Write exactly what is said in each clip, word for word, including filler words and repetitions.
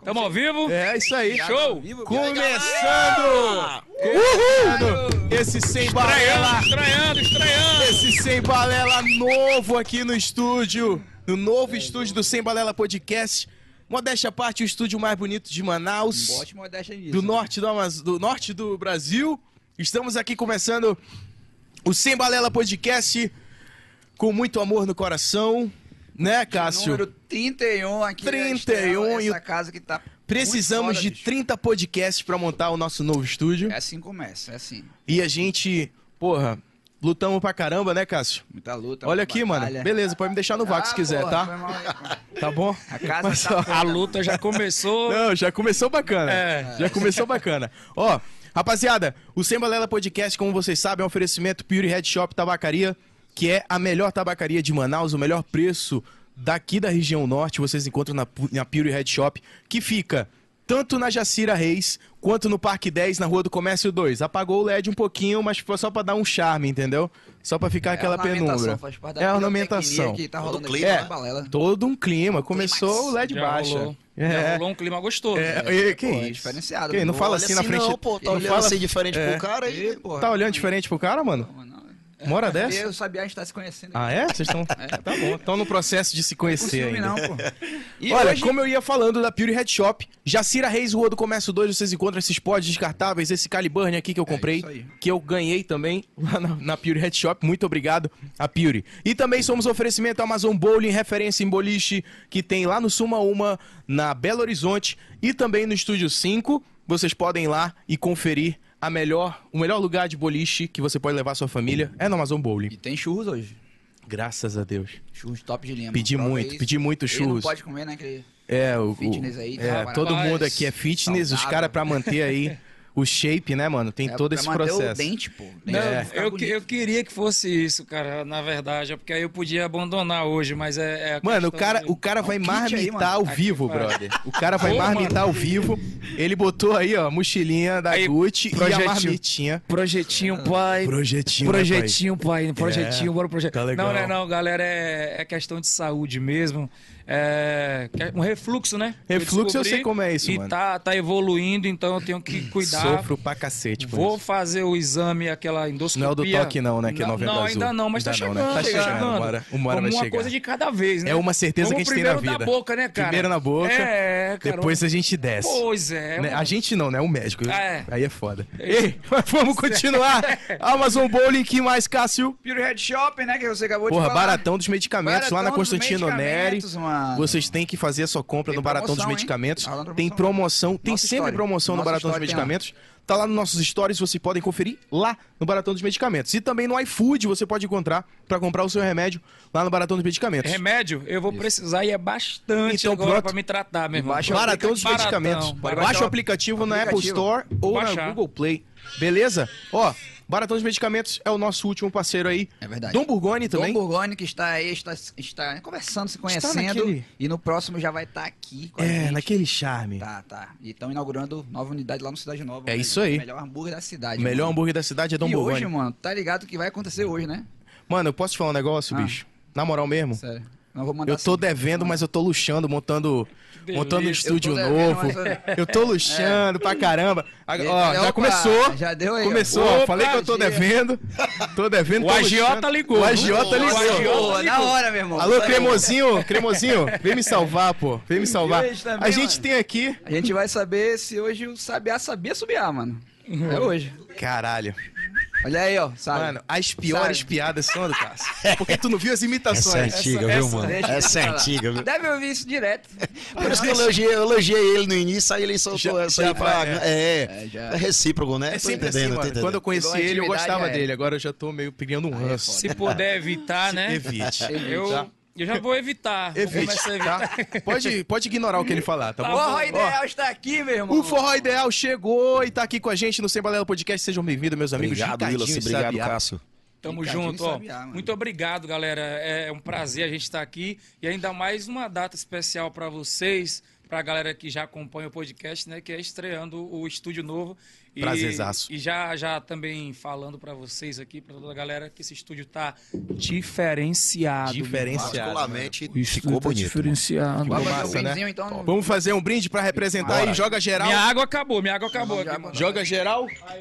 Tamo ao vivo? É, isso aí. Show! Começando! Uhul! Esse sem balela, Estranhando, estranhando! esse sem balela novo aqui no estúdio, no novo estúdio do Sem Balela Podcast. Modéstia à parte, o estúdio mais bonito de Manaus, Bote modéstia nisso, do né? norte do, Amaz... do norte do Brasil. Estamos aqui começando o Sem Balela Podcast com muito amor no coração, né, Cássio? Número trinta e um aqui. trinta e um Essa e- casa que tá. Precisamos muito foda, de bicho. trinta podcasts pra montar o nosso novo estúdio. É assim que começa, é assim. E a gente, porra, lutamos pra caramba, né, Cássio? Muita luta. Olha muita aqui, batalha. mano. Beleza, pode me deixar no vácuo Ah, se quiser, porra, tá? foi mal aí, mano. Tá bom? A casa Mas, tá ó, A luta já começou. Não, já começou bacana. É. Já começou bacana. Ó, rapaziada, o Sem Balela Podcast, como vocês sabem, é um oferecimento Pure Head Shop Tabacaria, que é a melhor tabacaria de Manaus, o melhor preço daqui da região norte. Vocês encontram na, Pu- na Pure Head Shop, que fica tanto na Jacira Reis, quanto no Parque dez, na Rua do Comércio dois. Apagou o L E D um pouquinho, mas foi só pra dar um charme, entendeu? Só pra ficar aquela ornamentação, penumbra. faz parte da É a pirotecnia ornamentação. Que tá Todo rolando clima, aqui É, na balela. todo um clima. Começou o L E D Já baixa. rolou, É. já rolou um clima gostoso. É, né? e- que Pô, é isso? diferenciado, Que, não não fala Olha assim na frente. não, pô, tá não olhando fala- assim diferente É. pro cara aí. Ih, porra. Tá olhando diferente pro cara, mano? Mano, Uma hora dessa? Eu sabia, a gente tá se conhecendo. Ah, é? Vocês estão. Tá bom. Estão no processo de se Com conhecer ciúme ainda. não, pô. E Olha, hoje... como eu ia falando da Pure Head Shop, Jacira Reis, Rua do Comércio dois, vocês encontram esses pods descartáveis, esse Caliburn aqui que eu comprei, isso aí. que eu ganhei também lá na, na Pure Head Shop. Muito obrigado a Pure. E também somos oferecimento Amazon Bowling, referência em boliche, que tem lá no Suma Uma, na Belo Horizonte, e também no Estúdio cinco. Vocês podem ir lá e conferir a melhor, o melhor lugar de boliche que você pode levar sua família é no Amazon Bowling. E tem churros hoje. Graças a Deus. Churros top de linha. Pedi mano. Prova muito, isso. pedi muito Ele churros. não pode comer, né? Aquele... É, o, o- Fitness aí, é, tá, todo rapaz, mundo aqui é fitness, os saudável. caras pra manter aí o shape, né, mano? Tem É, todo pra esse manter processo. o dente, pô. O dente Não, É. ficar eu, que- bonito. eu queria que fosse isso, cara, na verdade, é porque aí eu podia abandonar hoje, mas é. é a Mano, o questão cara, de- o cara vai um kit aí, marmitar ao mano. vivo, Aqui, brother. O cara vai Pô, marmitar mano. ao vivo. Ele botou aí, ó, mochilinha da Aí, Gucci e a projetinho. marmitinha. Projetinho, pai. Projetinho, Projetinho, pai. Projetinho, É, bora projeto. tá legal. Não, não é não, galera, é, é questão de saúde mesmo. É que é um refluxo, né? Refluxo, eu descobri sei como é isso, E mano. tá, tá evoluindo, então eu tenho que cuidar. Sofro pra cacete, por Vou isso. fazer o exame, aquela endoscopia. Não é o do toque não, né, que é não, Novembro não, Azul. ainda não, mas Ainda tá não, chegando. né? Tá tá chegando, chegando. uma hora- uma hora Como vai uma chegar. coisa de cada vez, né? É uma certeza Vamos que a gente tem na primeiro vida. da boca, né, cara? Primeiro na boca, É, cara. Depois a gente desce. Pois é. Né? mano. A gente não, né? O médico. É. Aí é foda. Ei, mas vamos continuar. Amazon Bowling, que mais, Cássio? Pure Head Shopping, né? Que você acabou Porra, de falar. baratão dos medicamentos lá na Baratão dos Constantino Neri. medicamentos, mano. Vocês têm que fazer a sua compra Tem no Baratão dos promoção, hein? Medicamentos. Tá rolando Tem promoção. promoção, tem Nossa sempre Story. promoção no Nossa Baratão dos Story tem lá. Medicamentos. Tá lá nos nossos stories, vocês podem conferir lá no Baratão dos Medicamentos. E também no iFood você pode encontrar pra comprar o seu remédio lá no Baratão dos Medicamentos. Remédio, eu vou precisar e é bastante Então, agora pronto. pra me tratar, meu irmão. Baixa o Baratão dos Baratão. Medicamentos. Pode Baixa baixar o o aplicativo na Apple aplicativo. Store ou na baixar. Google Play. Beleza? Ó, Baratão dos Medicamentos é o nosso último parceiro aí. É verdade. Dom Burgoni também. Dom Burgoni, que está aí, está, está conversando, se conhecendo. naquele- E no próximo já vai estar aqui com a É, gente. naquele charme. Tá, tá. E estão inaugurando nova unidade lá no Cidade Nova. É né? isso aí. O melhor hambúrguer da cidade. O melhor mano. hambúrguer da cidade é Dom E Burgoni. hoje, mano, tá ligado o que vai acontecer hoje, né? Mano, eu posso te falar um negócio, Ah. bicho? Na moral mesmo? Sério. Não vou mandar Eu tô assim. devendo, mas eu tô luxando, montando, delícia. montando um estúdio Eu tô devendo, novo. mas eu- Eu tô luxando pra caramba. Agora, E- ó, já opa, começou. já deu aí, ó. Começou, ó. Opa, Falei que eu tô dia. devendo. Tô devendo. O tô agiota luxando. ligou. O agiota O ligou. agiota Pô, na hora, meu irmão. Alô, Sério. cremosinho, cremosinho, vem me salvar, pô. Vem me salvar. hoje também, A gente mano. tem aqui. A gente vai saber se hoje o Sabiá sabia subiar, mano. Uhum. É hoje. Caralho. Olha aí, ó. Sabe? Mano, as piores Sabe. piadas são do Cássio. Porque tu não viu as Essa é imitações. antiga, Essa- viu, mano? deixa Essa é pra lá. antiga, viu? Deve ouvir isso direto. Por isso que eu elogiei, eu elogiei ele no início, aí ele soltou Já- essa já aí pra... vai, É, É, já. é recíproco, né? É Tô sempre assim, entendendo, tô mano. entendendo. Quando eu conheci Igual a ele, eu intimidade gostava é. dele. Agora eu já tô meio pegando um Aí é ranço. Se puder evitar, né? Evite. Eu, eu já vou evitar. Vou Evite, começar a evitar. tá? Pode, pode ignorar o que ele falar, tá O bom? forró Ó, ideal está aqui, meu irmão. o Forró Ideal chegou e tá aqui com a gente no Sem Balela Podcast. Sejam bem-vindos, meus amigos. Obrigado, Ricardinho Willis. e Obrigado, Sabiá. Cássio. Tamo Ricardinho junto, ó. Sabiá, mano. Muito obrigado, galera. É um prazer a gente estar aqui e ainda mais uma data especial pra vocês, pra galera que já acompanha o podcast, né? Que é estreando o estúdio novo. E, Prazerzaço. E já, já também falando pra vocês aqui, pra toda a galera, que esse estúdio tá diferenciado. Diferenciado. Particularmente, O estúdio ficou tá bonito. diferenciado. Ficou Vamos fazer massa, um né? brindezinho, então. Vamos fazer um brinde pra representar aí, joga geral. Minha água acabou, minha água acabou aqui, mano. Joga geral.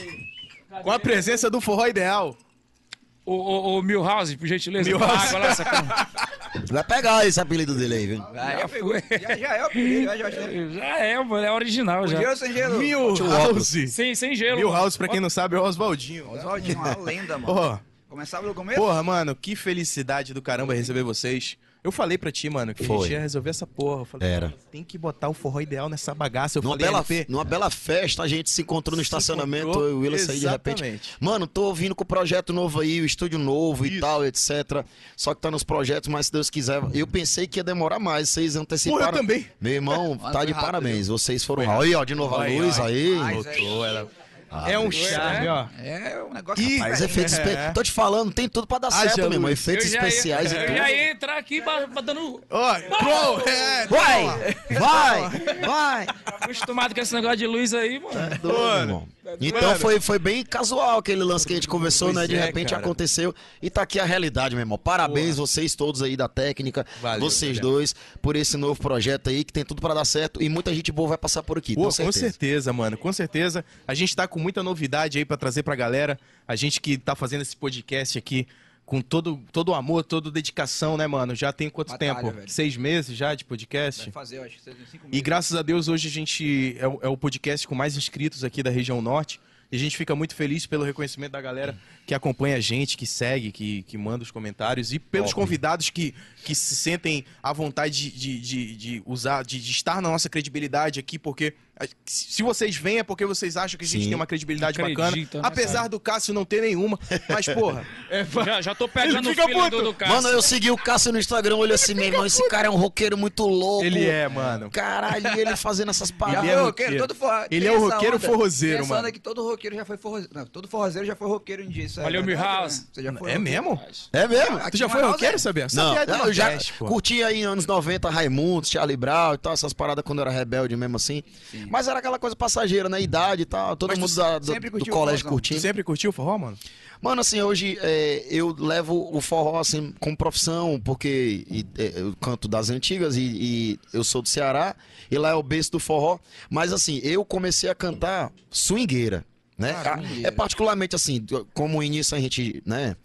Com a presença do Forró Ideal. Ô, ô, ô, Milhouse, por gentileza, Milhouse. com água lá, sacana. Vai pegar esse apelido dele aí, viu? Já, já, pegou. já, já é o apelido, já, já, já. Já é, mano, é original Com já. gelo ou sem gelo? Milhouse. Sem, sem gelo. Milhouse, pra quem não sabe, é o Oswaldinho. Oswaldinho, uma lenda, mano. Ó, Começava no começo? porra, mano, que felicidade do caramba receber vocês. Eu falei pra ti, mano, que a Foi. gente ia resolver essa porra. Eu falei, Era. mano, tem que botar o Forró Ideal nessa bagaça. Eu Numa falei, bela, L P, numa bela festa, a gente se encontrou no Se estacionamento, encontrou, eu e o Willis aí de repente. exatamente. Mano, tô vindo com o projeto novo aí, o estúdio novo Isso. e tal, etcétera. Só que tá nos projetos, mas se Deus quiser. Eu pensei que ia demorar mais, vocês anteciparam. Porra, eu também. Meu irmão, Mano, tá foi de rápido, parabéns. Vocês foram Foi rápido. Aí, ó, de novo a Aí, luz, ó. aí. Ai, Botou, ela. Ah, É um Deus. charme, ó. É um negócio... Ih, Mas diferente. efeitos É. espe... Tô te falando, tem tudo pra dar Haja certo, meu irmão. luz. Efeitos Eu já ia- especiais e Eu tudo. já ia entrar aqui ba- ba- dando. Ó, pro, é, Vai! Vai! Vai! Acostumado com esse negócio de luz aí, mano. Doido, Mano. irmão. Então foi, foi bem casual aquele lance que a gente conversou, Pois né? De é, repente cara. aconteceu e tá aqui a realidade, meu irmão. Parabéns vocês todos aí da técnica, Valeu, vocês valeu. dois, por esse novo projeto aí que tem tudo pra dar certo e muita gente boa vai passar por aqui, Pô, com com certeza. certeza, mano, com certeza. A gente tá com muita novidade aí pra trazer pra galera. A gente que tá fazendo esse podcast aqui com todo, todo o amor, toda a dedicação, né, mano? Já tem quanto Batalha, tempo? velho. Seis meses já de podcast? Vai fazer, eu acho que você tem cinco E meses. graças a Deus hoje a gente é o, é o podcast com mais inscritos aqui da região norte. E a gente fica muito feliz pelo reconhecimento da galera que acompanha a gente, que segue, que, que manda os comentários e pelos Top. convidados que, que se sentem à vontade de, de, de, de usar, de, de estar na nossa credibilidade aqui, porque a- se vocês vêm é porque vocês acham que a gente Sim. tem uma credibilidade Acredita, bacana, né, apesar cara? do Cássio não ter nenhuma, mas porra, Já, já tô pegando Ele o fica filho puto. do, do Cássio. Mano, eu segui o Cássio no Instagram, olhei assim, meu irmão, esse cara é um roqueiro muito louco. ele é, mano. Caralho, e ele fazendo essas Já paradas. Ele é foi roqueiro. roqueiro, todo forro... Ele tem é o essa roqueiro onda- forrozeiro, tem essa mano. onda que todo roqueiro já foi forrozeiro. Não, todo forrozeiro já foi roqueiro um dia. Isso Valeu, é verdade, Milhouse. né? Você já foi É roqueiro. mesmo? É mesmo? Aqui Tu já em foi Manaus, roqueiro, é. sabia? Não, Sabia do eu já Nordeste, pô. curti aí anos noventa Raimundos, Charlie Brown e tal, essas paradas quando eu era rebelde mesmo assim. Sim. Mas era aquela coisa passageira, né? Idade e tal, todo Mas tu mundo da- do, sempre do curtiu o colégio forrozão? Tu curtindo. sempre curtiu o forró, mano? Mano, assim, hoje é, eu levo o forró assim como profissão, porque e, é, eu canto das antigas e, e eu sou do Ceará, e lá é o berço do forró. Mas assim, eu comecei a cantar swingueira, né? Ah, swingueira. É particularmente assim, como início a gente, né?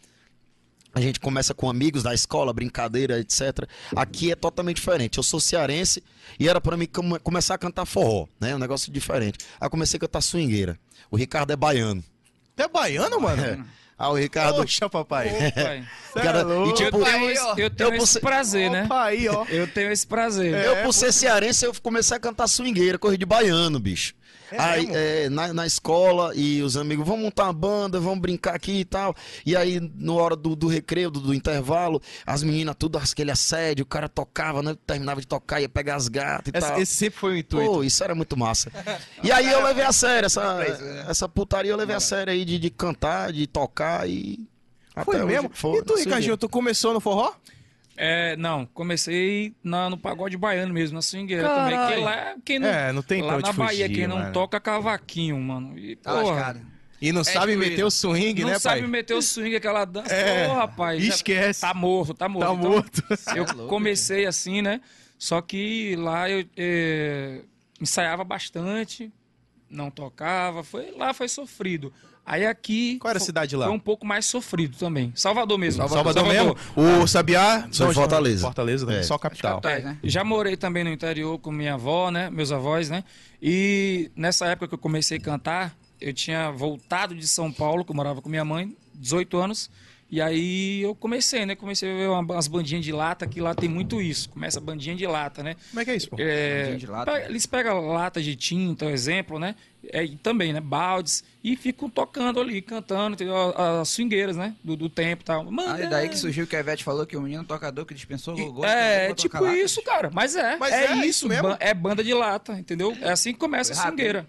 A gente começa com amigos da escola, brincadeira, etcétera. Aqui é totalmente diferente. Eu sou cearense e era pra mim come- começar a cantar forró, né? Um negócio diferente. Aí eu comecei a cantar swingueira. O Ricardo é baiano. Tu é baiano, mano? É. Ah, o Ricardo. Poxa, papai. Ô, pai. Cê é Cara, louco. e tipo, Eu tenho, aí, esse, ó. eu tenho Eu esse você- prazer, né? Opa, aí, ó. Eu tenho esse prazer. eu, por ser cearense, eu comecei a cantar swingueira, corrida de baiano, bicho. É aí, mesmo? é, na, na escola, e os amigos, vamos montar uma banda, vamos brincar aqui e tal. E aí, na hora do, do recreio, do, do intervalo, as meninas, tudo aquele assédio, o cara tocava, né? Terminava de tocar, ia pegar as gatas e Essa- tal. esse sempre foi o intuito. Pô, isso era muito massa. E aí eu levei a sério, essa, né? essa putaria eu levei a sério aí de, de cantar, de tocar e. Foi até hoje mesmo? foi, e tu, na Ricardinho, tu começou no forró? É, não, comecei na, no pagode baiano mesmo, na swingueira Caralho. também. Que lá, quem não, É, não tem lá pra na onde Bahia, fugir, quem não mano. toca cavaquinho, mano. E, Tá porra, lascado. E não É sabe excluído. meter o swing, não né, sabe pai? meter o swing, aquela dança. É, Pô, rapaz. já- esquece. Tá morto, tá morto. Tá Então, morto. Eu É louco, comecei assim, né? Só que lá eu eh, ensaiava bastante, não tocava. Foi, lá foi sofrido. Aí aqui. Qual era a fo- cidade lá? Foi um pouco mais sofrido também. Salvador mesmo. Salvador, mesmo? O Sabiá? Sou de Onde? Fortaleza. Fortaleza, também, É. só capital. Capitais, né? Já morei também no interior com minha avó, né? Meus avós, né? E nessa época que eu comecei a cantar, eu tinha voltado de São Paulo, que eu morava com minha mãe, dezoito anos. E aí eu comecei, né? Comecei a ver uma- umas bandinhas de lata, que lá tem muito isso. Começa a bandinha de lata, né? Como é que é isso, pô? É, Bandinha de lata. pega- eles pegam lata de tinta, exemplo, né? É, e também, né? Baldes. E ficam tocando ali, cantando, entendeu? As swingueiras, né? Do, do tempo e tal. Mano, Aí é- daí que surgiu que a Ivete falou que o menino tocador que dispensou o gosto. é, tipo isso, cara. Mas é. Mas é, é isso isso mesmo? ba- É banda de lata, entendeu? É assim que começa Foi a rápido, swingueira.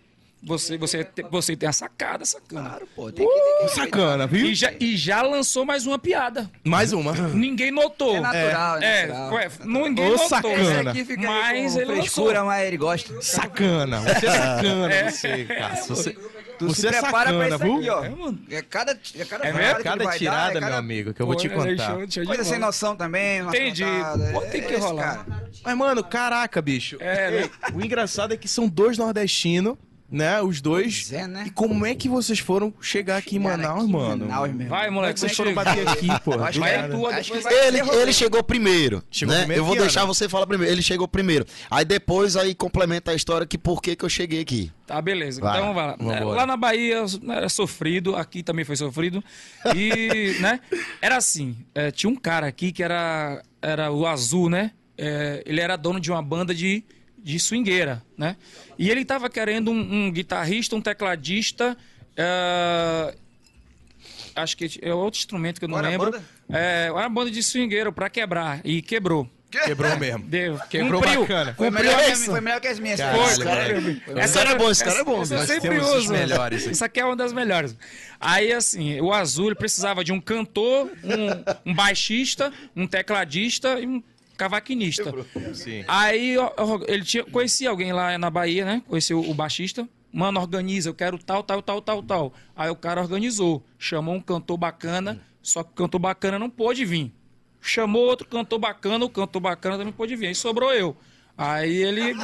Você, você, te- você tem a sacada, sacana. Claro, pô. Tem que, tem que Sacana, viu? E já, e já lançou mais uma piada. Mais uma. Ninguém notou. É natural, é, É, natural. ué, ninguém Ô, notou. sacana. Esse aqui fica Mas aí ele com frescura, mas ele gosta. Sacana. Você é sacana, você, Cássio. Você, Tu você se é prepara pra sacana, isso viu? aqui, ó. É, mano. É cada, é cada, É facada mesmo? que Cada ele vai tirada, dar, é meu cada amigo, que eu vou te Pô, contar. show- show de Coisa sem bola. noção também. umas Entendi. contadas, Pô, tem que é esse rolar. cara. Mas, mano, caraca, bicho. É, né? O engraçado é que são dois nordestinos, né? Os dois. Pois é, né? E como é que vocês foram chegar aqui em Chegaram Manaus, aqui em mano? Manaus, meu. Vai, Como é moleque, que vocês você foram chega. bater aqui, pô? Acho Do que é nada. tua, Acho que depois vai Ele, ser ele chegou primeiro. Chegou né? primeiro Eu vou que deixar ano? você falar primeiro. Ele chegou primeiro. Aí depois aí complementa a história que por que que eu cheguei aqui. Tá, beleza. Vai, Então, vai lá. vambora. Lá na Bahia era sofrido, aqui também foi sofrido. E, né, era assim, é, tinha um cara aqui que era, era o Azul, né? É, ele era dono de uma banda de, de swingueira, né? E ele tava querendo um, um guitarrista, um tecladista, é, acho que é outro instrumento que eu não Qual era a lembro. banda? É, era uma banda de swingueiro pra quebrar, e quebrou. Quebrou mesmo. Deu. Quebrou Cumpriu. bacana. Foi Cumpriu melhor, a que, missão. foi melhor que as minhas. Caralho, Foi. Pô, cara, moleque. Esse cara é bom, esse cara é bom. Essa eu Nós sempre temos os uso. melhores aqui. Isso aqui é uma das melhores. Aí, assim, o Azul ele precisava de um cantor, um, um baixista, um tecladista e um cavaquinista. Sim. Aí ó, ó, ele tinha, conhecia alguém lá na Bahia, né? Conhecia o, o baixista. Mano, organiza, eu quero tal, tal, tal, tal, tal. Aí o cara organizou. Chamou um cantor bacana, só que o cantor bacana não pôde vir. Chamou outro cantor bacana, o cantor bacana também pôde vir. Aí sobrou eu. Aí ele...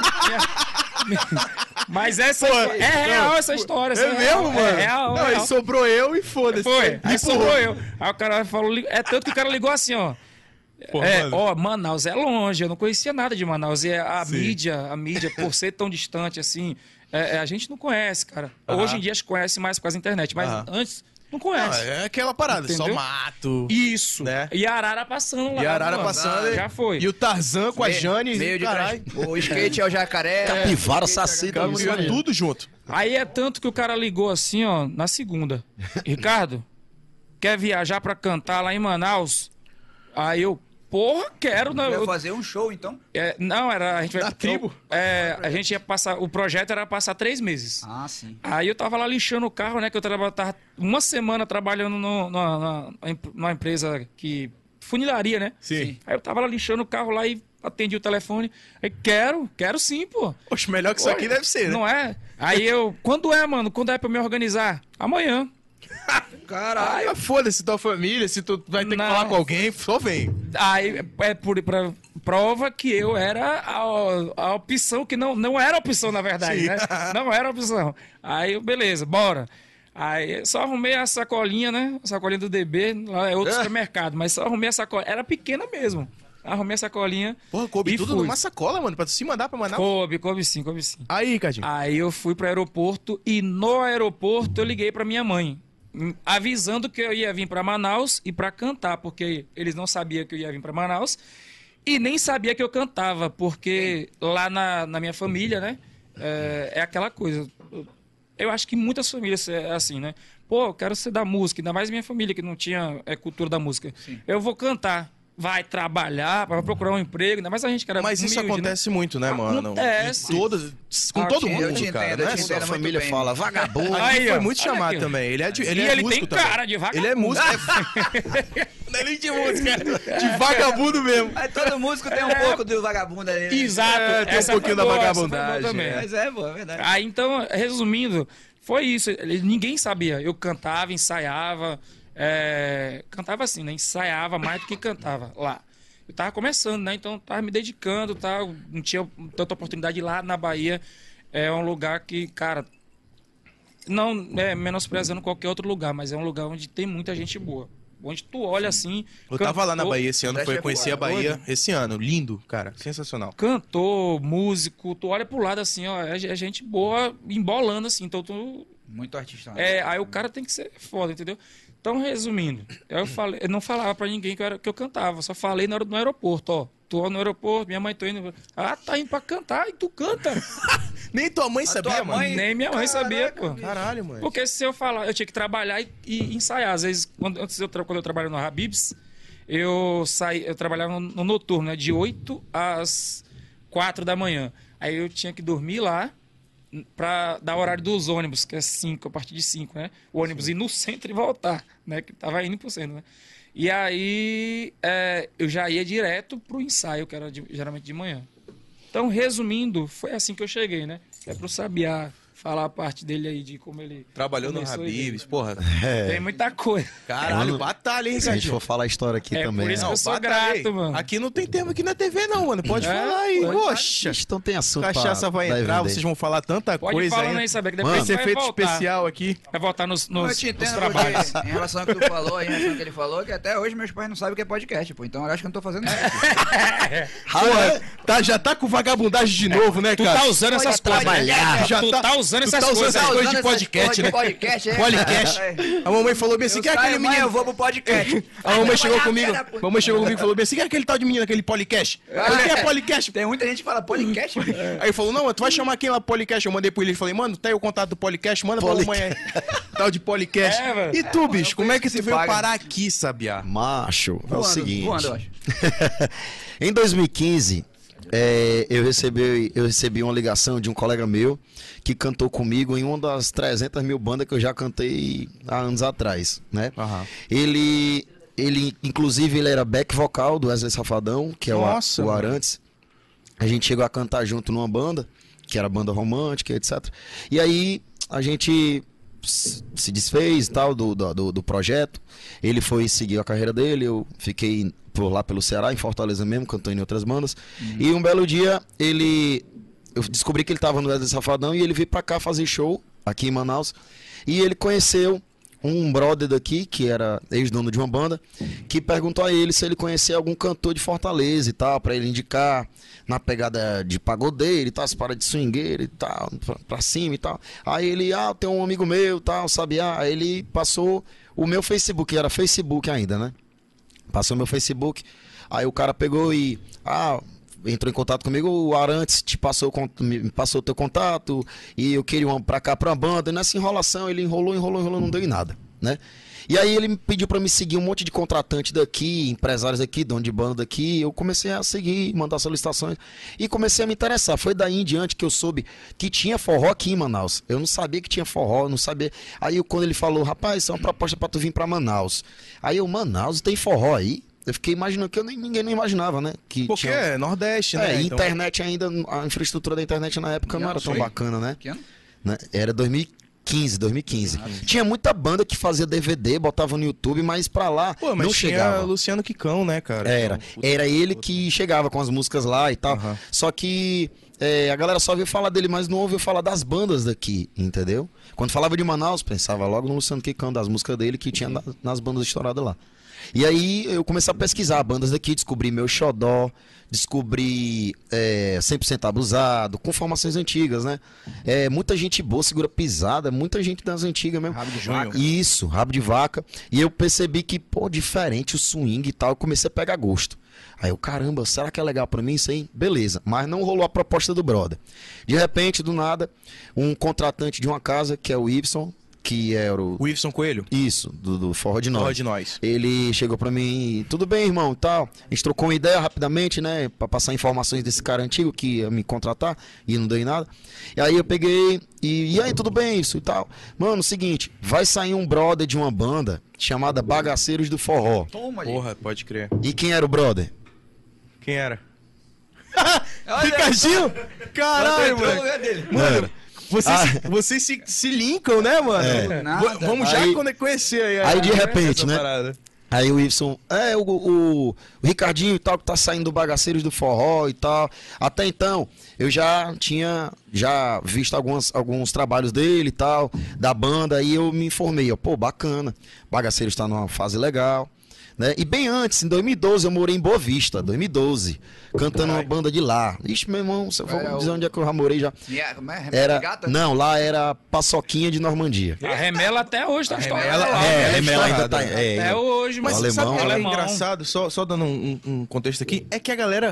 Mas essa é real essa história. essa É mesmo, real, mano? É real, Não, é aí real. sobrou eu e foda-se. Foi, Me aí empurrou. sobrou eu. Aí o cara falou... li- É tanto que o cara ligou assim, ó. Pô, É, mano. ó, Manaus é longe, eu não conhecia nada de Manaus. E a Sim. mídia, a mídia, por ser tão distante assim, é, é, a gente não conhece, cara. Aham. Hoje em dia a gente conhece mais por causa da internet, mas Aham. antes não Ah, conhece. é aquela parada, só Entendeu? mato. Isso. Né? E a Arara passando lá. E a Arara mano. passando. Já foi. E o Tarzan com a Meio- Jane. meio de caralho. trans- O skate é o jacaré. Capivara, o skate é o saci, jacaré. tudo Cara, isso aí. tudo junto. Aí é tanto que o cara ligou assim, ó, na segunda. Ricardo, quer viajar pra cantar lá em Manaus? Aí eu, porra, quero, né? Vai Eu- fazer um show, então? é, não, era. A gente vai. Da tribo. É, a gente ia passar. O projeto era passar três meses. Ah, sim. Aí eu tava lá lixando o carro, né? Que eu traba- tava uma semana trabalhando no, na, na- numa empresa que. Funilaria, né? Sim. Aí eu tava lá lixando o carro lá e atendi o telefone. Aí, quero, quero sim, pô. Oxe, melhor que isso aqui Oi, deve ser, né? Não é? Aí eu. Quando é, mano? Quando é pra eu me organizar? Amanhã. Caralho. Ah, foda-se tua família, se tu vai ter Não. que falar com alguém, só vem. Aí é por pra, prova que eu era a, a opção que não, não era opção, na verdade, Sim. né? Não era opção. Aí, eu, beleza, bora. Aí só arrumei a sacolinha, né? A sacolinha do D B, lá é outro supermercado, mas só arrumei a sacolinha. Era pequena mesmo. Arrumei a sacolinha. Porra, coube e tudo fui. numa sacola, mano, pra tu se mandar pra Manaus. Coube, coube sim, coube sim. Aí, Cadinho. Aí eu fui pro aeroporto e no aeroporto eu liguei pra minha mãe, hum, avisando que eu ia vir pra Manaus e pra cantar, porque eles não sabiam que eu ia vir pra Manaus e nem sabia que eu cantava, porque lá na, na minha família, né, é, é aquela coisa. Eu acho que muitas famílias é assim, né? Pô, eu quero ser da música, ainda mais minha família que não tinha é, cultura da música. Eu vou cantar. Vai trabalhar, vai procurar um emprego, ainda mais a gente que era Mas isso humilde, né? acontece muito, né, mano? Acontece. Em todas, com Ah, todo eu mundo, te cara. entendo, não eu é te só A entendo muito família bem. fala, vagabundo. Aqui Aí, foi ó, muito olha chamado aqui, ó. também. Ele é, de, ele E é ele músico tem também. cara de vagabundo. Ele é músico. É... Não é nem de música, é de vagabundo mesmo. Mas todo músico tem um pouco do vagabundo ali. né? Exato. É, tem um essa pouquinho foi da boa, essa foi vagabundagem, boa também. é. Mas é, pô, é verdade. Aí, então, resumindo, foi isso. Ele- Ninguém sabia. Eu cantava, ensaiava. é, Cantava assim, né? Ensaiava mais do que cantava lá. Eu tava começando, né? Então, tava me dedicando, tá? Não tinha tanta oportunidade lá na Bahia. É um lugar que, cara... Não é menosprezando qualquer outro lugar, mas é um lugar onde tem muita gente boa. Onde tu olha assim... Eu tava lá na cantor- Bahia esse ano, foi Deixa conhecer a voar, Bahia esse ano. Lindo, cara. Sensacional. Cantor, músico, tu olha pro lado assim, ó, é é gente boa embolando assim, então tu... Muito artista. né? É, aí o cara tem que ser foda, entendeu? Então, resumindo, eu, falei, eu não falava pra ninguém que eu, era, que eu cantava, só falei no, aer- no aeroporto, ó, tô no aeroporto, minha mãe tô indo... Ah, tá indo pra cantar, e tu canta? Nem tua mãe A sabia, tua mano. mãe- Nem minha mãe sabia, pô. Caralho, mano. Porque se eu falar, eu tinha que trabalhar e, e ensaiar. Às vezes, quando, antes eu, tra- quando eu trabalhava no Habib's, eu saí, eu trabalhava no, no noturno, né? De oito às quatro da manhã. Aí eu tinha que dormir lá pra dar o horário dos ônibus, que é cinco, a partir de cinco, né? O ônibus ir no centro e voltar, né? Que tava indo pro centro, né? E aí é, eu já ia direto pro ensaio, que era de- geralmente de manhã. Então, resumindo, foi assim que eu cheguei, né? É pro Sabiá falar a parte dele aí de como ele... Trabalhou no começou e Habib's, veio. porra. Tem muita coisa. Caralho, Mano, batalha, hein, Se a gente Ricardinho? for falar a história aqui É também. por isso né? que eu sou batalhei. grato, mano. Aqui não tem termo aqui na T V, não, mano. Pode É, falar aí. pode. Poxa, Então tem assunto pra- cachaça vai pra entrar, vender. vocês vão falar tanta Pode coisa falar ainda. aí, saber que Mano, depois Vai ser vai efeito voltar. especial aqui. Vai voltar nos, Não, eu nos, te nos entendo, trabalhos. porque em relação ao que tu falou, em relação ao que ele falou, que até hoje meus pais não sabem o que é podcast, pô. Então eu acho que eu não tô fazendo nada. Porra, tá, já tá com vagabundagem de novo, né, Tu cara? tá usando essas Pode coisas. trabalhar. Já tu tá- tá usando tu essas tá usando coisas. essas aí. coisas de Usando essas podcast, porra né? de podcast, é. Podcast. É. A mamãe falou bem assim, Eu que é saio, aquele mãe, menino... eu vou pro podcast. A mamãe chegou Vai comigo, trabalhar, filha da a mamãe chegou comigo e falou bem assim, que é aquele tal de menino, aquele podcast? Eu falei, quem é podcast? Tem muita gente que fala podcast, bicho. Aí ele falou, não, tu vai chamar quem lá podcast? Eu mandei pro ele, falei, mano, tá aí o contato do podcast, manda pra mamãe aí. Tal de podcast. É, velho. E tu, bicho, é como por é que isso que tu se veio paga. parar aqui, Sabiá? Macho, é o Voando, seguinte. voando, eu acho. Em dois mil e quinze, é, eu, recebi, eu recebi uma ligação de um colega meu que cantou comigo em uma das trezentas mil bandas que eu já cantei há anos atrás, né? Aham. Ele, ele, inclusive, ele era back vocal do Wesley Safadão, que é o, Nossa, o mano. Arantes. A gente chegou a cantar junto numa banda, que era banda romântica, etcétera. E aí a gente s- se desfez e tal do, do, do- do projeto. Ele foi seguir a carreira dele, eu fiquei por lá pelo Ceará, em Fortaleza mesmo, cantando em outras bandas. E um belo dia ele. Eu descobri que ele tava no Wesley Safadão e ele veio pra cá fazer show, aqui em Manaus. E ele conheceu um brother daqui, que era ex-dono de uma banda, que perguntou a ele se ele conhecia algum cantor de Fortaleza e tal, pra ele indicar na pegada de pagodeiro e tal, as paradas de swingueiro e tal, pra, pra cima e tal. Aí ele, ah, tem um amigo meu e tal, Sabiá. Aí ele passou o meu Facebook, era Facebook ainda, né? Passou meu Facebook, aí o cara pegou e, ah, entrou em contato comigo, o Arantes te passou, o con- me passou o teu contato, e eu queria uma pra cá, pra uma banda, e nessa enrolação ele enrolou, enrolou, enrolou, não deu em nada, né? E aí ele me pediu pra me seguir um monte de contratante daqui, empresários daqui, dono de banda daqui, eu comecei a seguir, mandar solicitações, e comecei a me interessar, foi daí em diante que eu soube que tinha forró aqui em Manaus, eu não sabia que tinha forró, eu não sabia, aí eu, quando ele falou, rapaz, isso é uma proposta pra tu vir pra Manaus, aí eu, Manaus, tem forró aí? Eu fiquei imaginando que eu nem, ninguém não imaginava, né? Que Porque tinha... é Nordeste, É, né? Então- internet ainda, a infraestrutura da internet na época Que não era ano tão foi? bacana, né? Que ano? Né? Era dois mil e quinze, dois mil e quinze. Tinha muita banda que fazia D V D, botava no YouTube, mas pra lá Pô, mas não tinha chegava. Luciano Quicão, né, cara? Era, Então, puta- era ele que chegava com as músicas lá e tal. Aham. Só que é, a galera só ouviu falar dele, mas não ouviu falar das bandas daqui, entendeu? Quando falava de Manaus, pensava logo no Luciano Quicão, das músicas dele que tinha na- nas bandas estouradas lá. E aí eu comecei a pesquisar bandas daqui, descobri Meu Xodó, descobri é, cem por cento Abusado, com formações antigas, né? É, muita gente boa, segura pisada, muita gente das antigas mesmo. Rabo de vaca. Isso, rabo de vaca. E eu percebi que, pô, diferente o swing e tal, eu comecei a pegar gosto. Aí eu, caramba, será que é legal pra mim isso aí? Beleza, mas não rolou a proposta do brother. De repente, do nada, um contratante de uma casa, que é o Y, que era o... O Iveson Coelho? Isso, do, do Forró de Nós. Forró de Nós. Ele chegou pra mim, tudo bem, irmão, e tal. A gente trocou uma ideia rapidamente, né, pra passar informações desse cara antigo que ia me contratar e não deu em nada. E aí eu peguei e, e aí, tudo bem isso e tal. Mano, seguinte, vai sair um brother de uma banda chamada Bagaceiros do Forró. Toma ali. Porra, pode crer. E quem era o brother? Quem era? Olha, Ricardinho? Caralho, entrou no mano. lugar dele. Mano, vocês, Ah. vocês se, se linkam, né, mano? É. Nada. V- Vamos já Aí- quando- conhecer aí. aí, de a- repente, essa né? parada. Aí o Y, é, o, o, o Ricardinho e tal, que tá saindo do Bagaceiros do Forró e tal. Até então, eu já tinha já visto algumas, alguns trabalhos dele e tal, da banda, e eu me informei, ó, pô, bacana, Bagaceiros tá numa fase legal, né? E bem antes, em dois mil e doze, eu morei em Boa Vista, dois mil e doze, cantando uma banda de lá. Ixi, meu irmão, se eu for É, dizer o- onde é que eu já morei já. Minha- como é? Era, Gata? não, lá era Paçoquinha de Normandia. A remela até hoje tá A estourada. remela- lá. é, É, ela Remela ainda estourada, tá. né? É, Até hoje, Mas O mas sabe o alemão, que é alemão. engraçado? Só, só dando um, um- um contexto aqui, é que a galera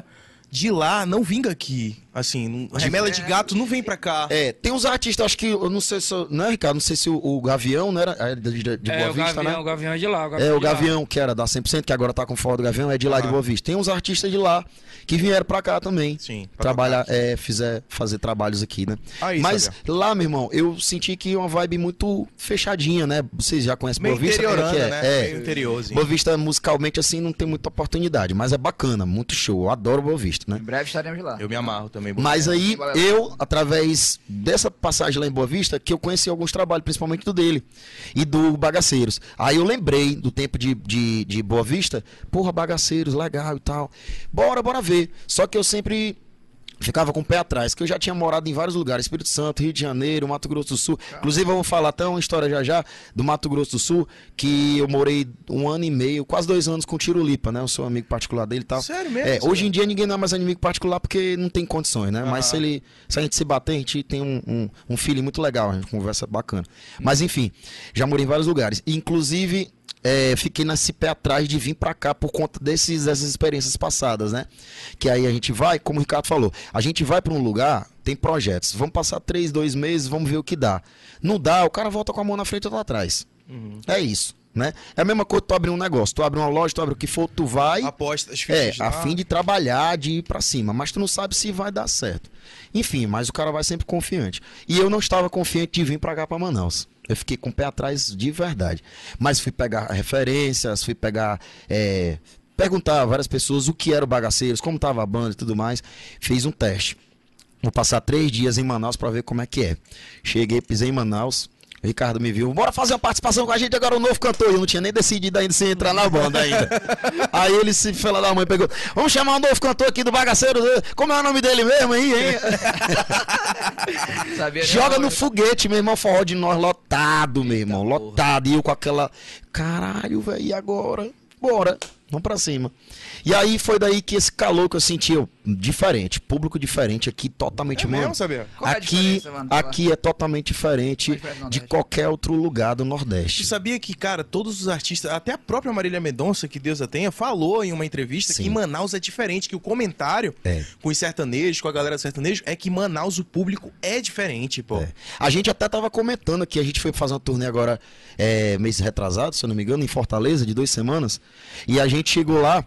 de lá não vinga aqui. Assim, não- remela de gato não vem pra cá. É, tem uns artistas, acho que, eu não sei se, eu- né, Ricardo? Não sei se o, o Gavião, não era? É de, de, de É, Boa o Vista, Gavião, né? o Gavião é de lá. O É, o de lá. Gavião, que era da cem por cento, que agora tá com fora do Gavião, é de lá de Aham. Boa Vista. Tem uns artistas de lá que vieram pra cá também. Sim, pra Trabalhar, tocar aqui. é, fizer, fazer trabalhos aqui, né? Aí, Mas Sabiá. lá, meu irmão, eu senti que uma vibe muito fechadinha, né? Vocês já conhecem Meio Boa Vista? interiorana, Como é que né? é? É. Meio interiorzinho. Boa Vista, musicalmente, assim, não tem muita oportunidade, mas é bacana, muito show. Eu adoro Boa Vista, né? Em breve estaremos lá. Eu me amarro também. Mas aí, Sim, eu, através dessa passagem lá em Boa Vista, que eu conheci alguns trabalhos, principalmente do dele e do Bagaceiros. Aí eu lembrei do tempo de, de, de Boa Vista, porra, Bagaceiros, legal e tal. Bora, bora ver. Só que eu sempre ficava com o pé atrás, que eu já tinha morado em vários lugares, Espírito Santo, Rio de Janeiro, Mato Grosso do Sul. Inclusive, eu vou falar até uma história já já do Mato Grosso do Sul, que eu morei um ano e meio, quase dois anos com o Tirulipa, né? Eu sou amigo particular dele e tal. Sério mesmo? É, Sério? hoje em dia ninguém não é mais inimigo particular porque não tem condições, né? Mas se ele, se a gente se bater, a gente tem um, um, um feeling muito legal, a gente conversa bacana. Mas enfim, já morei em vários lugares. Inclusive, é, fiquei nesse pé atrás de vir pra cá por conta desses, dessas experiências passadas, né? Que aí a gente vai, como o Ricardo falou, a gente vai pra um lugar, tem projetos, vamos passar três, dois meses, vamos ver o que dá. Não dá, o cara volta com a mão na frente e outra atrás. É isso, né? É a mesma coisa que tu abrir um negócio, tu abre uma loja, tu abre o que for, tu vai... Aposta as É, fichas a lá. fim de trabalhar, de ir pra cima, mas tu não sabe se vai dar certo. Enfim, mas o cara vai sempre confiante. E eu não estava confiante de vir pra cá, pra Manaus. Eu fiquei com o pé atrás de verdade. Mas fui pegar referências, fui pegar... é, perguntar a várias pessoas o que era o Bagaceiros, como tava a banda e tudo mais. Fiz um teste. Vou passar três dias em Manaus pra ver como é que é. Cheguei, pisei em Manaus... O Ricardo me viu, bora fazer uma participação com a gente agora, um novo cantor. Eu não tinha nem decidido ainda se entrar na banda ainda. Aí ele se fala da mãe, pegou, vamos chamar um novo cantor aqui do Bagaceiro. Como é o nome dele mesmo aí, hein? Sabia nem Joga o no nome. foguete, meu irmão, forró de nós lotado, meu irmão, lotado. E eu com aquela, caralho, velho, e agora? Bora, vamos pra cima. E aí foi daí que esse calor que eu senti, eu, diferente, público diferente aqui, totalmente É mesmo, mano. Sabiá? Qual é a Aqui, diferença, mano, pra lá? aqui é totalmente diferente Qual é a diferença do de Nordeste? qualquer outro lugar do Tu Nordeste. sabia que, cara, todos os artistas, até a própria Marília Mendonça, que Deus a tenha, falou em uma entrevista Sim. que Manaus é diferente, que o comentário É. com os sertanejos, com a galera do sertanejo, é que Manaus, o público é diferente, pô. É. A gente até tava comentando aqui, a gente foi fazer uma turnê agora, é, mês retrasado, se eu não me engano, em Fortaleza, de duas semanas. E a gente chegou lá,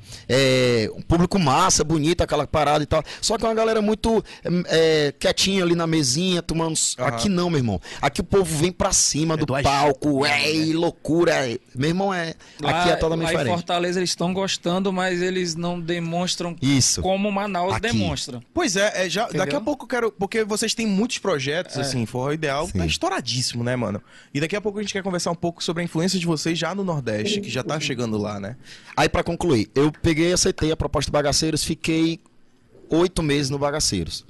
é, um público massa, bonito, aquela parada e tal. Só que uma galera muito é, quietinha ali na mesinha, tomando. Aham. Aqui não, meu irmão. Aqui o povo vem pra cima do do palco, é, e loucura. É. Meu irmão, é. Lá, Aqui é totalmente lá em diferente. Fortaleza eles estão gostando, mas eles não demonstram Isso. como Manaus Aqui. demonstra. Pois é, é já, daqui a Entendeu? pouco eu quero. Porque vocês têm muitos projetos, assim, Forró Ideal Sim. tá estouradíssimo, né, mano? E daqui a pouco a gente quer conversar um pouco sobre a influência de vocês já no Nordeste, que já tá chegando lá, né? Aí, pra concluir, eu peguei e aceitei a proposta do Bagaceiros, fiquei oito meses no Bagaceiros.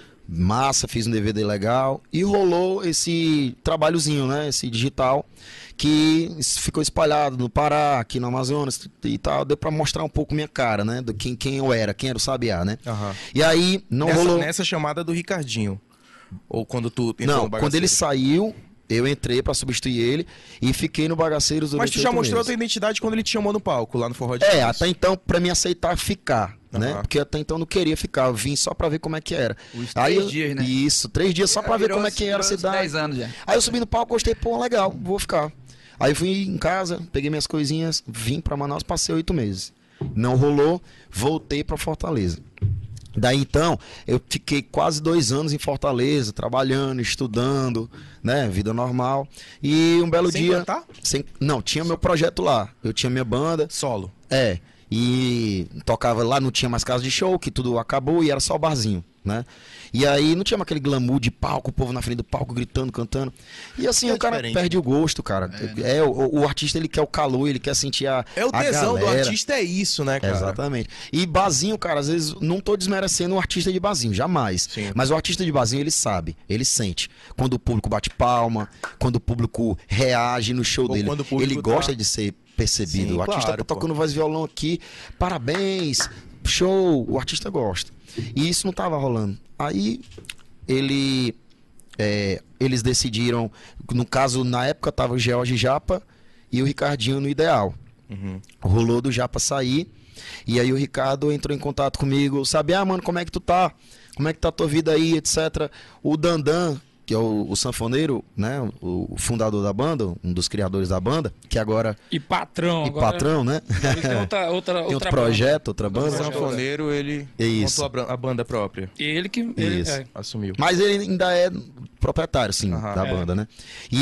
Massa, fiz um D V D legal e rolou esse trabalhozinho, né? Esse digital que ficou espalhado no Pará, aqui no Amazonas e tal. Deu pra mostrar um pouco minha cara, né? Do quem, quem eu era, quem era o Sabiá, né? Aham. E aí, não nessa, rolou. nessa chamada do Ricardinho. Ou quando tu entrou Não, no quando ele Bagaceiro. saiu, eu entrei pra substituir ele e fiquei no Bagaceiros durante Mas tu já oito mostrou a meses. tua identidade quando ele te chamou no palco, lá no Forró de É, Fãs. até então, pra me aceitar ficar, né? Aham. Porque até então eu não queria ficar, eu vim só pra ver como é que era. Os Aí três eu- dias, né? Isso, três dias só pra ver Virou- como é que era a virou uns cidade. dez anos já. Aí eu subi no palco, gostei, pô, legal, vou ficar. Aí fui em casa, peguei minhas coisinhas, vim pra Manaus, passei oito meses. Não rolou, voltei pra Fortaleza. Daí então, eu fiquei quase dois anos em Fortaleza, trabalhando, estudando, né, vida normal. E um belo Sem dia... cantar? Sem, não, tinha meu projeto lá, eu tinha minha banda, Solo. é, e tocava lá, não tinha mais casa de show, que tudo acabou e era só barzinho, né? E aí não tinha mais aquele glamour de palco, o povo na frente do palco gritando, cantando. E assim, É o cara diferente. perde o gosto, cara. É, o, o artista, ele quer o calor, ele quer sentir a É o a tesão do galera. artista, é isso, né, cara? Exatamente. E barzinho, cara, às vezes não tô desmerecendo um artista de barzinho, jamais. Sim. Mas o artista de barzinho, ele sabe, ele sente. Quando o público bate palma, quando o público reage no show Ou dele. quando o público Ele tá- gosta de ser percebido. Sim, o artista claro, tá pô. tocando voz e violão aqui, parabéns, show, o artista gosta. E isso não tava rolando. Aí ele é, eles decidiram, no caso, na época tava o George Japa e o Ricardinho no Ideal. Uhum. Rolou do Japa sair E aí o Ricardo entrou em contato comigo, sabe, ah, mano, como é que tu tá? Como é que tá a tua vida aí, etcétera. O Dandan, que é o, o sanfoneiro, né, o, o fundador da banda, um dos criadores da banda, que agora... E patrão. E agora, patrão, né? Ele tem outra, outra, Tem outra outro projeto, outra O banda. sanfoneiro, ele Isso. montou a, bran- a banda própria. E ele que... Ele, Isso. é. Assumiu. Mas ele ainda é proprietário, sim, Aham. da É. banda, né?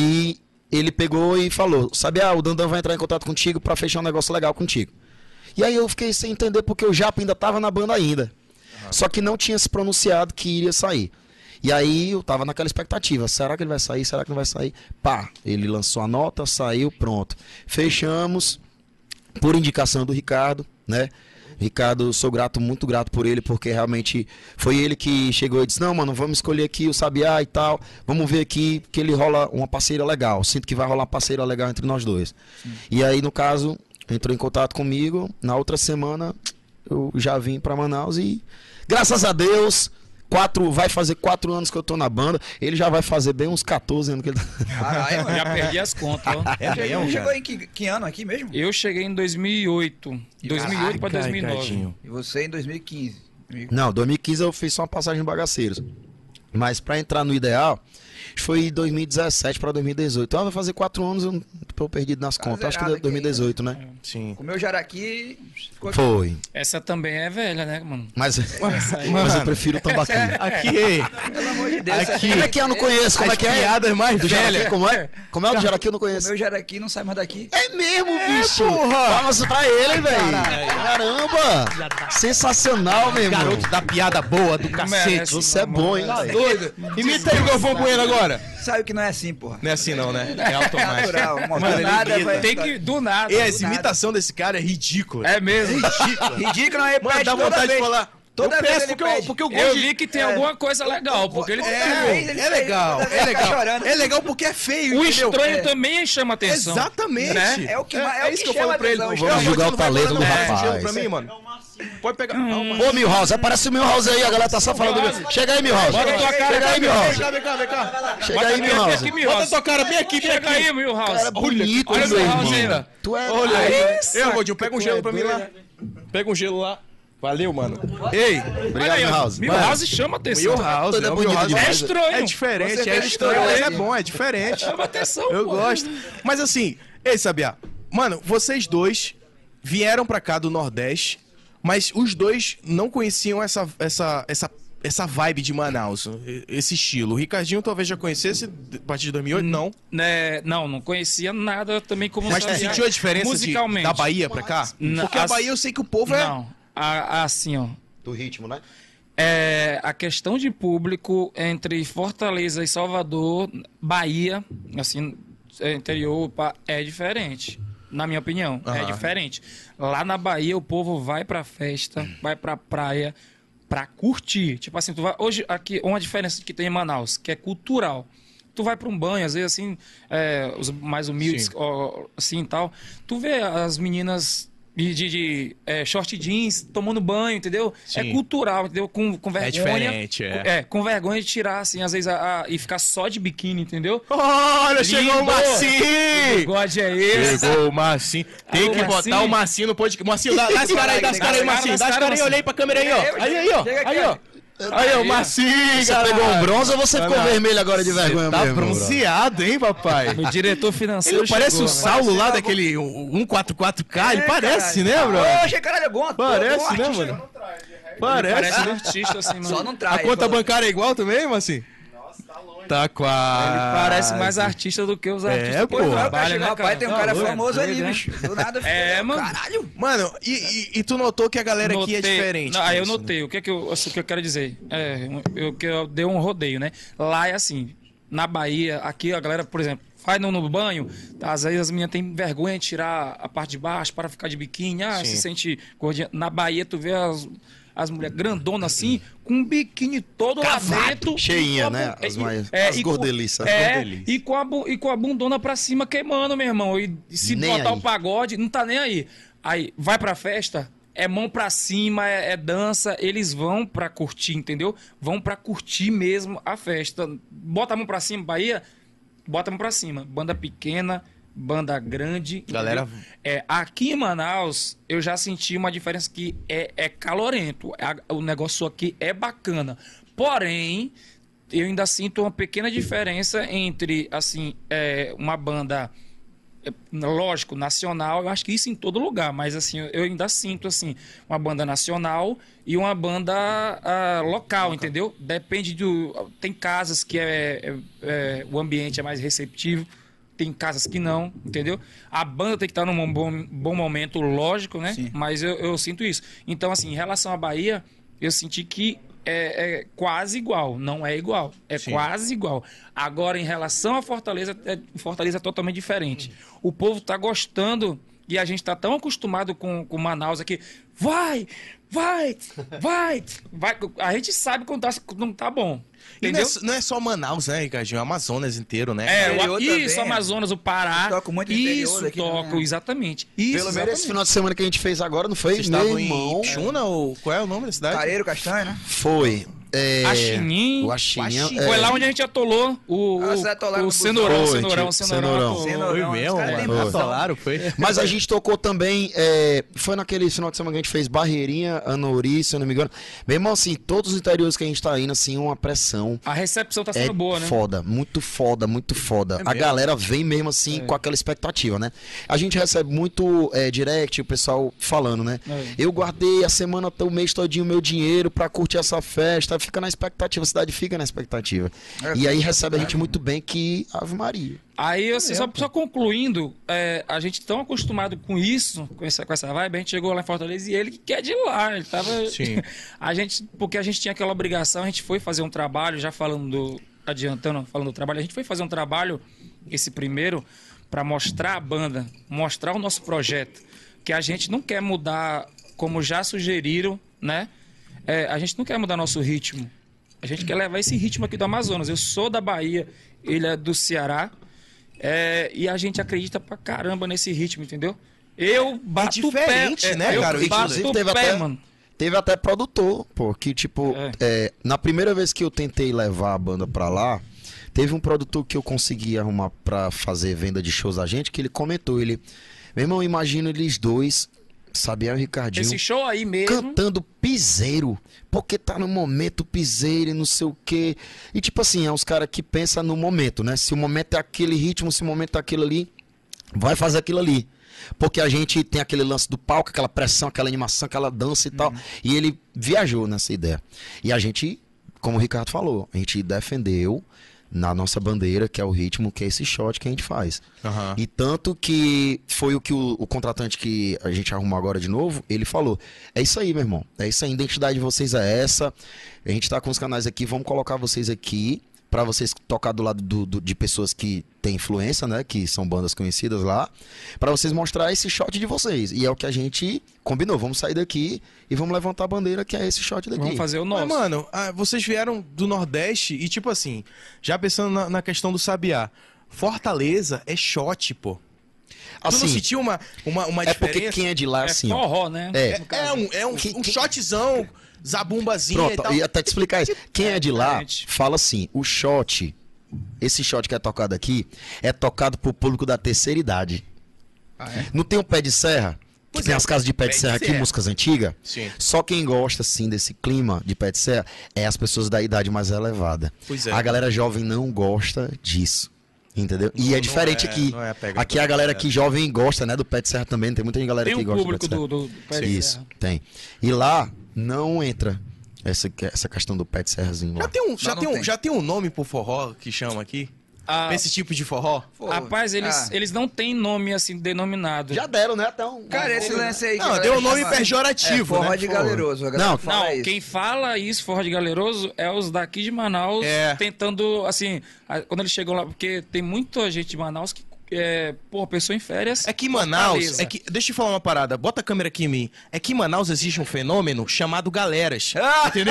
E ele pegou e falou, sabe, ah, o Dandan vai entrar em contato contigo pra fechar um negócio legal contigo. E aí eu fiquei sem entender porque o Japa ainda tava na banda ainda. Só que não tinha se pronunciado que iria sair. E aí eu tava naquela expectativa, será que ele vai sair, será que não vai sair? Pá, ele lançou a nota, saiu, pronto. Fechamos, por indicação do Ricardo, né? Ricardo, sou grato, muito grato por ele, porque realmente foi ele que chegou e disse, não, mano, vamos escolher aqui o Sabiá e tal, vamos ver aqui que ele rola uma parceira legal, sinto que vai rolar uma parceira legal entre nós dois. Sim. E aí, no caso, entrou em contato comigo, na outra semana eu já vim pra Manaus e, graças a Deus... Quatro, vai fazer quatro anos que eu tô na banda. Ele já vai fazer bem uns quatorze anos que ele tá. Caralho, mano. Já perdi as contas, ó. É Você mesmo, chegou cara? em que, que ano aqui mesmo? Eu cheguei em dois mil e oito. dois mil e oito para dois mil e nove. Ricardinho. E você em dois mil e quinze. Não, dois mil e quinze eu fiz só uma passagem de Bagaceiros. Mas pra entrar no ideal, foi dois mil e dezessete pra dois mil e dezoito. Então vai fazer quatro anos, eu tô perdido nas Tá contas. Acho que zerado dois mil e dezoito, aqui, né? Sim. Comeu jaraqui, ficou aqui. Foi. Essa também é velha, né, mano? Mas, aí. mas eu Mano. prefiro o tambaqui. Aqui, Pelo amor de Deus. Aqui. Como é que é? Eu não conheço. Como é as que é? piadas mais Do Jaraqui, velhas. como é? Como é o do Jaraqui? Eu não conheço. Comeu jaraqui, não sai mais daqui. É mesmo, bicho! porra! Palmas pra ele, velho! Caramba! Sensacional, meu irmão! Garoto da piada boa, do cacete. merece, Você é bom, hein? Tá doido? Imita aí o Galvão Bueno agora. Sabe que não é assim, porra. Não é assim não, né? É É automático. natural. Mano, Mano, do ele nada grita. vai... Tem que, do nada. E essa nada. imitação desse cara é ridícula. É mesmo. Ridículo, não, ele Mano, pede dá toda vontade vez. de falar. Toda eu vez peço ele porque eu, pede. porque eu Eu gosto de... vi que tem É. alguma coisa legal, porque ele Toda É, vez ele é pede, legal, toda vez é ele tá legal. chorando. É legal porque é feio, O entendeu? estranho É. também chama atenção. Exatamente. Né? É o que, é, é o isso que, que eu falo chama pra ele. atenção. Não, Vamos vamos julgar o talento do rapaz. pra mim, mano. Pode pegar. Ô, Milhouse, aparece o Milhouse aí, a galera tá só falando do... Chega aí, Milhouse. Bota tua cara Chega aí, aqui, Milhouse. Vem cá, vem cá, vem cá. Chega Bota aí, aqui, Milhouse. aqui, Bota Milhouse. tua cara bem aqui, bem Chega aqui. aí, Milhouse. Cara bonito, Olha o meu Milhouse irmão. ainda. Tu é... Olha aí. Isso, Eu, Rodinho, pega um tu gelo é pra mim doido. lá. Pega um gelo lá. Valeu, mano. Ei, Obrigado, Aí, ó, Milhouse. Milhouse chama atenção. Milhouse, Todo é é o bonito Milhouse. demais. É estranho. É diferente, Você é fez estranho, estranho, mas é né? bom, é diferente. Chama atenção, Eu pô. gosto. Mas assim, ei, Sabiá, mano, vocês dois vieram pra cá do Nordeste, mas os dois não conheciam essa, essa, essa, essa vibe de Manaus, esse estilo. O Ricardinho talvez já conhecesse a partir de dois mil e oito, não. Né, não, não conhecia nada também como Mas tu Sabiá, sentiu a diferença de, musicalmente. da Bahia pra cá? Não, Porque a as- Bahia eu sei que o povo é... Não, a- assim, ó. Do ritmo, né? É, a questão de público entre Fortaleza e Salvador, Bahia, assim, é, interior, pá, é diferente. Na minha opinião, é Aham. diferente. Lá na Bahia, o povo vai pra festa, vai pra praia pra curtir. Tipo assim, tu vai, hoje, aqui, uma diferença que tem em Manaus, que é cultural. Tu vai pra um banho, às vezes, assim, é, os mais humildes, Sim. ó, assim, tal. Tu vê as meninas de, de, de, é, short jeans tomando banho, entendeu? Sim. É cultural, entendeu? Com, com vergonha. diferente, é. Com, é, com vergonha de tirar, assim, às vezes, a, a- e ficar só de biquíni, entendeu? Olha, chegou o Lindo! O Marcinho! bigode é esse. Chegou o Marcinho. Tem Alô, que botar Marcinho. o Marcinho no podcast. Marcinho, dá, dá as caras aí, dá as caras aí, Marcinho. Dá as caras aí, olha aí pra câmera aí, ó. Aí, aí, ó. Chega aqui, Aí, ó. Aí, ó, o Marcinho, Você pegou um bronze ou você ficou Não, não. vermelho agora de vergonha Tá mesmo, bro? bronzeado, hein, papai? O diretor Ele financeiro não parece chegou, o né? Saulo lá Parece daquele cento e quarenta e quatro K? Ele É, parece, caralho. né, bro? Poxa, caralho, é bom. Parece, bom né, artista. mano? Parece Parece, um né? artista, assim, mano. Só não traz. A conta falou. bancária é igual também, Marcinho? Tá quase. Ele parece mais artista do que os artistas É, que pô. Pô, trabalham, vai né, chegar, cara? rapaz, tem um Tá cara doido, famoso ali, doido, né? bicho. Do nada. É, mano. Caralho. Mano, e, e- e tu notou que a galera aqui é Notei- diferente? Não, aí eu com isso, notei. O que é que eu, assim, o que eu quero dizer? É, eu, que eu dei um rodeio, né? Lá é assim, na Bahia, aqui a galera, por exemplo, vai no, no banho, às vezes as meninas têm vergonha de tirar a parte de baixo para ficar de biquíni, ah, Sim. se sente gordinha. Na Bahia tu vê as, as mulheres grandonas assim, com um biquíni todo Cavado, lá dentro. cheinha, e com a né? bu- As e- mais- é, as e com- gordeliças. É, Gordeliças. e com, a, bu- e com a bundona pra cima queimando, meu irmão. E se Nem botar aí. o pagode, não tá nem aí. Aí, vai pra festa, é mão pra cima, é, é dança, eles vão pra curtir, entendeu? Vão pra curtir mesmo a festa. Bota a mão pra cima, Bahia, bota a mão pra cima. Banda pequena, banda grande. Galera- entendeu? É, aqui em Manaus, eu já senti uma diferença que é, é calorento. A- o negócio aqui é bacana. Porém, eu ainda sinto uma pequena diferença entre, assim, é, uma banda... lógico, nacional, eu acho que isso em todo lugar, mas assim, eu ainda sinto assim, uma banda nacional e uma banda ah, local, entendeu? Depende do... Tem casas que é, é- é- o ambiente é mais receptivo, tem casas que não, entendeu? A banda tem que estar num bom, bom momento, lógico, né? Sim. Mas eu, eu sinto isso. Então, assim, em relação à Bahia, eu senti que é, é quase igual, não é igual, é Sim. quase igual. Agora, em relação a Fortaleza, é, Fortaleza é totalmente diferente. O povo tá gostando e a gente tá tão acostumado com, com Manaus aqui. Vai, vai, vai, vai. A gente sabe quando, tá, quando não tá bom. E não Entendeu? é, não é só Manaus, né, Ricardinho? É Amazonas inteiro, né? É, Interior o, isso, também, Amazonas, o Pará. Eles tocam muito no interior isso, daqui tocam, também, né? exatamente. Isso, Pelo menos esse exatamente. final de semana que a gente fez agora, não foi? Vocês Meu estavam em irmão. Ipixuna ou qual é o nome da cidade? Careiro, castanho, né? Foi. É... Axinim. O Axinim. Axinim. é- Foi lá onde a gente atolou o, Ah, o, vocês atolaram o no cenourão, Foi, cenourão, tio, cenourão. cenourão. atolou. Cenourão. Foi os mesmo, caras têm mano. noção. Atolaram, foi? Mas a gente tocou também, é, foi naquele final de semana que a gente fez Barreirinha, Anori, se eu não me engano. Mesmo assim, todos os interiores que a gente tá indo, assim, uma pressão. A recepção tá É sendo boa, né? foda, muito foda, muito foda. É a mesmo? galera vem mesmo assim É. com aquela expectativa, né? A gente recebe muito é, direct, o pessoal falando, né? É. Eu guardei a semana, o mês todinho meu dinheiro pra curtir essa festa. Fica na expectativa, a cidade fica na expectativa. É, E aí sim, recebe a é. gente muito bem que Ave Maria. Aí, assim, só, só concluindo, é, a gente tão acostumado com isso, com essa, com essa vibe, a gente chegou lá em Fortaleza e ele que quer de lá. Ele tava. Sim. A gente, porque a gente tinha aquela obrigação, a gente foi fazer um trabalho, já falando do. Adiantando, falando do trabalho, a gente foi fazer um trabalho, esse primeiro, para mostrar a banda, mostrar o nosso projeto. Que a gente não quer mudar, como já sugeriram, né? É, a gente não quer mudar nosso ritmo. A gente quer levar esse ritmo aqui do Amazonas. Eu sou da Bahia, ele é do Ceará. É, e a gente acredita pra caramba nesse ritmo, entendeu? Eu bato diferente, o pé. né, eu cara, o ritmo bato dele. o Teve pé, até- mano. Teve até produtor, pô, que tipo, É. é, na primeira vez que eu tentei levar a banda pra lá, teve um produtor que eu consegui arrumar pra fazer venda de shows a gente, que ele comentou, ele, meu irmão, imagina eles dois, Sabiel e Ricardinho, Esse show aí mesmo. cantando piseiro, porque tá no momento piseiro e não sei o quê. E tipo assim, é uns caras que pensam no momento, né? Se o momento é aquele ritmo, se o momento é aquilo ali, vai fazer aquilo ali. Porque a gente tem aquele lance do palco, aquela pressão, aquela animação, aquela dança e tal. E ele viajou nessa ideia. E a gente, como o Ricardo falou, a gente defendeu na nossa bandeira, que é o ritmo, que é esse shot que a gente faz. Aham. E tanto que foi o que o, o contratante que a gente arrumou agora de novo, ele falou, é isso aí, meu irmão, é isso aí, a identidade de vocês é essa, a gente tá com os canais aqui, vamos colocar vocês aqui, pra vocês tocar do lado do, do- de pessoas que têm influência, né, que são bandas conhecidas lá, pra vocês mostrar esse shot de vocês. E é o que a gente combinou, vamos sair daqui e vamos levantar a bandeira, que é esse shot daqui. Vamos fazer o Mas, nosso. mano, ah, vocês vieram do Nordeste e, tipo assim, já pensando na, na questão do Sabiá, Fortaleza é shot, pô. Tu não Assim, sentiu uma, uma, uma é porque diferença? quem é de lá, é assim, ó, forró, né? É. No É caso. um, é um, Quem- um quem- shotzão, zabumbazinha e pronto, tal. eu ia até te explicar isso. Quem é de lá, diferente. fala assim, o shot, esse shot que é tocado aqui, é tocado pro público da terceira idade. Ah, é? Não tem um pé de serra? Que Pois tem é, as casas de pé de pé de serra aqui, serra. músicas antigas? Sim. Só quem gosta, assim, desse clima de pé de serra é as pessoas da idade mais elevada. Pois é. A galera jovem não gosta disso. Entendeu? E Não- é diferente não é- aqui. não é a pegada Aqui a da galera galera. que jovem gosta, né, do pé de serra também. Tem muita galera Tem que um gosta público do pé de serra. do, do, do pé de Isso, serra. tem. E lá não entra essa, essa questão do pé de serrazinho lá. Já tem, um, já, não tem um, tem. já tem um nome pro forró que chama aqui? Ah, Esse tipo de forró? Pô, rapaz, eles, ah. eles não têm nome assim denominado. Já deram, né? Até um... Cara, esse lance aí... que Não, a deu galera um nome chama- pejorativo, é, forró né? de Forró. galeroso. A galera Não, fala Não, isso. quem fala isso, forró de galeroso, é os daqui de Manaus É. tentando, assim, a- quando eles chegam lá, porque tem muita gente de Manaus que, é, pô, pessoa em férias. É que em Manaus, Fortaleza. é que, deixa eu te falar uma parada, bota a câmera aqui em mim. É que em Manaus existe um fenômeno chamado galeras. Entendeu?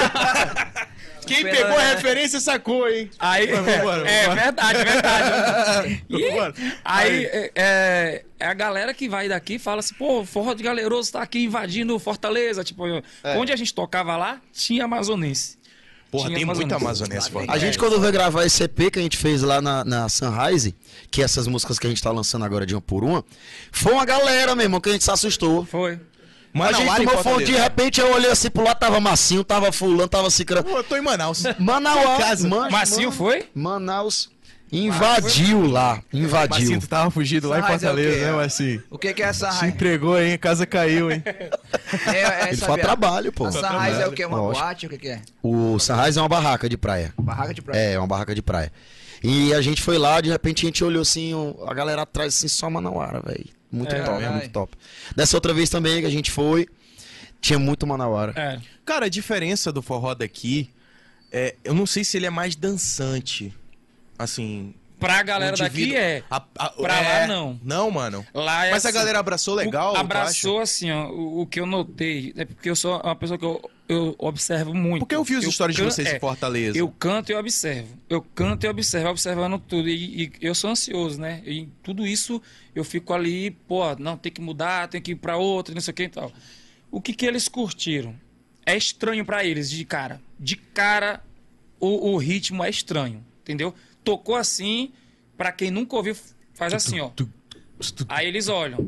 Quem Fenômeno, pegou a é. referência sacou, hein? Aí, Mas vambora, é, vambora. verdade, verdade. E Vambora. aí, é, é, é a galera que vai daqui e fala assim, pô, forró de galeroso tá aqui invadindo Fortaleza. Tipo, É. onde a gente tocava lá, tinha amazonense. Porra, Tinha tem as muita Amazonenses. amazonense forte. A gente, quando veio gravar esse E P que a gente fez lá na, na Sunrise, que é essas músicas que a gente tá lançando agora de uma por uma, foi uma galera, meu irmão, que a gente se assustou. Foi. Manauara a gente e tomou fome, Fortaleza. de repente eu olhei assim pro lado, tava Massinho, tava fulano, tava Cicrano. Pô, eu tô em Manaus. Manaus, Casa. mancho, Macio mano. foi? Manaus invadiu lá, invadiu. Marcinho, tu tava fugido lá em Sunrise é o Fortaleza, quê? né, Marcinho? O que que é essa Se Sunrise? entregou, hein? A casa caiu, hein? É, é, Ele sabia? foi a trabalho, pô. A Sunrise é o quê? Uma Lógico. boate? O que que é? O Sunrise é uma barraca de praia. Barraca de praia. É, é uma barraca de praia. E a gente foi lá, de repente a gente olhou assim, o- a galera atrás assim, só Manauara, velho. Muito É, top, ai. muito top. Dessa outra vez também que a gente foi, tinha muito Manauara. É. Cara, a diferença do forró daqui, é, eu não sei se ele é mais dançante. Assim. Pra galera o daqui indivíduo- é. A- a- Pra é, lá, não. Não, mano. Lá é Mas a assim, galera abraçou legal, o- tu abraçou assim, ó. O, o que eu notei. É porque eu sou uma pessoa que eu, eu observo muito. Porque eu vi as histórias de can- vocês é, em Fortaleza. Eu canto e observo. Eu canto e observo, observando tudo. E, e eu sou ansioso, né? E tudo isso eu fico ali, pô, não, tem que mudar, tem que ir pra outro, não sei o que e tal. O que que eles curtiram? É estranho pra eles, de cara. De cara, o, o ritmo é estranho, entendeu? Tocou assim, pra quem nunca ouviu, faz assim, ó. Aí eles olham.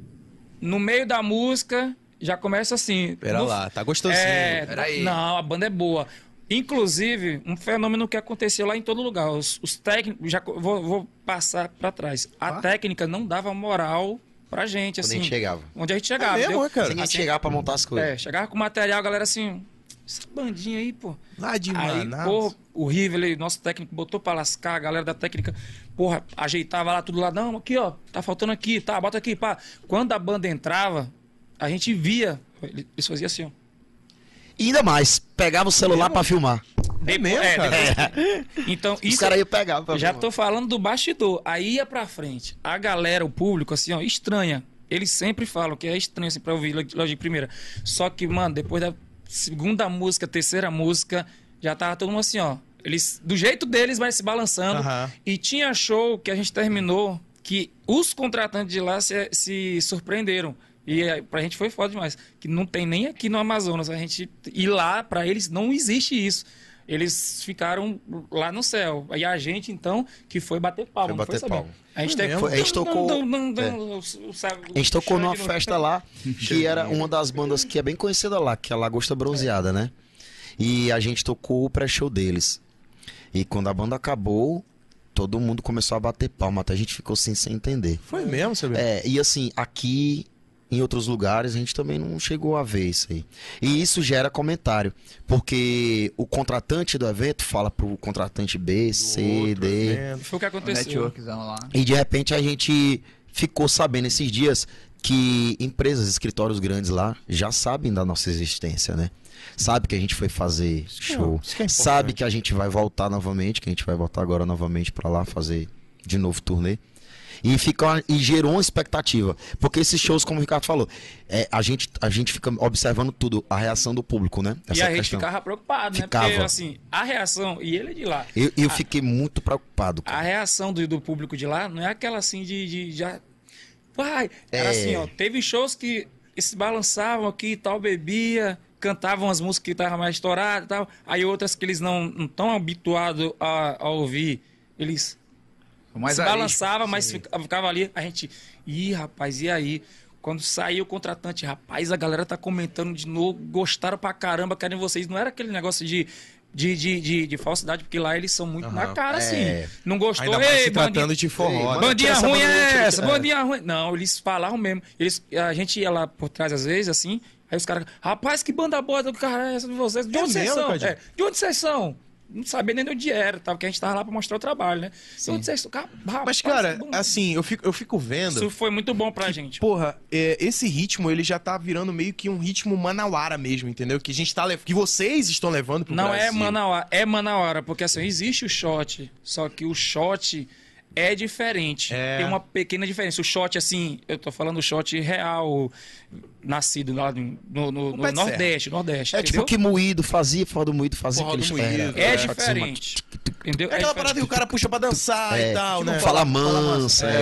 No meio da música, já começa assim. Pera No- lá, tá gostosinho. É, Peraí. não, a banda é boa. Inclusive, um fenômeno que aconteceu lá em todo lugar. Os, os técnicos, já co- vou, vou passar pra trás. A técnica não dava moral pra gente, Quando a assim. gente chegava. Onde a gente É chegava, mesmo, entendeu? é, cara? Sem a gente chegar pra montar as coisas. É, chegava com material, a galera assim, essa bandinha aí, pô. Lá de Aí, Manaus. pô, o River, nosso técnico, botou pra lascar, a galera da técnica, porra, ajeitava lá tudo lá. Não, aqui, ó, tá faltando aqui, tá, bota aqui, pá. Quando a banda entrava, a gente via, eles faziam assim, ó. E ainda mais, pegava o celular pra filmar. É mesmo, É, cara? depois- Então, Os isso caras iam pegar pra já filmar. tô falando do bastidor. Aí ia pra frente. A galera, o público, assim, ó, estranha. Eles sempre falam que é estranho, assim, pra ouvir logo de primeira. Só que, mano, depois da segunda música, terceira música, já tava todo mundo assim, ó. Eles, do jeito deles, vai se balançando. Aham. E tinha show que a gente terminou que os contratantes de lá se, se surpreenderam. E é, pra gente foi foda demais. Que não tem nem aqui no Amazonas. A gente ir lá, pra eles, não existe isso. Eles ficaram lá no céu. E a gente, então, que foi bater palma. Foi não foi bater saber. palma. A gente, Foi teve- mesmo? A gente tocou- Não, não, não, é. não, o- o- sabe, A gente tocou o numa chão de festa novo. lá, que era uma das bandas que é bem conhecida lá, que é a Lagosta Bronzeada, né? E a gente tocou o pré-show deles. E quando a banda acabou, todo mundo começou a bater palma, até a gente ficou assim, sem entender. Foi mesmo, sabe? É, e assim, aqui em outros lugares a gente também não chegou a ver isso aí. E isso gera comentário, porque o contratante do evento fala pro contratante B, C, Outro D. evento. Foi o que O aconteceu. networkzão lá. E de repente a gente ficou sabendo esses dias que empresas, escritórios grandes lá já sabem da nossa existência, né? Sabe que a gente foi fazer show, isso que é importante. sabe que a gente vai voltar novamente, que a gente vai voltar agora novamente pra lá fazer de novo turnê. E, fica, e gerou uma expectativa. Porque esses shows, como o Ricardo falou, é, a, gente, a gente fica observando tudo, a reação do público, né? E a gente ficava preocupado, né? Ficava. Porque, assim, a reação... E ele é de lá. Eu, eu fiquei muito preocupado. A Cara. reação do, do público de lá não é aquela assim de... de já... Vai! Era É. assim, ó. Teve shows que se balançavam aqui e tal, bebia... Cantavam as músicas que estavam mais estouradas e tal. Aí outras que eles não estão habituados a, a ouvir, eles Mais se arisco. balançava, mas fica- ficava ali. A gente, ih, rapaz, e aí? Quando saiu o contratante, rapaz, a galera tá comentando de novo, gostaram pra caramba, querem vocês. Não era aquele negócio de, de, de, de, de falsidade, porque lá eles são muito na cara, assim. É. Não gostou, Ainda mais ei, se tratando bandinha, de forró. Ei, né? mano. bandinha Essa ruim banda não é tira- essa, é. bandinha ruim. Não, eles falavam mesmo. Eles, a gente ia lá por trás, às vezes, assim, aí os caras, rapaz, que banda boa do cara é essa de vocês? De É onde vocês mesmo, são? Cadinho? É, de onde vocês são? Não sabia nem de onde era, tá? Porque a gente tava lá pra mostrar o trabalho, né? De onde vocês são? Cara, rapaz, Mas, cara, que bom. assim, eu fico, eu fico vendo. Isso foi muito bom pra gente. Porra, é, esse ritmo, ele já tá virando meio que um ritmo manauara mesmo, entendeu? Que a gente tá lev- que vocês estão levando pro Não Brasil. é Manauara, é Manauara, porque assim, existe o shot, só que o shot é diferente. É. Tem uma pequena diferença. O shot, assim, eu tô falando do shot real, nascido lá no, no- no- O no pé de Nordeste, Nordeste. É tipo entendeu? o que Moído fazia, fora do Moído fazia Forró do aqueles Moído. É shotzinho, diferente. Entendeu? É aquela parada que o cara puxa pra dançar É, e tal, né? fala mansa, É.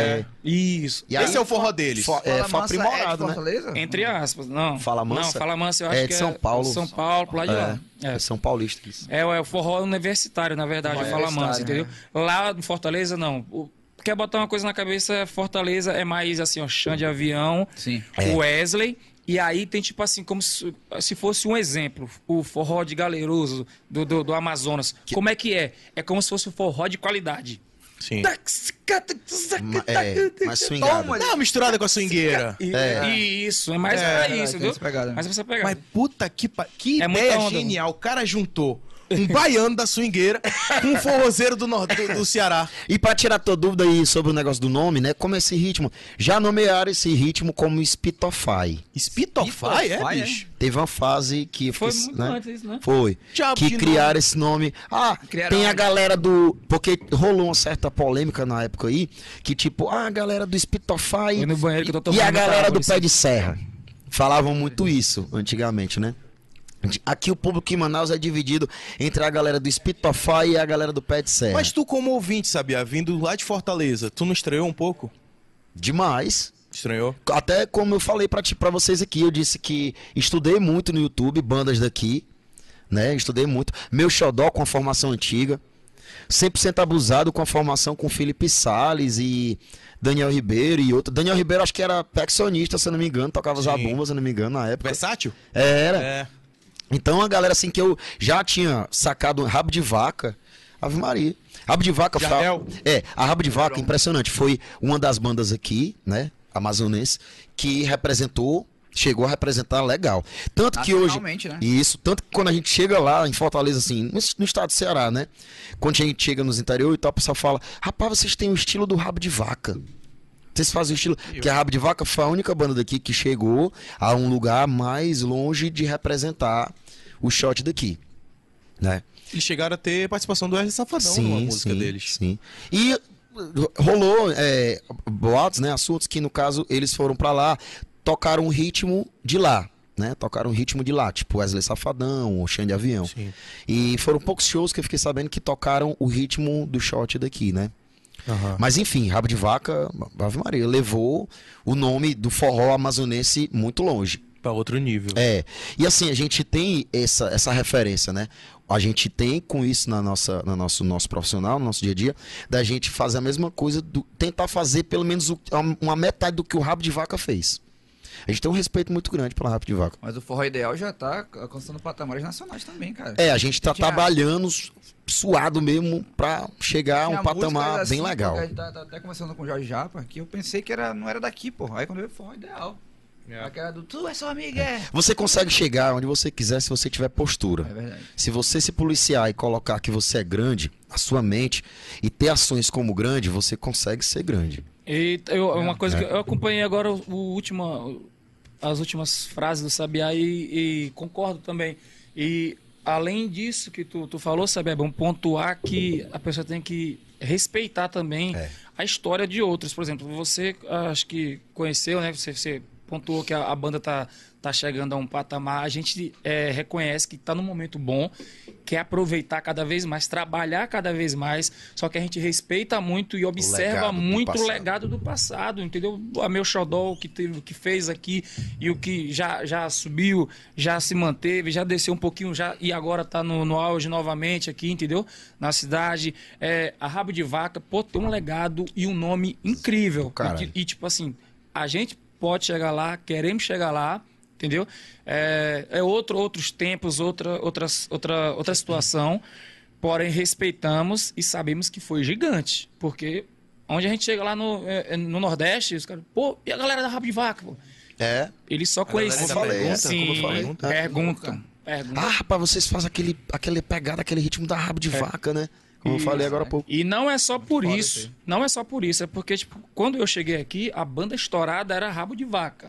Isso. E aí, Esse é o forró deles. fo- é, Fala foi Mansa é de aprimorado, né? Fortaleza? Entre aspas. Não. Fala Mansa? Não, Fala Mansa eu acho É de que é São Paulo. São Paulo, pro lado de lá. É, É. são paulistas. É, é o forró universitário, na verdade, Forró o Fala Mansa, universitário, entendeu? Lá em Fortaleza, não. O- Quer botar uma coisa na cabeça, Fortaleza é mais assim, ó, chão de avião, Sim. É. Wesley, e aí tem tipo assim, como se, se fosse um exemplo, o forró de Galeroso, do, do, do Amazonas. Como é que é? É como se fosse um forró de qualidade. Sim. Ma- É, mas swingado. Toma, Dá uma misturada com a swingueira. E, É. Isso, é mais É, pra é, isso, tem entendeu? essa pegada. Mas você pegar. Mas puta que pa... Que É muita ideia onda, genial. O cara juntou um baiano da swingueira com um forrozeiro do, nor- do, do Ceará. E pra tirar tua dúvida aí sobre o negócio do nome, né? Como esse ritmo, já nomearam esse ritmo como Spitofy. Spitofy, é, Spitofy, bicho? Teve uma fase que Foi fiz, muito né? antes isso, né? Foi. Diabo que de criaram nome. esse nome. Ah, Criaram tem a onde? galera do. Porque rolou uma certa polêmica na época aí, que tipo, ah, a galera do Spitofy Foi no banheiro que eu tô e a tomando galera água, do isso. Pé de Serra. Falavam muito isso antigamente, né? Aqui o público em Manaus é dividido entre a galera do Spitofy e a galera do Pé de Serra. Mas tu, como ouvinte, sabia? Vindo lá de Fortaleza, tu não estranhou um pouco? Demais. Estranhou? Até como eu falei pra, ti- pra vocês aqui, eu disse que estudei muito no YouTube, bandas daqui, né? Estudei muito. Meu xodó com a formação antiga. cem por cento abusado com a formação com Felipe Salles e Daniel Ribeiro e outro. Daniel Ribeiro acho que era percussionista, se eu não me engano, tocava Sim. zabumba, se eu não me engano, na época. Versátil? Era. É. Então a galera assim que eu já tinha sacado um rabo de vaca, Ave Maria. Rabo de vaca fa- Jardel. É, a Rabo de Vaca, impressionante. Foi uma das bandas aqui, né, amazonense, que representou, chegou a representar legal. Tanto que hoje. Nacionalmente, né? Isso, tanto que quando a gente chega lá em Fortaleza, assim, no, no estado do Ceará, né? Quando a gente chega nos interior e tal, o pessoal fala: rapaz, vocês têm o estilo do Rabo de Vaca. Vocês fazem o estilo. Porque a Rabo de Vaca foi a única banda daqui que chegou a um lugar mais longe de representar o shot daqui. Né? Eles chegaram a ter participação do Wesley Safadão numa música sim, deles. Sim. E uh, rolou é, boatos, né? Assuntos que, no caso, eles foram pra lá, tocaram um ritmo de lá. Né? Tocaram um ritmo de lá, tipo Wesley Safadão, o Xande Avião. Sim. E foram poucos shows que eu fiquei sabendo que tocaram o ritmo do shot daqui, né? Aham. Mas enfim, Rabo de Vaca, Ave Maria, levou o nome do forró amazonense muito longe. Pra outro nível. É, e assim, a gente tem essa, essa referência, né? A gente tem com isso na nossa, na nosso, nosso profissional, no nosso dia a dia, da gente fazer a mesma coisa, do, tentar fazer pelo menos o- uma metade do que o Rabo de Vaca fez. A gente tem um respeito muito grande pelo Rabo de Vaca. Mas o forró ideal já tá alcançando patamares nacionais também, cara. É, a gente tá Tinha- trabalhando suado mesmo pra chegar a Tinha um patamar músicas bem assim, legal. pô, que a gente tá, tá até conversando com o Jorge Japa, que eu pensei que era, não era daqui, pô. Aí quando eu vi forró ideal. É. Aquela do tu é sua amiga, é. Você consegue chegar onde você quiser se você tiver postura. É verdade. Se você se policiar e colocar que você é grande, a sua mente, e ter ações como grande, você consegue ser grande. E eu, uma É. coisa que eu acompanhei agora o, o última, as últimas frases do Sabiá e, e concordo também. E além disso que tu, tu falou, Sabiá, é bom pontuar que a pessoa tem que respeitar também É. a história de outros. Por exemplo, você acho que conheceu, né? Você, você pontuou que a, a banda tá, tá chegando a um patamar. A gente é, reconhece que está num momento bom, quer aproveitar cada vez mais, trabalhar cada vez mais, só que a gente respeita muito e observa legado do muito o passado. legado do passado, entendeu? A meu xodó, o que, teve, o que fez aqui e o que já, já subiu, já se manteve, já desceu um pouquinho já, e agora está no, no auge novamente aqui, entendeu? Na cidade. É, a Rabo de Vaca, pô, tem um legado e um nome incrível. Caralho. E, e, tipo assim, a gente pode chegar lá, queremos chegar lá, entendeu? É, é outro, outros tempos, outra, outras, outra, outra situação, porém respeitamos e sabemos que foi gigante, porque onde a gente chega lá no, é, no Nordeste, os caras, pô, e a galera da Rabo de Vaca, pô? É. Eles só galera conheciam. ainda pergunta, Sim, como eu falei. perguntam. perguntam. Ah, rapaz, vocês fazem aquele, aquele pegada, aquele ritmo da Rabo de É. Vaca, né? Como eu falei agora há pouco. E não é só por Foda isso. isso aí. Não é só por isso. É porque, tipo, quando eu cheguei aqui, a banda estourada era Rabo de Vaca.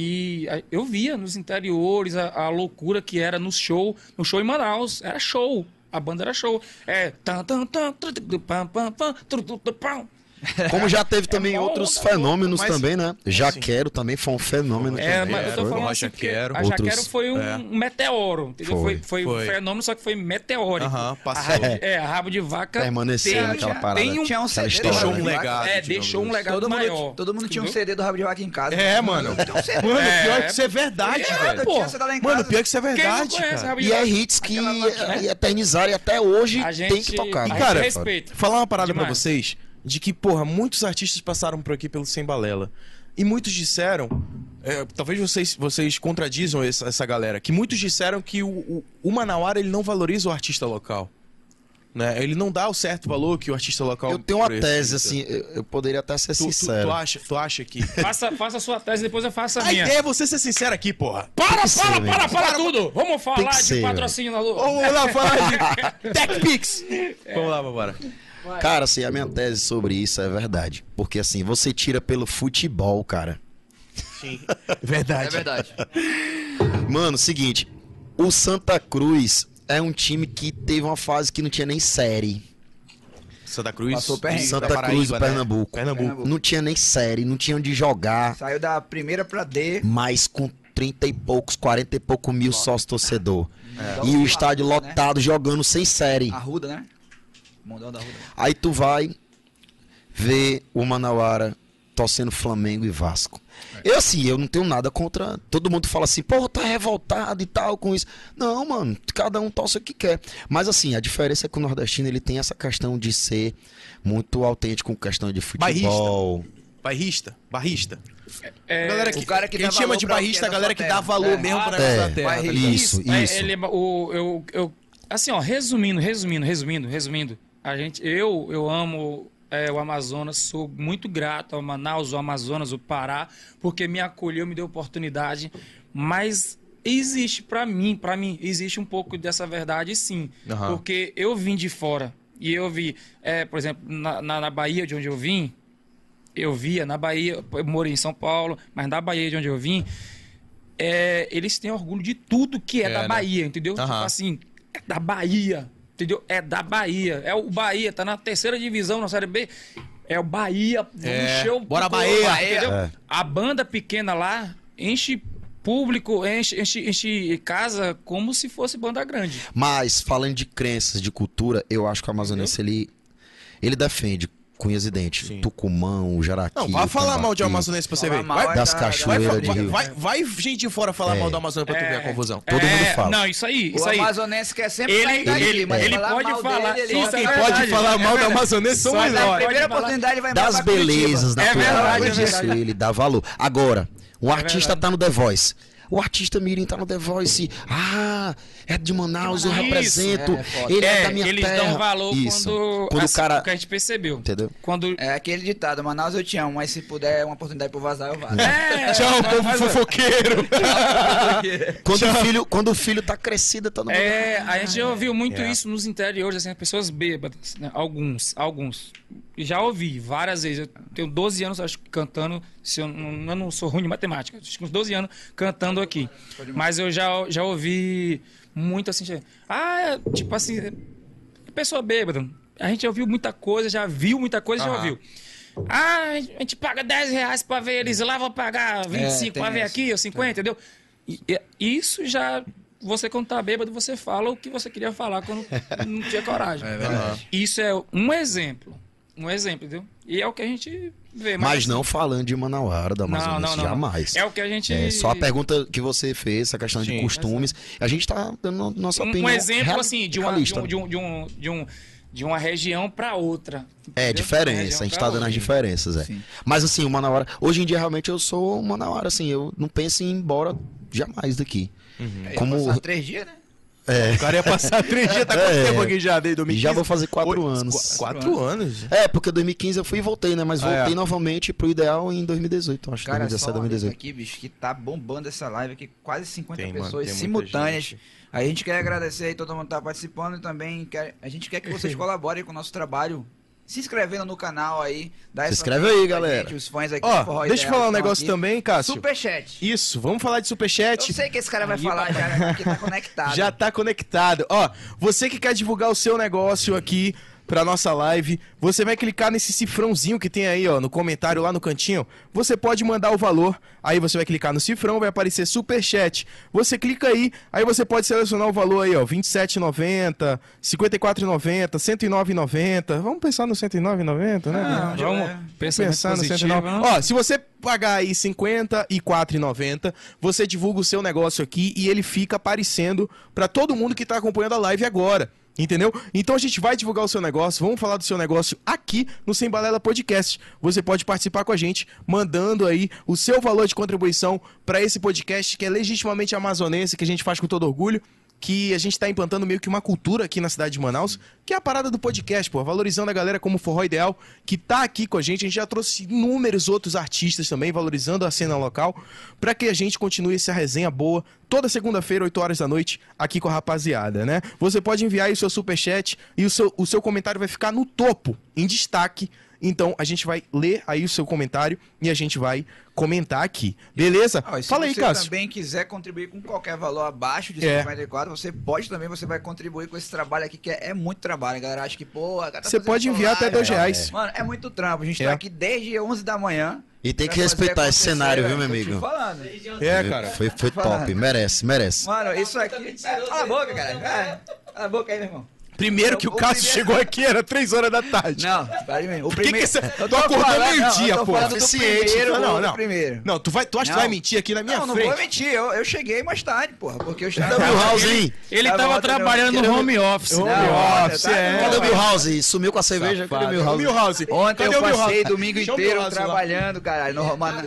E a- eu via nos interiores a, a loucura que era no show, no show em Manaus. Era show. A banda era show. É. Tan, tan, tan, tru, tu, tu, pam, pam, pam, tru, tu, tu, pam. Como já teve também É bom, outros é bom, fenômenos mas- também, né? Já Sim. Quero também foi um fenômeno É, também. mas eu tô Foi. falando Rocha assim, porque Quero. a Outros- Jaquero foi um É. meteoro, entendeu? Foi. Foi, foi, Foi. um fenômeno, só que foi meteórico. Aham, a passou. rabo de, é, a rabo de vaca Permaneceu tem, naquela já- parada. tem um, Tinha um Aquela C D história. do Deixou Rabo um de Vaca. legado. é, digamos deixou um assim. legado Todo maior. mundo, todo mundo tinha um entendeu? C D do Rabo de Vaca em casa. É, mano. Tem um C D. Mano, É, pior que isso é verdade, É, velho. eu pô. tinha C D lá em casa. Mano, pior que isso é Quem não verdade, conhece cara. Rabo de E é Vaca? hits que Aquela vaquinha. é, eternizaram e até hoje A gente, tem que tocar. a né? gente Cara, respeita. Falar uma parada pra Demais. vocês, de que, porra, muitos artistas passaram por aqui pelo Sem Balela. E muitos disseram, é, talvez vocês, vocês contradizam essa, essa galera, que muitos disseram que o, o, o Manauara, ele não valoriza o artista local. Né? Ele não dá o certo valor que o artista local... Eu tenho uma precisa. tese, assim, eu, eu poderia até ser Tu, tu, sincero. tu, acha, tu acha que... Faça, faça a sua tese, depois eu faço a A minha. ideia é você ser sincero aqui, porra. Para, que ser, para, velho. para, para tudo! Vamos falar que de ser, patrocínio na lua. Vamos lá falar de TechPix. Vamos lá, vambora. Cara, assim, a minha tese sobre isso é verdade. Porque, assim, você tira pelo futebol, cara. Sim. É Verdade. verdade. Mano, seguinte, o Santa Cruz é um time que teve uma fase que não tinha nem série. Santa Cruz. Passou perrengue. Santa da Cruz do Paraíba, né? Pernambuco. Pernambuco. Não tinha nem série, não tinha onde jogar, Saiu da primeira pra D. mas com trinta e poucos, quarenta e poucos mil sócios torcedor. É. E o estádio Arruda, né? lotado jogando sem série. Arruda, né? Mundão da Arruda. Aí tu vai ver o Manauara torcendo Flamengo e Vasco. Eu, assim, eu não tenho nada contra. Todo mundo fala assim, pô, tá revoltado e tal com isso. Não, mano, cada um torce o que quer. Mas, assim, a diferença é que o nordestino ele tem essa questão de ser muito autêntico com questão de futebol. Barrista. Barrista. É, A galera que, o cara que que a dá gente chama valor de pra barrista, quem é a da galera sua que dá terra. valor É. mesmo pra Ah, negócio é. da terra. Vai tá rir. ligado? Isso, É, isso. ele- o, eu, eu, assim, ó, resumindo, resumindo, resumindo, resumindo. A gente, eu, eu amo é, o Amazonas, sou muito grato ao Manaus, o Amazonas, o Pará, porque me acolheu, me deu oportunidade. Mas existe pra mim, para mim, existe um pouco dessa verdade, sim, Aham. porque eu vim de fora e eu vi, é, por exemplo, na, na, na Bahia, de onde eu vim, eu via na Bahia, eu morei em São Paulo, mas na Bahia de onde eu vim, é, eles têm orgulho de tudo que é, É, da né? Bahia, entendeu? Aham. Tipo assim, é da Bahia, entendeu? É da Bahia. É o Bahia, tá na terceira divisão na Série B. É o Bahia. Vamos É, encher o bora pico, Bahia! entendeu? É. A banda pequena lá enche público, enche, enche, enche casa como se fosse banda grande. Mas, falando de crenças, de cultura, eu acho que o amazonense, ele, ele defende cunhas e dentes. Sim. Tucumã, o Jaraqui. Não, vai o falar mal de Tambaqui. Amazonense pra você Falar ver. mal Vai, é das da- cachoeiras vai, de vai, Rio. vai, vai gente de fora falar É. mal do Amazonas pra tu ver a confusão. Todo mundo fala. Não, isso aí, isso O aí. amazonense quer sempre Ele- sair daqui, ele- mas ele falar pode mal falar, dele, só ele Só tá quem é na- pode verdade, falar é mal do verdade. Amazonense somos Só Na nós. primeira falar- oportunidade vai Das embora pra Curitiba. belezas É naturais verdade, é disso, verdade. ele dá valor. Agora, um artista verdade. tá no The Voice. O artista Mirim tá no The Voice. Ah, é de Manaus, eu Isso, represento. é, é foda. ele é, É, da minha eles terra. dão valor Isso. quando, Quando assim, o cara... que a gente percebeu. Entendeu? Quando É aquele ditado, Manaus eu te amo, mas se puder uma oportunidade pra eu vazar, eu vazo. É, Tchau, povo mas- fofoqueiro. Quando o, filho, quando o filho tá crescido, todo mundo... É, a gente já ouviu muito É. isso nos interiores, assim, as pessoas bêbadas, né? Alguns, alguns. Já ouvi várias vezes. Eu tenho doze anos, acho que cantando. Se eu, não, eu não sou ruim de matemática, acho que uns doze anos cantando aqui. Mas eu já, já ouvi muito assim. Ah, é, tipo assim, pessoa bêbada. A gente já ouviu muita coisa, já viu muita coisa, já Aham. ouviu. Ah, a gente paga dez reais pra ver eles lá, vou pagar vinte e cinco É, pra tem ver essa. aqui, ou cinquenta, entendeu? E, e- isso já. Você, quando tá bêbado, você fala o que você queria falar quando não tinha coragem. É verdade. Isso é um exemplo. Um exemplo, entendeu? E é o que a gente vê. Mas assim, não falando de Manauara, da Não, Amazônia, não, não. jamais. É o que a gente. É, só a pergunta que você fez, essa questão Sim. de costumes. A gente tá dando nossa Um, opinião. um exemplo, real- assim, de uma, de, realista. um, de, um, de, um, de, um, de uma região pra outra. É, entendeu? diferença. Uma A gente região tá pra dando as outra. diferenças, é. Sim. Mas assim, o Manauara... Hoje em dia, realmente, eu sou um Manauara, assim. Eu não penso em ir embora jamais daqui. Aí Como- ia passar três dias, né? O cara ia passar três dias, tá quanto É. tempo aqui já? Desde E dois mil e quinze? já vou fazer quatro Oi, anos. qu- Quatro anos? É, porque dois mil e quinze eu fui e voltei, né? Mas Ah, voltei é. novamente pro ideal em dois mil e dezoito, acho. Cara, só dois mil e dezessete, uma vez dois mil e dezoito. aqui, bicho, que tá bombando essa live aqui, quase cinquenta Tem, mano, pessoas tem muita simultâneas. gente. A gente quer agradecer aí todo mundo que tá participando e também quer, a gente quer que vocês colaborem com o nosso trabalho. Se inscrevendo no canal aí. Dá Se essa inscreve força aí, pra galera. gente, os fãs aqui do Forró Ó, deixa eu Ideal falar um estão negócio aqui. também, Cássio. Superchat. Isso, vamos falar de Eu superchat. sei que esse cara vai Aí, falar papai. já, que tá conectado. Já tá conectado. Ó, você que quer divulgar o seu negócio aqui pra nossa live. Você vai clicar nesse cifrãozinho que tem aí, ó, no comentário lá no cantinho. Você pode mandar o valor. Aí você vai clicar no cifrão, vai aparecer Superchat. Você clica aí, aí você pode selecionar o valor aí, ó, vinte e sete reais e noventa centavos, cinquenta e quatro reais e noventa centavos, cento e nove reais e noventa centavos. Vamos pensar no cento e nove reais e noventa centavos, né? Ah, vamos é. pensar, Pensar no cento e nove. Ó, se você pagar aí cinquenta e quatro reais e noventa centavos, você divulga o seu negócio aqui e ele fica aparecendo pra todo mundo que tá acompanhando a live agora. Entendeu? Então a gente vai divulgar o seu negócio, vamos falar do seu negócio aqui no Sem Balela Podcast. Você pode participar com a gente, mandando aí o seu valor de contribuição para esse podcast que é legitimamente amazonense, que a gente faz com todo orgulho, que a gente tá implantando meio que uma cultura aqui na cidade de Manaus, que é a parada do podcast, pô, valorizando a galera como Forró Ideal, que tá aqui com a gente. A gente já trouxe inúmeros outros artistas também, valorizando a cena local, para que a gente continue essa resenha boa, toda segunda-feira, oito horas da noite, aqui com a rapaziada, né? Você pode enviar aí o seu superchat e o seu, o seu comentário vai ficar no topo, em destaque. Então, a gente vai ler aí o seu comentário e a gente vai comentar aqui. Beleza? Ó, e se Fala aí, você Cássio. também quiser contribuir com qualquer valor abaixo de É. cinquenta e quatro, você pode também, você vai contribuir com esse trabalho aqui, que é, é muito trabalho. A galera acha que, pô... a galera tá Você fazendo pode enviar até live, dois tal. reais. Mano, é muito trampo. A gente É. tá aqui desde onze da manhã. E tem pra que fazer respeitar esse acontecer, cenário, viu, meu velho. Tô te amigo? falando. É, cara. Foi, foi top, merece, merece. Mano, isso aqui... Cala a boca, cara. É, Cala a boca aí, meu irmão. Primeiro que o O Cássio primeiro- chegou aqui, era três horas da tarde. Não, peraí mesmo. O Por que primeiro... que você... Eu Tu acordou falando- meio-dia, não, eu tô pô. falando do Eficiente. primeiro Não, gol, não. do primeiro. Não, tu, vai, tu acha que Não. vai mentir aqui na minha Não, não frente? vou mentir. Eu, eu cheguei mais tarde, porra. Porque eu estava... Cadê o Milhouse? Ele Tá tava bom, trabalhando no home office. Home Não, office, tá- é. Cadê o Milhouse? Sumiu com a cerveja? Cadê o Safado. Milhouse? Milhouse. Ontem Cadê eu o Milhouse? passei domingo Chama o inteiro Milhouse lá. trabalhando, caralho. No Manaus.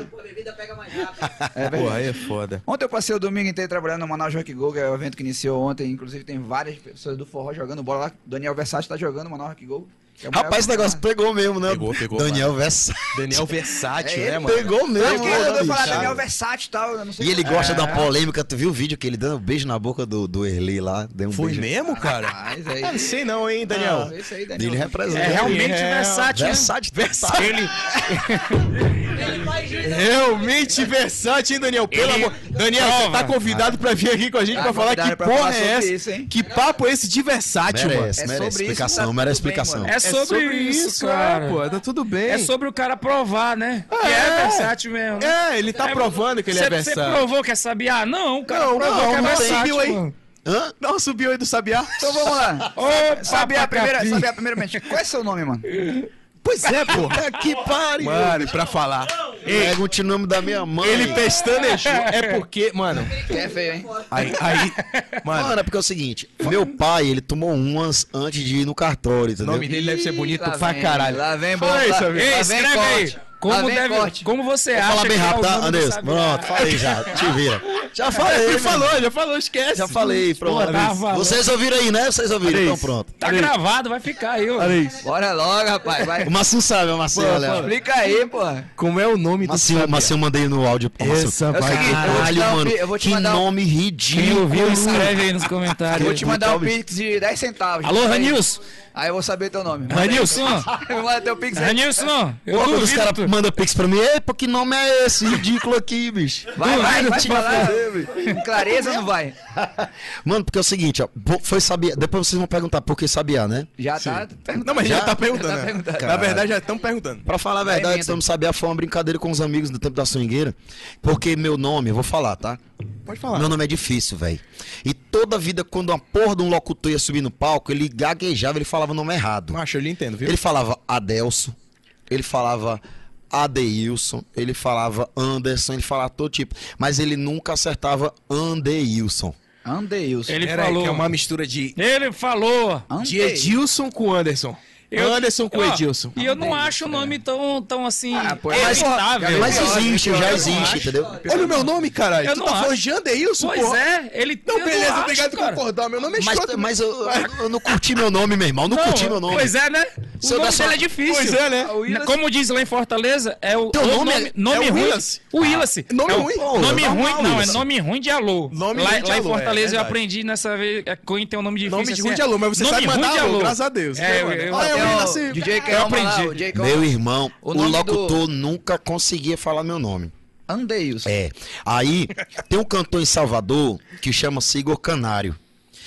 Porra, aí é foda. Ontem eu passei o domingo inteiro trabalhando no Manaus Rock Go, que é o evento que iniciou ontem. Inclusive tem várias pessoas do forró jogando bola lá. Daniel Versace tá jogando no Manaus Rock Go. que é o Rapaz, esse maior- negócio pegou mesmo, né? Pegou, pegou, Daniel Versace. Daniel Versátil, É, né, ele mano? Pegou Tanto mesmo, que eu né, vou falar bicho? Daniel Versace e tal, eu não sei E ele como- gosta É. da polêmica. Tu viu o vídeo que ele dando um beijo na boca do, do Erli lá? Deu um Foi beijo. mesmo, cara? Rapaz, aí- Ah, não sei não, hein, Daniel. Ah, esse aí, Daniel. Ele representa. É realmente É, versátil. né? Versátil. Versátil. Ele, Realmente versátil, hein, Daniel? Pelo Ele amor... Daniel, você tá prova. convidado pra vir aqui com a gente Tá pra falar que convidado pra porra falar é sobre essa? isso, hein? Que papo é esse de versátil, mano? Merece, É merece sobre isso, explicação, tá merece tudo bem, explicação. mano. é sobre, isso, cara. é, pô, tá tudo bem. É sobre o cara provar, né? Que É. é versátil mesmo. né? É, ele tá É, provando que ele é Você versátil. provou que é sabiá? Não, o cara Não, provou não, que é não versátil. subiu aí. mano. Hã? Dá um subiu aí do Sabiá. Então vamos lá. Ô, Sabe a primeira, papacapi. sabe a primeiramente, qual é seu nome, mano? Pois é, pô. Que pariu. Mano, pra falar. Pergunte o nome da minha mãe. Ele pestanejou. É porque, mano, Que é feio, hein? aí, aí mano, Mano, é porque é o seguinte, meu pai, ele tomou umas antes de ir no cartório, o entendeu? nome dele deve ser bonito Lá pra vem, caralho. Lá vem, Fala aí, lá- Samir. Ei, lá vem escreve aí. corte. Como, Lá vem deve, corte. como você Vou acha falar bem que é o rápido, tá, nome do Anderson? sabiá? Pronto, falei já, te vira. Já falei, Ele meu falou, irmão. já falou, esquece. Já falei, pronto. Pô, tá falando. Vocês ouviram aí, né? Vocês ouviram, Olha então isso. pronto. Tá gravado, vai ficar aí, ó. Olha isso. Bora logo, rapaz. Vai. O Massinho sabe, o Massinho, olha. Explica aí, porra. Como é o nome do Massinho, Sabiá? Massinho, mandei no áudio. Ô, Massinho. Essa É o vai... seguinte, eu vou te Caralho, dar um mano, pi- eu vou te que mandar um- nome Quem ridículo. ouviu, escreve aí nos comentários. Vou te mandar um Brutal, pix de dez centavos. Alô, Aí- Ranilson? Aí eu vou saber teu nome. Manda aí. Ranilson? Manda teu pix aí. Ranilson? Eu Pô, quando os duvido. caras tu- mandam pix pra mim, epa, que nome é esse? Ridículo aqui, bicho. Vai, vai, vai te falar. fuder, Com clareza ou não vai? Mano, porque é o seguinte, ó, bo- foi Sabiá. Depois vocês vão perguntar por que Sabiá, né? Já tá. Não, mas já, Já? tá perguntando. Já tá né? perguntando. Na verdade, já estão perguntando. Pra falar a Vai, verdade, emenda. estamos Sabiá foi uma brincadeira com os amigos do tempo da swingueira. Porque meu nome, eu vou falar, tá? Pode falar. Meu nome é difícil, velho. E toda vida, quando uma porra de um locutor ia subir no palco, ele gaguejava, ele falava o nome errado. Macho, eu lhe entendo, viu? Ele falava Adelso, ele falava Adeilson, ele falava Anderson, ele falava todo tipo. Mas ele nunca acertava Andeilson. Andeilson. Ele Pera aí, falou. que é uma mistura de, Ele falou. de Edilson com Anderson. Eu- Anderson com Ó, Edilson. E eu não acho o nome tão, tão assim. Ah, pô, mas- evitável. Mas Pior, existe, pior, já eu existe, acho, entendeu? Olha o meu nome, caralho. Eu Tu não tá falando acho. de Andeilson, Pois porra. é, ele. Não, eu beleza, acho, obrigado por cara. concordar. Meu nome é Mas, escroto. mas eu, eu não curti meu nome, meu irmão. Não, curti meu nome. Pois é, né? O Se eu nome desse dele uma- é difícil. Pois é, né? O Willis- Como diz lá em Fortaleza, é o, Teu o nome nome, é- nome é o ruim. Willis. O Willis. nome é o- ruim? Pô, Nome é ruim, normal, não, é Willis. nome ruim de alô. Nome lá ruim de lá em alô, é Fortaleza eu verdade. aprendi nessa vez. A Coin tem um nome difícil. Nome de assim, ruim é de alô, mas você nome sabe ruim mandar de alô, alô. graças a Deus. É, né, eu- mano? eu- Olha, eu- eu Tem o nasci- D J eu Kelma lá, aprendi. o D J Kelma. Meu irmão, O o, nome do- locutor nunca conseguia falar meu nome. Andeilson. É. Aí, tem um cantor em Salvador que chama Igor Canário.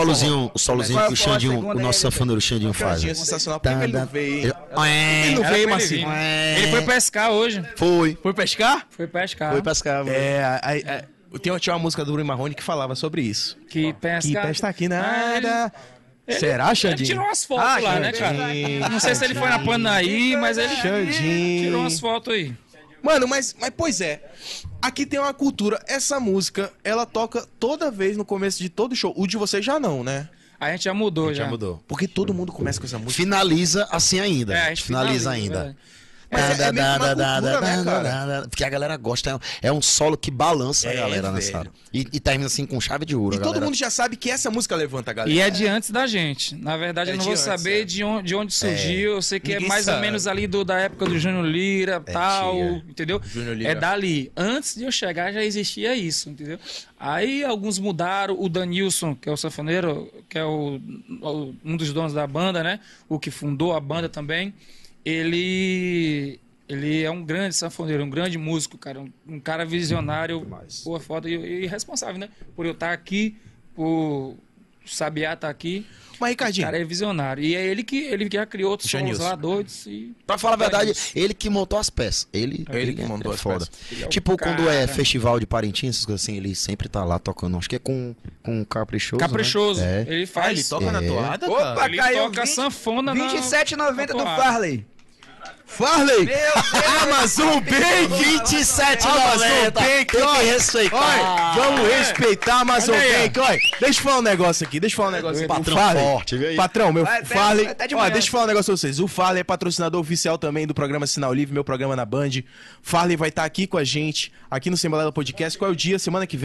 solozinho, o solozinho Qual- que o qual a Xandinho, segunda o aí, nosso Vitor? sanfoneiro Xandinho faz. Xandinho é sensacional. Por que ele não veio, hein? Ele- Ele não Era veio, pra ele Marcinho. vir. Ele foi pescar hoje. Foi. Foi pescar? Foi pescar. Foi pescar. mano. É, a, a, a, tinha, tinha uma música do Bruno Marrone que falava sobre isso. Que pesca. Que pesta aqui Ah, ele- nada. ele- Será, Ele Xandinho? tirou umas fotos Ah, lá, né, cara? Xandinho. Não sei se ele foi na Panaí, mas ele Xandinho. tirou umas fotos aí. Mano, mas, mas pois é. Aqui tem uma cultura. Essa música, ela toca toda vez no começo de todo show. O de vocês já não, né? A gente já mudou, já. Já mudou. Porque todo mundo começa com essa música. Finaliza assim ainda. É, a gente finaliza, finaliza, ainda. é. Mas é- é meio que uma cultura, né, cara? Porque a galera gosta. É um solo que balança a É, galera nessa velho. hora. E, e termina assim com chave de ouro. E a todo galera. mundo já sabe que essa música levanta a galera. E é de antes da gente. Na verdade, É eu não de vou antes, saber é. de, onde, de onde surgiu. Eu sei que Ninguém é mais sabe. ou menos ali do, da época do Júnior Lira tal, tinha. entendeu? Júnior Lira. É dali. Antes de eu chegar já existia isso, entendeu? Aí alguns mudaram. O Danilson, que é o sanfoneiro, que é o, o- um dos donos da banda, né? O que fundou a banda também. Ele... Ele é um grande sanfoneiro, um grande músico, cara. Um, um cara visionário, pô, foda. E, e responsável, né? Por eu estar aqui, por o Sabiá estar aqui. Mas, O Ricardinho, cara é visionário. E é ele que, ele que já criou outros sons Janilson. lá doidos. E... Pra falar a verdade, ele que montou as peças. Ele, Ele que é- montou é as foda. peças. Ele é o Tipo, quando é cara. festival de Parintins, essas coisas assim, ele sempre tá lá tocando. Acho que é com, com Caprichoso. Caprichoso. Né? É. Ele ah, faz. ele toca na É. toada, Opa, cara? Ele caiu toca vinte sanfona na... vinte e sete e noventa do na toada. Farley. Farley! Meu Deus! Amazon Pay! vinte e sete Amazon noventa. Pay, Tem que olha. respeitar. Olha, vamos respeitar a Amazon Olha aí, Pay. Olha, deixa eu falar um negócio aqui, deixa eu falar um negócio aqui. Patrão O Farley, forte, viu aí? Patrão, meu Vai, Farley. vai, tá de Olha, manhã. deixa eu falar um negócio pra vocês. O Farley é patrocinador oficial também do programa Sinal Livre, meu programa na Band. Farley vai estar aqui com a gente, aqui no Sembalela Podcast. Qual é o dia? Semana que vem?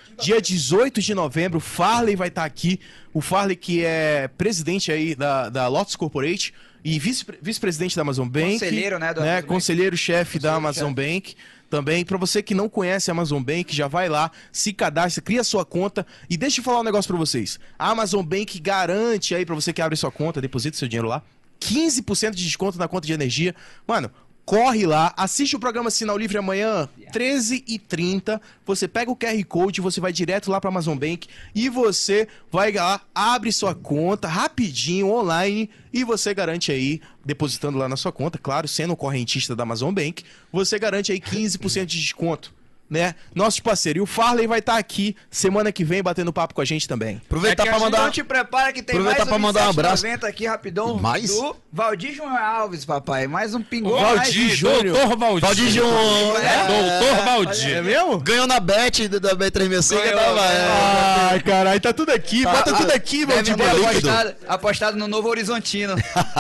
Dia dezoito de novembro, Farley vai estar aqui. O Farley, que é presidente aí da, da Lotus Corporate e vice- vice-presidente da Amazon Bank. Conselheiro, né, do né? Amazon Bank. Conselheiro-chefe da Amazon Bank. Também, para você que não conhece a Amazon Bank, já vai lá, se cadastra, cria sua conta e deixa eu falar um negócio para vocês. A Amazon Bank garante aí para você que abre sua conta, deposita seu dinheiro lá, quinze por cento de desconto na conta de energia. Mano, corre lá, assiste o programa Sinal Livre amanhã, treze e trinta. Você pega o Q R Code, você vai direto lá para Amazon Bank e você vai lá, abre sua conta rapidinho, online, e você garante aí, depositando lá na sua conta, claro, sendo correntista da Amazon Bank, você garante aí quinze por cento de desconto, né? Nossos parceiros. E o Farley vai estar aqui semana que vem batendo papo com a gente também. Aproveitar É que pra a gente mandar. Então te prepara que tem Aproveitar mais pra um mandar um vinte e sete abraço. noventa aqui rapidão. Mais? Do Valdir João Alves, papai. Mais um pingou. Valdir mais... Júnior. Doutor Valdir. Valdir João. É. Doutor Valdir. É mesmo? Ganhou na bet da B trezentos e sessenta e cinco. Ganhou, Tava, é. é. Ai, caralho, tá tudo aqui. Bota tudo aqui, Deve Valdir. ter Bora, líquido. apostado, apostado no Novo Horizontino.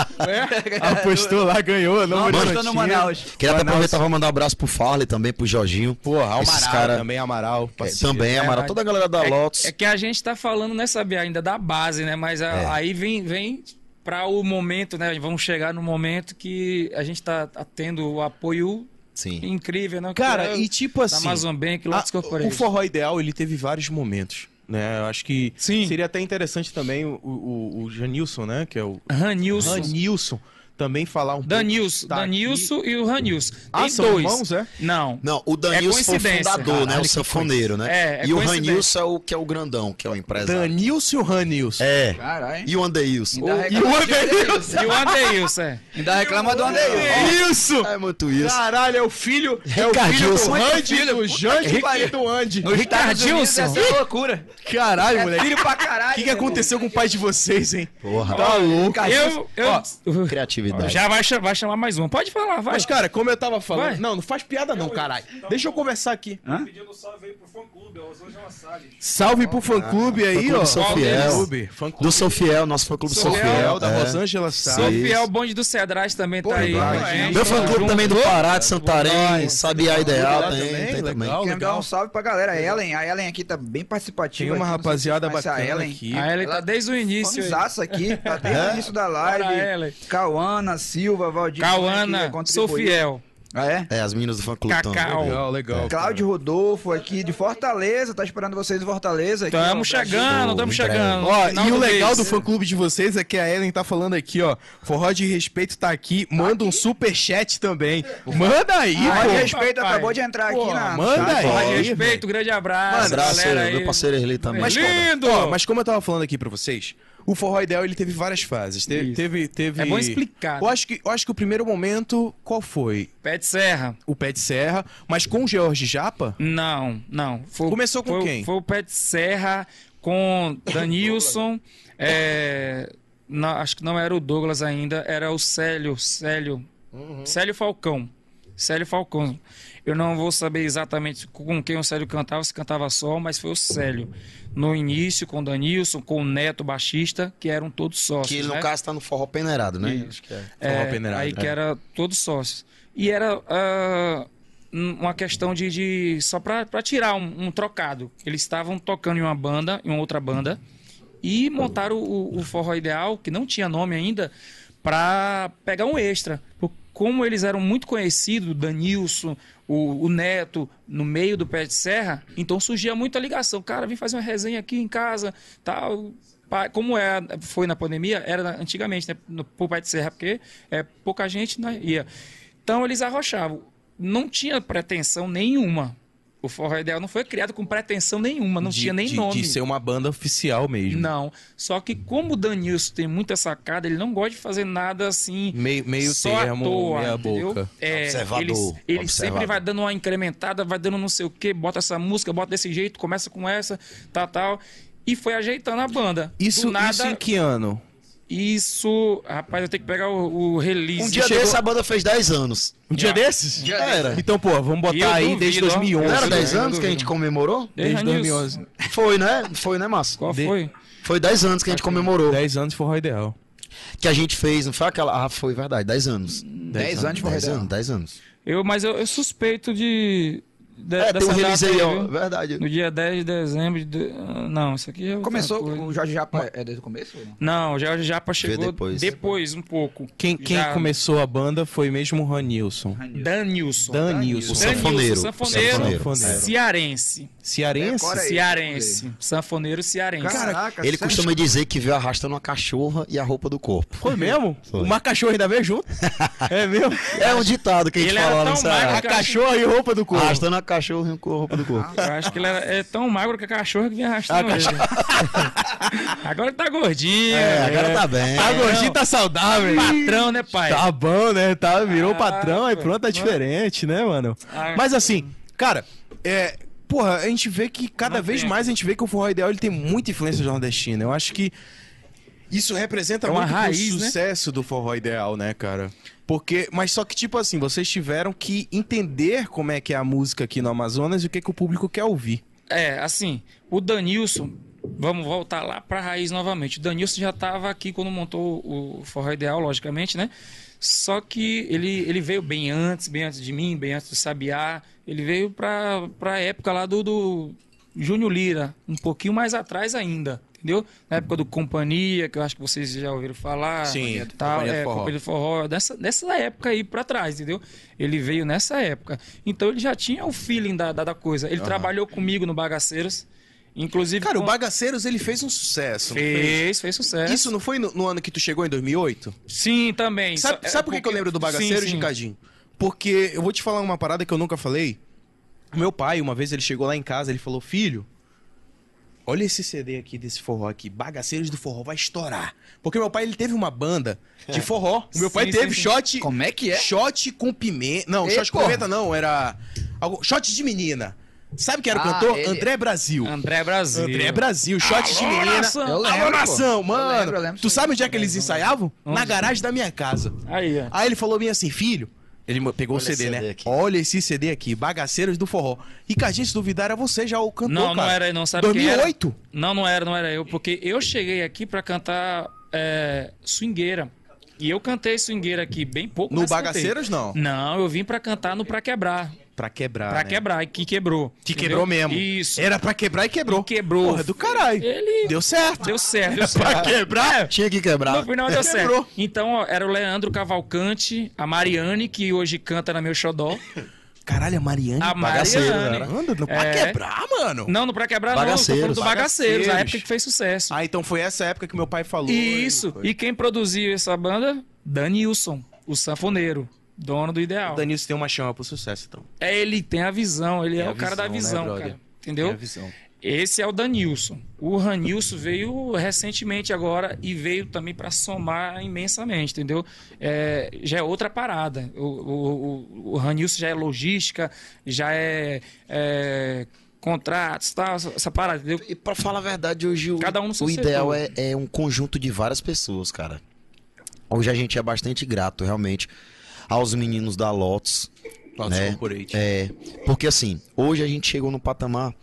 Apostou lá, ganhou. Não, Não, Horizontino. apostou no Manaus. Queria até Manaus. aproveitar pra mandar um abraço pro Farley também, pro Jorginho. Porra, Esses Amaral cara- também, Amaral. É, parceiro. também, Amaral. mas- Toda a galera da É, Lotus. é que a gente tá falando, né, sabe, ainda da base, né? Mas a- É. aí vem, vem para o momento, né? Vamos chegar no momento que a gente tá, tá tendo o apoio Sim. incrível, né? Cara, Que é e tipo da assim, Amazon Bank, a- Lotus o Corporation. Forró Ideal, ele teve vários momentos, né? Eu acho que Sim. seria até interessante também o, o, o Janilson, né? Que é o Ranilson. Ranilson, também falar um pouco. Danilson. Tá Danilson e o Ranilson. Ah, Tem são dois. irmãos, é? Não. Não, o Danilson foi o coincidência. fundador, né? Caralho, O que sanfoneiro, né? É, é e o coincidência. Ranilson é o que é o grandão, que é o empresário. Danilson e o Ranilson. É. Caralho. E o Andeilson. Ainda E o reclama, Andeilson. E o Andeilson, é. ainda reclama do Andeilson. Isso! É muito isso. Caralho, é o filho, é o filho do Ricardilson. Randy, do Jandy pariu. e do Andy. Nos Estados Unidos Ricardilson. essa é loucura. Caralho, É moleque. filho pra caralho. O que, que aconteceu com o pai de vocês, hein? Porra. Tá louco. Eu, eu, Criatividade. já vai, cha- vai chamar mais um. Pode falar, vai. Mas, cara, como eu tava falando... Vai. Não, não faz piada não, caralho. Deixa eu conversar aqui. Pedindo um salve aí pro fã clube, a Rosângela Salles. Salve pro fã-clube aí, Fã-clube ó. Sou Qual Fiel. deles? Fã-clube. Fã-clube Do Sou Fiel, nosso fã clube Sou Sou Fiel, Fiel. da é. Rosângela Sou Salles. fiel, o bonde do Cedrais também tá aí. vai, com a é. gente. Meu fã clube Juntou. também do Pará, de Santarém, Nós. Sabiá Ideal, Lá tem, também, tem também. legal. Quero dar um salve pra galera. A Ellen, a Ellen aqui tá bem participativa. Tem uma aqui, não sei se rapaziada vocês conhecem bacana a Ellen. aqui. A Ellen tá Ela- desde o início. aí. Fãzaça aqui, tá desde o início da live. Bora, Ellen. Cauana, Silva, Valdir. Cauana, que sou contribuiu. fiel. Ah, é? É, as meninas do fã clube Cacau. também. Legal, legal. Cláudio Rodolfo aqui de Fortaleza, tá esperando vocês em Fortaleza. Aqui, ó, Tamo chegando, tamo em chegando. Ó, Final e o do legal mês. do fã-clube de vocês é que a Ellen tá falando aqui, ó. Forró de Respeito tá aqui. Manda um superchat também. Manda aí, Ah, de pô. respeito, papai. acabou de entrar aqui Pô, na. no manda chat. aí. Fala de Aí, respeito, grande abraço. Abraço, galera aí. meu parceiro Erli também. Mas lindo! Ó, mas como eu tava falando aqui pra vocês, o Forró Ideal ele teve várias fases. Te- Isso. teve, teve. É bom explicar, Eu né? acho que, eu acho que o primeiro momento, qual foi? Pé de serra. O Pé de Serra, mas com o George Japa? Não, não. Foi, Começou com foi- quem? Foi o Pé de Serra com Danilson. é, não, acho que não era o Douglas ainda, era o Célio. Célio. Célio Falcão. Célio Falcão. Eu não vou saber exatamente com quem o Célio cantava, se cantava só, mas foi o Célio. No início, com o Danilson, com o Neto baixista, que eram todos sócios. Que no né? caso tá no forró peneirado, né? Isso. Acho que é. É, Forró peneirado, aí é. que era todos sócios. E era ah, um- uma questão de, de só para tirar um, um trocado. Eles estavam tocando em uma banda, em uma outra banda, e montaram o, o Forró Ideal, que não tinha nome ainda, para pegar um extra. Por- Como eles eram muito conhecidos, o Danilson, o, o Neto, no meio do Pé de Serra, então surgia muita ligação. Cara, vem fazer uma resenha aqui em casa, tal. Pa- Como é, foi na pandemia, era antigamente, né, no pro Pé de Serra, porque é, pouca gente, né, ia. Então eles arrochavam. Não tinha pretensão nenhuma. O Forró Ideal não foi criado com pretensão nenhuma, não De- tinha nem de, nome. De ser uma banda oficial mesmo. Não. Só que como o Danilson tem muita sacada, ele não gosta de fazer nada assim. Meio, meio só termo, à toa, meia entendeu? boca. É, Observador, ele ele observador. sempre vai dando uma incrementada, vai dando não sei o quê, bota essa música, bota desse jeito, começa com essa, tal, tal. E foi ajeitando a banda. Isso, Do nada, isso em que ano? isso- rapaz, eu tenho que pegar o, o release. Um dia chegou- desse a banda fez dez anos. Um dia Já. desses? Dia Era. Então, pô, vamos E botar eu aí duvido, desde ó. dois mil e onze. Não era Eu dez duvido, anos que a gente comemorou? Desde Danilson. dois mil e onze. Foi, né? Foi, né, Márcio? Qual De- foi? Foi dez anos que a gente comemorou. dez anos de Forró Ideal. Que a gente fez, não foi aquela. Ah, foi verdade, dez anos. dez anos de dez Forró anos, dez anos. Eu, mas eu, eu suspeito de, de, É, tem dessa um release data aí, aí, ó. viu? Verdade. No dia dez de dezembro de... Não, isso aqui é outra Começou coisa. com o Jorge Japa, é desde o começo? Ou não? Não, o Jorge Japa chegou depois. depois. um pouco. Quem, quem Já- começou a banda foi mesmo o Ranilson. Danilson. Danilson. O sanfoneiro. Sanfoneiro, Sanfoneiro. cearense. Cearense? Decora aí. Cearense. Sanfoneiro cearense. Caraca, Ele sério? costuma dizer que veio arrastando uma cachorra e a roupa do corpo. Foi mesmo? Foi. Uma cachorra ainda veio junto? É mesmo? É um ditado que a gente Ele era fala lá no tão Ceará. magro A cachorra e roupa do corpo. Arrastando a cachorra com a roupa do corpo. Eu acho que ele era, é tão magro que a cachorra que vinha arrastando A ele. Agora ele tá gordinho. É, agora tá bem. Tá gordinho, não. tá saudável. Patrão, né, pai? Tá bom, né? Tá, virou Ah, patrão, aí pô. pronto, tá diferente, né, mano? Ah, Mas assim, cara, é. Porra, a gente vê que cada Não vez tem. mais a gente vê que o forró ideal ele tem muita influência nordestina. Eu acho que isso representa É uma muito raiz, o né? sucesso do forró ideal, né, cara? Porque, mas só que tipo assim, vocês tiveram que entender como é que é a música aqui no Amazonas e o que, que o público quer ouvir. É, assim, o Danilson, vamos voltar lá pra raiz novamente. O Danilson já estava aqui quando montou o Forró Ideal, logicamente, né? Só que ele, ele veio bem antes, bem antes de mim, bem antes do Sabiá. Ele veio pra, pra época lá do, do Júnior Lira, um pouquinho mais atrás ainda, entendeu? Na época do Companhia, que eu acho que vocês já ouviram falar. Sim, tal, Companhia do é, Forró. Companhia do Forró, nessa, nessa época aí pra trás, entendeu? Ele veio nessa época. Então ele já tinha o feeling da, da, da coisa. Ele trabalhou comigo no Bagaceiros, inclusive... Cara, o com- Bagaceiros ele fez um sucesso. não Fez, fez sucesso. Isso não foi no, no ano que tu chegou em dois mil e oito? Sim, também. Sabe, Só- sabe é por que, que eu porque- lembro do Bagaceiros, Sim, sim. Ricardinho? Porque eu vou te falar uma parada que eu nunca falei. Meu pai, uma vez ele chegou lá em casa, ele falou: filho, olha esse C D aqui desse forró aqui, Bagaceiros do Forró, vai estourar. Porque meu pai, ele teve uma banda de forró. O meu pai Sim, teve sim, sim. shot... Como é que é? Shot com pimenta... Não, Ei, shot com porra. pimenta não, era... algo- Shot de menina. Sabe quem era o Ah, cantor? ele- André Brasil. André Brasil. André Brasil, shot de Alô, menina. nação! Eu lembro, Alô, pô. nação, Eu mano. lembro, eu lembro Tu disso. sabe onde é que eles ensaiavam? Na Onde? garagem da minha casa. Aí, ó. Aí ele falou bem assim, filho. Ele mo- pegou Olha o C D, esse né? C D aqui. Olha esse C D aqui, Bagaceiros do Forró. Ricardinho, se duvidar, era você já o cantor, Não, não cara. era aí, não. Sabe quem dois mil e oito? era? Não, não era, não era eu. Porque eu cheguei aqui pra cantar é, swingueira. E eu cantei swingueira aqui bem pouco, No mas cantei. Bagaceiros, não. Não, eu vim pra cantar no Pra Quebrar. Pra quebrar, Pra né? quebrar, que quebrou. Que entendeu? quebrou mesmo. Isso. Era pra quebrar e quebrou. E quebrou. Porra, do caralho. Ele- Deu certo. Deu certo, deu Pra certo. quebrar? Tinha que quebrar. No final deu certo. Quebrou. Então, ó, era o Leandro Cavalcante, a Mariane, que hoje canta na Meu Xodó. Caralho, a Mariane. A Bagaceiro, Mariane. né? Anda, no pra É. quebrar, mano. Não, no Pra Quebrar não, tô falando Bagaceiros. do Bagaceiros, a Bagaceiros. época que fez sucesso. Ah, então foi essa época que meu pai falou. Isso. Foi. E quem produziu essa banda? Danilson, o sanfoneiro, dono do Ideal. O Danilson tem uma chama pro sucesso, então. É, ele tem a visão, ele Tem é a o cara da visão, né, visão, brother? cara. Entendeu? Tem a visão. Esse é o Danilson. O Ranilson veio recentemente agora e veio também para somar imensamente, entendeu? É, já é outra parada. O, o, o, o Ranilson já é logística, já é, é contratos, tal, essa, essa parada, entendeu? E pra falar a verdade, hoje o, Cada um no seu o ideal setor. é, é um conjunto de várias pessoas, cara. Hoje a gente é bastante grato, realmente, aos meninos da Lotus. Lotus né? Corporate. É, porque assim, hoje a gente chegou no patamar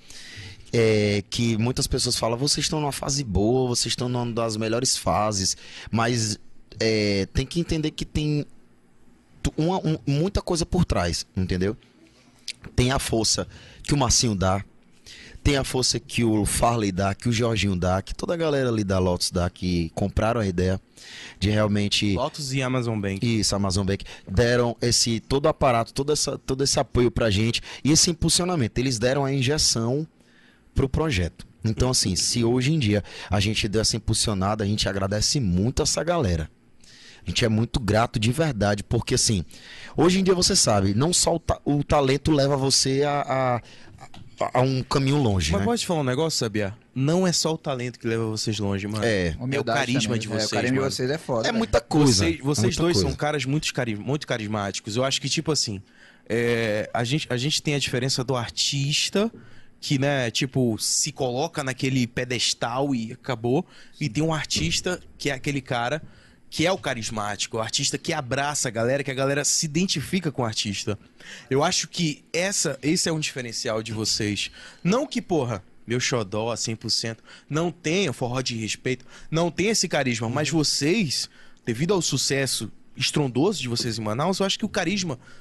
é, que muitas pessoas falam, vocês estão numa fase boa, vocês estão numa das melhores fases, mas é, tem que entender que tem tu- uma, um- muita coisa por trás, entendeu? Tem a força que o Marcinho dá, tem a força que o Farley dá, que o Jorginho dá, que toda a galera ali da Lotus dá, que compraram a ideia de realmente... Lotus e Amazon Bank. Isso, Amazon Bank, deram esse todo o aparato, todo, essa, todo esse apoio pra gente e esse impulsionamento. Eles deram a injeção pro projeto. Então, assim, se hoje em dia a gente deu essa impulsionada, a gente agradece muito essa galera. A gente é muito grato de verdade, porque assim, hoje em dia você sabe, não só o, ta- o talento leva você a, a, a um caminho longe, Mas né? pode te falar um negócio, Sabia? Não é só o talento que leva vocês longe, mano. É, É o carisma de É, vocês, o carisma mano. de vocês é foda. é velho. muita coisa. Vocês, é vocês muita dois coisa. são caras muito, cari muito carismáticos. Eu acho que, tipo assim, é, a, gente, a gente tem a diferença do artista, que, né, tipo, se coloca naquele pedestal e acabou. E tem um artista que é aquele cara que é o carismático, o artista que abraça a galera, que a galera se identifica com o artista. Eu acho que essa, esse é um diferencial de vocês. Não que, porra, meu xodó a cem por cento não tenha forró de respeito, não tem esse carisma, mas vocês, devido ao sucesso estrondoso de vocês em Manaus, eu acho que o carisma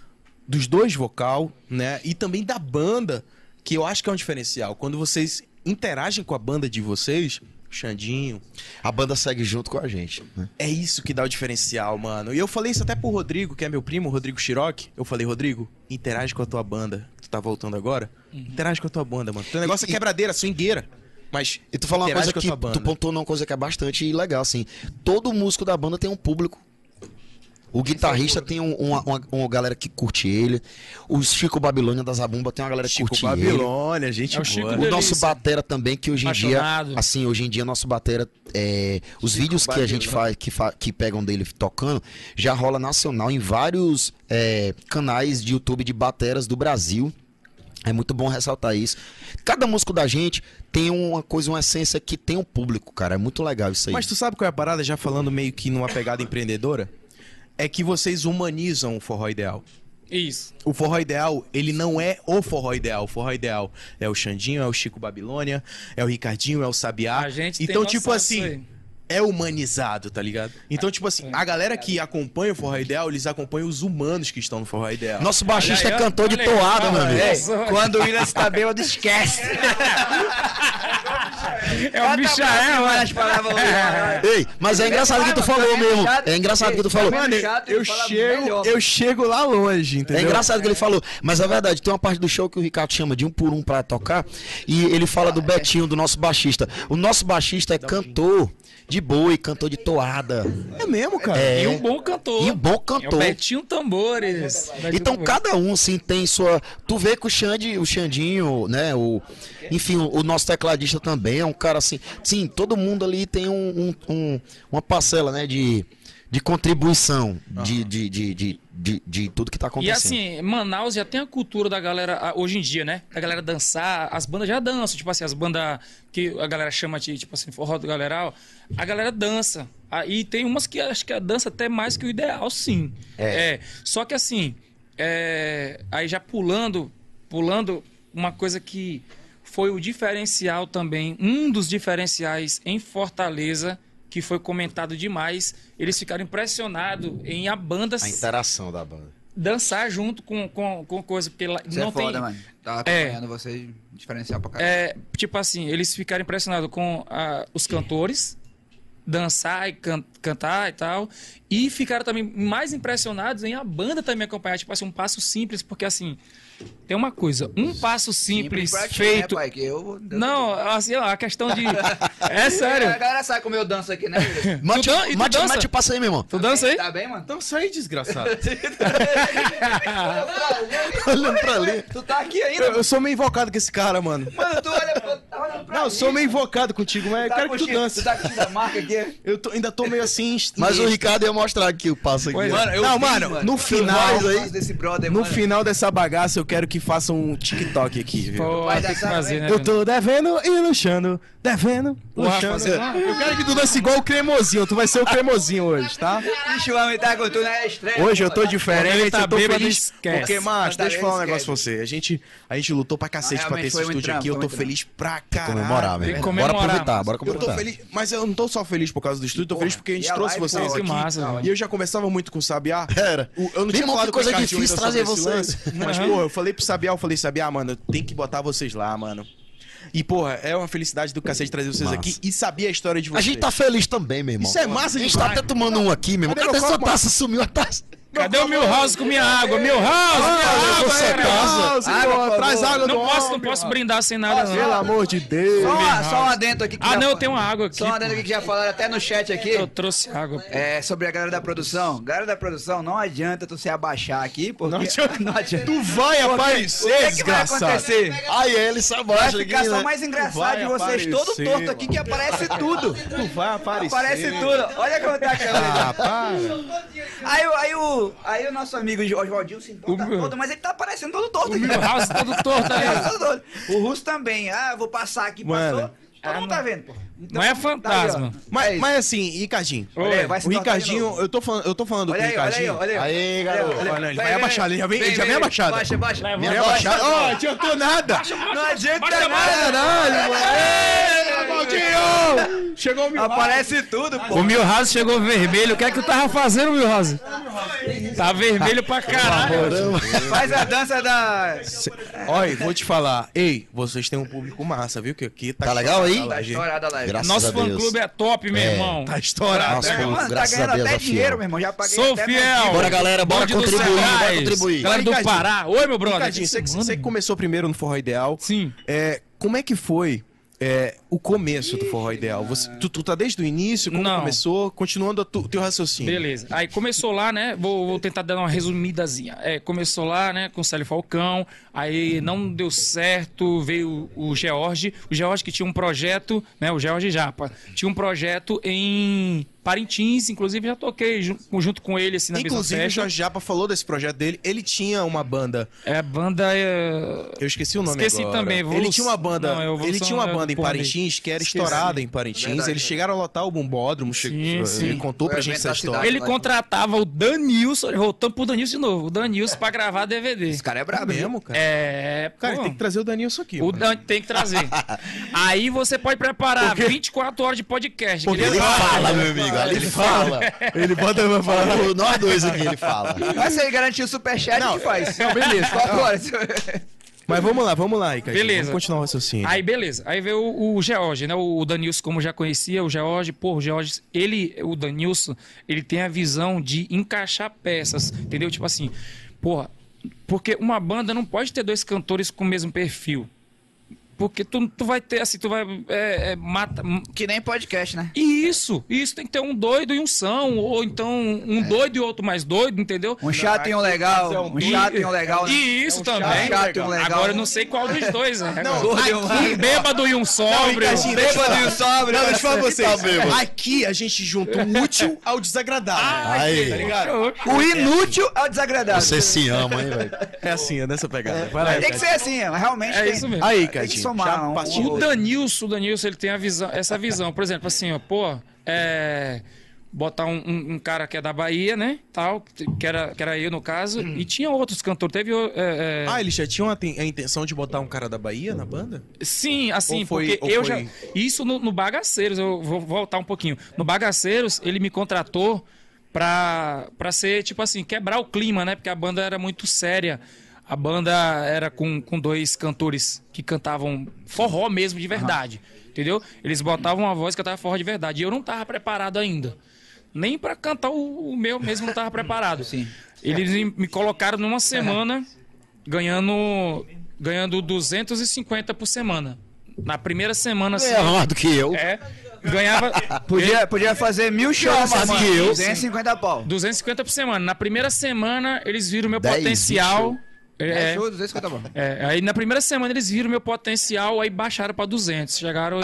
dos dois vocal, né? E também da banda, que eu acho que é um diferencial. Quando vocês interagem com a banda de vocês, Xandinho... A banda segue junto com a gente, né? É isso que dá o diferencial, mano. E eu falei isso até pro Rodrigo, que é meu primo, o Rodrigo Xiroque. Eu falei, Rodrigo, interage com a tua banda. Tu tá voltando agora? Uhum. Interage com a tua banda, mano. Teu negócio E- é quebradeira, swingueira. Mas E tu falou uma interage coisa com a que tua banda. tu pontuou numa coisa que é bastante legal, assim. Todo músico da banda tem um público. O guitarrista tem um- uma, uma, uma galera que curte ele. O Chico Babilônia da Zabumba tem uma galera que Chico curte ele. Babilônia, gente É o boa. Chico O Delícia. nosso batera também, que hoje em Apaixonado. dia, assim, hoje em dia nosso batera, é, os vídeos que a gente faz, que, fa, que pegam dele tocando, já rola nacional em vários é, canais de YouTube de bateras do Brasil. É muito bom ressaltar isso. Cada músico da gente tem uma coisa, uma essência que tem um público, cara. É muito legal isso aí. Mas tu sabe qual é a parada, já falando meio que numa pegada empreendedora? É que vocês humanizam o forró ideal. Isso. O forró ideal, ele não é o forró ideal. O forró ideal é o Xandinho, é o Chico Babilônia, é o Ricardinho, é o Sabiá. A gente tem então, noção tipo disso assim, aí. é humanizado, tá ligado? Então, tipo assim, a galera que acompanha o forró ideal, eles acompanham os humanos que estão no forró ideal. Nosso baixista Olha é aí, cantor de olha aí, toada, meu olha amigo. aí. Ei, quando o William tá bêbado, esquece. É o Michael, Olha mano. as palavras hoje. Ei, mas é engraçado que tu falou mesmo. É engraçado que tu falou. Mano, Mano, chato, eu ele fala chego, melhor. eu chego lá longe, É entendeu? engraçado que ele falou, mas é verdade, tem uma parte do show que o Ricardo chama de um por um pra tocar, e ele fala do Betinho, do nosso baixista. O nosso baixista é cantor de boi, cantor de toada. É mesmo, cara. É. E um bom cantor. E um bom É o cantor. Betinho Tambores. Então cada um, assim, tem sua... Tu vê que o Xande, o Xandinho, né, o... Enfim, o, o nosso tecladista também é um cara assim... Sim, todo mundo ali tem um, um- um- uma parcela, né, de, de contribuição de, de, de, de, de, de tudo que tá E acontecendo. assim, Manaus já tem a cultura da galera, ah, hoje em dia, né? Da galera dançar, as bandas já dançam, tipo assim, as bandas que a galera chama de, tipo assim, forró do galeral, a galera dança. Ah, e tem umas que acho que a dança até mais que o ideal, sim. É. Só que assim, é, aí já pulando, pulando, uma coisa que foi o diferencial também, um dos diferenciais em Fortaleza, que foi comentado demais, eles ficaram impressionados em a banda A interação da banda. dançar junto com, com, com coisa, porque lá Isso não é foda, tem... mano. Tava É. acompanhando vocês, diferencial pra caralho. É, tipo assim, eles ficaram impressionados com ah, os cantores, dançar e can- cantar e tal, e ficaram também mais impressionados em a banda também acompanhar, tipo assim, um passo simples, porque assim, tem uma coisa, um passo simples, pra ti, feito... Né, pai, que eu, Não, assim, ó, a questão de... É A sério. galera sabe como eu danço aqui, né? William? Mate, dan- e tu mate, dança? mate, passa aí, meu irmão. Tu dança aí? Tá bem, mano? Então sai, desgraçado. Olhando pra ali. Tu tá aqui ainda? Eu, eu sou meio invocado com esse cara, mano. Mano, tu olha pra... Tá olhando pra Não, eu mim. sou meio invocado contigo, mas eu Tá quero que tu curtindo- dance. Tu tá curtindo a marca aqui? Eu tô- ainda tô meio assim... Mas o extra. Ricardo ia mostrar aqui o passo aqui. Pois é. Mano, eu Não, vi, mano, no final eu aí- gosto desse brother, No mano. final dessa bagaça, eu quero que faça um TikTok aqui, viu? Pô, vai tem que dançar, fazer, né? né? Eu tô devendo e luxando, devendo, Porra, luxando. fazer- Eu quero que tu dance igual o cremosinho, tu vai ser o cremosinho hoje, tá? Bicho, o homem tá com tu na estreia. Hoje eu tô pô, diferente, Quando ele tá eu tô bêbado, feliz. esquece. Porque, macho, Tá deixa eu falar um bêbado, negócio pra você. A gente, a gente lutou pra cacete Ah, pra ter realmente esse foi muito estúdio trampo, aqui. Eu foi tô muito feliz pra caralho. Comemorar, Tem velho. que Bora comemorar. aproveitar, bora Eu tô aproveitar. feliz, mas eu não tô só feliz por causa do estúdio, tô feliz porque a gente E a trouxe live, vocês pô, aqui. que massa, velho. E eu já conversava muito com o Sabiá. Era. O- Eu não Meu tinha irmão, falado que com coisa o Ricardinho difícil ainda sobre trazer esse vocês. lance, Mas, Aham. pô, eu falei pro Sabiá, eu falei, Sabiá, mano, tem que botar vocês lá, mano. E, porra, é uma felicidade do cacete trazer vocês Massa. aqui e saber a história de A vocês. gente tá feliz também, meu irmão. Isso é massa A gente demais. tá até tomando um aqui, meu irmão. Cadê Cadê meu sua copo, taça? Sumiu a taça. Cadê o Milhouse com minha água? Milhouse, minha Ah, água, você é, casa. Água, por Traz favor. água do Não posso, não homem, posso mano. brindar sem nada, Pelo não. amor de Deus. Só, uma, só um adendo aqui que Ah, já não, eu fa- tenho uma água aqui. Só um adendo aqui que já falaram até no chat aqui. Eu trouxe água. É, sobre a galera da produção. Galera da produção, não adianta tu se abaixar aqui, porque... Não adianta. não adianta. Tu vai O aparecer, que, que vai desgraçado. acontecer? Aí ele se Vai abaixa ficar aqui, só né? mais engraçado vai de vocês todo aparecer, torto aqui que aparece tudo. Tu vai aparecer. Aparece tudo. Olha como tá a câmera. Ah, para. Aí, o- aí, o, aí o nosso amigo Oswaldinho se entorta O meu- todo, mas ele tá aparecendo todo torto O aqui. Milhouse todo torto aí. Todo torto. O Russo também. Ah, vou passar aqui, Mano. passou. Todo mundo tá vendo, pô. Não é fantasma. Mas, mas assim, Ricardinho. Olha aí, vai se O entortar de Ricardinho, novo. eu tô falando, eu tô falando Olha com o aí, olha aí, Ricardinho. olha aí. Aí, garoto. Olha, Olha, ele vai, vai vai, abaixar, ele já vem, vem, ele já vem vem, abaixado. Baixa, baixa. Leva. Vem Baixa, abaixado. baixa, Ó, não adiantou nada. Não adianta baixa, nada. Caralho, mano. Ê, Baldinho! Chegou o meu. Aparece tudo, pô. O Milhouse chegou vermelho. O que é que tu tava fazendo, Milhouse? Tá vermelho pra caralho. Faz a dança da... Olha, vou te falar. Ei, vocês têm um público massa, viu? Que aqui tá Tá legal aí? estourado a Tá live. estourada a live. Graças Nosso a Deus. fã-clube é top, meu É. irmão. Tá estourado. Nossa, né? pô, Mano, tá graças a ganhando Deus, até a dinheiro, fiel. meu irmão. Já paguei Sou até fiel. meu- Bora, galera, bora Bonde do contribuir, bora Ceará. contribuir. Galera do Ricardinho. Pará. Oi, meu brother. Ricardinho, você, você que começou primeiro no Forró Ideal. Sim. É, como é que foi é, o começo do Forró Ideal? Você, tu, tu tá desde o início? Como Não. começou? Continuando o teu raciocínio. Beleza. Aí começou lá, né? Vou, vou tentar dar uma resumidazinha. É, começou lá, né? Com o Célio Falcão. Aí não deu certo. Veio o George. O George que tinha um projeto, né? O George Japa. Tinha um projeto em Parintins. Inclusive já toquei jun- junto com ele, assim, na Inclusive, o mesma festa. Jorge Japa falou desse projeto dele. Ele tinha uma banda. É a banda... É... Eu esqueci o nome Esqueci agora. também, Evolu- Ele tinha uma banda. Não, é Evolução, ele tinha uma é banda do em Porra Parintins que era Esqueci. estourada em Parintins. Verdade. Eles chegaram a lotar o Bombódromo. che- Sim, sim. Ele contou Foi pra o gente evento essa da história. cidade. Ele contratava o Danilson, voltando pro Danilson de novo, o Danilson pra gravar D V D. Esse cara é É brabo, hein? mesmo, cara. É, Cara, pô, tem que trazer o Danilson aqui. o mano. Dan tem que trazer. Aí você pode preparar vinte e quatro horas de podcast. Porque que Ele fala, meu amigo, ali ele fala. Ele bota pra falar. Pô, nós dois aqui, ele fala. Mas se ele garantir o superchat, a gente faz. Não, beleza. Quatro horas. Mas vamos lá, vamos lá, Ricardo. Beleza. Vamos continuar o raciocínio. Aí, beleza. Aí veio o, o George, né? O Danilson, como já conhecia, o George, pô, o George, ele, o Danilson, ele tem a visão de encaixar peças, entendeu? Tipo assim, porra, porque uma banda não pode ter dois cantores com o mesmo perfil. Porque tu, tu vai ter, assim, tu vai. É, é, mata. Que nem podcast, né? E isso, isso tem que ter um doido e um são, ou então um doido e outro mais doido, entendeu? Um chato e um legal. Um chato e um legal, né? E isso É um também. chato e um legal. Agora eu não sei qual dos dois é. Não, Gordo e um Um bêbado e um sóbrio. Ricardinho, deixa eu Bêbado falar. e o sóbrio. Não, deixa eu falar pra vocês. Tá bêbado. Aqui a gente junta o útil ao desagradável. Aí. Tá ligado? O inútil é o desagradável. Você se ama, hein, velho? É assim, é nessa pegada. Vai lá, Tem que Ricardinho. ser assim, mas realmente É tem. isso mesmo. Aí, Tem que Ricardinho. somar já um- partiu. O Danilson, o Danilson, ele tem a visão, essa visão. Por exemplo, assim, ó, pô, é, botar um, um- um cara que é da Bahia, né, tal, que era, que era eu no caso, e tinha outros cantores. Teve, é, é, Ah, eles já tinham a, ten- a intenção de botar um cara da Bahia na banda? sim, assim, Ou foi- porque ou eu foi- já... Isso no, no Bagaceiros, eu vou voltar um pouquinho. No Bagaceiros, ele me contratou pra, pra ser, tipo assim, quebrar o clima, né, porque a banda era muito séria. A banda era com, com dois cantores que cantavam forró mesmo de verdade, entendeu? Eles botavam uma voz que cantava forró de verdade. E eu não tava preparado ainda. Nem pra cantar o, o meu mesmo não tava preparado. Sim. Eles me, me colocaram numa semana ganhando, ganhando duzentos e cinquenta por semana. Na primeira semana, assim, É mais do que eu. é, ganhava Podia, podia fazer mil shows Não, na mas semana. que eu- duzentos e cinquenta pau. duzentos e cinquenta por semana. Na primeira semana, eles viram meu Dez potencial. É, É, show, duzentos e cinquenta pau. é, aí na primeira semana eles viram meu potencial, aí baixaram pra duzentos. Chegaram e,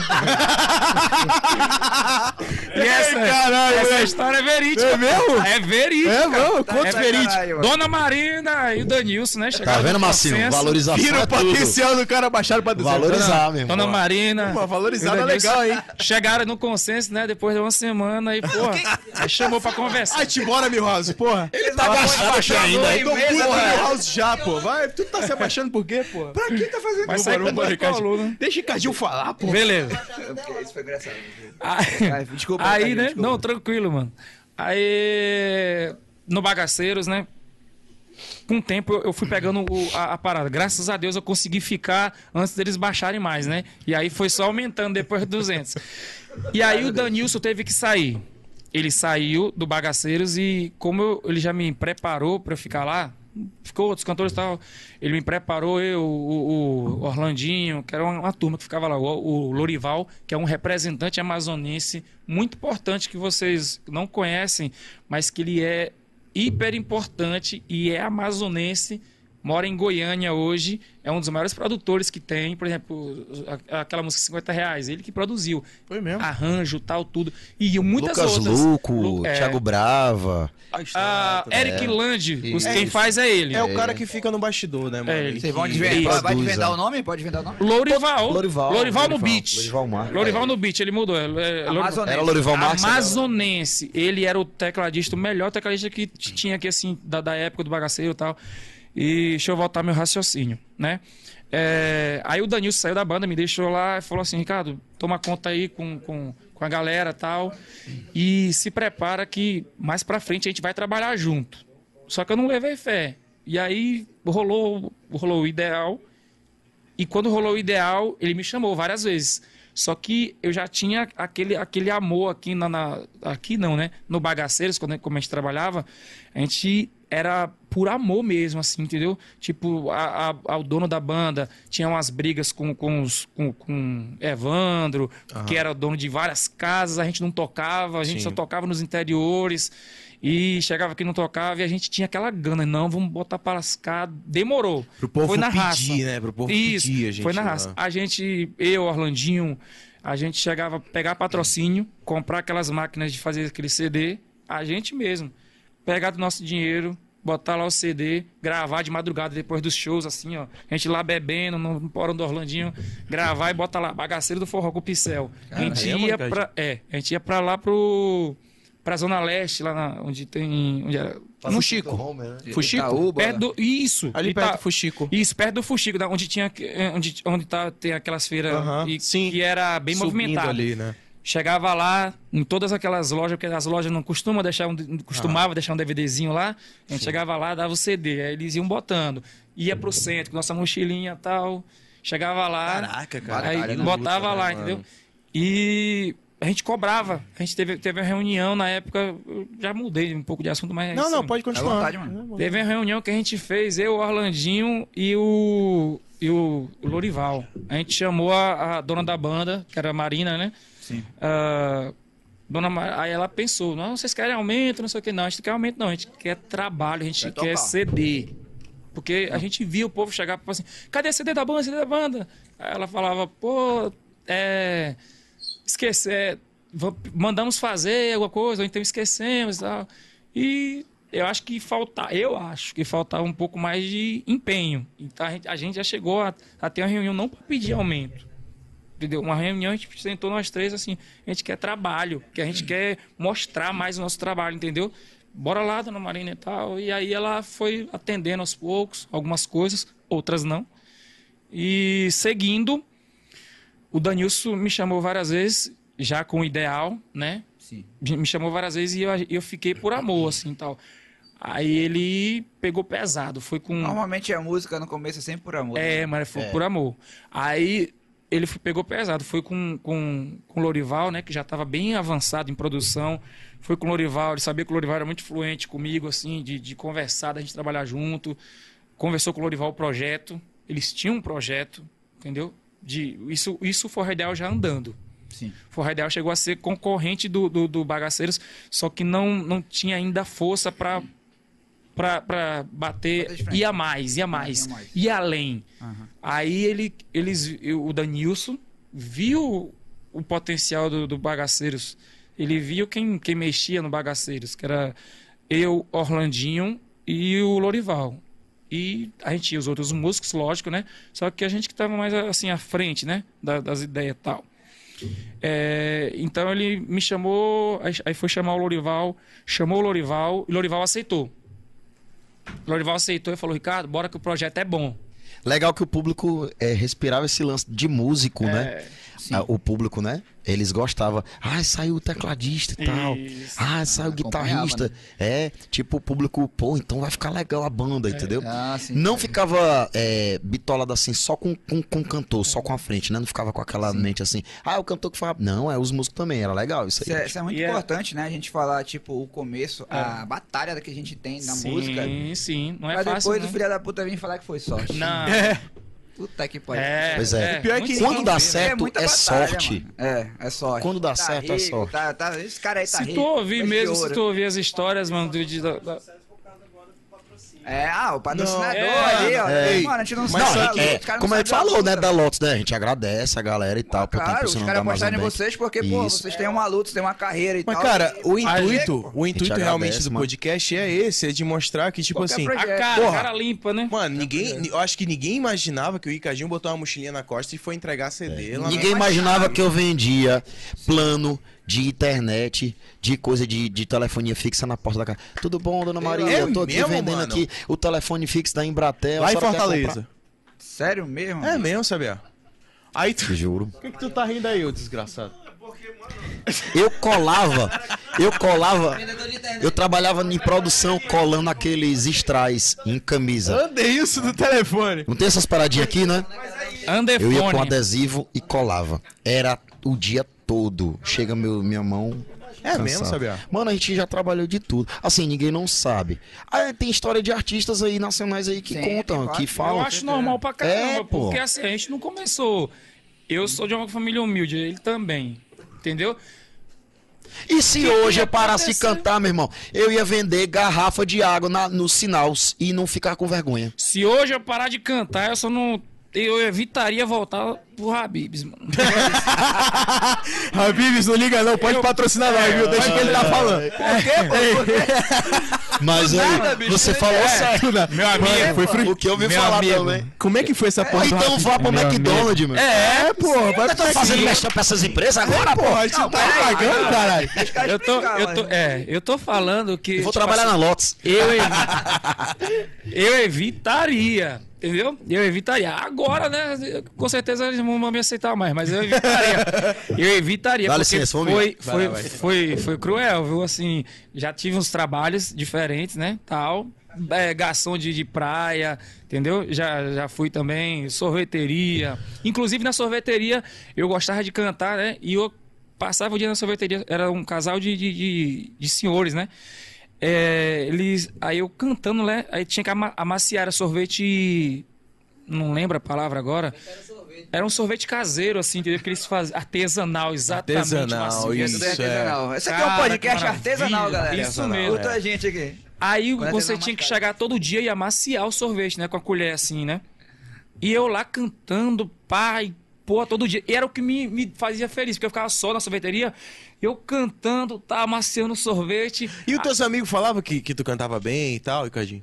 pô. E essa, Caralho, essa velho. história é verídica. É mesmo? É verídica. É, mano, Tá conta de verídico. sacanagem, mano. Dona Marina e o Danilson, né? Tá Chegaram vendo, no Marcinho? consenso. Valorização Vira é o tudo. potencial do cara baixar pra duzentos. Valorizar, meu irmão. Dona Marina. Uma valorizada e o Danilson legal, hein? Chegaram no consenso, né? Depois de uma semana e, porra, aí chamou pra conversar. Ai, te embora, Milhouse, porra. Ele tá baixado aqui ainda, Eu tô hein? puto com o Porra. Milhouse já, pô. Vai, tu tá se abaixando por quê, pô? Pra que tá fazendo Vai isso? sair Vambora, com vambora, dois Ricardinho. colunas. Deixa o Ricardinho falar, pô. Beleza. Isso foi engraçado. Aí, Vai, desculpa, aí, Ricardinho, né? desculpa. Não, tranquilo, mano. Aí, no Bagaceiros, né? Com o tempo eu- eu fui pegando o- a, a parada. Graças a Deus eu consegui ficar antes deles baixarem mais, né? E aí foi só aumentando depois de duzentos. E aí o Danilson teve que sair. Ele saiu do Bagaceiros e como eu- ele já me preparou pra eu ficar lá, ficou outros cantores e tal, ele me preparou, eu, o, o Orlandinho, que era uma, uma turma que ficava lá, o, o Lorival, que é um representante amazonense muito importante que vocês não conhecem, mas que ele é hiper importante e é amazonense mora em Goiânia hoje, é um dos maiores produtores que tem, por exemplo, a- aquela música cinquenta reais, ele que produziu. Foi mesmo. Arranjo, tal, tudo. E muitas Lucas outras. Luco, Lu- é, Thiago Brava. a Eric Land, os, Isso. quem faz é ele. É o cara que fica no bastidor, né, mano? É, Ele Vocês vão que- desvendar, Isso. vai desvendar Produza. o nome? Pode desvendar o nome? Lorival. Lorival. Lorival no Lorival. beat. Lorival Marques. Lorival no beat, ele mudou. É, é, Amazonense. Era Lorival Marques. Amazonense. Ele era o tecladista, o melhor tecladista que t- tinha aqui, assim, da, da época do bagaceiro e tal. E deixa eu voltar meu raciocínio, né? É, aí o Danilson saiu da banda, me deixou lá e falou assim, Ricardo, toma conta aí com, com, com a galera e tal. E se prepara que mais pra frente a gente vai trabalhar junto. Só que eu não levei fé. E aí rolou, rolou o ideal. E quando rolou o ideal, ele me chamou várias vezes. Só que eu já tinha aquele, aquele amor aqui na, na- aqui não, né? No Bagaceiros, quando como a gente trabalhava, a gente era por amor mesmo, assim, entendeu? Tipo, a, a- ao dono da banda tinha umas brigas com, com, os, com, com Evandro, que era dono de várias casas, a gente não tocava, a gente Sim. só tocava nos interiores. E chegava aqui não tocava e a gente tinha aquela gana, não, vamos botar para lascar. Demorou. Pro povo Foi na pedir, raça. né? Pro povo Isso, pedir a gente foi na lá. raça. A gente, eu, Orlandinho, a gente chegava a pegar patrocínio, comprar aquelas máquinas de fazer aquele C D, a gente mesmo. Pegar do nosso dinheiro, botar lá o C D, gravar de madrugada depois dos shows, assim, ó. A gente lá bebendo no no porão do Orlandinho, gravar e botar lá, Bagaceiro do Forró com o Pincel. A gente Caramba, ia cara. pra, é, a gente ia pra lá pro... Pra Zona Leste, lá na- onde tem... Onde era, no Chico. Fuxico? Itaúba. Perto do, isso. Ali Ita- perto do Fuxico. Isso, perto do Fuxico, da- onde tinha eh, onde, onde tá, tem aquelas feiras Aham, e- sim. que era bem Subindo movimentado. ali, né? Chegava lá em todas aquelas lojas, porque as lojas não costumam deixar um, não costumava deixar um DVDzinho lá. A gente chegava lá, dava o C D, aí eles iam botando. Ia pro centro com nossa mochilinha e tal. Chegava lá, Caraca, cara. aí Batalha, né? botava Luta, lá, né, entendeu? mano? E a gente cobrava. A gente teve, teve uma reunião na época, eu já mudei um pouco de assunto, mas... Não, não, assim, pode À continuar. vontade, mano. Teve uma reunião que a gente fez, eu, o Orlandinho e o, e o Lorival. A gente chamou a, a dona da banda, que era a Marina, né? Sim. Ah, dona Ma- Aí ela pensou, não, vocês querem aumento, não sei o que, não. A gente não quer aumento, não. A gente quer trabalho, a gente Quer quer tocar. C D. Porque a gente via o povo chegar e falar assim, cadê C D da banda, C D da banda? Aí ela falava, pô, é... Esquecer, va- mandamos fazer alguma coisa, ou então esquecemos e tal. E eu acho que falta, eu acho que faltava um pouco mais de empenho. Então a gente, a gente já chegou a, a ter uma reunião não para pedir aumento. Entendeu? Uma reunião, a gente sentou nós três assim, a gente quer trabalho, que a gente quer mostrar mais o nosso trabalho, entendeu? Bora lá, dona Marina e tal. E aí ela foi atendendo aos poucos, algumas coisas, outras não. E seguindo, o Danilson me chamou várias vezes, já com o ideal, né? Sim. Me chamou várias vezes e eu, eu fiquei por amor, assim, tal. Aí ele pegou pesado, foi com... Normalmente a música no começo é sempre por amor. É, né? mas foi por amor. Aí ele foi- pegou pesado, foi com, com, com o Lorival, né? Que já estava bem avançado em produção. Foi com o Lorival, ele sabia que o Lorival era muito fluente comigo, assim, de, de conversar, da gente trabalhar junto. Conversou com o Lorival o projeto. Eles tinham um projeto, entendeu? De, isso, isso foi o Ideal já andando. Sim. Forra Ideal chegou a ser concorrente do, do, do Bagaceiros, só que não, não tinha ainda força para para bater, Bater de frente. ia mais, ia mais, Ia mais. ia além. Aham. Aí ele, eles, o Danilson viu o potencial do, do Bagaceiros, ele viu quem, quem mexia no Bagaceiros, que era eu, Orlandinho e o Lorival. E a gente tinha os outros músicos, lógico, né? Só que a gente que estava mais assim à frente, né? Da- das ideias e tal. É, então ele me chamou, aí- aí foi chamar o Lorival, chamou o Lorival e o Lorival aceitou. O Lorival aceitou e falou, Ricardo, bora que o projeto é bom. Legal que o público é, respirava esse lance de músico, né? sim. Ah, o público, né? Eles gostavam. Ah, saiu o tecladista e tal. Isso. Ah, saiu o Acompanhava, guitarrista. É, tipo, o público, pô, então vai ficar legal a banda, entendeu? Ah, sim. Não ficava é, bitolado assim, só com, com, com o cantor, só com a frente, né? Não ficava com aquela mente assim, ah, o cantor que fala. Não, é os músicos também, era legal isso aí. Isso é, isso é muito E é- importante, né? A gente falar, tipo, o começo, a batalha que a gente tem na sim, música. sim, não é Pra fácil. depois não. o filho da puta vir falar que foi sorte. Não. Puta que pariu. É, Pois é. O pior é muito que Quando simples. dá É certo, muita é batalha, sorte. mano. É, é sorte. Quando dá Tá certo, é rico, sorte. Tá, tá, esse cara aí tá Se rico. tu ouvir peixe de mesmo, se ouro. tu ouvir as histórias, mano, de, de- da- da- É, ah, o patrocinador Não, ali, é, ó. é. Mano, a gente não Mas sabe. só da que- luta, É, os caras não como a gente sabem da falou, né, luta. da Lotus, né? A gente agradece a galera e tal, por estar Claro, os impulsionando caras a Amazon apostaram em Bank. vocês porque, pô, Isso. vocês têm uma luta, vocês têm uma carreira e Mas, tal. cara, e- o e- intuito, o intuito agradece, realmente do mano. podcast é esse, é de mostrar que, tipo Qualquer assim, projeto. A cara, Porra. cara limpa, né? mano, ninguém, eu acho que ninguém imaginava que o Ricardinho botou uma mochilinha na costa e foi entregar C D lá na- Ninguém imaginava que eu vendia plano de internet, de coisa de, de telefonia fixa na porta da casa. Tudo bom, dona Maria? É eu tô aqui mesmo, vendendo mano? aqui o telefone fixo da Embratel. lá a em senhora quer Fortaleza. Sério mesmo? É mesmo, sabia? Aí tu... comprar? Juro. Por que, que tu tá rindo aí, ô desgraçado? Eu colava, eu colava, eu trabalhava em produção colando aqueles strass em camisa. Ande isso do telefone. Não tem essas paradinhas aqui, né? Eu ia com Andefone. adesivo e colava. Era o dia todo. Chega meu, minha mão. É mesmo, cansada. sabia? Mano, a gente já trabalhou de tudo. Assim, ninguém não sabe. Aí tem história de artistas aí, nacionais aí, que Sim, contam, claro. que Eu falam. acho normal pra caramba, É, pô. porque assim, a gente não começou. Eu sou de uma família humilde, ele também. Entendeu? E se que hoje ia eu parasse de acontecer? cantar, meu irmão, eu ia vender garrafa de água na, nos sinais e não ficar com vergonha. Se hoje eu parar de cantar, eu só não. Eu evitaria voltar pro Habibs, mano. Habibs, não liga não, pode Eu- patrocinar nós, viu? Deixa o que ele tá falando. Mas aí, nada, bicho, você não falou é. certo. Meu amigo, foi fru... O que eu ouvi Meu falar amigo. também. Como é que foi essa porra? do Então Habib's? vá pro Meu McDonald's, meu. É, pô, vai Você tá fazendo mexer pra essas empresas agora, pô? Porra, a gente não tá peraí, pagando, não. caralho. Deixa o cara Eu tô, explicar, eu tô, mas- é, eu tô falando que. Eu vou tipo trabalhar assim, na Lotus. Eu, evi- eu evitaria, entendeu? Eu evitaria. Agora, né? Com certeza eles não vão me aceitar mais, mas eu evitaria. Eu evitaria. Dá porque licença, vamos foi, ver. foi, Vai lá, vai. foi, foi cruel, viu? Assim, já tive uns trabalhos diferentes, né? Tal. É, garçom de, de praia, entendeu? Já, já fui também, sorveteria. Inclusive na sorveteria eu gostava de cantar, né? E eu passava o dia na sorveteria. Era um casal de, de, de, de senhores, né? É, eles, aí eu cantando, né? Aí tinha que ama, amaciar sorvete. Não lembro a palavra agora. Era um sorvete caseiro, assim, entendeu? Que eles faziam. Artesanal, exatamente. Artesanal, Macio. isso. Tudo é artesanal. Esse aqui é um Cara, podcast que maravilha. artesanal, galera. Isso mesmo. Outra gente aqui. Aí Quando é você artesanal, tinha que mais chegar todo dia e amaciar o sorvete, né? Com a colher assim, né? E eu lá cantando, pai, pô, todo dia. E era o que me, me fazia feliz, porque eu ficava só na sorveteria, eu cantando, tá amaciando o sorvete. E os teus amigos falavam que, que tu cantava bem e tal, Ricardinho?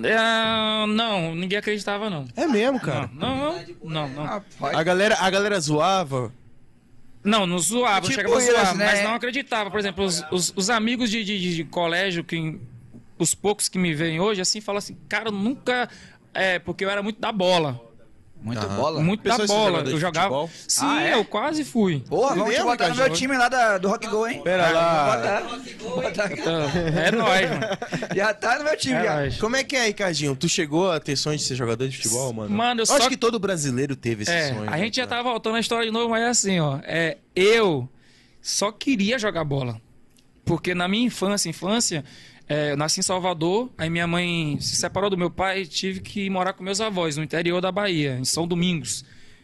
Ah, não, ninguém acreditava, não. É mesmo, cara. Não, não, não, não. Ah, pode. A galera, a galera zoava. Não, não zoava, Tipo não chegava a zoar, isso, né? mas não acreditava. Por exemplo, os, os, os amigos de, de, de colégio, que, os poucos que me veem hoje, assim, falam assim, cara, eu nunca... É, porque eu era muito da bola. Muito Aham. bola? Muito Pensou da em ser bola. jogador Eu de jogava. futebol? Sim, Ah, é? eu quase fui. Porra, vamos te mesmo, botar no Ricardinho? meu time lá da, do Rock Go, hein? Pera lá. Bota, bota. Então, é nóis, mano. Já tá no meu time, É já. nóis. Como é que é, Ricardinho? Tu chegou a ter sonho de ser jogador de futebol, mano? Mano, eu acho só- que todo brasileiro teve esse É, sonho. a gente né, já cara? tá voltando a história de novo, mas é assim, ó. É, eu só queria jogar bola. Porque na minha infância, infância, é, eu nasci em Salvador, aí minha mãe se separou do meu pai e tive que morar com meus avós no interior da Bahia, em São Domingos.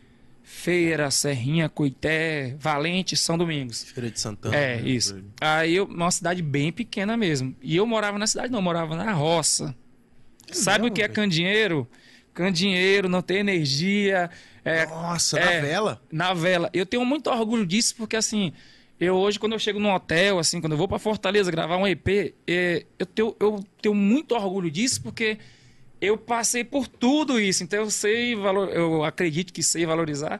Feira, Serrinha, Coité, Valente, São Domingos. Feira de Santana. É, né? isso. Aí eu, uma cidade bem pequena mesmo. E eu morava na cidade, não, eu morava na roça. Sabe mesmo, o que é velho? candinheiro? Candinheiro, não tem energia. É, Nossa, é, na vela? Na vela. Eu tenho muito orgulho disso, porque assim, eu hoje, quando eu chego num hotel, assim, quando eu vou pra Fortaleza gravar um E P, é, eu, tenho, eu tenho muito orgulho disso, porque eu passei por tudo isso. Então eu sei, valor, eu acredito que sei valorizar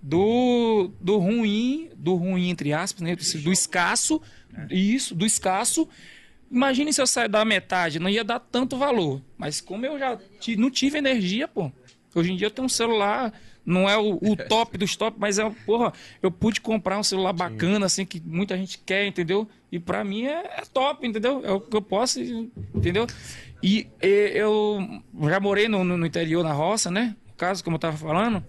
do, do ruim, do ruim, entre aspas, né? Do, do escasso, isso, do escasso. Imagine se eu sair da metade, não ia dar tanto valor. Mas como eu já ti- não tive energia, pô. Hoje em dia eu tenho um celular, não é o, o top dos top, mas é, porra, eu pude comprar um celular bacana, assim, que muita gente quer, entendeu? E pra mim é, é top, entendeu? É o que eu posso, entendeu? E, e eu já morei no, no interior, na roça, né? No caso, como eu tava falando.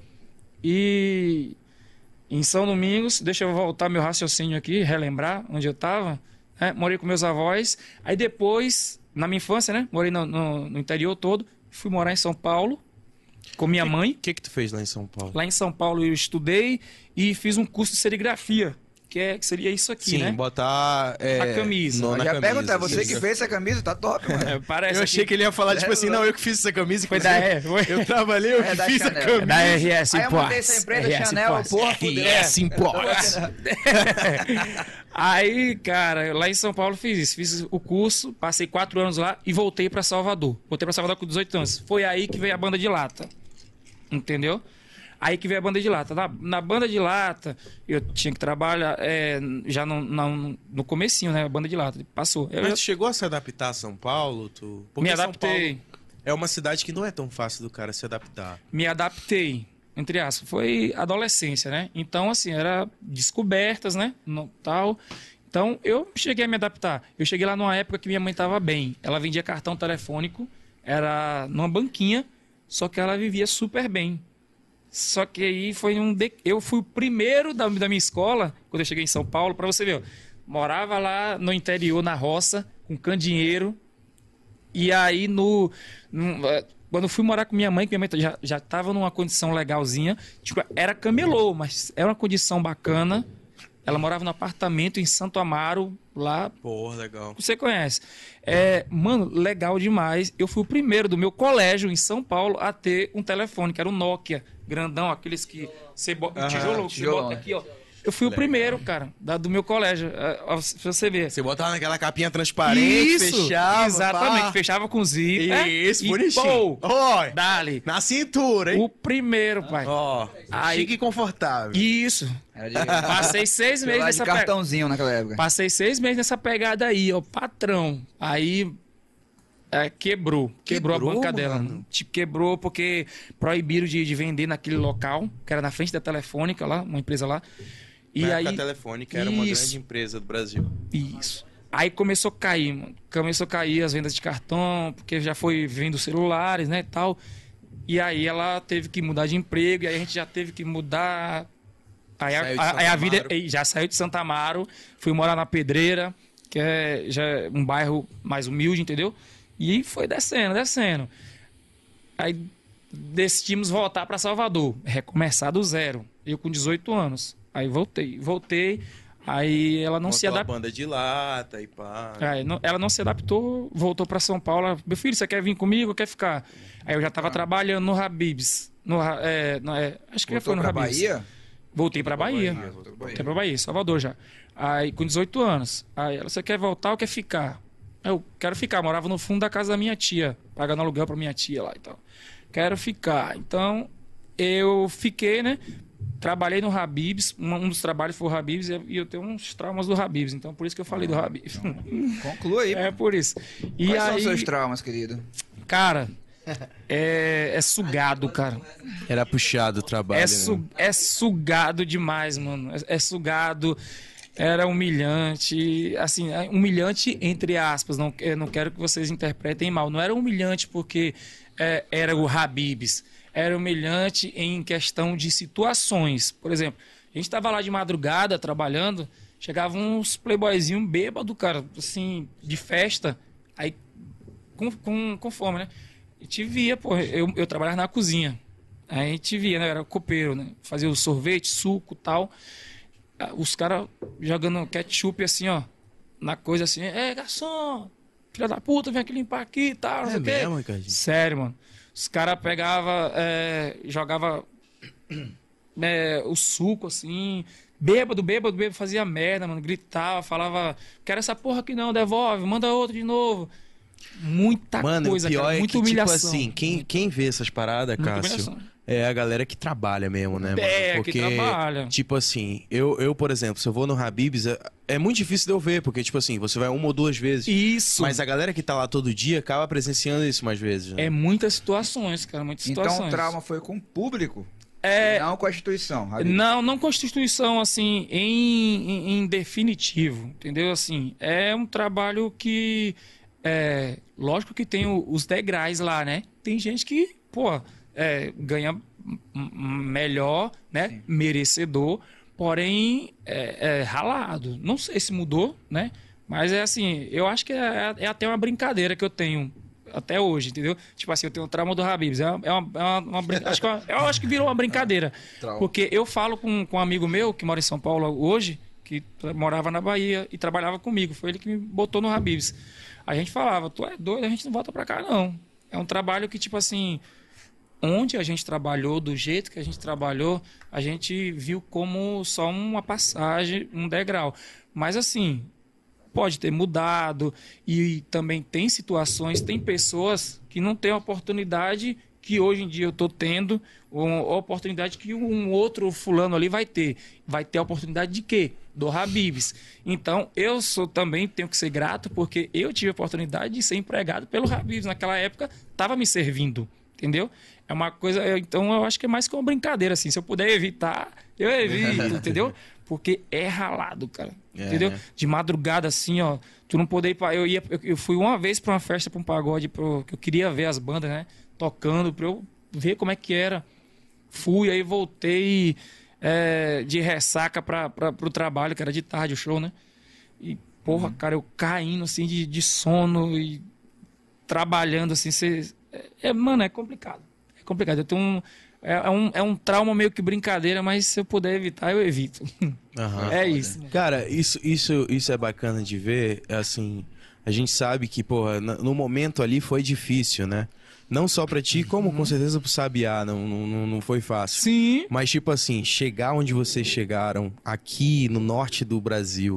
E em São Domingos, deixa eu voltar meu raciocínio aqui, relembrar onde eu tava. Né? Morei com meus avós. Aí depois, na minha infância, né? Morei no, no, no interior todo. Fui morar em São Paulo com minha mãe. O que que tu fez lá em São Paulo? Lá em São Paulo eu estudei e fiz um curso de serigrafia. que, é, que seria isso aqui, Sim, né? botar... É, A camisa. nó na Já camisa, pergunta, é você assim. que fez essa camisa? Tá top, mano. É, parece Eu achei que ele ia falar, tipo É, assim, não, eu que fiz essa camisa. Foi inclusive. da R, foi. Eu trabalhei, eu É que da fiz a Chanel. camisa. Da R S Aí eu montei Imports. essa empresa, R S Chanel, Imports. porra, fudeu. R S Imports. Aí, cara, lá em São Paulo fiz isso. Fiz o curso, passei quatro anos lá e voltei pra Salvador. Voltei pra Salvador com dezoito anos. Foi aí que veio a banda de lata. Entendeu? Aí que veio a banda de lata. Na, na banda de lata, eu tinha que trabalhar é, já no, no, no comecinho, né? A banda de lata. Passou. Eu Mas já tu chegou a se adaptar a São Paulo? Tu... Porque me São adaptei. Paulo é uma cidade que não é tão fácil do cara se adaptar. Me adaptei, entre aspas. Foi adolescência, né? Então, assim, era descobertas, né? No, tal. Então, eu cheguei a me adaptar. Eu cheguei lá numa época que minha mãe estava bem. Ela vendia cartão telefônico, era numa banquinha, só que ela vivia super bem. Só que aí foi um... De... Eu fui o primeiro da, da minha escola, quando eu cheguei em São Paulo, para você ver, ó, morava lá no interior, na roça, com candinheiro. E aí, no, no, quando eu fui morar com minha mãe, que minha mãe já, já tava numa condição legalzinha, tipo, era camelô, mas era uma condição bacana. Ela morava no apartamento em Santo Amaro, lá. Porra, legal. Você conhece. É, mano, legal demais. Eu fui o primeiro do meu colégio em São Paulo a ter um telefone, que era um Nokia, grandão, aqueles que você bota, Aham, tijolo, você tijolão, bota né? aqui, ó. Eu fui Legal. o primeiro, cara, da, do meu colégio, é, ó, pra você ver. Você botava naquela capinha transparente, fechava. Exatamente, pá. fechava com zíper. é, Isso, e bonitinho. pô, Ó, dali. na cintura, hein? O primeiro, pai. Ó, Aí- chique e confortável. Isso. Era de, Passei seis meses celular de nessa pegada. cartãozinho naquela época. Passei seis meses nessa pegada aí, ó, patrão. Aí é, quebrou. Quebrou. Quebrou, a banca dela. mano? Tipo, quebrou porque proibiram de, de vender naquele local, que era na frente da Telefônica lá, uma empresa lá. E Na aí. época, a Telefônica era uma Isso. grande empresa do Brasil. Isso. Aí começou a cair, mano. Começou a cair as vendas de cartão, porque já foi vendo celulares, né, e tal. E aí ela teve que mudar de emprego, e aí a gente já teve que mudar. Aí, a, Saiu de a- Santa aí a vida Amaro. aí já saiu de Santa Amaro, fui morar na Pedreira, que é já é um bairro mais humilde, entendeu? E foi descendo, descendo. Aí decidimos voltar para Salvador, recomeçar do zero. Eu com dezoito anos. Aí voltei, voltei. Aí ela não se Montou a adaptou. banda de lata e pá. É, não- ela não se adaptou, voltou para São Paulo. Ela, meu filho, você quer vir comigo ou quer ficar? Aí eu já estava trabalhando no Habib's. No, Ra- é, no- é, acho que já foi Voltou no pra Habib's. Voltou Voltei para Bahia. Bahia. Voltou pra Bahia. Voltei para Bahia, Salvador já. Aí com dezoito anos. Aí ela, você quer voltar ou quer ficar? Eu quero ficar. Morava no fundo da casa da minha tia, pagando aluguel para minha tia lá e tal. Quero ficar. Então eu fiquei, né? Trabalhei no Habib's, um um dos trabalhos foi o Habib's e eu tenho uns traumas do Habib's, então por isso que eu falei do Habib's. Conclua aí. É por isso. E Quais são aí, os seus traumas, querido? cara, é, é sugado, cara. Era puxado o trabalho, É, né? su- é sugado demais, mano. É, é sugado. Era humilhante, assim, é humilhante entre aspas. Não, eu não quero que vocês interpretem mal. Não era humilhante porque é, era o Habib's. Era humilhante em questão de situações. Por exemplo, a gente estava lá de madrugada trabalhando, chegavam uns playboyzinhos bêbados, cara, assim, de festa, aí com, com, com fome, né? A gente via, pô, eu, eu trabalhava na cozinha. Aí a gente via, né? Era copeiro, né? Fazia o sorvete, suco e tal. Os caras jogando ketchup assim, ó, na coisa assim, é, garçom, filha da puta, vem aqui limpar aqui e tal, não É sei o quê. mesmo, Ricardinho? Sério, mano. Os caras pegavam, é, jogava é, o suco assim, bêbado, bêbado, bêbado, fazia merda, mano, gritava, falava, quero essa porra aqui não, devolve, manda outro de novo. Muita Mano, coisa, o pior cara, é muita que, humilhação. tipo assim, quem, quem vê essas paradas, Muita Cássio, humilhação. é a galera que trabalha mesmo, né, mano? É, que Porque, trabalha. tipo assim, eu, eu, por exemplo, se eu vou no Habib's, é, é muito difícil de eu ver, porque, tipo assim, você vai uma ou duas vezes. Isso. Mas a galera que tá lá todo dia acaba presenciando isso mais vezes, né? É muitas situações, cara, muitas situações. Então o trauma foi com o público, É, não com a instituição. Habib. Não, não Constituição, assim, em, em, em definitivo, entendeu? Assim, é um trabalho que, é, lógico que tem o- os degraus lá, né? Tem gente que, pô, é, ganha m- m- melhor, né? Sim. Merecedor, porém, é, é ralado. Não sei se mudou, né? Mas é assim, eu acho que é, é até uma brincadeira que eu tenho até hoje, entendeu? Tipo assim, eu tenho o trauma do Habib's. É uma, é uma, é uma- uma brin- acho que é uma- eu acho que virou uma brincadeira. Trauma. Porque eu falo com, com um amigo meu que mora em São Paulo hoje, que que tra- morava na Bahia e trabalhava comigo. Foi ele que me botou no Habib's. A gente falava, tu é doido, a gente não volta pra cá, não. É um trabalho que, tipo assim, onde a gente trabalhou, do jeito que a gente trabalhou, a gente viu como só uma passagem, um degrau. Mas, assim, pode ter mudado e também tem situações, tem pessoas que não têm a oportunidade que hoje em dia eu estou tendo, uma oportunidade que um outro fulano ali vai ter. Vai ter a oportunidade de quê? Do Habib's. Então, eu sou também tenho que ser grato porque eu tive a oportunidade de ser empregado pelo Habib's. Naquela época, estava me servindo, entendeu? É uma coisa... eu- então, eu acho que é mais que uma brincadeira, assim. Se eu puder evitar, eu evito, entendeu? Porque é ralado, cara. É, Entendeu? né? De madrugada, assim, ó. Tu não poder ir pra... Eu, ia, eu, eu fui uma vez pra uma festa, pra um pagode, pro, que eu queria ver as bandas, né? Tocando, pra eu ver como é que era. Fui, aí voltei é, de ressaca pra, pra, pro trabalho, que era de tarde o show, né? E, porra, cara, eu caindo, assim, de, de sono e trabalhando, assim, cê, é, é, mano, é complicado. É complicado. Eu tenho um é, é um... é um trauma meio que brincadeira, mas se eu puder evitar, eu evito. Aham. É isso. Cara, isso, isso, isso é bacana de ver, é assim, a gente sabe que, porra, na- no momento ali foi difícil, né? Não só pra ti, como com certeza pro Sabiá, não, não, não- não foi fácil. Sim. Mas, tipo assim, chegar onde vocês chegaram, aqui no norte do Brasil,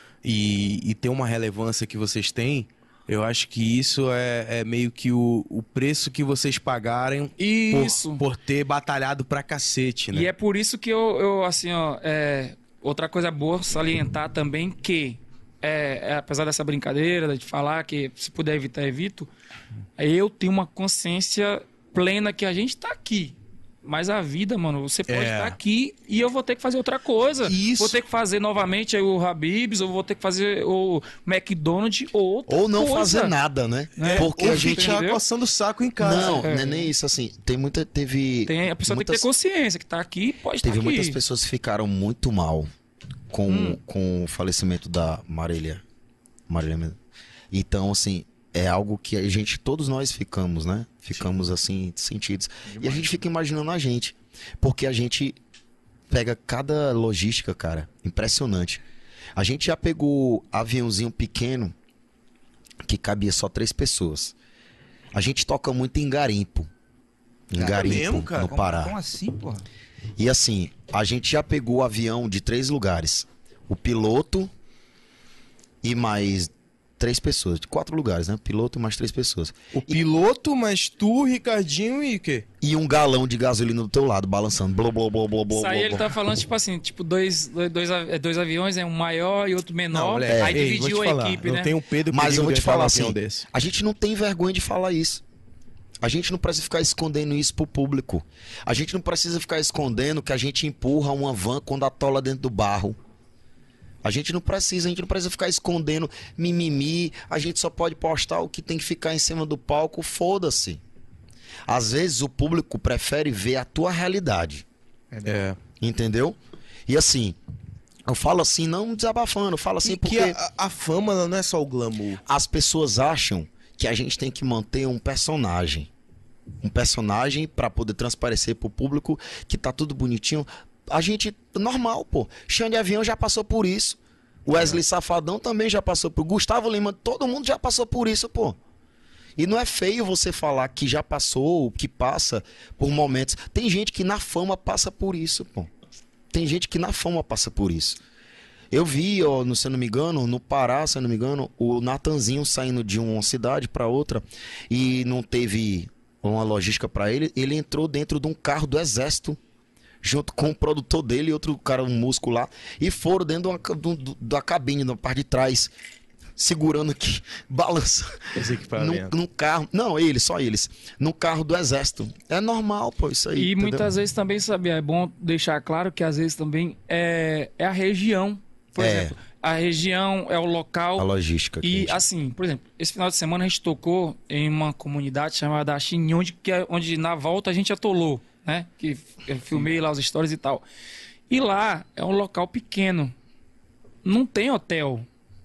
e, e ter uma relevância que vocês têm, eu acho que isso é, é meio que o, o preço que vocês pagaram Isso. por, por ter batalhado pra cacete, né? E é por isso que eu, eu assim, ó, é, outra coisa boa salientar também que, é, é, apesar dessa brincadeira de falar que se puder evitar, evito, eu tenho uma consciência plena que a gente tá aqui. Mas a vida, mano, você pode É. estar aqui e eu vou ter que fazer outra coisa. Isso. Vou ter que fazer novamente aí o Habib's, ou vou ter que fazer o McDonald's ou outra Ou não coisa. fazer nada, né? É, Porque Ou a gente. ficar entendeu? coçando o saco em casa. Não, É. não é nem isso, assim. Tem muita. Teve. Tem, a pessoa muitas, tem que ter consciência que tá aqui, pode Teve estar aqui. muitas pessoas que ficaram muito mal com, Hum. com o falecimento da Marília. Marília mesmo. Então, assim, é algo que a gente, todos nós ficamos, né? Ficamos assim, sentidos. E a gente fica imaginando a gente. Porque a gente pega cada logística, cara, impressionante. A gente já pegou aviãozinho pequeno que cabia só três pessoas. A gente toca muito em garimpo. Em Cara, garimpo, mesmo, cara? no Como, Pará. como assim, porra? E assim, a gente já pegou avião de três lugares. O piloto e mais três pessoas. De quatro lugares, né? Piloto e mais três pessoas. O piloto, mas tu, Ricardinho e o quê? E um galão de gasolina do teu lado, balançando. Blá, blá, blá, blá, blá, Isso aí blá, ele blá. tá falando, tipo assim, tipo, dois, dois, dois, av- dois aviões, é um maior e outro menor. moleque, aí ei, dividiu vou te a falar, equipe, não né? tem um Pedro Mas perigo eu vou de te entrar num falar avião assim, desse. a gente não tem vergonha de falar isso. A gente não precisa ficar escondendo isso pro público. A gente não precisa ficar escondendo que a gente empurra uma van quando atola dentro do barro. A gente não precisa, a gente não precisa ficar escondendo mimimi. A gente só pode postar o que tem que ficar em cima do palco, foda-se. Às vezes o público prefere ver a tua realidade. É. Entendeu? E assim, eu falo assim, não desabafando, eu falo assim E porque que a, a fama ela não é só o glamour. as pessoas acham que a gente tem que manter um personagem. Um personagem pra poder transparecer pro público que tá tudo bonitinho. A gente, normal, pô. Xande de Avião já passou por isso. Wesley Safadão também já passou por. Gustavo Lima, todo mundo já passou por isso, pô. E não é feio você falar que já passou, que passa por momentos. Tem gente que na fama passa por isso, pô. Tem gente que na fama passa por isso. Eu vi, ó, no, se eu não me engano, no Pará, se eu não me engano, o Natanzinho saindo de uma cidade pra outra e não teve uma logística pra ele. Ele entrou dentro de um carro do exército, junto com o produtor dele e outro cara, um músico lá, e foram dentro de uma, do- do- da cabine, na parte de trás, segurando aqui, balançando. Os equipamentos. Num, num carro. Não, eles, só eles. No carro do exército. É normal, pô, isso aí. E entendeu? muitas vezes também, sabia, é bom deixar claro que às vezes também é, é a região. Por É. exemplo, a região é o local. A logística. que a E gente- assim, por exemplo, esse final de semana a gente tocou em uma comunidade chamada Axim, onde, que é, onde na volta a gente atolou, né? Que eu filmei lá os stories e tal. E lá é um local pequeno. Não tem hotel.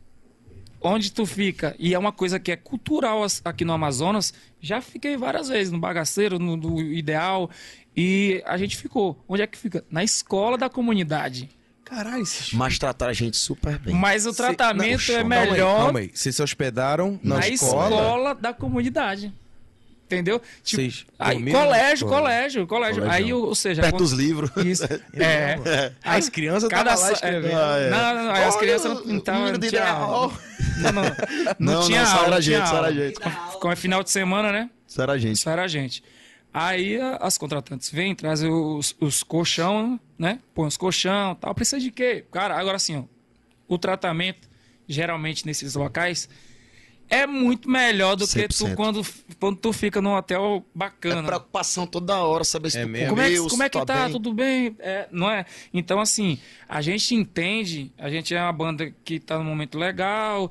Onde tu fica, e é uma coisa que é cultural as- aqui no Amazonas, já fiquei várias vezes no Bagaceiro, no, no Ideal, e a gente ficou. Onde é que fica? Na escola da comunidade. Caralho, esses... Mas trataram a gente super bem. Mas o tratamento Cê- é não, calma aí, melhor Calma aí, vocês se hospedaram na, na escola? escola da comunidade. Entendeu? Tipo, Vocês aí, dormiram na colégio, escola? colégio, colégio. Aí, ou seja, Perto quando- dos livros. Isso. É. Aí, As crianças cada estavam lá sa- é, escrevendo. Ah, é. Não, não, não. Aí as Olha, crianças o não estavam. menino Não de tinha ideal. aula. Não, não. Não, Não, tinha não, só aula. era não tinha gente, só era aula. gente. Como é final de semana, né? Isso era a gente. Isso era a gente. Aí a- as contratantes vêm, trazem os, os colchão, né? Põe os colchão e tal. Precisa de quê? Cara, agora assim, ó. O tratamento, geralmente nesses locais, é muito melhor do cem que por cento. tu quando, quando tu fica num hotel É bacana. preocupação toda hora, saber se É tu mesmo? Como é que, comeu, como é se que tá? bem. Tudo bem? É, não é? Então, assim, a gente entende, a gente é uma banda que tá num momento legal,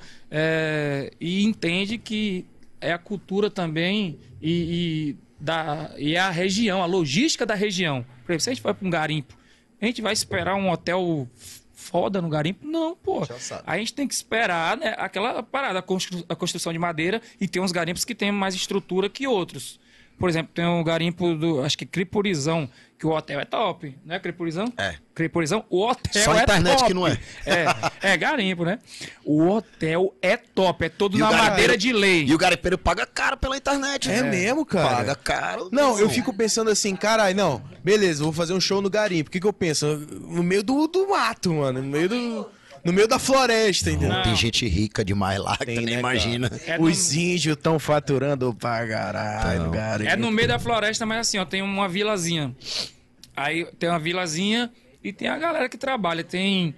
é, e entende que é a cultura também e, e, da, e é a região, a logística da região. Por exemplo, se a gente vai para um garimpo, a gente vai esperar um hotel foda no garimpo? Não, pô. Já sabe. A gente tem que esperar, né, aquela parada, a constru- a construção de madeira, e tem uns garimpos que tem mais estrutura que outros. Por exemplo, tem um garimpo do, acho que Cripurizão, que o hotel é top, né, Cripurizão? É. Cripurizão, o hotel Só a é internet top. que não é. É, é garimpo, né? O hotel é top, é todo E o na garimpeiro- madeira de lei. E o garimpeiro paga caro pela internet. É né? mesmo, cara? Paga caro. Não, eu fico pensando assim, caralho, não, beleza, vou fazer um show no garimpo. O que que eu penso? No meio do, do mato, mano, no meio do... No meio da floresta, entendeu? Não. Tem gente rica demais lá que Tem, tu nem né, imagina. É no- Os índios estão faturando pra caralho, Então. garimpo. É no meio da floresta, mas assim, ó, tem uma vilazinha. Aí tem uma vilazinha e tem a galera que trabalha. Tem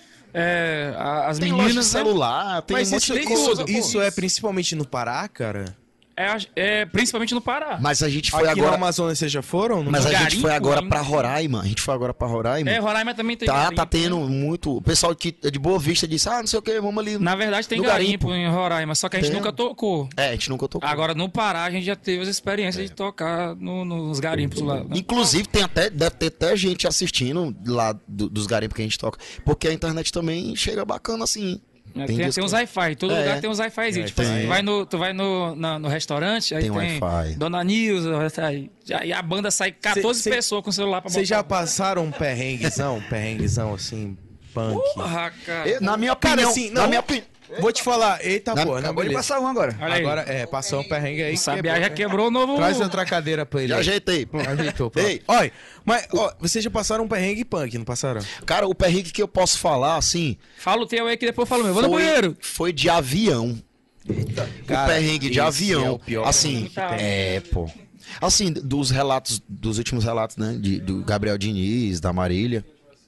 é, a- as Tem loja de meninas. né? celular, tem Mas um monte isso, de tem isso, coisa. tudo, pô. isso é principalmente no Pará, cara? É, a- é, principalmente no Pará. Mas a gente foi Aqui agora. na Amazonas vocês já foram? No Mas a gente garimpo foi agora ainda. pra Roraima. A gente foi agora pra Roraima. É, Roraima também tem Tá, garimpo, tá tendo né? muito. O pessoal que é de Boa Vista disse: ah, não sei o que, vamos ali. Na verdade tem no garimpo, garimpo. em Roraima, só que a gente Tem. nunca tocou. É, a gente nunca tocou. Agora no Pará a gente já teve as experiências de tocar no- nos garimpos lá. né? Inclusive, tem até, deve ter até gente assistindo lá do- dos garimpos que a gente toca. Porque a internet também chega bacana assim. É, Tem, tem, dias uns que- Wi-Fi, todo É. lugar tem uns Wi-Fi. É, Tipo assim, tem. tu vai, no, tu vai no, na- no restaurante, aí Tem tem, Wi-Fi. Dona Nilza, aí, já- e a banda sai quatorze Cê- cê- pessoas com o celular pra Vocês já botar. passaram um perrenguezão, um perrenguezão assim, punk? Porra, cara. Eu- na minha Cara, opinião. assim, na não, minha opinião. Vou te falar, eita Na- porra, não, Acabou de beleza. passar um agora. Olha aí. Agora, é, passou um perrengue aí. O Sabiá quebrou, já né? quebrou o novo... Traz outra cadeira pra ele. Já aí. ajeitei. Pronto. Ajeitou, pronto. Ei. Olha, mas ó, vocês já passaram um perrengue punk, não passaram? Cara, o perrengue que eu posso falar, assim. Fala o teu aí que depois eu falo meu. Vou no foi, banheiro. foi de avião. Cara, o perrengue de esse avião. é o pior assim, perrengue que tem. é, pô. Assim, dos relatos, dos últimos relatos, né? De, do Gabriel Diniz, da Marília.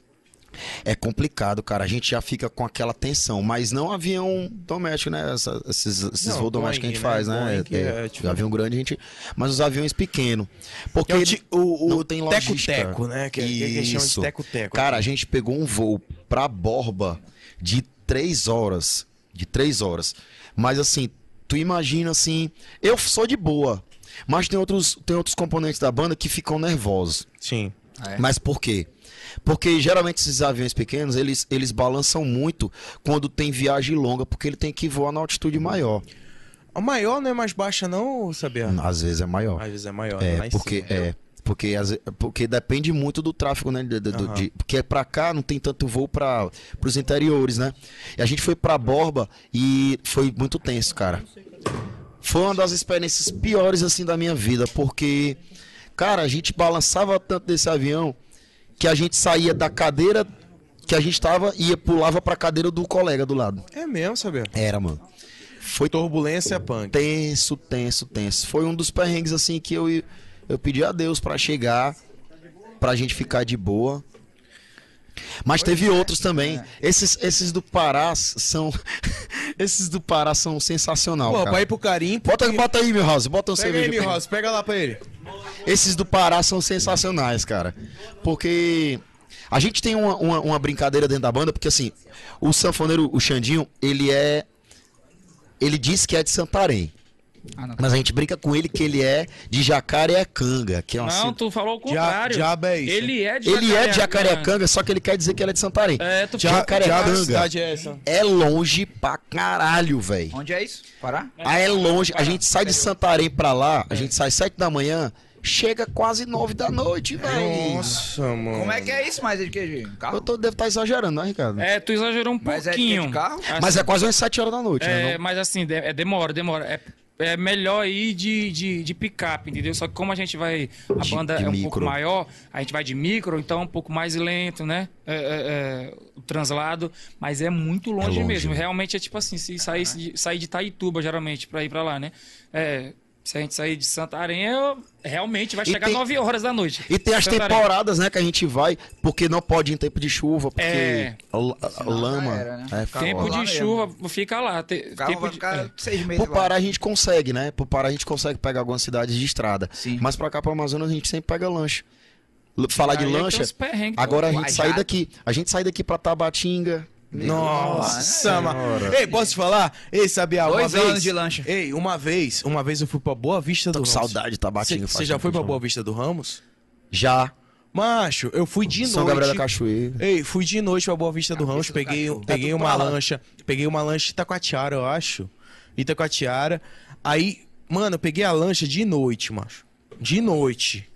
É complicado, cara. A gente já fica com aquela tensão, mas não avião doméstico, né? Essa- esses esses Não, voos domésticos que a gente Boeing, faz, né? né? Boeing, É, é, tipo- avião grande a gente. Mas os aviões pequenos. Porque É o, ti- o, não o tem logística. teco-teco, né? Que, que, que chama de Isso. teco-teco. Cara, a gente pegou um voo pra Borba de três horas. De três horas. Mas assim, tu imagina assim. Eu sou de boa. Mas tem outros, tem outros componentes da banda que ficam nervosos. Sim. Mas por quê? Porque geralmente esses aviões pequenos, eles, eles balançam muito quando tem viagem longa, porque ele tem que voar na altitude maior. A maior não é mais baixa, não, Sabiá? Às vezes é maior. Às vezes é maior, né? Lá É, em porque, cima. é, porque, às ve- porque depende muito do tráfego, né? de- de- Aham. de- porque pra cá não tem tanto voo para os interiores, né? E a gente foi pra Borba e foi muito tenso, cara. Foi uma das experiências piores, assim, da minha vida, porque, cara, a gente balançava tanto desse avião que a gente saía da cadeira que a gente tava e ia, pulava pra cadeira do colega do lado. É mesmo, Sabiá? Era, mano. Foi Turbulência punk. tenso, tenso, tenso. Foi um dos perrengues assim que eu, eu pedi a Deus pra chegar, pra gente ficar de boa. Mas teve outros também. Esses, esses do Pará são. Esses do Pará são sensacional, Pô, cara. pra ir pro carimpo... Bota, bota aí, meu House, bota um Pega aí, cerveja. meu pra mim. Rosa, pega lá pra ele. Esses do Pará são sensacionais, cara. Porque a gente tem uma, uma, uma brincadeira dentro da banda, porque assim, o sanfoneiro, o Xandinho, ele é. Ele diz que é de Santarém. Ah, não. Mas a gente brinca com ele que ele é de Jacareacanga, que é uma Não, ci- tu falou o contrário. diabo é isso? Ele é de Ele é de Jacareacanga. Jacareacanga, só que ele quer dizer que ele é de Santarém. É, tu Já, Jacareacanga. já, que cidade é essa? É longe pra caralho, velho. Onde é isso? Pará? Ah, é longe. A gente sai de Santarém pra lá, a gente sai sete da manhã, chega quase nove da noite, velho. Nossa, mano. Como é que é isso, mais de queijo? Carro? Eu tô, devo estar exagerando, né, Ricardo? É, tu exagerou um Mas é de pouquinho. de carro? Mas é quase umas sete horas da noite, né? É, não? mas assim, de- é, demora, demora. É, é melhor ir de, de, de picape, entendeu? Só que como a gente vai. A De- banda de é um micro. pouco maior, a gente vai de micro, então é um pouco mais lento, né? É, é, é, o translado, mas é muito longe, longe, mesmo. né? Realmente é tipo assim, se saísse de, sair de Itaituba, geralmente, pra ir pra lá, né? É. Se a gente sair de Santarém, eu- realmente vai E chegar tem- nove horas da noite. E tem as Santarém. temporadas, né, que a gente vai, porque não pode ir em tempo de chuva, porque É. a, a- a lama já era, né? é Ficar Tempo foda. lá de mesmo. chuva, fica lá. Te- O carro tempo vai de- ficar é. seis meses Por lá. Pará a gente consegue, né? Por Pará a gente consegue pegar algumas cidades de estrada. Sim. Mas pra cá, pro Amazonas, a gente sempre pega lancha. L- Falar de Aí é que lancha, tem uns perrengues, agora a pô. gente sai Jato. daqui, a gente sai daqui pra Tabatinga. Nossa, mano. Ei, posso te falar? Ei, Sabiá, uma Dois vez... anos de lancha. Ei, uma vez, uma vez eu fui pra Boa Vista do Tô com Ramos. saudade de Tabatinga. Você faz já tempo foi que pra eu Boa não- Vista do Ramos? Já. Macho, eu fui de São noite. Gabriel da Cachoeira. Ei, fui de noite pra Boa Vista do Cabeça Ramos, do peguei, cachorro. peguei Tá tudo uma pra lá. lancha, peguei uma lancha Itacoatiara, eu acho. Itacoatiara. Aí, mano, eu peguei a lancha de noite, macho. De noite.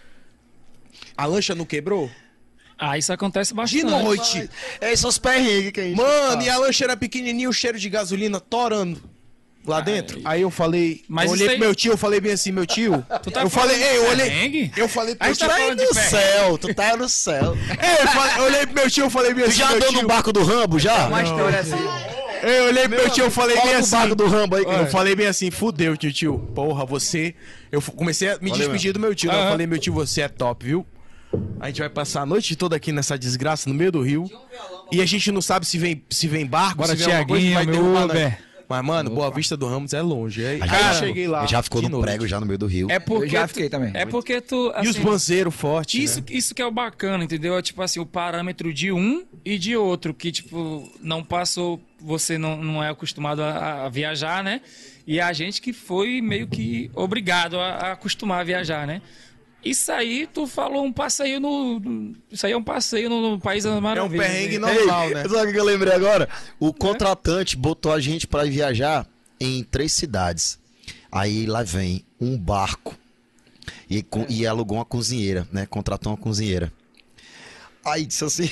A lancha não quebrou? Ah, isso acontece De bastante. noite. Esses são os perrengues que a gente Mano, tá. e a lancha era pequenininha, o cheiro de gasolina torando lá dentro. Aí eu falei, Mas eu olhei isso aí- pro meu tio, eu falei bem assim, meu tio. tá eu falei, ei, eu olhei, perrengue? eu falei pro A meu gente tio. tá Tu tá falando aí de no perrengue. céu, tu tá no céu. Ei, eu, falei- eu olhei pro meu tio, eu falei bem Tu assim, já meu andou tio. no barco do Rambo, já? Uma história assim. Eu olhei pro meu tio, eu falei bem Coloca o assim. barco do Rambo aí, Eu cara. falei bem assim, fudeu, tio, tio. Porra, você. Eu f- comecei a me Valeu, despedir do meu tio. né? Eu Aham. falei, meu tio, você é top, viu? A gente vai passar a noite toda aqui nessa desgraça no meio do rio. E a gente não sabe se vem, se vem barco, Bora, se vem alguma coisa que vai Thiaguinho, meu derrubar nós. Uber. Mas, mano, Boa Vista do Ramos é longe. Aí, A aí gente- eu cheguei lá. Já ficou de no noite. prego, já no meio do rio. É porque Eu já tu- fiquei também. É porque tu. E os assim, banzeiros fortes. Isso, né? isso que é o bacana, entendeu? É tipo assim, o parâmetro de um e de outro, que, tipo, não passou, você não, não é acostumado a, a viajar, né? E a gente que foi meio que obrigado a, a acostumar a viajar, né? Isso aí, tu falou um passeio no. no- Isso aí é um passeio no, no País das É um Maravilhas. perrengue né? normal, né? Sabe o que eu lembrei agora? O contratante botou a gente pra viajar em três cidades. Aí lá vem um barco e, com- e alugou uma cozinheira, né? Contratou uma cozinheira. Aí disse assim.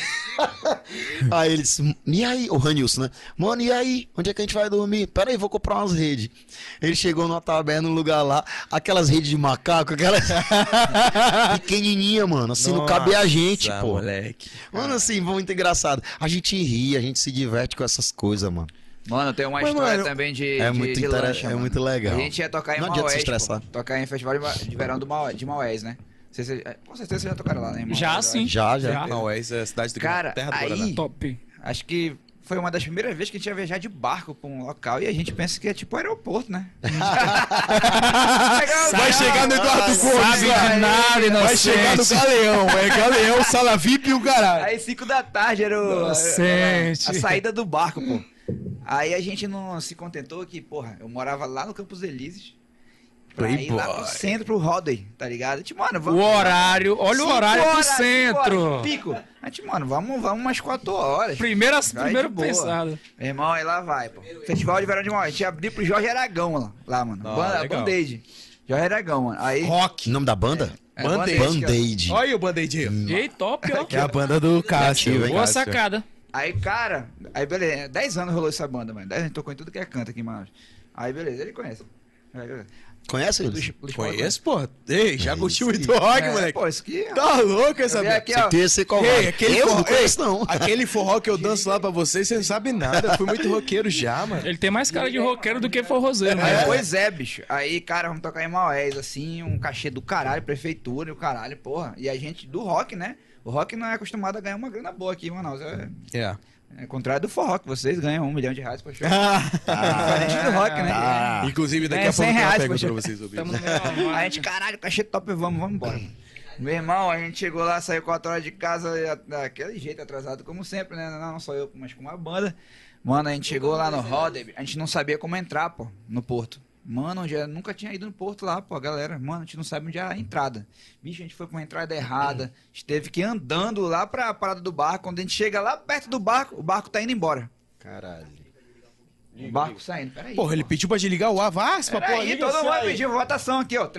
Aí ele disse: e aí, o Ranilson, né? Mano, e aí? Onde é que a gente vai dormir? Pera aí, vou comprar umas redes. Ele chegou numa taberna, num lugar lá, aquelas redes de macaco, aquelas. pequenininha, mano. Assim, não cabe a gente, Nossa, pô. moleque. Mano, assim, muito engraçado. A gente ri, a gente se diverte com essas coisas, mano. Mano, tem uma Mas, história mano, também de, é de, muito de inter- lancha, é mano. muito legal. A gente ia tocar em Não adianta se Maués, pô. estressar. Tocar em festival de, Ma- de verão do Mau, de Maués, né? Vocês- é, com certeza vocês já tocaram lá, né? em Maués, Já eu sim. acho. Já, já. Não, é a cidade do Cara, Terra do aí- Guaraná. Top. Acho que foi uma das primeiras vezes que a gente ia viajar de barco pra um local e a gente pensa que é tipo aeroporto, né? Vai chegar no Eduardo Gomes, Sabe lá. de nada, Vai chegar no inocente. Galeão. É Galeão, Sala V I P e o caralho. Aí cinco da tarde era o, a, Inocente. a saída do barco, pô. Aí a gente não se contentou que, porra, eu morava lá no Campos Elíseos. Pra ir lá pro Playboy. centro, pro Rodney, tá ligado? Tipo, mano, O vamos... horário, olha o Cinco horário horas, do cinco centro. horas, pico. A gente, mano, vamos, vamos umas quatro horas. Primeira, Vai primeiro de boa. pensado. Meu irmão, aí lá vai, pô. Festival de Verão de Maués. A gente abriu pro Jorge Aragão lá, lá mano. Ah, Banda, legal. Band-Aid. Jorge Aragão, mano. Aí... Rock. O nome da banda? É, Band-Aid. Band-Aid. Olha aí o Band-Aid. Ei, top, ó. É a banda do Cássio. Criativo, hein? Boa Cássio. sacada. Aí, cara, aí beleza, dez anos rolou essa banda, mano. dez anos tocou em tudo que é canto aqui em Manaus. Aí beleza, ele conhece. Aí, beleza. Conhece Luiz- eles? Luiz Paulo Conheço, pô. Ei, já É curtiu isso muito aí. rock, conhece. moleque. É, pô, isso aqui... Tá louco essa Eu vi banda. aqui, ó. Você ser qual Ei, vai? aquele Eu forró, não conheço, ei, não. aquele forró que eu danço lá pra vocês, você não sabe nada. Eu fui muito roqueiro já, mano. Ele tem mais cara de roqueiro do que forrozeiro, Aí, né? pois é, bicho. Aí, cara, vamos tocar em Maués, assim, um cachê do caralho, prefeitura e o caralho, porra. E a gente do rock, né? O rock não é acostumado a ganhar uma grana boa aqui em Manaus. É, É. é contrário do forró, que vocês ganham um milhão de reais por show. Diferente do rock, né? tá. Inclusive, daqui É, a pouco cem tem uma reais, pergunta poxa. pra vocês ouvirem. Estamos no meio da A gente, caralho, cachê top, vamos, vamos embora. Mano. Meu irmão, a gente chegou lá, saiu quatro horas de casa, e a- daquele jeito, atrasado como sempre, né? Não só eu, mas com uma banda. Mano, a gente chegou lá no Rodney, a gente não sabia como entrar, pô, no porto. Mano, já nunca tinha ido no porto lá, pô, galera. Mano, a gente não sabe onde é a entrada. Bicho, a gente foi com uma entrada errada. A gente teve que ir andando lá pra parada do barco. Quando a gente chega lá perto do barco, o barco tá indo embora. Caralho. O barco saindo, peraí. Porra, ele pediu pra desligar o ar. Vaspa, Peraí, porra. liga todo assim mundo aí. pediu votação aqui, ó. Três,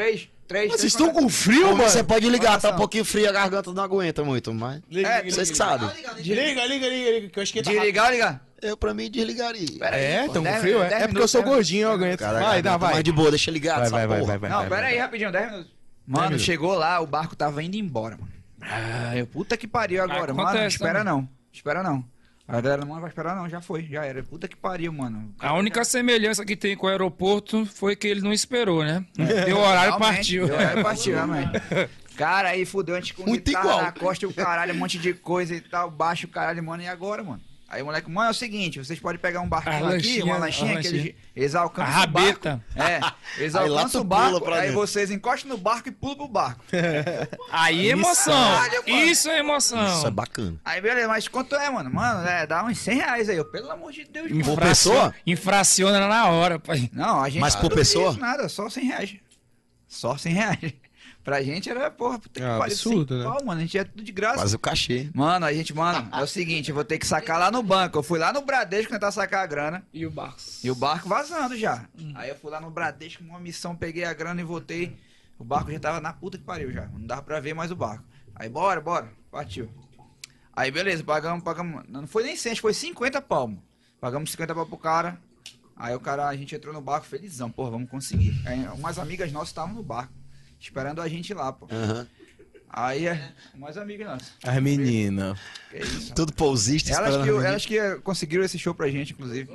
Três, Vocês três, estão quatro- com frio, mano? Você pode ligar, tá um Coração. pouquinho frio, a garganta não aguenta muito, mas... Liga, É, liga, Vocês que liga. sabem. Liga, liga, liga, liga, que eu acho que tá Desligar ou ligar? Eu, pra mim, desligaria. Pera aí, É, pô, tão com dez- frio, é? dez É porque eu sou minutos, gordinho, eu aguento. Cara, a Vai, dá, garganta vai. mais de boa, deixa ligado Vai, essa vai, vai, porra. vai, vai. Não, vai, pera vai. aí, rapidinho, dez minutos. Mano, minutos. chegou lá, o barco tava indo embora, mano. Ah, eu, puta que pariu agora, mano. Acontece, Espera né? não, espera não. A galera não vai esperar não, já foi, já era. Puta que pariu, mano. A única semelhança que tem com o aeroporto foi que ele não esperou, né? Deu horário e Realmente, partiu. deu horário e partiu, realmente. Cara, aí fudeu, a gente com Muito guitarra igual. na costa, o caralho, um monte de coisa e tal, baixo, o caralho, mano, e agora, mano? Aí o moleque, mano, é o seguinte, vocês podem pegar um barquinho A aqui, lanchinha, uma a lanchinha, que lanchinha. eles, eles alcançam A o barco. rabeta. É, eles Aí lá alcançam tu o pula barco, pra aí dentro. vocês encostam no barco e pulam pro barco. Aí é emoção. Caralho, mano. Isso é emoção. Isso é bacana. Aí beleza, mas quanto é, mano? Mano, é, dá uns cem reais aí, eu, pelo amor de Deus, mano. Por pessoa? Infraciona na hora, pai. Não, a gente... Mas por não pessoa? fez Nada, só cem reais. Só cem reais. Pra gente era, porra, puta que É um pariu, absurdo, cem né? pau, mano, a gente ia tudo de graça. Quase o cachê. Mano, a gente, mano, é o seguinte, eu vou ter que sacar lá no banco. Eu fui lá no Bradesco tentar sacar a grana. E o barco? E o barco vazando já. Aí eu fui lá no Bradesco, uma missão, peguei a grana e voltei. O barco já tava na puta que pariu já. Não dava pra ver mais o barco. Aí bora, bora. Partiu. Aí beleza, pagamos, pagamos. Não foi nem cem, acho que foi cinquenta pau. Mano. Pagamos cinquenta pau pro cara. Aí o cara, a gente entrou no barco felizão, porra, vamos conseguir. Aí umas amigas nossas estavam no barco, esperando a gente lá, pô. Aham. Aí, é, umas amigas nossas. As meninas. Que isso. Tudo pousista, Elas esperando que, a menina. elas que conseguiram esse show pra gente, inclusive.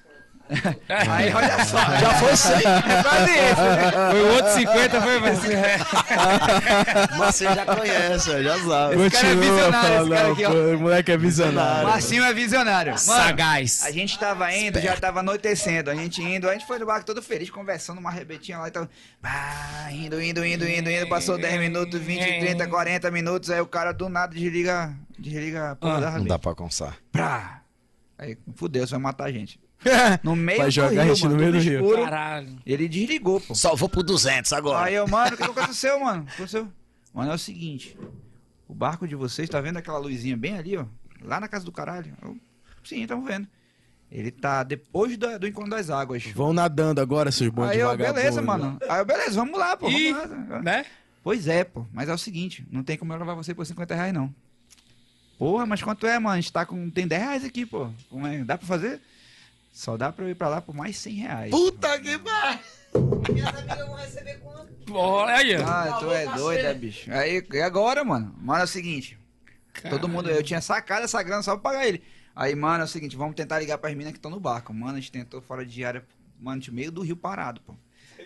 Aí, olha só. Já foi cem. É quase isso, né? Foi o outro cinquenta, foi você. Mas você já conhece, já sabe. Esse cara é visionário, esse cara aqui, ó. O moleque é visionário. Marcinho é visionário. Mano, Sagaz. a gente tava indo, já tava anoitecendo. A gente indo, a gente foi no barco todo feliz, conversando, uma rebetinha lá e tal. Pá, indo, indo, indo, indo, indo. Passou dez minutos, vinte, trinta, quarenta minutos. Aí o cara do nada desliga, desliga a porra Ah, da Não rabeta. dá pra alcançar. Prá. Aí fudeu, você vai matar a gente. No meio Vai do jogar rio, a gente mano, no meio tudo do rio. escuro. Caralho. Ele desligou, pô. Só vou pro duzentos agora. Aí eu, mano, o que que aconteceu, mano? O que aconteceu? Mano, é o seguinte. O barco de vocês, tá vendo aquela luzinha bem ali, ó? Lá na casa do caralho. Eu, sim, estamos vendo. Ele tá depois do, do encontro das águas. Vão nadando agora, seus bons Aí eu, vagabundos. beleza, mano. Aí eu, beleza, vamos lá, pô. E, Vamos lá. né? Pois é, pô. Mas é o seguinte, não tem como eu levar você por cinquenta reais, não. Porra, mas quanto é, mano? A gente tá com... Tem dez reais aqui, pô. Como é? Dá pra fazer? Só dá pra eu ir pra lá por mais cem reais. Puta que pariu. Olha aí. Ah, tu é doida, bicho. Aí, e agora, mano? Mano, é o seguinte. Todo mundo, eu tinha sacado essa grana só pra pagar ele. Aí, mano, é o seguinte, vamos tentar ligar pras minas que estão no barco. Mano, a gente tentou fora de área, mano, de meio do rio parado, pô.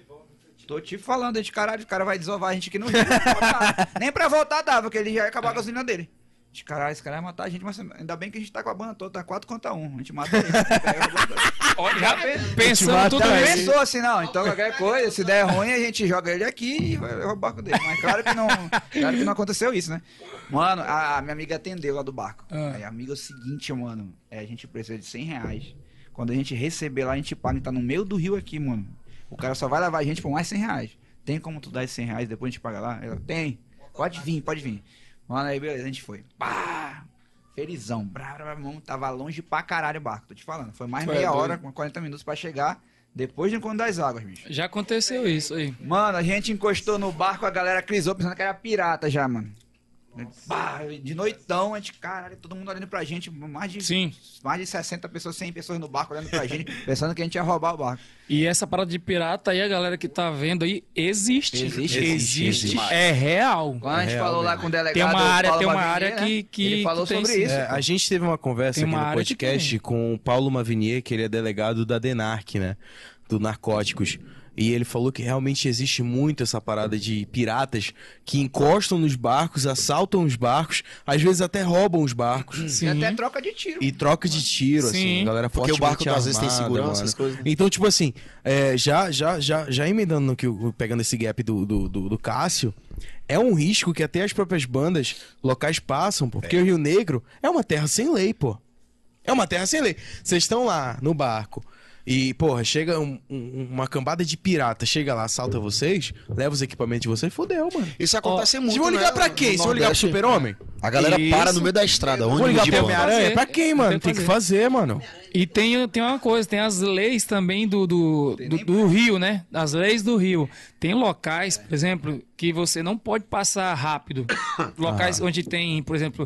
Tô te falando, a gente, caralho, o cara vai desovar a gente aqui no rio. Nem pra voltar dava, porque ele já ia acabar a gasolina dele. De caralho, esse cara vai matar a gente, mas ainda bem que a gente tá com a banda toda, tá quatro contra um. A gente mata ele. Pega a banda. Olha, já Te pensando mata tudo aí. isso. Pensou assim, não, então qualquer coisa, se der ruim, a gente joga ele aqui e vai roubar o barco dele. Mas claro que não, claro que não aconteceu isso, né? Mano, a, a minha amiga atendeu lá do barco. Ah. Aí, amiga, é o seguinte, mano, é, a gente precisa de cem reais. Quando a gente receber lá, a gente paga, a gente tá no meio do rio aqui, mano. O cara só vai levar a gente por mais cem reais. Tem como tu dar esses cem reais, depois a gente paga lá? Ela, tem. Pode vir, pode vir. Mano, aí beleza, a gente foi. Pá! Felizão. Brá, brá, brá, mano, tava longe pra caralho o barco, tô te falando. Foi mais Foi meia doido. hora, com quarenta minutos pra chegar, depois do encontro das águas, bicho. Já aconteceu isso aí. Mano, a gente encostou no barco, a galera crisou pensando que era pirata já, mano. Bah, de noitão, a gente, caralho, todo mundo olhando pra gente, mais de, Sim. mais de sessenta pessoas, cem pessoas no barco olhando pra gente, pensando que a gente ia roubar o barco. E essa parada de pirata aí, a galera que tá vendo aí, existe. Existe, Existe. existe. É real. Quando a gente Real falou lá mesmo. com o delegado Tem uma área, Paulo tem uma Mavinier, área que, que ele falou que tem sobre isso. É, a gente teve uma conversa Tem aqui uma no área que podcast tem. com o Paulo Mavinier, que ele é delegado da DENARC, né? Do Narcóticos. E ele falou que realmente existe muito essa parada de piratas que encostam nos barcos, assaltam os barcos, às vezes até roubam os barcos. E até troca de tiro. E troca de tiro, assim, Sim. a galera Porque o fortemente barco às vezes tem armada, segurança, mano. essas coisas. Então, tipo assim, é, já, já, já, já emendando no que o- pegando esse gap do, do, do, do Cássio, é um risco que até as próprias bandas locais passam, pô, porque o Rio Negro é uma terra sem lei, pô. É uma terra sem lei. Vocês estão lá no barco e, porra, chega um- um- uma cambada de pirata, chega lá, assalta vocês, leva os equipamentos de vocês, fodeu, mano. Isso acontece muito, Vocês vão ligar né, pra no quem? Vocês vão ligar pro Nordeste. Super-Homem? A galera Isso. para no meio da estrada. Vou Onde ligar de pro banda. Homem-Aranha? fazer. Pra quem, Não mano? tem Tem que que fazer, mano. E tem, tem uma coisa, tem as leis também do, do, do, do Rio, né? As leis do Rio. Tem locais, por exemplo, que você não pode passar rápido. Locais onde tem, por exemplo,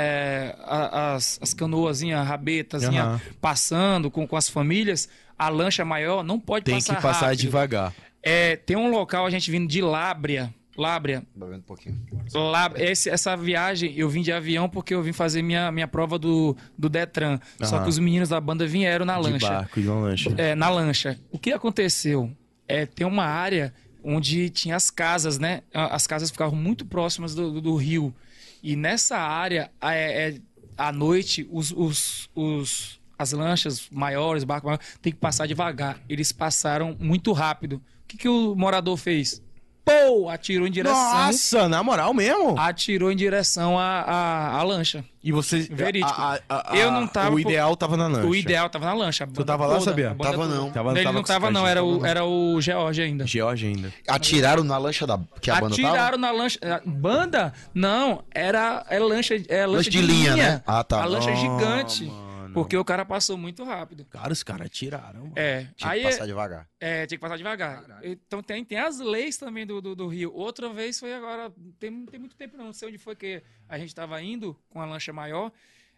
é, a- as, as canoazinhas, rabetazinha Aham. passando com, com as famílias, a lancha maior não pode Tem passar que passar rápido. devagar. É, tem um local, a gente vindo de Lábrea. Lábrea. Um pouquinho. Lá, esse- essa viagem eu vim de avião porque eu vim fazer minha, minha prova do, do Detran. Só Aham. que os meninos da banda vieram na De lancha. barco, de uma lancha. É, na lancha. O que aconteceu? É, tem uma área onde tinha as casas, né? A- As casas ficavam muito próximas do, do- do rio. E nessa área, a- é, é, à noite, os, os, os- as lanchas maiores, barcos maiores, tem que passar devagar. Eles passaram muito rápido. O que, que o morador fez? Pô! Atirou em direção. Nossa, na moral mesmo? Atirou em direção à, à, à lancha. E você... Verídico. a- a- a- Eu não tava O por- ideal tava na lancha. O ideal tava na lancha. a banda tava lá, toda, sabia? a banda Tava toda. não. Tava- Ele tava não com tava, os não. caras, Era tava o, não. era o George ainda. George ainda. Atiraram na lancha da que a banda tava? Atiraram na lancha. a Banda? Não, era é lancha, é lancha, Lancha de linha, né? Ah, tá. A lancha Ah, gigante. mano. Porque o cara passou muito rápido. Cara, os caras tiraram, mano. É. Tinha Aí que passar devagar. é, tinha que passar devagar. Então tem, tem as leis também do, do, do Rio. Outra vez foi agora, tem, não tem muito tempo não, não sei onde foi que a gente estava indo com a lancha maior.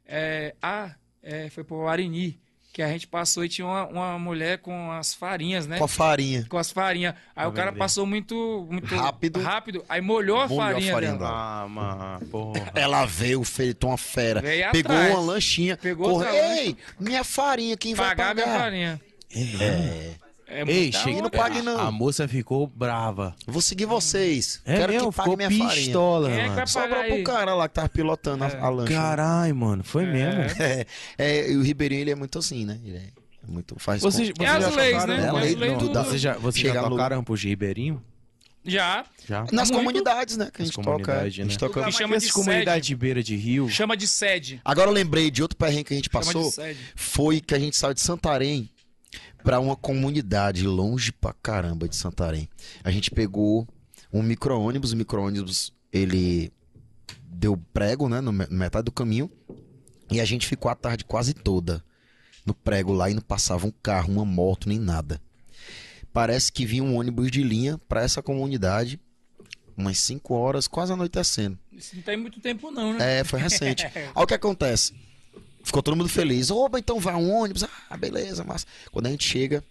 É, ah, é, foi pro Arini, que a gente passou e tinha uma, uma mulher com as farinhas, né? Com a farinha. Com as farinhas. Aí o cara vender. passou muito, muito Rápido. rápido, aí molhou a Molhou a farinha, farinha dela. Ah, mano, porra. Ela veio, fez uma fera. Veio Pegou atrás. uma lanchinha. Pegou corre- outra Ei, minha farinha, quem vai Pagar a minha pagar? farinha. É. É Ei, muito da cheguei hora. não pague não. A moça ficou brava. Vou seguir vocês. É Quero mesmo, que pague ficou minha farinha. pistola, Quem é que mano. vai Sobrou pagar pro aí? cara lá que tava pilotando a, a lancha. Caralho, mano, foi mesmo. É, é, e o Ribeirinho, ele é muito assim, né? Ele é muito... Faz Vocês, com- vocês as já leis, tocaram- né? É a As lei leis do- do- da- Vocês já, vocês já Chegar no- tocaram pro Ribeirinho? Já. Já? Nas Muito. comunidades, né? Que a Nas gente toca. é. comunidades, A gente né? toca... Que chama Essas de comunidades sede. de beira de rio. Chama de sede. Agora eu lembrei de outro perrengue que a gente Chama passou. de sede. Foi que a gente saiu de Santarém pra uma comunidade longe pra caramba de Santarém. A gente pegou um micro-ônibus. O micro-ônibus, ele deu prego, né? No me- metade do caminho. E a gente ficou a tarde quase toda no prego lá e não passava um carro, uma moto, nem nada. Parece que vinha um ônibus de linha pra essa comunidade umas cinco horas, quase anoitecendo. Isso não tem muito tempo não, né? É, foi recente. Aí o que acontece? Ficou todo mundo feliz. Oba, então vai um ônibus. Ah, beleza, mas quando a gente chega,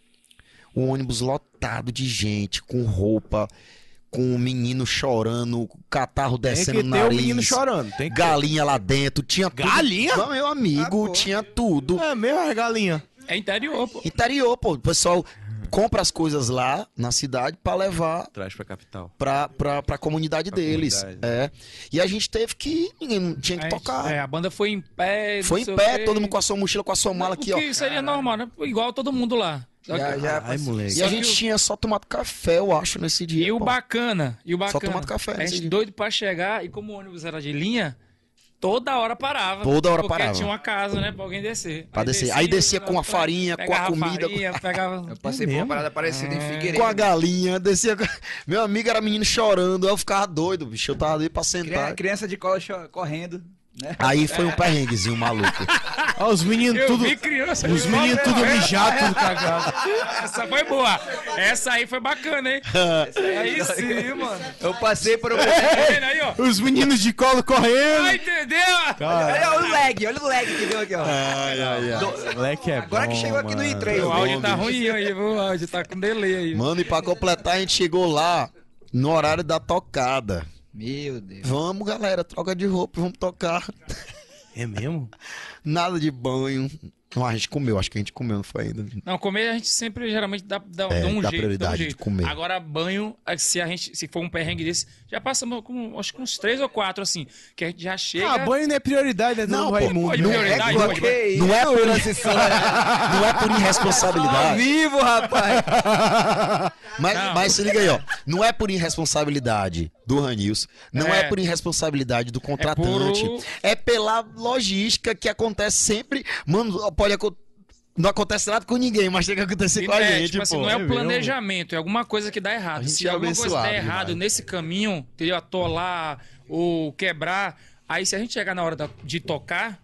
o ônibus lotado de gente, com roupa, com o menino chorando, o catarro Tem descendo que no ter o nariz. menino chorando. Tem que Galinha lá dentro, tinha tudo. Galinha? Não, meu amigo, tinha tudo. É mesmo, é galinha. É interior, pô. Interior, pô. O pessoal compra as coisas lá na cidade pra levar Traz pra capital. pra, pra, pra comunidade Pra deles. comunidade. É. E a gente teve que ir, ninguém tinha que Aí, tocar. É, a banda foi em pé. Foi não em sei o pé, quê. todo mundo com a sua mochila, com a sua mala O aqui, ó. que seria normal, né? Igual todo mundo lá. Só que- Já, já, Ai, moleque. E a Só gente que o- tinha só tomado café, eu acho, nesse dia. E o pô. bacana, e o bacana. tomando café A nesse gente dia. doido pra chegar, e como o ônibus era de linha, toda hora parava. Toda hora porque parava. tinha uma casa, né, pra alguém descer. Pra descer. Aí descia com a farinha, com a pegava comida, Farinha, pegava... Eu passei por uma mesmo? parada parecida em Figueiredo. Com a galinha, descia. com- Meu amigo era menino chorando, aí eu ficava doido, bicho. Eu tava ali pra Criança, sentar. criança de cola cho- correndo, né? Aí foi um perrenguezinho maluco. Ó, os meninos Eu tudo. vi criança. Os meninos tudo mijado, tudo cagado. Essa foi boa. Essa aí foi bacana, hein? Aí sim, mano. Eu passei por um... Tá vendo aí, ó? Os meninos de colo correndo. Ah, entendeu? Olha o lag, olha o lag que deu aqui, ó. Ai, ai, ai. Moleque é Agora que bom, chegou aqui no mano. E-Trem, O ó. áudio tá ruim aí, viu? O áudio tá com delay aí. Mano, e pra completar, a gente chegou lá no horário da tocada. Meu Deus. Vamos, galera, troca de roupa, vamos tocar. É mesmo? Nada de banho. Não, a gente comeu, acho que a gente comeu, não foi ainda. Não, comer a gente sempre geralmente dá, dá, É, dá um dá jeito. prioridade dá um de jeito. comer. Agora, banho, se a gente se for um perrengue desse, já passamos com acho que uns três ou quatro, assim, que a gente já chega. Ah, banho não é prioridade, é Não, não, pô, Raimundo. pode Não prioridade, é, pode- Que Não é por- isso, Não é por Ao irresponsabilidade. vivo, rapaz. Mas, Não. mas se liga aí, ó. Não é por irresponsabilidade do Ranils. Não é, É. por irresponsabilidade do contratante. por- É, pela logística que acontece sempre. Mano, pode acontecer. Não acontece nada com ninguém, mas tem que acontecer com a É, gente, tipo assim, pô. não é é o mesmo? planejamento, é alguma coisa que dá A errado. gente Se é alguma coisa abençoado der errado demais. nesse caminho, entendeu? Atolar ou quebrar, Aí se a gente chegar na hora da- de tocar,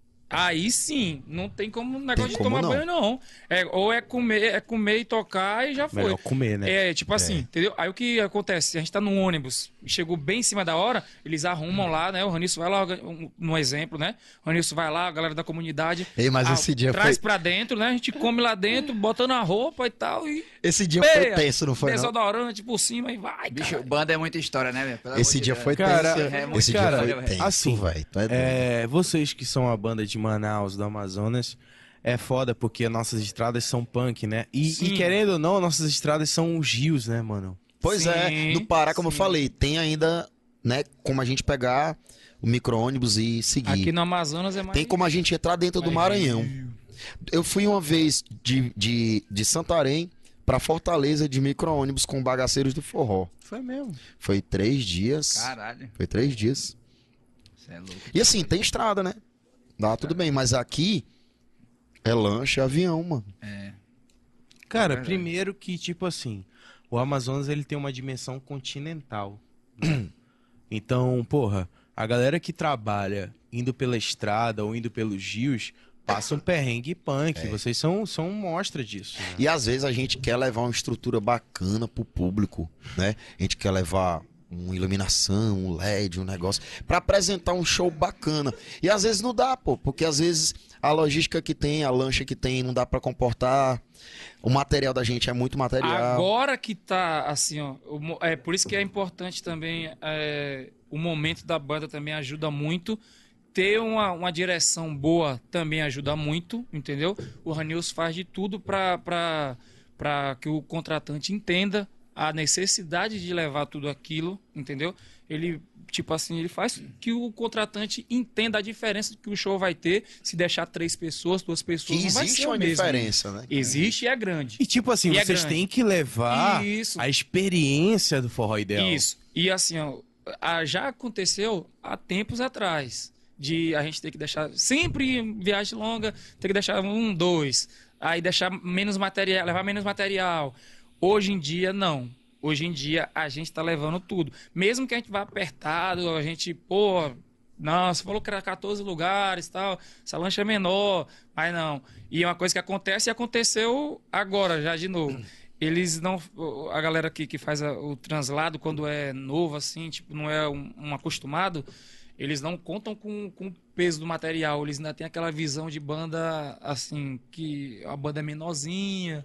aí sim, não tem como um negócio Tem de como tomar não. banho, não. É, ou é comer, é comer e tocar e já foi. Melhor comer, né? É, tipo assim, entendeu? Aí o que acontece? A gente tá num ônibus, chegou bem em cima da hora, eles arrumam lá, né? O Ranilson vai lá, um, um exemplo, né? O Ranilson vai lá, a galera da comunidade. Ei, mas ah, esse dia traz foi- pra dentro, né? A gente come lá dentro, botando a roupa e tal. E Esse dia foi peia, tenso, não foi, não? desodorante por cima e vai, Bicho, cara. banda é muita história, né, velho? Pelo amor Esse de dia Deus. foi Cara, tenso. é muito Esse cara, dia foi velho. tenso, assim, velho. Tu é doido. É, vocês que são a banda de Manaus, do Amazonas, é foda porque nossas estradas são punk, né? E, Sim. e querendo ou não, nossas estradas são os rios, né, mano? Pois Sim, é, no Pará, como eu sim. falei, tem ainda, né, como a gente pegar o micro-ônibus e seguir. Aqui no Amazonas é mais... Tem como a gente entrar dentro do Maranhão. Eu fui uma vez de, de, de Santarém pra Fortaleza de micro-ônibus com bagaceiros do forró. Foi mesmo. Foi três dias. Caralho, Foi três dias. você é louco. E assim, tem estrada, né? Dá tudo bem, mas aqui é lanche, avião, mano. É. Cara, verdade. primeiro que, tipo assim, o Amazonas ele tem uma dimensão continental. né? Então, porra, a galera que trabalha indo pela estrada ou indo pelos rios passa um perrengue punk. Vocês são, são mostra disso. né? E às vezes a gente quer levar uma estrutura bacana pro público, né? A gente quer levar uma iluminação, um L E D, um negócio, pra apresentar um show bacana. E às vezes não dá, pô, porque às vezes a logística que tem, a lancha que tem, não dá pra comportar. O material da gente é muito material. Agora que tá assim, ó, o mo- é por isso que é importante também é, o momento da banda também ajuda muito. Ter uma, uma direção boa também ajuda muito, entendeu? O Ranils faz de tudo para que o contratante entenda a necessidade de levar tudo aquilo, entendeu? Ele, tipo assim, ele faz que o contratante entenda a diferença que o show vai ter se deixar três pessoas, duas pessoas, Que não vai existe ser o uma mesmo. diferença, né? Existe e é grande. E tipo assim, E é vocês grande. têm que levar Isso. a experiência do forró ideal. Isso. E assim, ó, a- já aconteceu há tempos atrás de a gente ter que deixar sempre em viagem longa, ter que deixar um, dois, aí deixar menos material, levar menos material. Hoje em dia não. Hoje em dia a gente tá levando tudo. Mesmo que a gente vá apertado, a gente, pô, não, você falou que era quatorze lugares e tal, essa lancha é menor, mas não. E é uma coisa que acontece e aconteceu agora, já de novo. Eles não. A galera que, que faz a- o translado, quando é novo, assim, tipo, não é um, um acostumado, eles não contam com, com o peso do material. Eles ainda têm aquela visão de banda, assim, que a banda é menorzinha.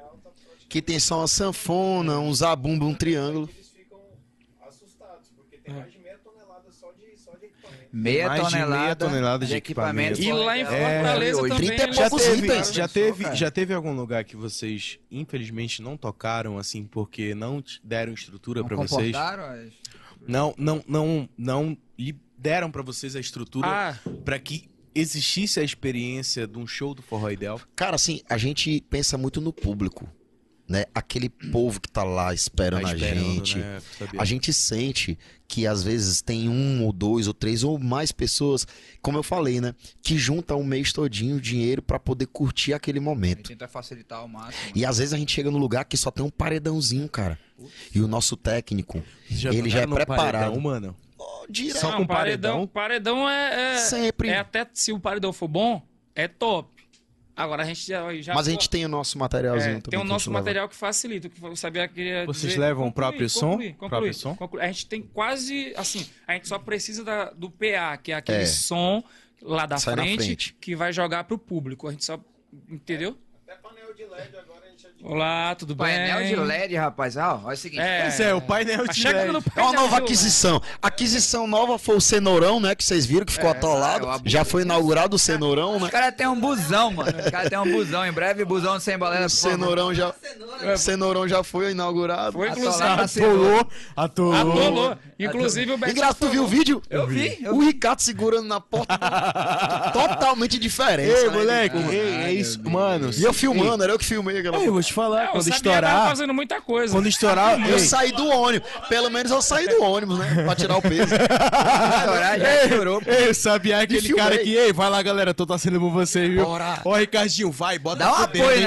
Que tem só uma sanfona, um zabumba, um triângulo. Eles ficam assustados, porque tem mais de meia tonelada só de, só de equipamento. Meia Mais de meia tonelada, tonelada de equipamento. E lá em É, Fortaleza hoje. também. trinta e eles- Já poucos teve, itens. já, Cara. teve, já teve algum lugar que vocês, infelizmente, não tocaram, assim, porque não te deram estrutura Não pra vocês? comportaram as- Não, não, não, não lhe deram pra vocês a estrutura Ah, pra que existisse a experiência de um show do forró ideal? Cara, assim, a gente pensa muito no público, né? Aquele povo que tá lá esperando, Tá a esperando, gente. né, saber. A gente sente que às vezes tem um ou dois ou três ou mais pessoas, como eu falei, né? Que juntam um mês todinho dinheiro pra poder curtir aquele A gente momento. tenta facilitar ao máximo. E às vezes a gente chega no lugar que só tem um paredãozinho, cara. E o nosso técnico, Já ele já é tocaram no preparado. paredão, mano? ó, direto. Só não, com paredão. paredão? Paredão é, é. Sempre. É até se o paredão for bom, é top. Agora a gente já. já Mas a gente tem o nosso materialzinho É, também. tem o que a nosso gente leva. material que facilita. O que eu sabia que ia Vocês dizer- levam o concluir, próprio som? concluir, concluir, Próprio som? concluir. A gente tem quase. Assim, a gente só precisa da- do P A, que é aquele É. som lá da Sai na frente, frente. que vai jogar pro público. A gente só. Entendeu? Até painel de L E D agora a gente adquiriu. Olá, tudo bem? Painel de L E D, rapaz. Ah, ó, olha o seguinte. É. Pois é, o painel Tá de chegando no L E D. É uma painel nova de- aquisição. Aquisição nova foi o Cenourão, né? Que vocês viram que ficou É, atolado. é, o abu- Já foi inaugurado o Cenourão, Os né? caras têm um busão, mano. Os caras têm um busão. Em breve, busão sem balela. O Cenourão já, o Cenourão já foi inaugurado. Foi, Atolado inclusive. na cenoura. Atolou, atolou. Atolou. Inclusive o Betinho. Engraçado, tu viu o vídeo? Eu vi, eu O Ricardo segurando na porta. Totalmente diferente. Ei, né? moleque, Ah, ei, é isso, mano. E eu filmando, era eu que filmei aquela Ei, eu vou te falar, É, o quando Sabiá estourar, tava fazendo muita coisa. quando estourar, Eu ei, saí do ônibus. Pelo menos eu saí do ônibus, né? Pra tirar o peso. Estourar, já estourou. ei, sabia aquele filmei. cara que, ei, vai lá, galera, tô torcendo por vocês, viu? Bora. Ó, Ricardinho, vai, bota Dá um pra apoio, dentro, hein? né?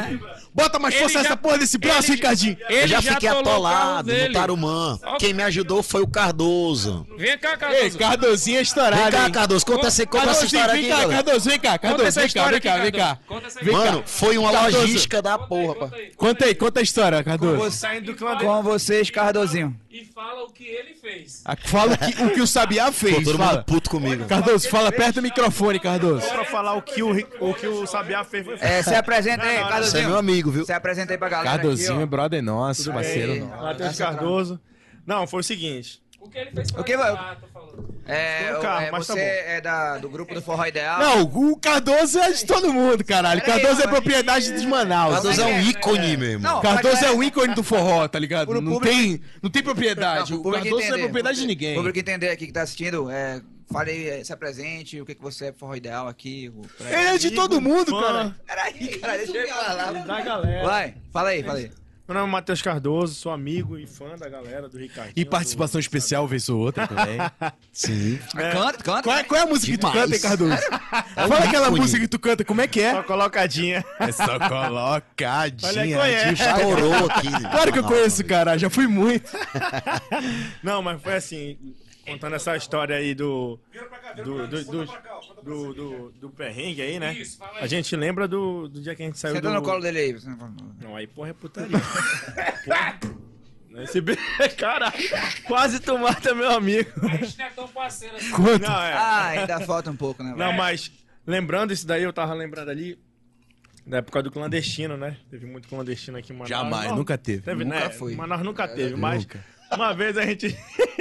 Bota mais Ele força já- nessa porra desse braço, ele- Ricardinho. Ele Eu já, já fiquei atolou o carro atolado no dele. Tarumã. Ó, Quem me ajudou foi o Cardoso. Vem cá, Ei, Cardoso. Cardozinho é estourado, Vem cá, hein? Cardoso, conta, essa, conta essa Cardozinho, história vem aqui, cá, galera. Cardoso, vem cá, Conta Cardoso, essa vem cá, história vem cá, aqui, vem cá. Cardoso. Conta essa Vem história. Mano, foi uma Cardoso. logística da porra, Conta pá. aí, Conta aí, conta a história, Cardoso. Você- do Com vocês, Cardozinho. E fala o que ele fez. Ah, Fala o que o, que o Sabiá fez, Ficou todo fala. mundo puto comigo. Cardoso, fala perto do microfone, Cardoso. Pra falar o que o, Ri- o, que o Sabiá fez foi É, se apresenta aí, Não, não, Você é Cardozinho. meu amigo, viu? Se apresenta aí pra galera. Cardozinho aqui, é ó. brother nosso, parceiro Ei, nosso. Matheus Cardoso. Não, foi o seguinte. O que ele fez foi O que vai- ah, tô falando. É, No carro, é, mas você tá bom. é da, do grupo do Forró Ideal. Não, o Cardoso é de todo mundo, caralho. Pera aí, Cardoso é mas- propriedade de Manaus. Cardoso é um ícone, meu irmão. Não, Cardoso pra é o galera- ícone do forró, tá ligado? Pro Não público- tem, não tem propriedade. pro O público Cardoso não é entender, propriedade de pro ninguém. público entender aqui que tá assistindo, é, fale aí, se apresente, o que, que você é pro Forró Ideal aqui. O... Ele é de todo mundo, Fã cara. Peraí, cara, deixa eu falar. Da galera. Vai, fala aí, fala aí. Meu nome é Matheus Cardoso, sou amigo e fã da galera do Ricardinho. E participação do- especial, vez ou outra também. Sim. É. Canta, canta. Qual é, qual é a música que tu Demais. canta, hein, Cardoso? Fala aquela ícone. música que tu canta, como é que Só é? colocadinha. É só colocadinha. Olha, conhece. de Estourou aqui. Claro que eu conheço, cara. Já fui muito. Não, mas foi assim, contando essa história aí do do do, do, do, do, do perrengue aí, né? Isso, fala aí. A gente lembra do, do dia que a gente saiu Senta do... no colo dele aí. Não, aí porra é putaria. Porra. Esse be... Caralho, quase tu mata meu amigo. A gente não é tão parceiro assim. Quanto? Não, é. Ah, ainda falta um pouco, né? Não, mas lembrando isso daí, eu tava lembrando ali da época do clandestino, né? Teve muito clandestino aqui em Manaus. Jamais, Não, nunca teve. Teve, Nunca né? foi. Manaus nunca teve, mas Nunca. uma vez a gente...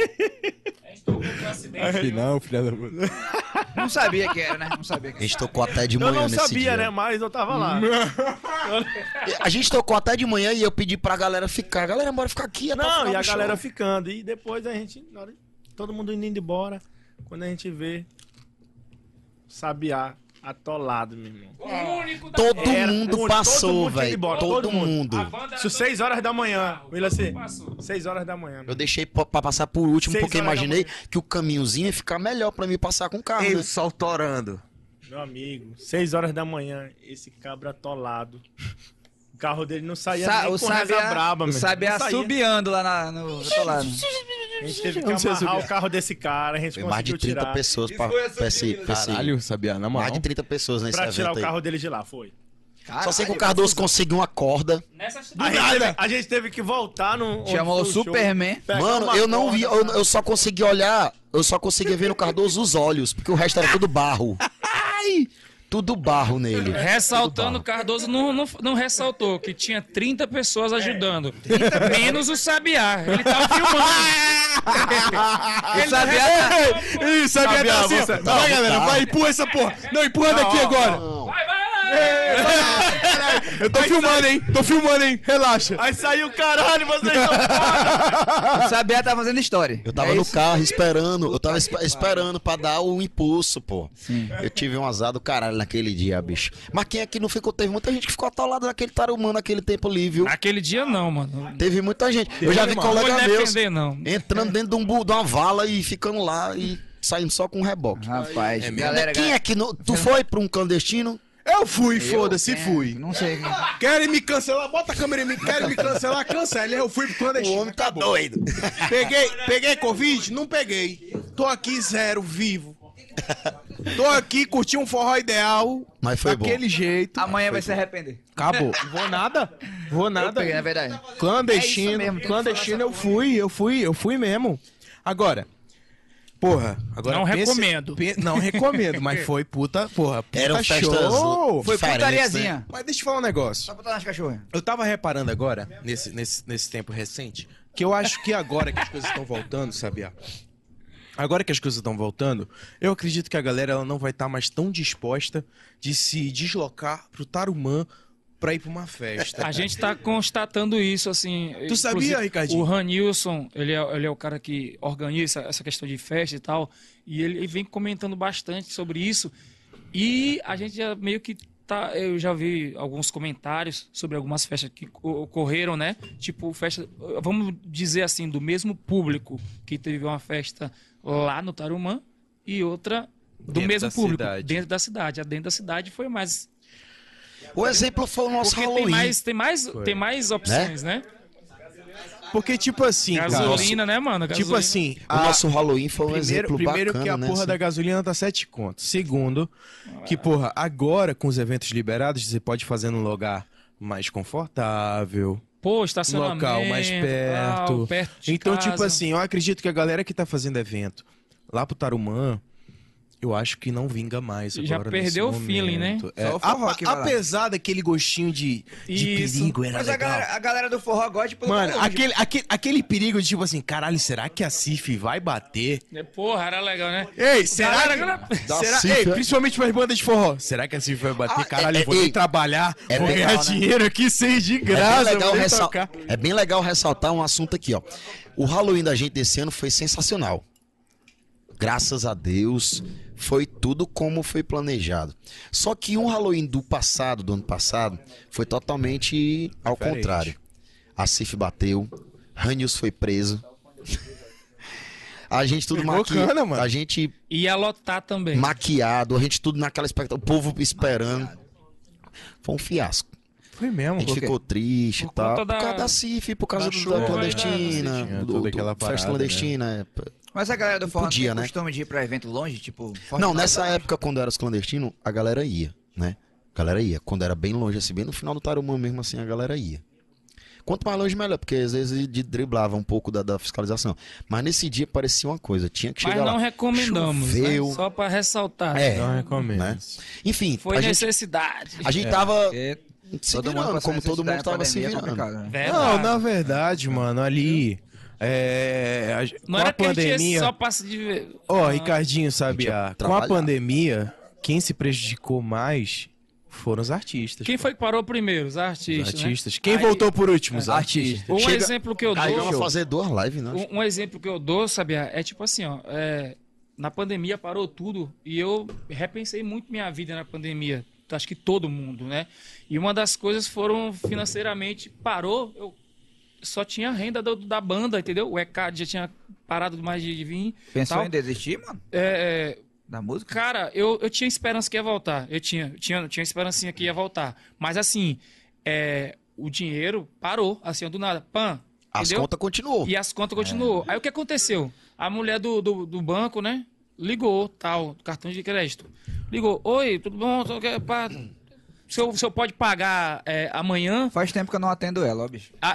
A gente tocou com um acidente. Não, filha da puta. Não sabia que era, né? Não sabia que A era. gente tocou até de Eu manhã não nesse sabia, dia. né? Mas eu tava lá. A gente tocou até de manhã e eu pedi pra galera ficar. Galera, bora ficar aqui. é pra Não, ficar e a no show. galera ficando. E depois a gente, na hora de- todo mundo indo embora, quando a gente vê Sabiá atolado, meu irmão. O único da Todo Era- mundo todo passou, mundo tinha ido velho. embora, Todo, todo mundo. mundo. A banda era Isso toda seis horas da no manhã. carro, William, todo assim, mundo passou. seis horas da manhã. Eu deixei pra, pra passar por último, Seis porque horas da imaginei manhã. que o caminhozinho ia ficar melhor pra mim passar com o carro. E né? o sol torando. Meu amigo, seis horas da manhã, esse cabra atolado. O carro dele não saía Sa nem o com reza Sabiá, braba, o meu. Sabiá Não saía. subiando lá na, no outro lado. A gente teve que Não sei amarrar subir. o carro desse cara, a gente Foi mais de conseguiu trinta tirar. pessoas pra, pra esse, pra esse- Caralho, Sabiá, na moral. Mais de trinta pessoas nesse Pra evento tirar o aí. carro dele de lá, foi. Só sei que o Cardoso conseguiu uma corda. Nessa A gente, teve, a gente teve que voltar no. onde Chamou o foi show, Superman. pegar Mano, uma eu não corda, vi, eu, eu só consegui olhar, eu só consegui ver no Cardoso os olhos, porque o resto era tudo barro. Ai! Tudo barro nele. Ressaltando, o Cardoso não, não, não ressaltou que tinha trinta pessoas ajudando. Menos o Sabiá. Ele tava filmando. Ele não ressaltou. Ih, Sabiá Sabiá, tá assim, ó. você- Vai, galera, vai, empurra essa porra. Não, empurra daqui agora. Vai, vai, vai. Eu tô filmando, hein? Tô filmando, hein? Relaxa. Aí saiu, caralho, vocês não. O Sabiá tá fazendo história. Eu tava É no isso? carro esperando, eu tava esp- esperando pra dar o impulso, pô. Eu tive um azar do caralho naquele dia, bicho. Mas quem é que não ficou? Teve muita gente que ficou atolada naquele tarumã naquele tempo ali, viu? Naquele dia não, mano. Teve muita gente. Eu já vi Não vou colega meus defender, não. entrando dentro de, um, bu- de uma vala e ficando lá e saindo só com um reboque. Rapaz, É galera, Quem é que não... Tu foi pra um clandestino? Eu fui, Eu? foda-se, Quem é? fui. Não sei. Querem me cancelar? Bota a câmera em mim. Querem me cancelar? Cancela. Eu fui pro clandestino. tá doido. Peguei, peguei Covid? Não peguei. Tô aqui zero, vivo. Tô aqui, curti um forró ideal. Mas foi bom. daquele jeito. Amanhã vai se arrepender. Acabou. Vou nada. Vou Eu nada. peguei, na verdade. Clandestino. É isso mesmo, clandestino eu fui, eu fui, eu fui mesmo. Agora. Porra, agora Não pense- recomendo. pe- não recomendo, mas foi puta, porra, puta Eram festas show. Foi diferentes, putariazinha. né? Mas deixa eu falar um negócio. Só botar nas cachorras. Eu tava reparando agora, nesse, nesse, nesse tempo recente, que eu acho que agora que as coisas estão voltando, Sabiá? Agora que as coisas estão voltando, eu acredito que a galera ela não vai estar mais tão disposta de se deslocar pro Tarumã pra ir pra uma festa. A gente tá constatando isso, assim. Tu sabia, Inclusive, Ricardinho? O Ranilson, ele é, ele é o cara que organiza essa questão de festa e tal, e ele, ele vem comentando bastante sobre isso. E a gente já meio que tá. Eu já vi alguns comentários sobre algumas festas que o- ocorreram, né? Tipo, festa. Vamos dizer assim, do mesmo público que teve uma festa lá no Tarumã e outra do Dentro mesmo da público, cidade. dentro da cidade. A dentro da cidade foi mais. O exemplo foi o nosso Porque Halloween. tem mais, tem mais, tem mais opções, né? Porque, tipo assim, cara, Gasolina, né, mano? tipo Gasolina. assim, O a- nosso Halloween foi um primeiro, exemplo primeiro bacana, que a né? porra assim. da gasolina tá sete contos. Segundo, que, porra, agora com os eventos liberados, você pode fazer num lugar mais confortável, Pô, um estacionamento. local mais perto. Tal, perto de Então, casa. tipo assim, eu acredito que a galera que tá fazendo evento lá pro Tarumã, eu acho que não vinga mais Já agora perdeu nesse o feeling, né? momento. É, Só o forró apa- que vai lá. apesar daquele gostinho de, de Isso. perigo, era Mas a legal. galera, a galera do forró gosta de pelo Mano, longe. aquele, aquele, aquele perigo de tipo assim, caralho, será que a Cif vai bater? Porra, era legal, né? Ei, será Galera, que... Da Será, Cif, ei, é? principalmente para as bandas de forró. Será que a Cif vai bater? Ah, Caralho, é- eu vou é- nem ei, trabalhar, é vou legal, ganhar né? dinheiro aqui sem de É bem, graça, legal vou nem ressal- tocar. é bem legal ressaltar um assunto aqui, ó. O Halloween da gente desse ano foi sensacional. Graças a Deus, foi tudo como foi planejado. Só que um Halloween do passado, do ano passado, foi totalmente ao Diferente. contrário. A Cif bateu, Ranius foi preso. A gente tudo Foi maquiado. bacana, mano. A gente Ia lotar também. maquiado, a gente tudo naquela expectativa, o povo esperando. Foi um fiasco. Foi mesmo. A gente Por quê? ficou triste Por e tal. conta Por da- causa da Cif, por causa da do- da, chuva e da- clandestina, Tinha do, toda do- aquela festa parada, clandestina. é. Mas a galera do forró Podia, tem né? costume de ir pra evento longe, tipo... Forte Não, Noite nessa também. época, quando era os clandestinos, a galera ia, né? A galera ia. Quando era bem longe, assim, bem no final do Tarumã mesmo, assim, a galera ia. Quanto mais longe, melhor, porque às vezes de- driblava um pouco da, da fiscalização. Mas nesse dia parecia uma coisa, tinha que Mas chegar não lá. recomendamos, né? Choveu. Só pra ressaltar. É, Não recomendo. né? Enfim, Foi a gente, necessidade. a gente tava Porque se todo mundo virando, passando como todo mundo necessidade na tava se pandemia é virando. complicado, né? Verdade. Não, na verdade, mano, ali... É, a- Não com era a que a gente pandemia... só passa de ver. Ó, Ah, Ricardinho, sabe, Tinha a- que com a trabalhar. pandemia, quem se prejudicou mais foram os artistas. Quem pô. foi que parou primeiro? Os Os artistas. né? artistas. Quem Aí- voltou por último? Os É, artistas. Um Chega- exemplo que eu Aí dou. vamos fazer duas lives, né? Um, um exemplo que eu dou, sabia? É tipo assim, ó. é, na pandemia parou tudo e eu repensei muito minha vida na pandemia. Acho que todo mundo, né? E uma das coisas foram financeiramente parou. Eu só tinha renda do- da banda, entendeu? O E C A D já tinha parado mais de vir. Pensou tal. em desistir, mano? É, é, Da música? Cara, eu, eu tinha esperança que ia voltar. Eu tinha, eu tinha, tinha esperancinha que ia voltar. Mas assim, é, o dinheiro parou, assim, ó, do nada. Pã, As entendeu? contas continuou. E as contas continuou. Aí o que aconteceu? A mulher do, do, do banco, né? Ligou, tal, cartão de crédito. Ligou, oi, tudo bom? Tô- quer- pá, O senhor, o senhor pode pagar é, amanhã? Faz tempo que eu não atendo ela, ó, bicho. Ah,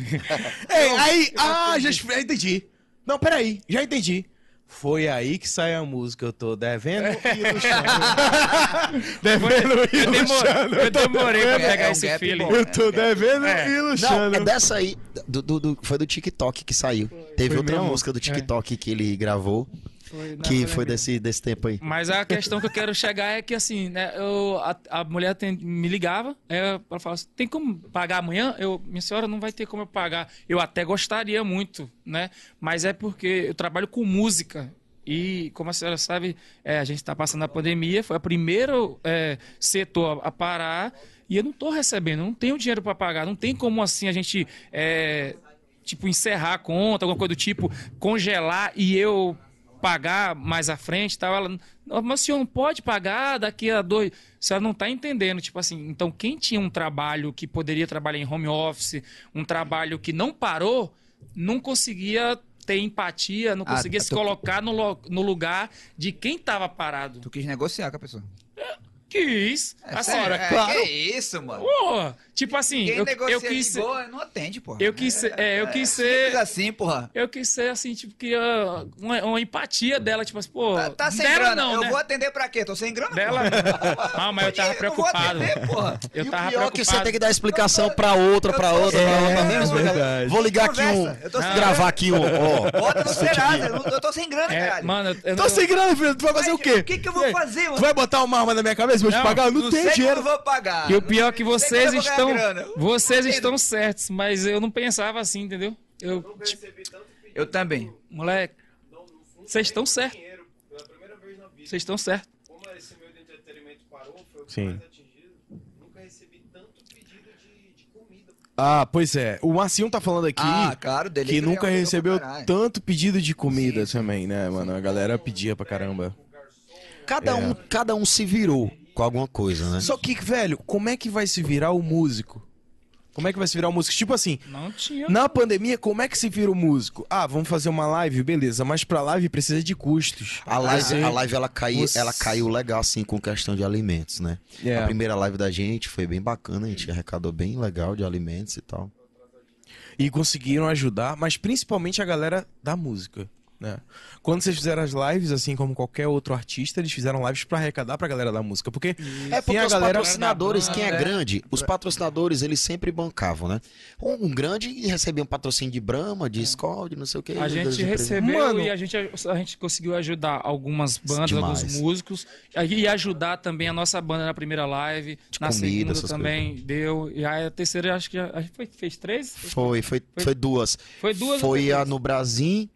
Ei, aí, ah, já já entendi. Não, peraí, já entendi. Foi aí que sai a música. Eu tô devendo e luxando. devendo e eu, demorei, luxando. eu demorei pra É, pegar é um esse gap feeling. bom. Eu tô devendo É. e Não, luxando. é dessa aí. Do, do- do- foi do TikTok que saiu. Teve Foi outra mesmo? música do TikTok que ele gravou, Foi na que foi pandemia. desse, desse tempo aí. Mas a questão que eu quero chegar é que, assim, né, eu, a, a mulher tem- me ligava, aí ela falava assim, tem como pagar amanhã? Eu, minha senhora, não vai ter como eu pagar. Eu até gostaria muito, né? Mas é porque eu trabalho com música. E, como a senhora sabe, é, a gente está passando a pandemia, foi o primeiro é, setor a, a parar, e eu não estou recebendo, não tenho dinheiro para pagar, não tem como, assim, a gente, é, tipo, encerrar a conta, alguma coisa do tipo, congelar e eu pagar mais à frente e tal. Ela, "Não, mas o senhor não pode pagar daqui a dois. A senhora não está entendendo. Tipo assim, então quem tinha um trabalho que poderia trabalhar em home office, um trabalho que não parou, não conseguia ter empatia, não Ah, conseguia se tu- colocar no, lo- no lugar de quem estava parado. Tu quis negociar com a pessoa. Quis. É a sério? senhora, É, claro. Que isso, mano? Porra, tipo assim, Quem eu, negocia eu quis de ser, boa não atende, porra. eu quis ser, é, eu quis Simples ser, assim, porra. eu quis ser assim, tipo, que uh, uma, uma empatia dela, tipo assim, pô, Tá, tá sem dela grana. não, eu né? vou atender pra quê? Tô sem grana, Dela porra. Ah, mas eu tava não vou preocupado. atender, porra. Eu E o tava pior é que você preocupado. tem que dar explicação pra outra, pra Eu tô- outra, pra É, outra. é mesmo. verdade. Vou ligar aqui um. Conversa, eu tô sem Gravar grana. aqui um. Ó. Bota no Serasa. Eu, eu tô sem grana, É, caralho. mano, eu, eu Tô não- sem grana, filho. Tu vai fazer Mas o quê? o que que eu vou E aí? fazer, mano? Tu vai botar uma arma na minha cabeça? Vou te Não, pagar? Eu não, Não tenho sei dinheiro. quando eu vou pagar. E o pior é que Não sei vocês quando eu vou estão, ganhar grana. vocês Não estão certos, mas eu não pensava assim, entendeu? Eu, tipo, Eu também. moleque, vocês estão certos. Vocês estão certos. Como esse meu entretenimento parou, foi o que Sim. mais atingido. Nunca recebi tanto pedido de, de comida. Ah, pois é. O Marcinho tá falando aqui Ah, claro, dele que é nunca um recebeu pra caralho. tanto pedido de comida também, né, mano? A galera pedia pra caramba. Cada, um, cada um se virou. com alguma coisa, né? Só que, velho, como é que vai se virar o músico? Como é que vai se virar o músico? Tipo assim, Não tinha. na pandemia, como é que se vira o músico? Ah, vamos fazer uma live, beleza, mas pra live precisa de custos. A live, Você- a live ela, cai, você- ela caiu legal, assim, com questão de alimentos, né? É. A primeira live da gente foi bem bacana, a gente arrecadou bem legal de alimentos e tal. E conseguiram ajudar, mas principalmente a galera da música, né? Quando vocês fizeram as lives, assim como qualquer outro artista, eles fizeram lives pra arrecadar pra galera da música, porque É porque tem a os galera patrocinadores, da quem é banda, grande, os patrocinadores, eles sempre bancavam, né? Um, um grande recebia um patrocínio de Brahma, de Skol, de não sei o que. A gente recebeu Mano. e a gente, a gente conseguiu ajudar algumas bandas, Demais. alguns músicos. E ajudar também a nossa banda na primeira live. De na comida, segunda essas também deu. E aí a terceira, acho que a gente foi, fez três? Foi, foi, foi duas. Foi duas ou Foi foi a três? no Brasil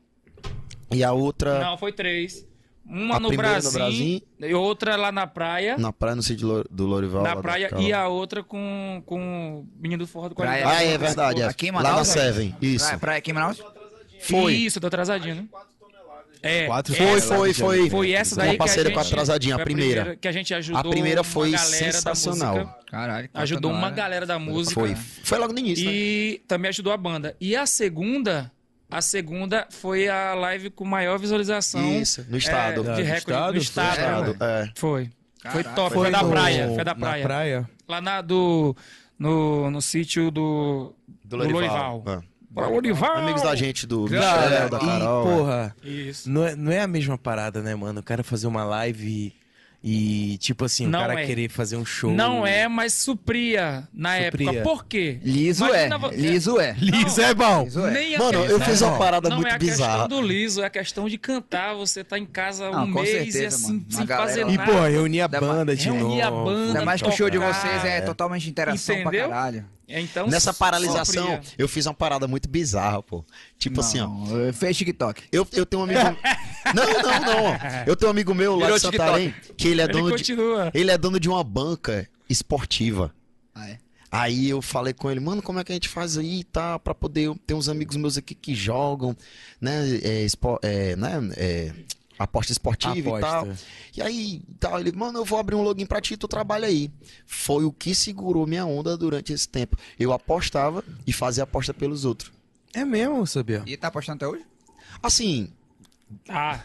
e a outra Não, foi três. Uma A no primeira no Brasil, Brasil. e outra lá na praia. na praia, no sítio Lo- do Lorival. lá Na da praia Cala. e a outra com, com o menino do Forró do Praia- Qualidade. Ah, é verdade. É. Aqui em Lá na Manaus, né? Seven, isso. Praia, praia aqui em Manaus? Foi. Isso, tô atrasadinho, né? É, Quatro Foi, essa- foi, foi. Foi essa Uma daí que a parceria gente... com a Atrasadinha, a foi primeira. Que a gente ajudou A primeira foi uma galera sensacional. da música. Caralho. Ajudou uma galera. galera da música. Foi. Foi logo no início, né? E também ajudou a banda. E a segunda... A segunda foi a live com maior visualização. Isso, no estado. é, Ah, de do recorde estado? do estado. É, Estado, é. Foi. Foi Caraca. top. Foi, da no- praia. Foi da na praia. praia. Lá na, do, no, no sítio do, do Lorival. É. Pra Lorival. Amigos da gente, do Cara, Michel, da e, Carol. é. porra, Isso. não é, não é a mesma parada, né, mano? O cara fazer uma live e, tipo assim, Não o cara é. querer fazer um show. Não é, mas supria na Supria. época. Por quê? Liso Imagina é. vo- Liso é. Liso é bom. Liso é. Nem a Mano, eu questão- fiz uma parada não muito é a bizarra. questão do liso, é a questão de cantar. Você tá em casa Não, um com mês certeza, e assim, mano. Uma sem galera fazer lá. E, nada. pô, reunir a Ainda banda de reunir novo. a banda, Ainda mais que o show de vocês é é. totalmente interação Entendeu? pra caralho. Então, Nessa paralisação, supria. eu fiz uma parada muito bizarra, pô. Tipo assim, ó. Não, fez TikTok. Eu, eu tenho um amigo. Não, não, não. ó. Eu tenho um amigo meu lá Virou de Santarém que ele é Ele dono de. continua. Ele é dono de uma banca esportiva. Ah, é? Aí eu falei com ele, mano, como é que a gente faz aí, tá? Pra poder. Eu tenho uns amigos meus aqui que jogam, né? É, espo- é, né? É, aposta esportiva e Aposta. tal. E aí, tal, ele, mano, eu vou abrir um login pra ti, tu trabalha aí. Foi o que segurou minha onda durante esse tempo. Eu apostava e fazia aposta pelos outros. É mesmo, sabia? E tá apostando até hoje? Assim, Ah,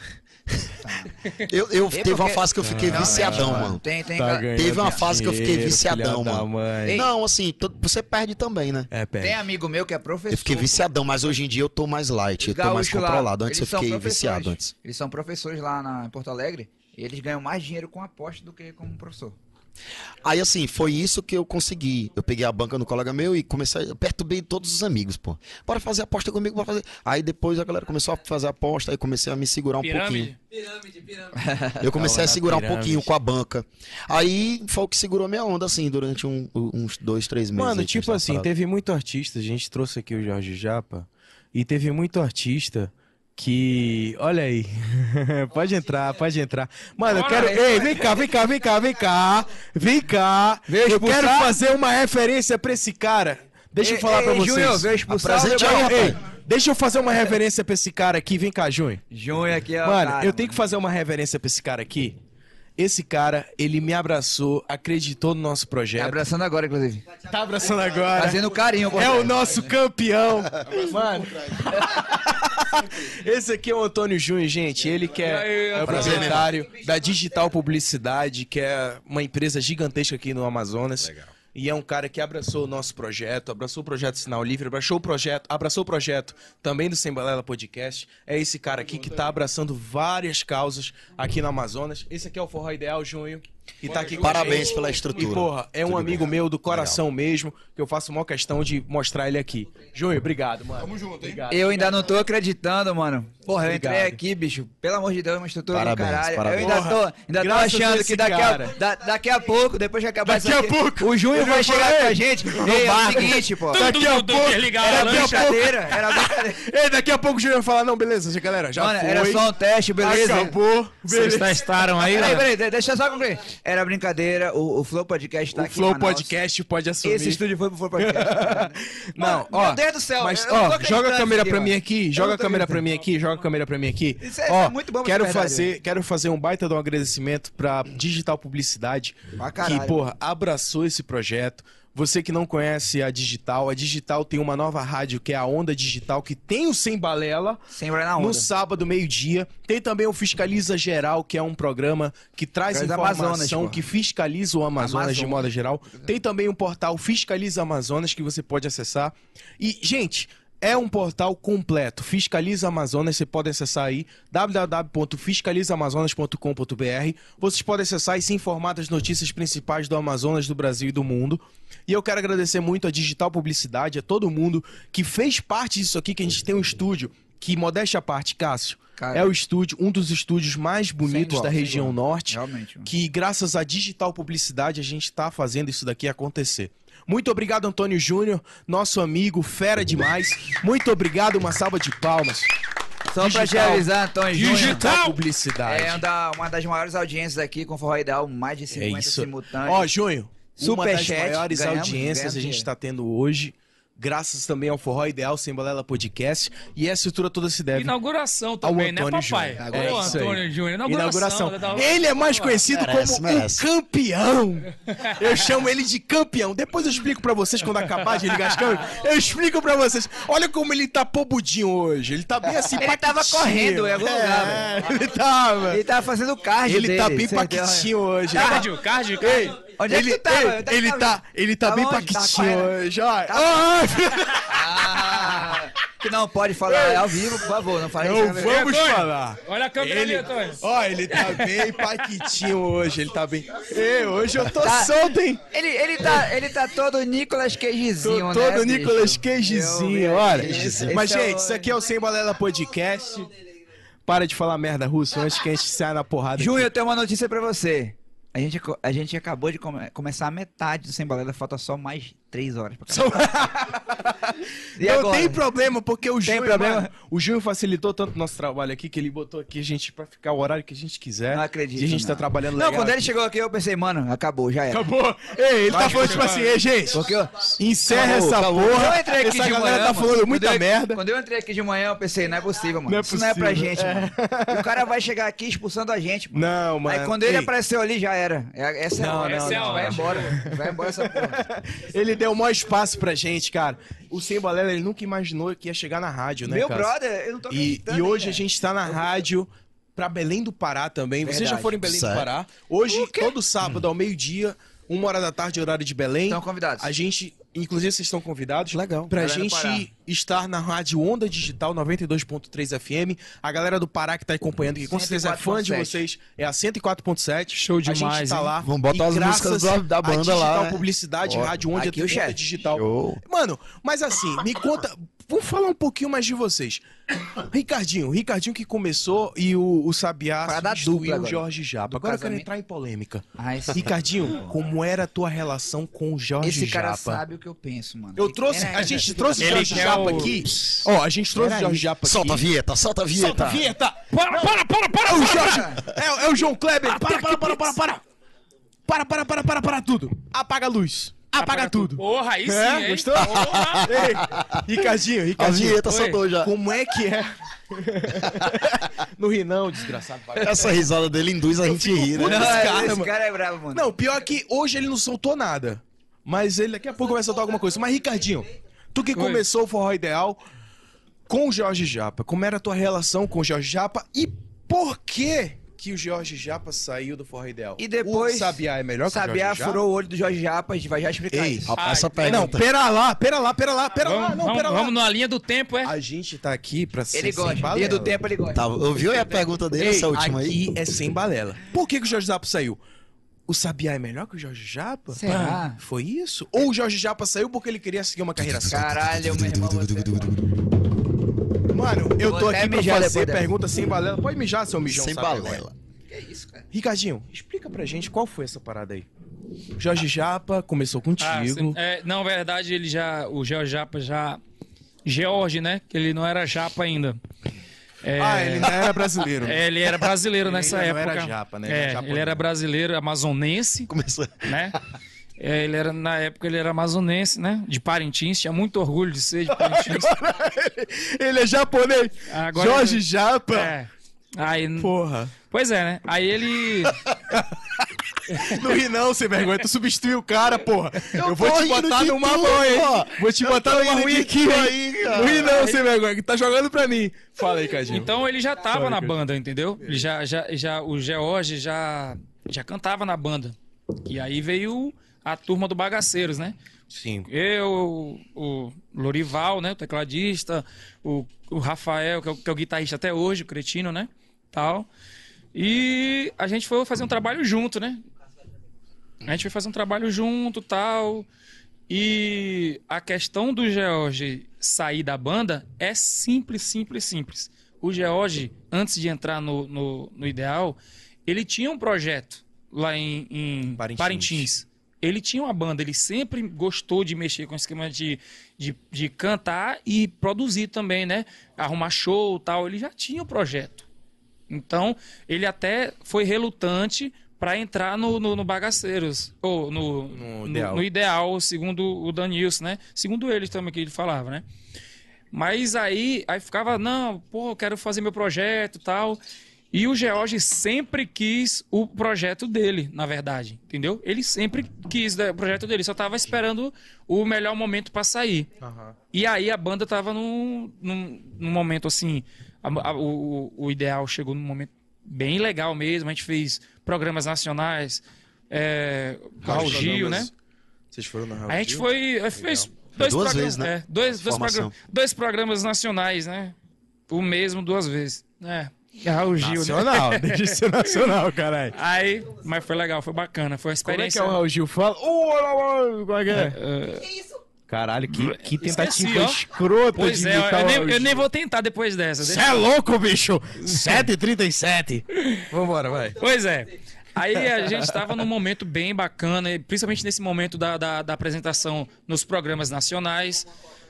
eu, eu E teve uma porque- fase que eu fiquei Realmente, viciadão, mano. Tem, tem. Tá ca- ganhando Teve uma fase que eu fiquei dinheiro, viciadão, filha da mano. mãe. Ei. Não, assim, tu- você perde também, né? É, pera. Tem amigo meu que é professor. Eu fiquei viciadão, mas hoje em dia eu tô mais light, eu tô mais Gaúcho lá, controlado. Antes eu eles são fiquei professores. viciado antes. Eles são professores lá na, em Porto Alegre. E eles ganham mais dinheiro com aposta do que como professor. Aí assim, foi isso que eu consegui. Eu peguei a banca no colega meu e comecei, eu perturbei todos os amigos, pô. Bora fazer aposta comigo, bora fazer. Aí depois a galera começou a fazer aposta, aí comecei a me segurar um pirâmide. pouquinho. Eu comecei a segurar um pirâmide. pouquinho com a banca. Aí foi o que segurou minha onda, assim, durante um- uns dois, três meses. Mano, aí que tipo eu assim, estava teve muito artista, a gente trouxe aqui o Jorge Japa, e teve muito artista que. Olha aí. Pode entrar, pode entrar. Mano, eu Bora quero. aí, Ei, vem cá, vem cá, vem cá, vem cá. Vem cá. Veio Eu expulsar? quero fazer uma referência pra esse cara. Deixa eu Ei, falar pra ei, vocês. Júnior, veio expulsar Apresente o aí, meu- rapaz. Ei, deixa eu fazer uma reverência pra esse cara aqui. Vem cá, Júnior. Júnior aqui é o Mano, cara, eu tenho que fazer uma reverência pra esse cara aqui. Esse cara, ele me abraçou, acreditou no nosso Tá projeto. abraçando agora, inclusive. Tá abraçando agora. Fazendo carinho. É o nosso campeão. Mano. Esse aqui é o Antônio Júnior, gente. Ele que é, é o proprietário da Digital Publicidade, que é uma empresa gigantesca aqui no Amazonas. E é um cara que abraçou o nosso projeto, abraçou o projeto Sinal Livre, abraçou o projeto, abraçou o projeto também do Sem Balela Podcast. É esse cara aqui que tá abraçando várias causas aqui no Amazonas. Esse aqui é o Forró Ideal, Júnior. E tá aqui com a Parabéns gente. pela E, estrutura. porra, é um Tudo amigo bem. meu do coração mesmo, que eu faço maior questão de mostrar ele aqui. Júnior, obrigado, mano. Tamo junto, hein? Eu ainda não tô acreditando, mano. Porra, eu entrei Obrigado. aqui, bicho. Pelo amor de Deus, uma estrutura do Parabéns, caralho. parabéns. Eu ainda tô, Porra, ainda tô graças a achando esse que daqui cara. a, da- daqui a pouco, depois de acabar Daqui isso a aqui, pouco. o Júnior Ele vai vai chegar falar, com a "Ei, gente. no Ei, é o barco." seguinte, pô. Daqui a pouco. Desligar Era a lancha. brincadeira, era brincadeira. Ei, daqui a pouco o Júnior vai falar, não, beleza, já, galera, já Mano, foi. era só um teste, beleza? Acabou, Vocês beleza. testaram aí, Peraí, né? peraí, de- deixa eu só concluir. Era brincadeira, o, o Flow Podcast tá O aqui em Flow Manaus. Podcast pode assumir. Esse estúdio foi pro Flow Podcast. Não, Mano, ó. meu Deus do céu. Mas, eu não tô ó, joga a acreditando câmera aqui, pra mano. mim aqui, Eu joga não a tô câmera pra acreditando. mim aqui, joga a câmera pra mim aqui. Isso é- Ó, isso é muito bom pra quero ser verdade, fazer, quero fazer um baita de um agradecimento pra Digital Publicidade, Pra caralho. que, porra, abraçou esse projeto. Você que não conhece a Digital, a Digital tem uma nova rádio que é a Onda Digital, que tem o Sem Balela, Sem vai na onda. no sábado, meio-dia. Tem também o Fiscaliza Geral, que é um programa que traz Traz informação, Amazonas, pô. que fiscaliza o Amazonas, Amazonas. de modo geral. Tem também um portal Fiscaliza Amazonas, que você pode acessar. E, gente, é um portal completo. Fiscaliza Amazonas, você pode acessar aí, w w w ponto fiscaliza amazonas ponto com ponto b r. Vocês podem acessar e se informar das notícias principais do Amazonas, do Brasil e do mundo. E eu quero agradecer muito a Digital Publicidade, a todo mundo que fez parte disso aqui, que a gente tem um estúdio, que, modéstia à parte, Cássio, Cara, é o estúdio, um dos estúdios mais bonitos igual, da sem região igual. norte, Realmente, mano. que graças à Digital Publicidade a gente está fazendo isso daqui acontecer. Muito obrigado, Antônio Júnior, nosso amigo, fera demais. Muito obrigado, uma salva de palmas. Só pra te Digital. avisar, Antônio Júnior. Digital Publicidade. É uma, da- uma das maiores audiências aqui com Forró Ideal, mais de É cinquenta isso. simultâneos. Ó, Júnior, uma das Superchat, maiores ganhamos, audiências ganhamos a gente dinheiro. está tendo hoje, graças também ao Forró Ideal, Sem Balela Podcast, e essa estrutura toda se deve Inauguração também, né, Antônio papai? Júnior. Ô, É isso aí. Antônio Júnior. Inauguração. Inauguração. Ele é mais conhecido Merece, como merece. o campeão. Eu chamo ele de campeão. Depois eu explico pra vocês quando acabar de ligar as câmeras. Eu explico pra vocês. Olha como ele tá pobudinho hoje. Ele tá bem assim, Ele tava paquitinho. correndo em algum lugar, É, ele tava. Ele tava fazendo o card Ele dele. tá bem certeza. paquitinho hoje. Cardio, cardio, Ei, cardio. Onde é que ele, tu tava? ei, Onde é que ele tava? tá, ele tá Tava bem onde? paquitinho Tava correndo? hoje. Olha. Ah, Ah, que não pode falar é ao vivo, por favor, não fale Não isso. vamos Antônio, falar. Olha a câmera Ele, ali, Antônio. ó, ele tá bem paquitinho hoje, ele tá bem... Ei, hoje eu tô Tá. solto, hein? Ele, ele, tá, ele tá todo Nicolas Cagezinho, Tô né? todo bicho? Nicolas Cagezinho, Eu- olha. esse- Mas, esse é gente, o- isso aqui é o Sem Balela Podcast. Para de falar merda, Russo, antes que a gente saia na porrada. aqui. Júnior, eu tenho uma notícia pra você. A gente, a gente acabou de come- começar a metade do Sem Balela, falta só mais três horas pra acabar. E Não agora? tem problema, porque o Tem Júnior, problema? mano, o Júnior facilitou tanto o nosso trabalho aqui que ele botou aqui a gente pra ficar o horário que a gente quiser. Não acredito, E a gente não. tá trabalhando Não, legal. quando ele chegou aqui, eu pensei, mano, acabou, já era. Acabou. Ei, ele tá falando tipo assim, ei, gente, Porque eu, encerra Acabou, essa acabou. porra. Quando eu entrei aqui Essa de galera manhã, tá mano, falando quando muita eu- merda. Quando eu entrei aqui de manhã, eu pensei, não é possível, mano. Não é Isso não é pra possível. gente, É. mano. O cara vai chegar aqui expulsando a gente, mano. Não, mano. Aí quando ele Ei, apareceu ali, já era. É- Essa é Não, a hora. não, Essa é a não, hora. Vai não. embora, mano. Vai embora essa porra. Ele deu o maior espaço pra gente, cara. O Sem Balela, ele nunca imaginou que ia chegar na rádio, né, Meu cara? brother, eu não tô E, acreditando. e hoje hein, a gente tá na rádio pra Belém do Pará também. Vocês já Verdade. foram em Belém Sério? do Pará? Hoje, O quê? todo sábado, ao meio-dia, uma hora da tarde, horário de Belém. Estão convidados. A gente, inclusive, vocês estão convidados. Legal. Pra Galera do Pará. gente estar na rádio Onda Digital noventa e dois ponto três F M. A galera do Pará que tá acompanhando, que com certeza é fã de cento e quatro ponto vocês, é a cento e quatro ponto sete. Show A gente demais, tá hein? lá. Vamos botar E as graças músicas da- da à banda Digital lá, né? Publicidade, Ó, rádio Onda aqui o Onda chat. Digital. Show. Mano, mas assim, me conta. Vamos falar um pouquinho mais de vocês. Ricardinho, Ricardinho que começou e o, o Sabiá Para dar substituiu dupla o agora. Jorge Japa. Do Agora eu quero casamento. entrar em polêmica. Ah, esse, Ricardinho, como era a tua relação com o Jorge esse cara Japa? sabe o que eu penso, mano. Eu trouxe, a gente trouxe o Ele Jorge quer Japa o- aqui. Ó, a gente trouxe o Peraí. Jorge Japa aqui. Solta a vinheta, solta a vinheta. Solta a vinheta. Para, para, para, para. É o Jorge. É, é o João Kleber. Para, para, para, para, para. Para, para, para, para, para tudo. Apaga a luz. Apaga, tudo. Porra, aí sim, É? hein? Gostou? Porra. Ei, Ricardinho, A Ricardinho. vinheta Oi. soltou já. Como é que é? Não ri não, desgraçado. Essa risada dele induz a gente a rir, Não, né? Esse cara, esse mano. cara é bravo, mano. Não, pior que hoje ele não soltou nada. Mas ele daqui a pouco vai soltar alguma coisa. Mas, Ricardinho, tu que começou o Forró Ideal com o Jorge Japa, como era a tua relação com o Jorge Japa e por que que o Jorge Japa saiu do Forró Ideal? E depois- O Sabiá é melhor que o Sabiá Jorge Japa? furou o olho do Jorge Japa, a gente vai já explicar Ei, isso. Rapaz, Ai, essa Não, pergunta. pera lá, pera lá, pera lá, pera lá, Vamos, não, vamos, pera lá. vamos na linha do tempo, é? A gente tá aqui pra ser Ele sem gosta. balela. Dia do tempo ele gosta. Tá, ouviu aí a pergunta dele, Ei, essa última aí? aqui é sem balela. Por que, que o Jorge Japa saiu? O Sabiá é melhor que o Jorge Japa? Será? Ah, foi isso? Ou o Jorge Japa saiu porque ele queria seguir uma carreira só? Caralho, meu irmão, você... Mano, eu Vou tô até aqui pra mijar fazer depois dessa. pergunta sem balela. Pode mijar, seu mijão. Sem sabe balela. agora. Que isso, cara? Ricardinho, explica pra gente qual foi essa parada aí. Jorge Japa começou Ah, contigo. sim. É, não, na verdade, ele já. O George Japa já. George, né? Que ele não era Japa ainda. É, Ah, ele não era brasileiro. é, ele era brasileiro Ele nessa ainda não época. era japa, né? É, Era japonês. ele era brasileiro, amazonense, Começou. né? É, ele era, na época ele era amazonense, né? De Parintins, tinha muito orgulho de ser de Parintins. Ele é japonês. Agora- Jorge Japa. É. Aí, Porra. pois é, né? Aí ele. Não ri não, sem vergonha. Tu substituiu o cara, porra. Eu, vou tô te rindo botar de numa tudo, mão, hein? pô. Vou te Eu botar tô numa rindo ruim de aqui, tudo hein? aí, cara. Não ri não, sem vergonha, que tá jogando pra mim. Fala aí, Cadinho. Então ele já tava Sorry, na cara. banda, entendeu? Ele já, já, já, o George já, já cantava na banda. E aí veio a turma do Bagaceiros, né? Sim. Eu, o Lorival, né? O tecladista, o, o Rafael, que é o, que é o guitarrista até hoje, o Cretino, né? Tal. E a gente foi fazer um trabalho junto, né? A gente foi fazer um trabalho junto, tal. E a questão do George sair da banda é simples, simples, simples. O George, antes de entrar no, no, no Ideal, ele tinha um projeto lá em, em Parintins. Parintins. Ele tinha uma banda, ele sempre gostou de mexer com esse esquema de, de, de cantar e produzir também, né? Arrumar show e tal. Ele já tinha o projeto. Então, ele até foi relutante para entrar no, no, no Bagaceiros, ou no, No no, Ideal. no Ideal, segundo o Danilson, né? Segundo ele também, que ele falava, né? Mas aí, aí ficava, não, pô, eu quero fazer meu projeto e tal. E o George sempre quis o projeto dele, na verdade, entendeu? Ele sempre quis o projeto dele, só tava esperando o melhor momento para sair. E aí a banda tava num, num, num momento assim, a- a- o, o Ideal chegou num momento bem legal mesmo, a gente fez programas nacionais, é, Raul Gil, né? Vocês foram na Raul A gente Gil? foi, fez dois, Duas program- vezes, né? é, dois, dois, Formação. program- dois programas nacionais, né? O mesmo duas vezes. É, Raul Gil, né? Nacional, deixa de ser nacional, caralho. Aí, mas foi legal, foi bacana, foi uma Como é que experiência. é o Raul Gil? Fala. Ô, olá, olá, como é que é? Caralho, que, que tentativa Esqueci, ó. escrota Pois de é, imitar eu o nem, Raul eu nem Gil. vou tentar depois dessa. Cê deixa- é louco, bicho! sete e trinta e sete. Vambora, vai. Pois é. Aí a gente estava num momento bem bacana, e principalmente nesse momento da, da, da apresentação nos programas nacionais.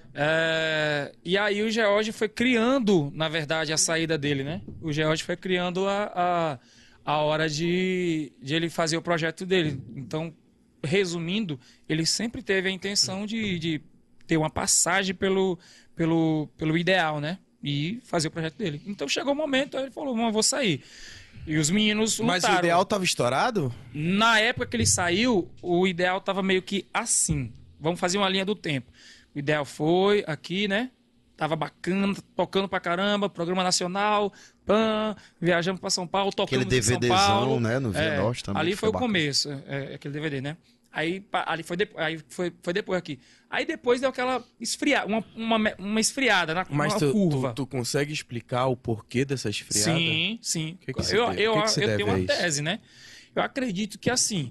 É, e aí o George foi criando, na verdade, a saída dele, né? O George foi criando a, a, a hora de, de ele fazer o projeto dele. Então, resumindo, ele sempre teve a intenção de, de ter uma passagem pelo, pelo, pelo Ideal, né? E fazer o projeto dele. Então chegou o momento, aí ele falou, "Bom, eu vou sair." E os meninos Mas lutaram. o Ideal tava estourado? Na época que ele saiu, o Ideal tava meio que assim. Vamos fazer uma linha do tempo. O Ideal foi aqui, né? Tava bacana, tocando pra caramba, programa nacional, pã, viajamos pra São Paulo, tocamos Aquele em São DVDzão, Paulo. né, no Via Norte também, Ali que foi, foi o bacana. começo, é, aquele D V D, né? Aí, pa- ali foi, de- aí foi, foi depois aqui. Aí depois deu aquela esfriada, uma, uma, uma esfriada na Mas uma tu, curva. tu, tu consegue explicar o porquê dessa esfriada? Sim, sim. que que se eu deve? eu, O que que se eu deve tenho a uma isso? tese, né? Eu acredito que assim.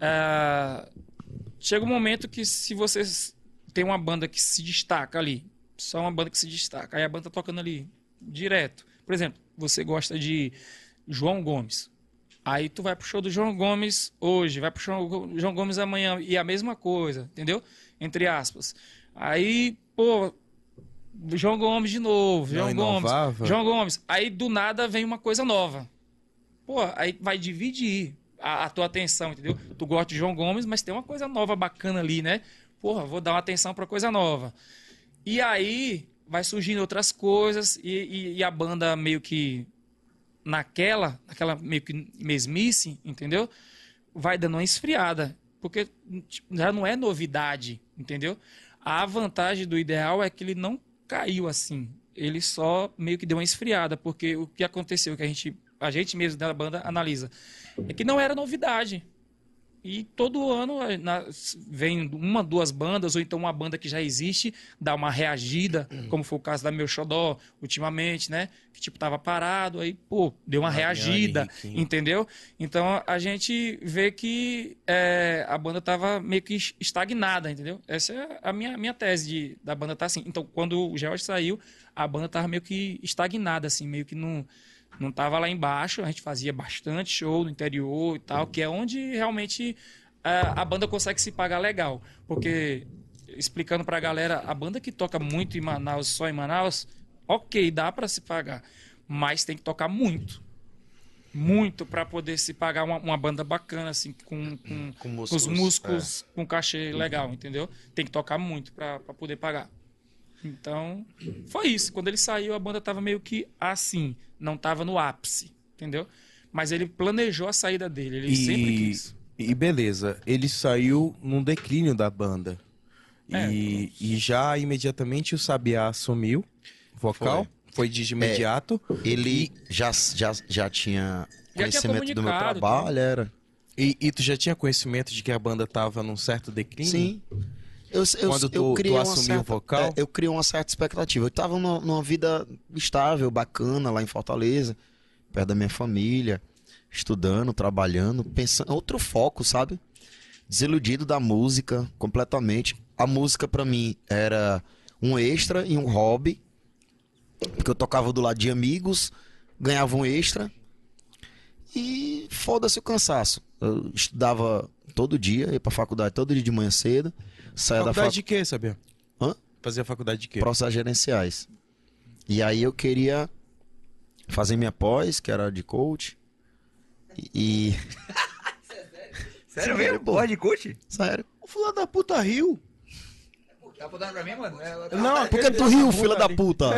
ah, chega um momento que se você tem uma banda que se destaca ali, só uma banda que se destaca, aí a banda tá tocando ali direto. Por exemplo, você gosta de João Gomes. Aí tu vai pro show do João Gomes hoje, vai pro show do João Gomes amanhã, e a mesma coisa, entendeu? Entre aspas. Aí, pô, João Gomes de novo, Não João Gomes, inovava? João Gomes. Aí do nada vem uma coisa nova. Pô, aí vai dividir a, a tua atenção, entendeu? Tu gosta de João Gomes, mas tem uma coisa nova bacana ali, né? Porra, vou dar uma atenção pra coisa nova. E aí vai surgindo outras coisas e, e- e a banda meio que naquela, naquela meio que mesmice, entendeu? Vai dando uma esfriada, porque tipo, já não é novidade, entendeu? A vantagem do Ideal é que ele não caiu assim, ele só meio que deu uma esfriada, porque o que aconteceu, que a gente, a gente mesmo da banda analisa, é que não era novidade. E todo ano eh, na- vem uma, duas bandas, ou então uma banda que já existe, dá uma reagida, como foi o caso da Meu Xodó, ultimamente, né? Que tipo, tava parado, aí, pô, deu uma Mariana, reagida, Henriquinho. entendeu? Então a gente vê que eh, a banda tava meio que es- estagnada, entendeu? Essa é a minha, minha tese de, da banda tá assim. Então, quando o George saiu, a banda tava meio que estagnada, assim, meio que não. Não tava lá embaixo, a gente fazia bastante show no interior e tal, que é onde realmente a, a banda consegue se pagar legal. Porque, explicando pra galera, a banda que toca muito em Manaus, só em Manaus, ok, dá pra se pagar. Mas tem que tocar muito. Muito pra poder se pagar uma, uma banda bacana, assim, com, com, Com com músicos, os músicos com cachê legal, entendeu? Tem que tocar muito pra, pra poder pagar. Então, foi isso. Quando ele saiu, a banda tava meio que assim, não tava no ápice, entendeu? Mas ele planejou a saída dele, ele sempre quis. E beleza, ele saiu num declínio da banda. É. E, e já imediatamente o Sabiá assumiu vocal. Foi, foi de imediato. Ele já, já, já tinha conhecimento do meu comunicado, trabalho, era. E, e tu já tinha conhecimento de que a banda tava num certo declínio? Sim. Eu, eu, Quando eu tu- criei tu uma assumiu certa, o vocal? é, eu criei uma certa expectativa. Eu tava numa, numa vida estável, bacana, lá em Fortaleza, perto da minha família, estudando, trabalhando, pensando, outro foco, sabe? Desiludido da música completamente. A música pra mim era um extra e um hobby, porque eu tocava do lado de amigos, ganhava um extra e foda-se o cansaço. Eu estudava todo dia, ia pra faculdade todo dia de manhã cedo, saía da Faculdade faculdade. de quê, Sabiá? Hã? Fazia faculdade de quê? Processos gerenciais. E aí eu queria fazer minha pós, que era de coach. E. Sério mesmo? pô. Pode, coach? Sério. O filho da puta riu. Tá apontando pra mim, mano? É, Não, Por que tu riu, filha da puta?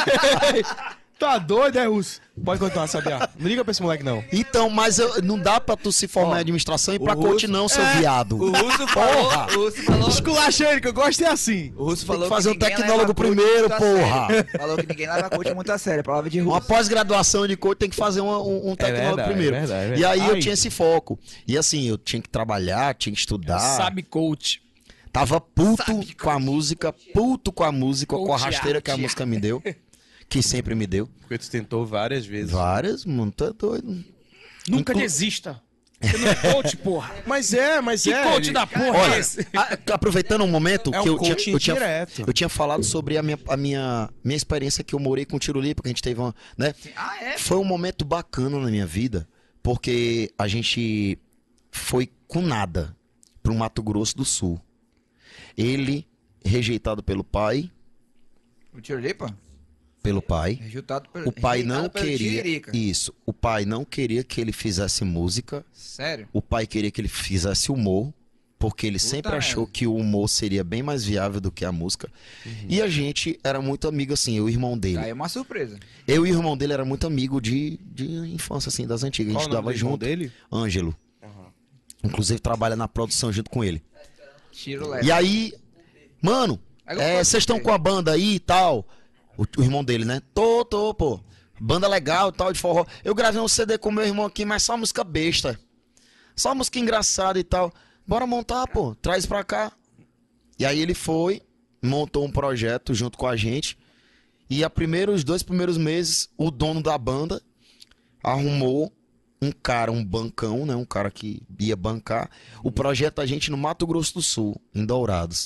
Tá doido, é, Russo? Pode continuar, Sabiá. Não liga pra esse moleque, não. Então, mas eu- não dá pra tu se formar em administração e ir pra o coach, Russo- não, seu É. viado. O Russo falou, Porra! o Russo falou, Esculacha ele, que eu gosto é assim. o Russo Tem falou que fazer um ninguém tecnólogo leva coach primeiro, muito a porra. sério. Falou que ninguém leva coach muito a sério, palavra de Uma Russo. pós-graduação de coach tem que fazer uma- um, um tecnólogo verdade, primeiro. é verdade, é E verdade. aí eu Ai. tinha esse foco. E assim, eu tinha que trabalhar, tinha que estudar. Sabe, coach. Tava puto com a música, puto com a música, com a Coach rasteira que a arte. música me deu. Que sempre me deu. Porque tu tentou várias vezes. Várias, mano, tá doido. Nunca Inclu- desista. Você não é coach, porra. Mas é, mas Que é. coach ele- da porra é Olha, esse? a- aproveitando um momento É que um eu tinha, coaching eu, tinha, direto. eu tinha falado sobre a minha, a minha, minha experiência que eu morei com o Tirulipa, que a gente teve uma, né? Ah, é? Foi um momento bacana na minha vida, porque a gente foi com nada pro Mato Grosso do Sul. Ele, rejeitado pelo pai, O Tirolipa? pelo pai. Rejeitado pelo O pai rejeitado não pelo queria. Tiririca. Isso. O pai não queria que ele fizesse música. Sério? O pai queria que ele fizesse humor. Porque ele Puta sempre achou merda. que o humor seria bem mais viável do que a música. E a gente era muito amigo, assim, eu e o irmão dele. Aí é uma surpresa. Eu e o irmão dele era muito amigo de, de infância, assim, das antigas. A Qual gente o nome estudava do irmão junto. dele? Ângelo. Inclusive trabalha na produção junto com ele. Tiro leve. E aí, mano, Aí eu é, posso vocês estão ver. com a banda aí e tal? O, o irmão dele, né? Tô, tô, pô. Banda legal e tal, de forró. Eu gravei um C D com meu irmão aqui, mas só música besta. Só música engraçada e tal. Bora montar, pô. Traz pra cá. E aí ele foi, montou um projeto junto com a gente. E a primeiro, os dois primeiros meses, o dono da banda arrumou um cara, um bancão, né? Um cara que ia bancar o projeto da gente no Mato Grosso do Sul, em Dourados.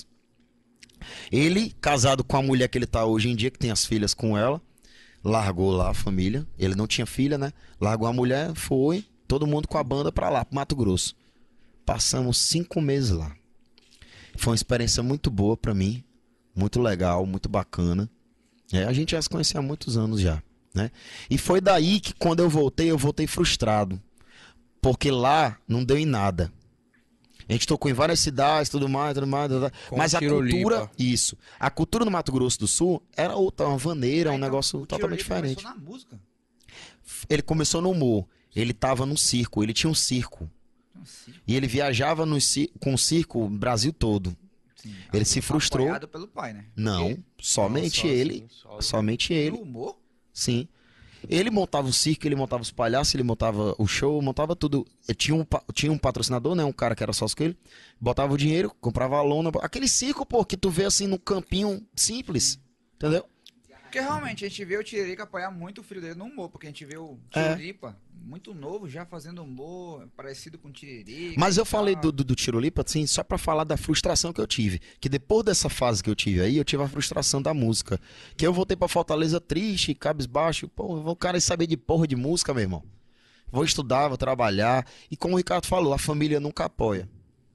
Ele, casado com a mulher que ele tá hoje em dia, que tem as filhas com ela, largou lá a família. Ele não tinha filha, né? Largou a mulher, foi, todo mundo com a banda pra lá, pro Mato Grosso. Passamos cinco meses lá. Foi uma experiência muito boa pra mim, muito legal, muito bacana. É, a gente já se conhecia há muitos anos já, né? E foi daí que quando eu voltei, eu voltei frustrado. Porque lá não deu em nada. A gente tocou em várias cidades, tudo mais, tudo mais, tudo mais. Com Mas a Tirolipa. cultura, isso. A cultura no Mato Grosso do Sul era outra, uma vaneira, um Ah, então, negócio o totalmente Tirolipa diferente. começou na música. Ele começou no humor. Ele tava num circo, ele tinha um circo. Então, sim, E ele viajava no ci- com o circo o Brasil todo. sim. Ele se frustrou. Apoiado pelo pai, né? Não, Porque somente Não, só ele. assim, só- Somente no ele. humor, Sim. Ele montava o circo, ele montava os palhaços, ele montava o show, montava tudo. Ele tinha um, pa- tinha um patrocinador, né? Um cara que era sócio com ele. Botava o dinheiro, comprava a lona. Aquele circo, pô, que tu vê assim no campinho simples. Entendeu? porque realmente a gente vê o Tiririca apoiar muito o filho dele no humor, porque a gente vê o É. Tiriripa muito novo já fazendo humor parecido com o Tiririca. Mas eu e falei tal. do, do, do Tirolipa, assim, só pra falar da frustração que eu tive. Que depois dessa fase que eu tive aí, eu tive a frustração da música. Que eu voltei pra Fortaleza triste, cabisbaixo. Pô, o cara saber de porra de música, meu irmão. Vou estudar, vou trabalhar. E como o Ricardo falou, a família nunca apoia.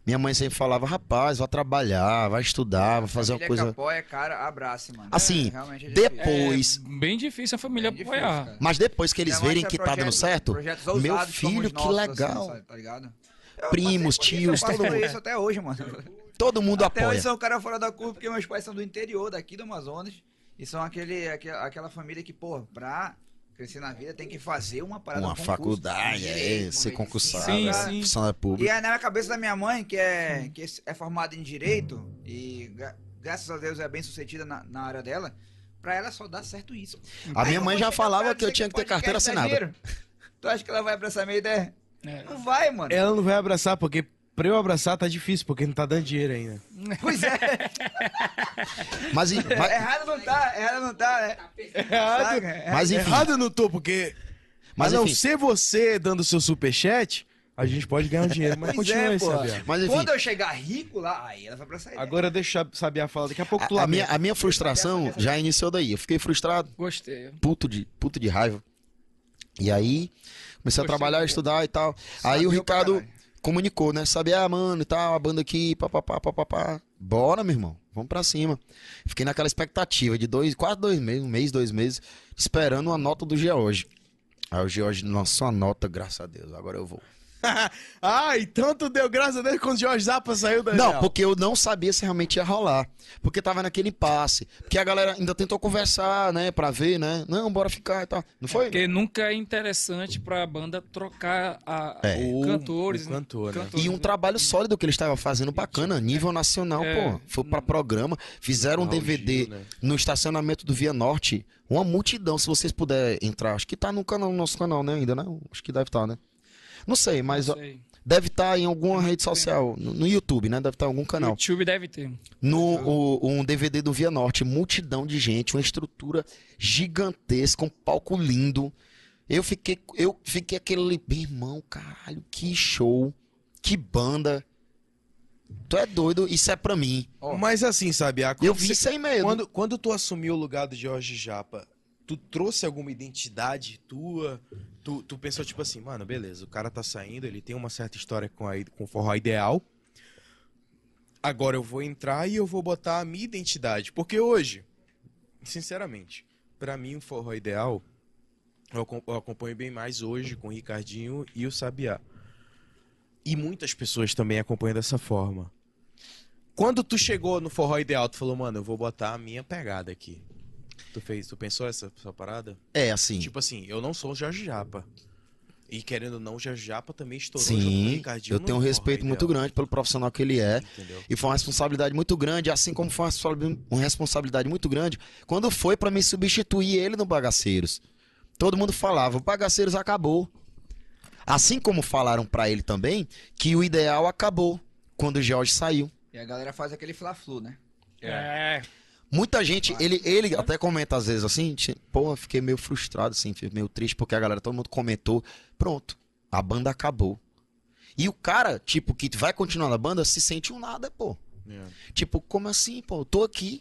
minha mãe sempre falava, rapaz, vai trabalhar, vai estudar, vai fazer uma Família coisa... que apoia, cara, abraça, mano. Assim, É, realmente é difícil. depois... É bem difícil a família Bem difícil, apoiar. cara. Mas depois que eles Ainda mais verem se é que tá dando projetos- certo, projetos meu ousados como filho, os que nossos, legal. assim, sabe, tá ligado? Eu Primos, passei por tios, isso, eu passo todo por mundo. isso até hoje, mano. Todo mundo Até hoje apoia. sou um cara fora da curva, porque meus pais são do interior, daqui do Amazonas. E são aquele, aquela, aquela família que, pô, pra crescer na vida tem que fazer uma parada, Uma um concurso, faculdade, um é, direito, ser uma concursado, Sim, é, sim. funcionário E público. é na cabeça da minha mãe, que é, que é formada em Direito, e gra- graças a Deus é bem sucedida na, na área dela, pra ela só dá certo isso. A minha Aí, mãe quando já chega falava pra que eu dizer tinha que ter podcast carteira dá assinada. dinheiro, tu acha que ela vai abraçar a minha ideia? É. Não vai, mano. Ela não vai abraçar, porque pra eu abraçar tá difícil, porque não tá dando dinheiro ainda. Pois é, Mas, e- mas, errado não tá, errado não tá, né? Errado, Saca? É- mas enfim, errado eu não tô, porque... Mas Mas a não enfim. ser você dando seu superchat, a gente pode ganhar um dinheiro. Mas Pois continua é, aí, pô. Sabiá. mas enfim, Quando eu chegar rico lá, aí ela vai abraçar a ideia. Agora deixa o Sabiá falar, daqui a pouco tu a, a lamenta. minha, a minha frustração já iniciou daí. Eu fiquei frustrado, Gostei. puto de, puto de raiva. E aí, comecei a Gostei trabalhar, do- estudar e tal. Aí o Sabia pra Ricardo caralho. comunicou, né? Sabe, ah, mano, e tal, a banda aqui, papapá, papapá. Bora, meu irmão, vamos pra cima. Fiquei naquela expectativa de dois, quase dois meses, um mês, dois meses, esperando uma nota do George. Aí o George lançou a nota, graças a Deus, agora eu vou. Ah, então tu deu graças a Deus quando o Jorge Zappa saiu da Não, porque eu não sabia se realmente ia rolar. Porque tava naquele impasse. Porque a galera ainda tentou conversar, né, pra ver, né? Não, bora ficar e tal. Não foi? Porque nunca é interessante pra banda trocar a, É. o cantores, O né? cantor, né? Cantores, E um né? trabalho sólido que eles estavam fazendo bacana, nível nacional, É. pô. Foi pra programa, fizeram um Raul D V D Gil, né? no estacionamento do Via Norte. Uma multidão, se vocês puderem entrar. Acho que tá no canal, no nosso canal, né, ainda, né? Acho que deve estar, né? Não sei, mas Não ó, sei. deve estar em alguma rede social. No, no YouTube, né? Deve estar em algum canal. YouTube deve ter. No o- um D V D do Via Norte, multidão de gente, uma estrutura gigantesca, um palco lindo. Eu fiquei, eu fiquei aquele, meu irmão, caralho, que show, que banda. Tu é doido, isso é pra mim. Mas assim, Sabiá, quando Eu vi você- sem medo. Quando, quando tu assumiu o lugar do Jorge Japa, tu trouxe alguma identidade tua? Tu, tu pensou tipo assim, mano, beleza, o cara tá saindo, ele tem uma certa história com, a, com o forró ideal. Agora eu vou entrar e eu vou botar a minha identidade. Porque hoje, sinceramente, pra mim o forró ideal, eu, acom- eu acompanho bem mais hoje com o Ricardinho e o Sabiá. E muitas pessoas também acompanham dessa forma. Quando tu chegou no forró ideal, tu falou, mano, eu vou botar a minha pegada aqui. Tu fez, tu pensou essa, essa parada? É, assim, Tipo assim, eu não sou o Jorge Japa. E querendo ou não, o Jorge Japa também estourou junto com o sim, Ricardinho eu no tenho um forró respeito muito ideal. grande pelo profissional que ele é. Entendeu? E foi uma responsabilidade muito grande, assim como foi uma responsabilidade- uma responsabilidade muito grande quando foi pra me substituir ele no Bagaceiros. Todo mundo falava, o Bagaceiros acabou. Assim como falaram pra ele também que o ideal acabou quando o George saiu. E a galera faz aquele fla-flu, né? É. Muita gente, ele, ele até comenta às vezes assim, ti- pô, eu fiquei meio frustrado, assim, fiquei meio triste, porque a galera, todo mundo comentou, pronto, a banda acabou. E o cara, tipo, que vai continuar na banda, se sente um nada, pô. É. Tipo, como assim, pô? Eu tô aqui.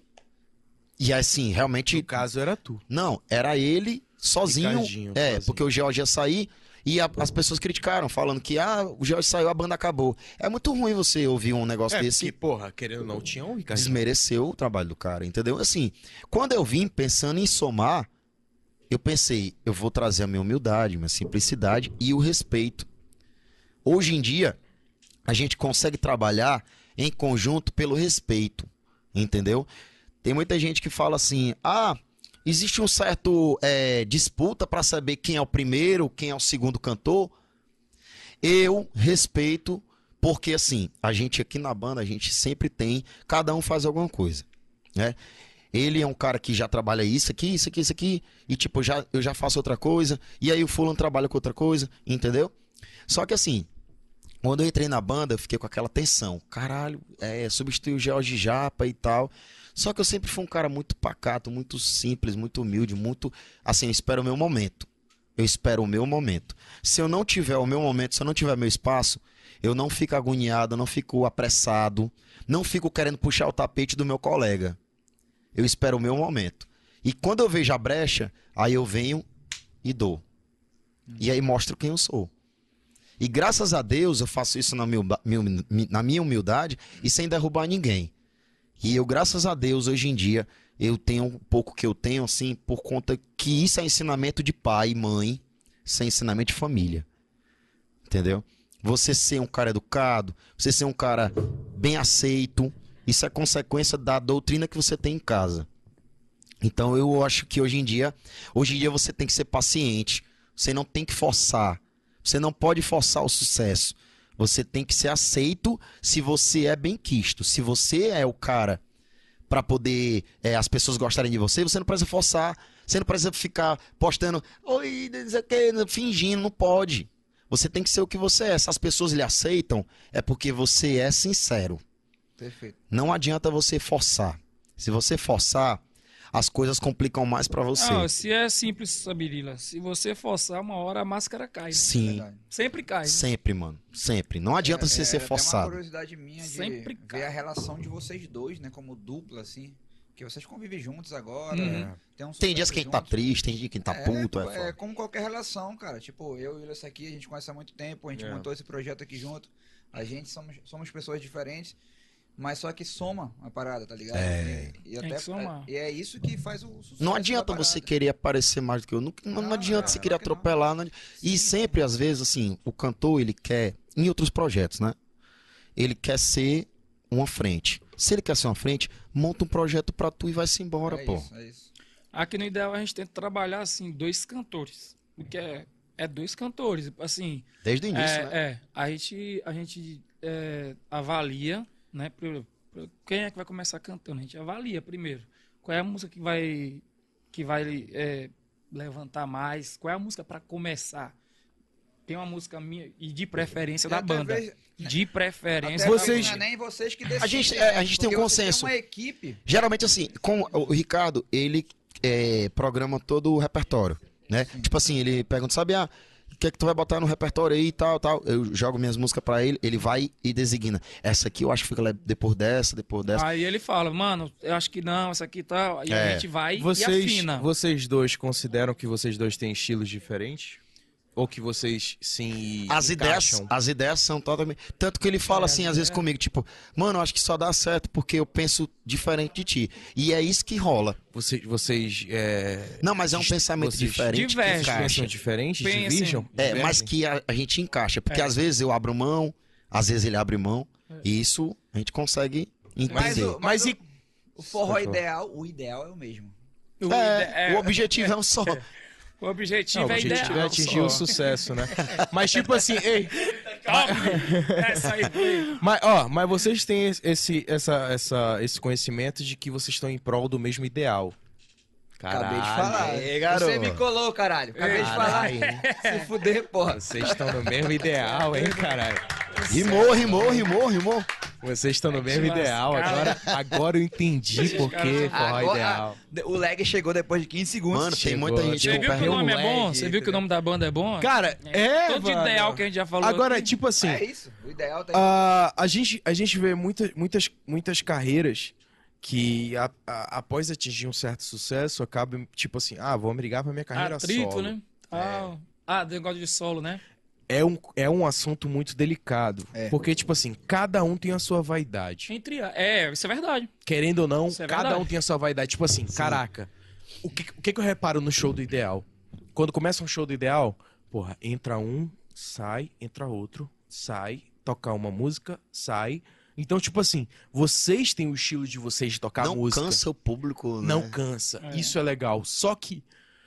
E assim, realmente. No caso era tu. Não, era ele sozinho. Ricardinho, É, sozinho. porque o George ia sair e a- as pessoas criticaram, falando que, ah, o George saiu, a banda acabou. É muito ruim você ouvir um negócio É, desse. porque, porra, querendo ou não, tinha um Ricardinho. Desmereceu o trabalho do cara, entendeu? Assim, quando eu vim pensando em somar, eu pensei, eu vou trazer a minha humildade, minha simplicidade e o respeito. Hoje em dia, a gente consegue trabalhar em conjunto pelo respeito, entendeu? Tem muita gente que fala assim, ah, existe um certo é, disputa para saber quem é o primeiro, quem é o segundo cantor. Eu respeito, porque assim, a gente aqui na banda, a gente sempre tem, cada um faz alguma coisa, né? Ele é um cara que já trabalha isso aqui, isso aqui, isso aqui, e tipo, já, eu já faço outra coisa, e aí o fulano trabalha com outra coisa, entendeu? Só que assim, quando eu entrei na banda, eu fiquei com aquela tensão. Caralho, é, substituir o George Japa e tal. Só que eu sempre fui um cara muito pacato, muito simples, muito humilde, muito... Assim, eu espero o meu momento. Eu espero o meu momento. Se eu não tiver o meu momento, se eu não tiver meu espaço, eu não fico agoniado, eu não fico apressado, não fico querendo puxar o tapete do meu colega. Eu espero o meu momento. E quando eu vejo a brecha, aí eu venho e dou. E aí mostro quem eu sou. E graças a Deus eu faço isso na, meu, na minha humildade e sem derrubar ninguém. E eu, graças a Deus, hoje em dia, eu tenho um pouco que eu tenho, assim, por conta que isso é ensinamento de pai e mãe, isso é ensinamento de família. Entendeu? Você ser um cara educado, você ser um cara bem aceito, isso é consequência da doutrina que você tem em casa. Então eu acho que hoje em dia, hoje em dia você tem que ser paciente, você não tem que forçar, você não pode forçar o sucesso. Você tem que ser aceito se você é bem quisto. Se você é o cara para poder é, as pessoas gostarem de você, você não precisa forçar. Você não precisa ficar postando, oi, não sei o que, fingindo, não pode. Você tem que ser o que você é. Se as pessoas lhe aceitam, é porque você é sincero. Perfeito. Não adianta você forçar. Se você forçar, as coisas complicam mais pra você. Não, se é simples, Sabirila, se você forçar uma hora, a máscara cai. Né? Sim. Verdade. Sempre cai. Né? Sempre, mano. Sempre. Não adianta É, você é, ser Tem uma forçado. curiosidade minha de Sempre ver cai. a relação de vocês dois, né? Como dupla, assim. Que vocês convivem juntos agora. Uhum. Tem, um Tem dias que a gente tá juntos. triste, tem dia que a gente tá É, puto. pô, É, é foda. como qualquer relação, cara. Tipo, eu e o Willis aqui, a gente conhece há muito tempo, a gente É. montou esse projeto aqui junto. A gente somos, somos pessoas diferentes, mas só que soma a parada, tá ligado? É. E, e Tem até, que somar. e é isso que faz o sucesso. Não da adianta parada. você querer aparecer mais do que eu. Não, não, não Não, adianta é, você querer claro que não. atropelar. não adi- E Sim, sempre, às vezes, assim, o cantor, ele quer, em outros projetos, né? Ele quer ser uma frente. Se ele quer ser uma frente, monta um projeto pra tu e vai-se embora, é pô. Isso, é isso. Aqui no ideal a gente tenta trabalhar assim, dois cantores. Porque é, é dois cantores. Assim, Desde o início, é, né? é, a gente, a gente é, avalia, né? pro- pro- Quem é que vai começar cantando? A gente avalia primeiro. Qual é a música que vai, que vai é, levantar mais? Qual é a música para começar? Tem uma música minha e de preferência da Até banda. vez- De preferência. Até da Vocês- não banda. é nem vocês que decidem. A gente- é, a gente tem um porque consenso. Você tem uma equipe. Geralmente, assim, com o Ricardo, ele é, programa todo o repertório, né? Tipo assim, ele pergunta, sabe, ah, o que é que tu vai botar no repertório aí e tal, tal. Eu jogo minhas músicas pra ele, ele vai e designa. Essa aqui eu acho que fica le- depois dessa, depois dessa. Aí ele fala, mano, eu acho que não, essa aqui tá. E a É. gente vai e Vocês, afina. vocês dois consideram que vocês dois têm estilos diferentes? Ou que vocês sim As ideias, encaixam? as ideias são totalmente... Tanto que ele fala É, assim, às vezes é. comigo, tipo, mano, eu acho que só dá certo porque eu penso diferente de ti. E é isso que rola. Vocês, vocês é, Não, mas é um Vocês- pensamento vocês diferente que divergem. pensam encaixa. diferentes? Pensem. Divirjam? É, Divergem? mas que a, a gente encaixa. Porque É. às vezes eu abro mão, às vezes ele abre mão. E isso a gente consegue Mas, entender. o, Mas mas e- o, o forró Pode falar. ideal, o ideal é o mesmo. O, É, ide- é, o objetivo é um só. o objetivo Não, o é objetivo é ideal. atingir o só. sucesso, né? Mas tipo assim, ei, Calma, essa aí foi. mas, ó, mas vocês têm esse, essa, essa, esse conhecimento de que vocês estão em prol do mesmo ideal. Acabei de falar. Ei, garoto. Você me colou, caralho. Acabei de falar. Se fuder, porra. Vocês estão no mesmo ideal, hein, caralho? Rimou, rimou, rimou, rimou. Vocês estão no mesmo te ideal. lascar. Agora, agora eu entendi por que forró Agora, ideal. o lag chegou depois de quinze segundos. Mano, tem Chegou, muita gente Você chegou. viu que o Perdeu nome é um bom? lag, Você viu que o nome da banda é bom? Cara, é, Todo mano. ideal que a gente já falou. Agora, aqui. tipo assim, É isso. O ideal tá ah, a, gente, a gente vê muita, muitas, muitas carreiras que a- a- após atingir um certo sucesso acabam, tipo assim, ah, vou brigar pra minha carreira Atrito, solo. né? Ah, ah, negócio de solo, né? É um, é um assunto muito delicado. É. Porque, tipo assim, cada um tem a sua vaidade. Entre a... É, isso é verdade. Querendo ou não, Isso é cada verdade. um tem a sua vaidade. Tipo assim, caraca, o que, o que que eu reparo no show do Ideal? Quando começa um show do Ideal, porra, entra um, sai, entra outro, sai, toca uma música, sai. Então, tipo assim, vocês têm o estilo de vocês de tocar Não música. cansa o público, né? Não cansa. É. Isso é legal. Só que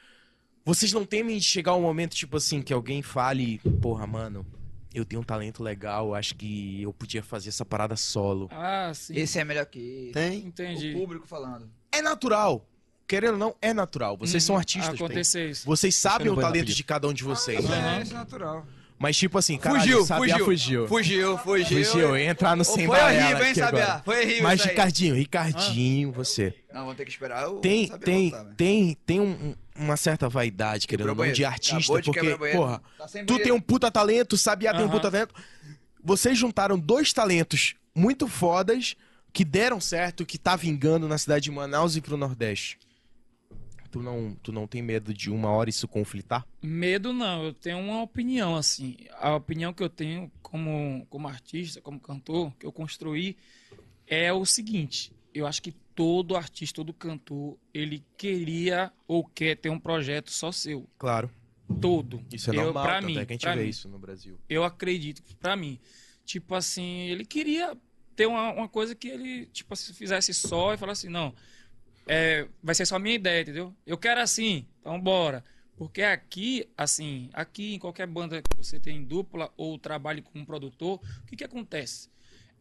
vocês não temem de chegar um momento, tipo assim, que alguém fale, porra, mano, eu tenho um talento legal, acho que eu podia fazer essa parada solo. Ah, sim. Esse é melhor que esse. Tem? Entendi. O público falando. É natural. Querendo ou não, é natural. Vocês são artistas, bem. Acontecer isso. Vocês sabem não o vai talento rapidinho. de cada um de vocês. Isso Aham. é, isso é natural. Mas tipo assim, caralho, Fugiu, Sabiá fugiu. fugiu. Fugiu, fugiu. Fugiu, ia entrar no Ô, sem Foi balela horrível, hein, aqui Sabiá? agora. Foi horrível Mas isso aí. Ricardinho, Ricardinho, você. Não, vamos ter que esperar o Tem, Sabiá tem, voltar, velho. tem, tem um- um- uma certa vaidade, querendo ou Quebrou não, de banheiro. artista, Acabou de porque, quebrar banheiro. porra, Tá sem tu banheiro. tem um puta talento, Sabiá tem um Aham. puta talento. Vocês juntaram dois talentos muito fodas que deram certo, que tá vingando na cidade de Manaus e pro Nordeste. tu não, tu não tem medo de uma hora isso conflitar? Medo não, eu tenho uma opinião, assim. A opinião que eu tenho como, como artista, como cantor, que eu construí, é o seguinte. Eu acho que todo artista, todo cantor, ele queria ou quer ter um projeto só seu. Claro. Todo. Isso é eu, normal, pra tanto mim, é que a gente pra vê mim. isso no Brasil. Eu acredito, pra mim. Tipo assim, ele queria ter uma, uma coisa que ele, tipo, se fizesse só e falasse assim, não, é, vai ser só a minha ideia, entendeu? Eu quero assim, então bora. Porque aqui, assim, aqui em qualquer banda que você tem dupla ou trabalhe com um produtor, o que que acontece?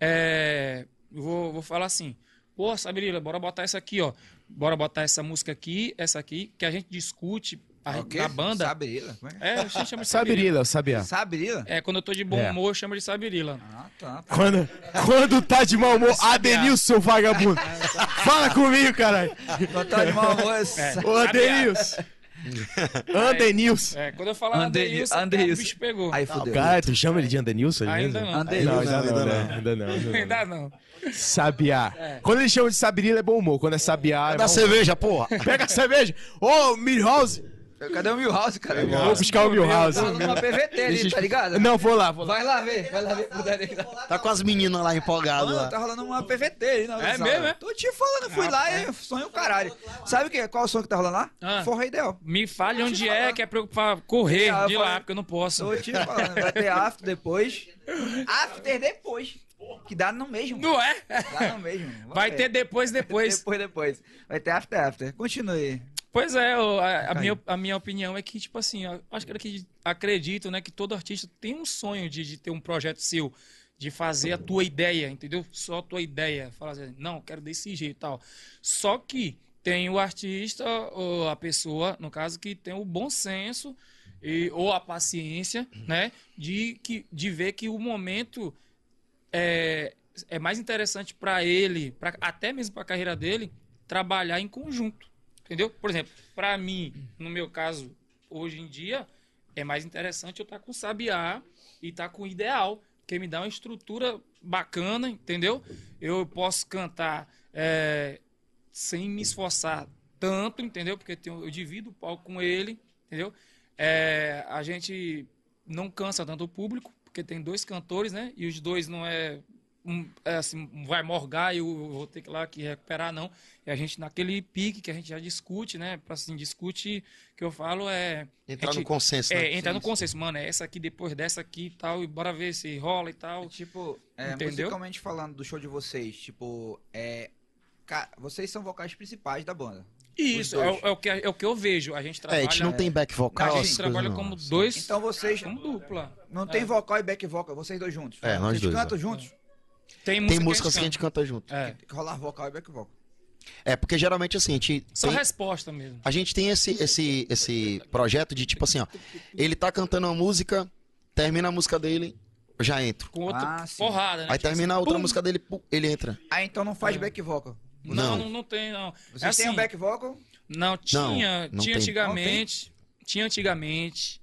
É, eu vou, vou falar assim, pô, Sabirila, bora botar essa aqui, ó. Bora botar essa música aqui, essa aqui, que a gente discute a, O quê? na banda. Sabirila? Como é? É, a gente chama de Sabirila. Sabirila, Sabiá. Sabirila? É, quando eu tô de bom É. humor, eu chamo de Sabirila. Ah, tá. tá. Quando, quando tá de mau humor, Adenilson, seu vagabundo. Fala comigo, caralho. Quando tá de mau humor, é... Ô, Adenilson. Andenilson. É, quando eu falar Ande- Andenilson, Andenilson. o bicho pegou. Aí Não, fudeu. cara, tu chama ele de Andenilson? às Ainda vezes? não. Andenilson. Não, ainda não, ainda né? Ainda não. ainda não. Ainda não. Sabiá. Quando eles chamam de Sabirila é bom humor. Quando é Sabiá é Da mau humor. cerveja, porra. Pega a cerveja. Ô, Milhouse. Cadê o Milhouse, cara? Vou buscar o Milhouse. Tá rolando uma P V T ali, tá ligado? Não, vou lá, vou lá. Vai lá ver, vai lá ver. Tá com as meninas lá empolgadas Mano, lá. tá rolando uma P V T aí na É sala. mesmo, é? Tô te falando, fui lá e sonho o caralho. Sabe o que, qual o som que tá rolando lá? Ah. Forró Ideal. Me fale onde é que é pra eu pra correr Ah, eu de falei- lá, porque eu não posso. Tô te falando, vai ter after depois. After depois. Que dá no mesmo. Não é? Dá no mesmo. Vamos Vai ver. ter depois, depois. Depois, depois. Vai ter after, after. Continue. Pois é, eu- a, a Caiu. minha, a minha opinião é que, tipo assim, eu acho que eu acredito- acredito, né, que todo artista tem um sonho de, de ter um projeto seu, de fazer a tua ideia, entendeu? Só a tua ideia. Falar assim, não, eu quero desse jeito e tal. Só que tem o artista, ou a pessoa, no caso, que tem o bom senso e, ou a paciência, né, de, que, de ver que o momento é, é mais interessante para ele, pra, até mesmo para a carreira dele, trabalhar em conjunto. Entendeu? Por exemplo, para mim, no meu caso, hoje em dia, é mais interessante eu estar com o Sabiá e estar com o Ideal, porque me dá uma estrutura bacana, entendeu? Eu posso cantar é, sem me esforçar tanto, entendeu? Porque eu, tenho- eu divido o palco com ele, entendeu? É, a gente não cansa tanto o público, porque tem dois cantores, né? E os dois não é, um, é assim, vai morgar e eu vou ter que ir lá que recuperar, não. E a gente naquele pique que a gente já discute, né? Pra, assim, discute, que eu falo é... Entrar a gente- no consenso, né? É, entrar no consenso. Mano, é essa aqui depois dessa aqui e tal, e bora ver se rola e tal. Tipo, é, Entendeu? musicalmente falando do show de vocês, tipo, é. ca- Vocês são vocais principais da banda. E isso, Os é, dois. o- é o que, é o que eu vejo. A gente É, trabalha... a gente não tem back vocal. a gente essas trabalha coisas, não. como dois, Então vocês. como dupla. Não tem vocal e back vocal, vocês dois juntos. É, nós vocês dois, cantam é. juntos? Tem Tem música músicas que a gente canta junto. É, Tem que rolar vocal e back vocal. É, porque geralmente assim, a gente só tem, resposta mesmo. a gente tem esse, esse, esse projeto de tipo assim, ó. Ele tá cantando uma música, termina a música dele, eu já entro. Com outra Ah, sim. porrada, né? Aí Tipo termina a assim, outra pum! música dele, pum, ele entra. Ah, então não faz É. back vocal. Não, Não. não, não tem, não. Vocês É assim, têm um back vocal? Não, tinha, não tinha tem. antigamente. Tinha antigamente.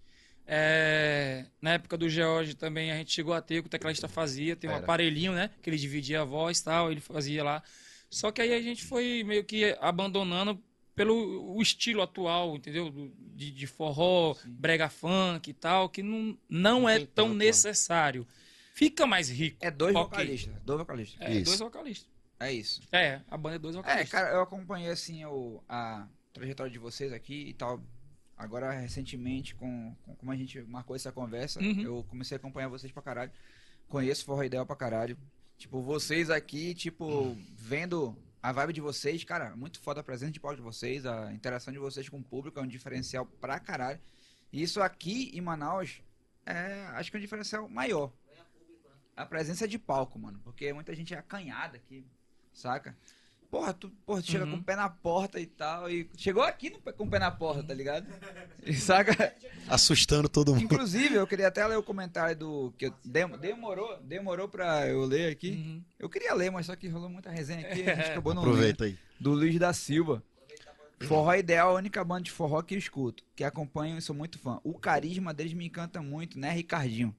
É, na época do George também a gente chegou a ter, que o tecladista fazia, tem um Era. aparelhinho, né? Que ele dividia a voz e tal, ele fazia lá. Só que aí a gente foi meio que abandonando pelo o estilo atual, entendeu? Do- De, de forró, brega funk e tal, que não, não, Não é tem tão tanto, necessário. Fica mais rico. É dois Ok. vocalistas. Dois vocalistas. É, Isso. dois vocalistas. É isso. É, a banda é dois É, vocalistas. cara, eu acompanhei assim o, a trajetória de vocês aqui e tal. Agora, recentemente, com, com como a gente marcou essa conversa, Uhum. eu comecei a acompanhar vocês pra caralho. Conheço Forró Ideal pra caralho. Tipo, vocês aqui, tipo, vendo a vibe de vocês, cara, muito foda a presença de palco de vocês, a interação de vocês com o público é um diferencial pra caralho. E isso aqui em Manaus é, acho que é um diferencial maior. A presença de palco, mano, porque muita gente é acanhada aqui, saca? Porra, tu, porra, tu chega Uhum. com o pé na porta e tal, e chegou aqui no, pé- com o pé na porta, tá ligado? E saca? Assustando todo mundo. Inclusive, eu queria até ler o comentário do. Que eu, dem- demorou, demorou pra eu ler aqui. Uhum. Eu queria ler, mas só que rolou muita resenha aqui, a gente acabou não lendo. Aproveita aí. Do Luiz da Silva. Forró Ideal é a única banda de forró que eu escuto, que acompanho e sou muito fã. O carisma deles me encanta muito, né, Ricardinho?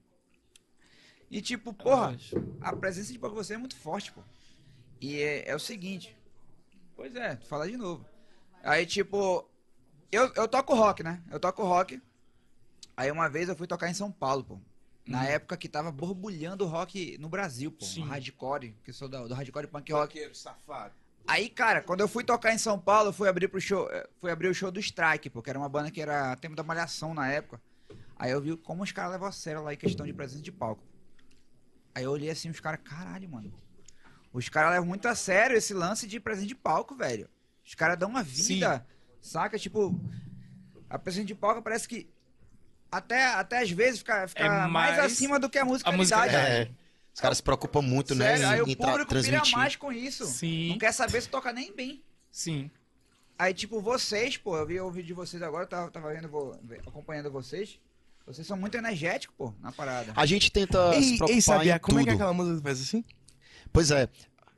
E tipo, porra, a presença de palco de você é muito forte, pô. E é, é o seguinte. Pois é, fala de novo. Aí, tipo, eu, eu toco rock, né? Eu toco rock. Aí uma vez eu fui tocar em São Paulo, pô. Na Hum. época que tava borbulhando o rock no Brasil, pô. Sim. O hardcore, que eu sou do, do hardcore punk rock. Roqueiro, safado. Aí, cara, quando eu fui tocar em São Paulo, eu fui abrir pro show, eh, fui abrir o show do Strike, pô, que era uma banda que era tempo da Malhação na época. Aí eu vi como os caras levam a sério lá em questão de presença de palco. Aí eu olhei assim, os caras, caralho, mano. Os caras levam muito a sério esse lance de presença de palco, velho. Os caras dão uma vida, saca? Tipo, a presença de palco parece que até, até às vezes fica, fica É mais, mais acima do que a musicalidade. musicalidade. É. Os caras se preocupam muito, Sério, né? aí Em, o em tra- público pira transmitir. mais com isso. Sim. Não quer saber se toca nem bem. Sim. Aí, tipo, vocês, pô, eu vi o vídeo de vocês agora, eu tava, tava vendo, vou, acompanhando vocês. Vocês são muito energéticos, pô, na parada. A gente tenta se Ei, preocupar ei, Sabia, em como é tudo. que aquela música faz assim? Pois é.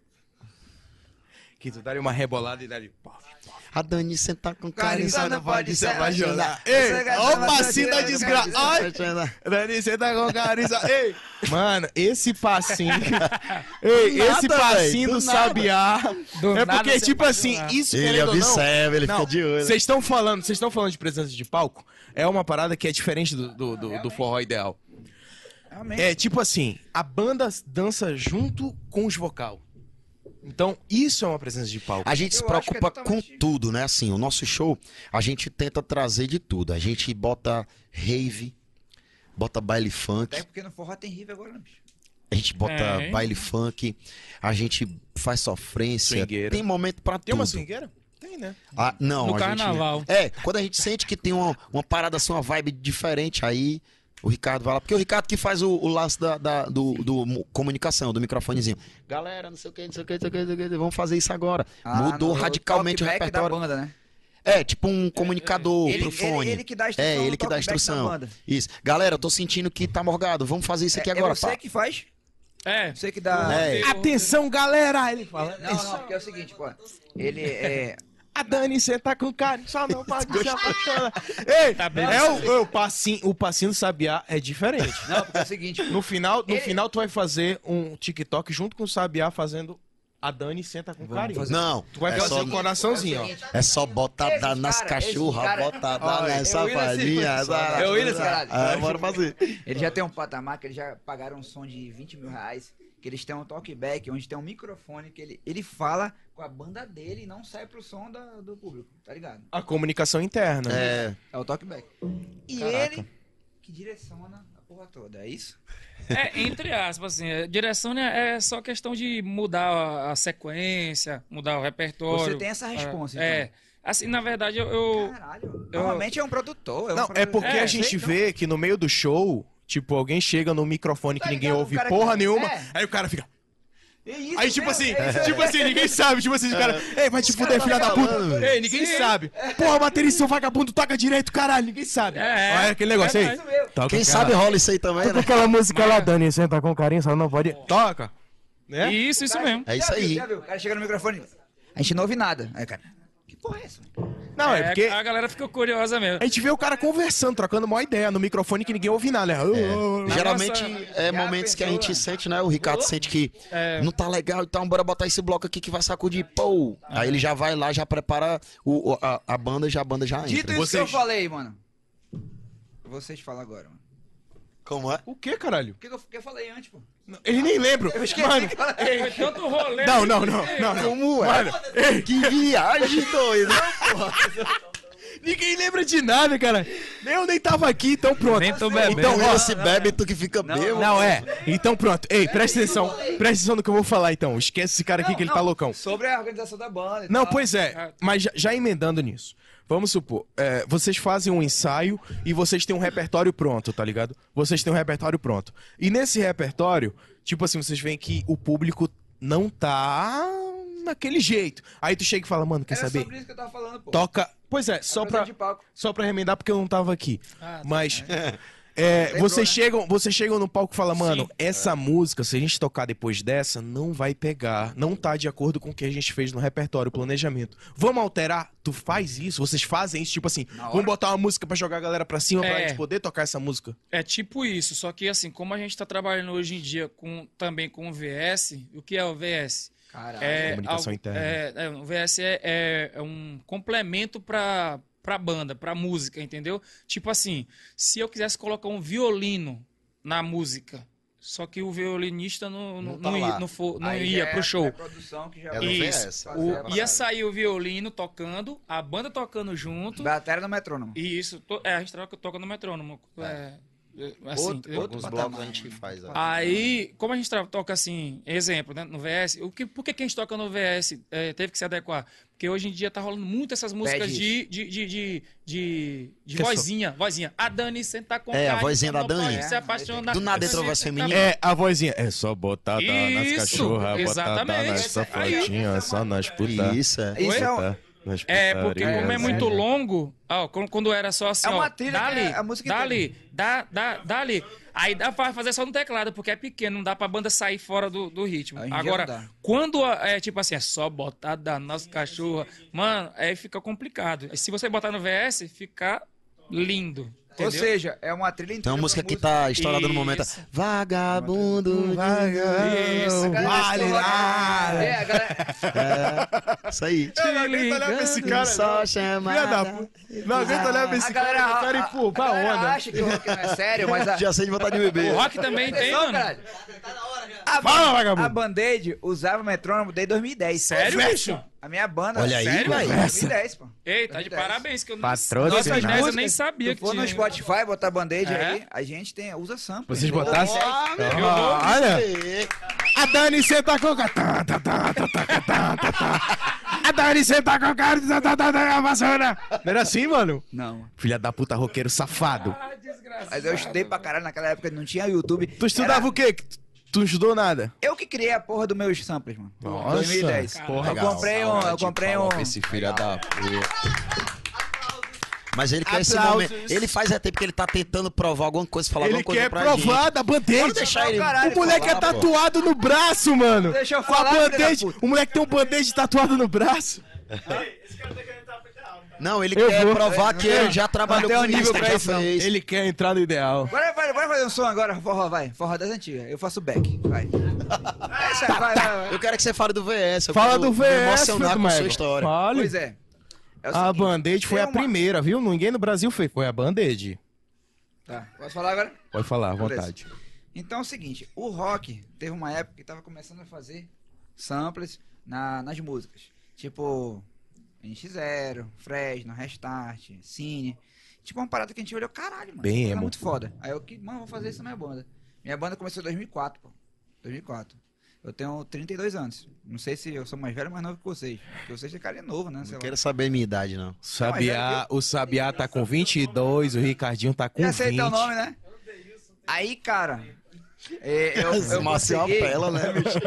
Que tu daria uma rebolada e daria... A Dani senta com Cara, carinho, só não pode se apaixonar. apaixonar. Ei, Você ó o gasta passinho da bastante desgraça. dinheiro, Ai, Dani, você tá com carinho. Ei, mano, esse passinho... Ei, Do esse nada, passinho véi, do do nada. Sabiá... Do É nada porque, se tipo assim, apaixonar. isso Ele querendo ou não... observa, ele Não, fica de olho. vocês estão falando, vocês estão falando de presença de palco, é uma parada que é diferente do, do, do, do forró ideal. Realmente. É tipo assim, a banda dança junto com os vocal. Então, isso é uma presença de palco. A gente se Eu acho que é preocupa totalmente- com tudo, né? Assim, o nosso show, a gente tenta trazer de tudo. A gente bota rave, bota baile funk, Até porque no forró tem rive agora, né, bicho? a gente bota É. baile funk, a gente faz sofrência. Swingueira. Tem momento pra Tem uma tudo. swingueira? Tem, né? Ah, não, No a carnaval. Gente, é, quando a gente sente que tem uma, uma parada assim, uma vibe diferente, aí o Ricardo vai lá. Porque o Ricardo que faz o, o lance da, da- do, do mo- comunicação, do microfonezinho. Galera, não sei o que, não sei o que, não sei o que, não sei o que, vamos fazer isso agora. Mudou Ah, no radicalmente o talkback repertório. da banda, né? É, tipo um comunicador Ele- pro ele- fone. ele que dá a instrução É, no ele que dá a talkback da instrução. banda. Isso. Galera, eu tô sentindo que tá morgado, vamos fazer isso aqui é, agora. é você pá. que faz? É. Você que dá... É. Atenção, galera! Ele fala. Não, não, porque é o seguinte, pô. Ele é... A Dani, você tá com carinho, só não pode se apaixonar. Ei, Tá bem. é o, o passinho, o passinho do Sabiá é diferente. Não, porque é o seguinte... No final, no Ele- final tu vai fazer um TikTok junto com o Sabiá fazendo a Dani senta com carinho. fazer- Não, Tu vai é fazer só, o coraçãozinho, é o ó. seguinte, é só botar Esses da- nas cara, esses cachorras, cara- botar da- Olha, nas eu ia safadinhas. nesse- ah, eu ia nesse ah, caralho. ah, bora fazer. Ele já tem um patamar que eles já pagaram um som de vinte mil reais, que eles têm um talkback, onde tem um microfone que ele, ele fala com a banda dele e não sai pro som da- do público, tá ligado? A comunicação interna. É, É o talkback. E Caraca. ele que direciona a porra toda, é isso? É, entre aspas, assim, a direção né, é só questão de mudar a, a sequência, mudar o repertório. Você tem essa responsa, É, então. assim, na verdade, eu... eu- Caralho. Normalmente é um produtor. É um Não, é produtor. porque É, a gente sei, então. vê que no meio do show, tipo, alguém chega no microfone que Tá ninguém ligado? ouve O cara porra que- nenhuma, é. aí o cara fica... É isso Aí, tipo mesmo, assim, é isso tipo mesmo. assim, ninguém sabe, tipo assim, os caras, ei, vai te fuder, tá filha da puta. falando, velho. Ei, ninguém sabe. Porra, baterista, seu vagabundo, toca direito, caralho, ninguém sabe. É, Olha aquele negócio aí. é isso mesmo. Toca quem aquela- sabe rola isso aí também, Toca né? aquela música Mas- lá, Dani, senta com carinho, só não pode... Toca. Né? Isso, isso mesmo. É isso Já viu, aí. já viu? O cara chega no microfone, a gente não ouve nada. Aí, cara, que porra é essa? Não, é É, porque a galera ficou curiosa mesmo. a gente vê o cara conversando, trocando uma ideia no microfone que ninguém ouve nada, né? Na Geralmente nossa- é Já momentos que a pensou, gente né? sente, né? O Ricardo sente que É. não tá legal, então bora botar esse bloco aqui que vai sacudir. Pô! Aí ele já vai lá, já prepara o, o- a, a banda, já a banda já Dito entra. isso Vocês- que eu falei, mano. Vocês falam agora, mano. Como é? O que, caralho? O que, que eu, que eu falei antes, pô? Ele nem lembra. Eu esqueci Mano, que eu falei. Foi tanto rolê. não, não, não, não, não. Como é? Que viagem doida! Ninguém lembra de nada, cara. Eu nem tava aqui, então pronto. Nem tô bebendo. Então, ó, se bebe, tu que fica bêbado. não, é. Então pronto. Ei, presta atenção. Presta atenção no que eu vou falar, então. Esquece esse cara aqui que ele tá loucão. Sobre a organização da banda e Não, tal. pois é. Mas já, já emendando nisso. Vamos supor, é, vocês fazem um ensaio e vocês têm um repertório pronto, tá ligado? Vocês têm um repertório pronto. E nesse repertório, tipo assim, vocês veem que o público não tá naquele jeito. Aí tu chega e fala, mano, quer Era saber? sobre isso que eu tava falando, pô. Toca. Pois é, só pra, Apresentação de palco. só pra remendar porque eu não tava aqui. Ah, tá. Mas. é, Lembrou, vocês, né? chegam, vocês chegam no palco e falam, mano, Sim. essa música, se a gente tocar depois dessa, não vai pegar. Não tá de acordo com o que a gente fez no repertório, planejamento. Vamos alterar? Tu faz isso? Vocês fazem isso? Tipo assim, Na hora? vamos botar uma música pra jogar a galera pra cima pra É. gente poder tocar essa música? É tipo isso, só que assim, como a gente tá trabalhando hoje em dia com, também com o V S, o que é o V S? Caralho. É, Comunicação algo- interna. é, é, o V S é, é- é um complemento para pra banda, pra música, entendeu? Tipo assim, se eu quisesse colocar um violino na música, só que o violinista não, não, Não tá não ia, lá. não for- não Aí ia já pro é show. pré-produção que já É vai no V S. Isso. fazer O- a ia parada. sair o violino tocando, a banda tocando junto. Bateria no metrônomo. E isso, to- é, a gente toca, toca no metrônomo. É, é, assim, Outro- entendeu? outro Alguns patamar, blocos a gente mano. faz. é. Aí, como a gente tra- toca assim, exemplo, né, no V S, o que, por que, que a gente toca no V S é, teve que se adequar? Porque hoje em dia tá rolando muito essas músicas Pede de, de, de, de, de, de Que vozinha, vozinha. A Dani senta com É, a cara, vozinha da não pode Dani. se apaixonar. Do nada entrou a voz feminina. É, a vozinha. É só botada nas Isso, cachorras, botada exatamente. nas safadinhas, só nas putas. Isso, é. Isso é, um- Tá, nas É, porque putarias, como é muito né? longo, ó, quando, quando era só assim, É uma ó, trilha dali, que é a música dali, dá, dá, dali. Aí dá pra fazer só no teclado, porque é pequeno, não dá pra banda sair fora do, do ritmo. Aí em dia Agora, não dá. quando é tipo assim, é só botar da nossa cachorra, mano, aí fica complicado. Se você botar no V S, fica lindo. Ou Entendeu? seja, é uma trilha inteira. Tem uma música pra que tá estourada no Isso. momento. Vagabundo. Isso, A galera Vale estourou- nada. É, a galera... É, isso aí. Eu não aguento olhar pra esse cara, Só não. chamada. Filha da puta. Não aguento olhar pra A esse galera, cara, eu quero a, ir pro, pra a galera onda. acha que o rock não é sério, mas a... Já sei de vontade de beber. O rock também tem, Atenção, mano. caralho. A, Fala, vagabundo. a Band-Aid usava metrônomo desde dois mil e dez. Sério, bicho? A minha banda... Olha aí, sério, velho. dois mil e dez, pô. Ei, tá de dois mil e dez. parabéns, que eu não Patrocínio. Nossas Nossas dez eu nem músicas, sabia Se que for no tinha. Spotify, botar Band-Aid É? aí, a gente tem, usa sample. Vocês botassem? Ah, meu Eu Ó, vou- olha. A Dani senta com tá, tá, tá, tá, tá, tá, tá, tá. A Dani senta com cara tá, tá, tá, tá, vassoura. Não era assim, mano? Não. Filha da puta, roqueiro safado. Ah, desgraçado. Mas eu estudei pra caralho naquela época, não tinha YouTube. Tu estudava o quê? Tu não estudou nada? Eu que criei a porra dos meus samples, mano. Nossa. dois mil e dez. Porra, eu comprei um, eu comprei um... Esse filho da puta. Mas ele quer esse Aplausos. momento. Ele faz até porque ele tá tentando provar alguma coisa, falar Ele alguma coisa quer pra provar gente. da Bora Band-Aid. deixar ele. Caralho, O moleque falar, é tatuado no braço, mano. Deixa eu Com a falar, filho da Band-Aid. puta. O moleque tem um Band-Aid tatuado no braço. Não, ele Eu quer vou. provar que ele já trabalhou Não tem com um nível isso, pra já isso, não. fez. Ele quer entrar no ideal. Bora, bora, bora fazer um som agora, forró, vai. Forró das antigas. Eu faço back, vai. Essa, vai, vai, vai. Eu quero que você fale do V S. Eu Fala quero do me V S, emocionar filho com do sua Mego. história. Fale. Pois é. É o A seguinte, Band-Aid foi tem a uma- primeira, viu? Ninguém no Brasil fez. Foi a Band-Aid. Tá, posso falar agora? Pode falar, à Beleza. vontade. Então é o seguinte, o rock teve uma época que tava começando a fazer samples na, nas músicas. Tipo, N X zero, Fresno, Restart, Cine. Tipo uma parada que a gente olhou, caralho, mano. Bem isso emo. é muito foda. Aí eu, que, mano, vou fazer isso na minha banda. Minha banda começou em dois mil e quatro, pô. dois mil e quatro. Eu tenho trinta e dois anos. Não sei se eu sou mais velho ou mais novo que vocês. Porque vocês têm cara novo, né? Sei Não lá. quero saber a minha idade, não. Sabiá, o Sabiá tá com vinte e dois, o Ricardinho tá com Já vinte. sei teu nome, né? Aí, cara... é, eu, eu Marcial consegui- Pela, né, bicho?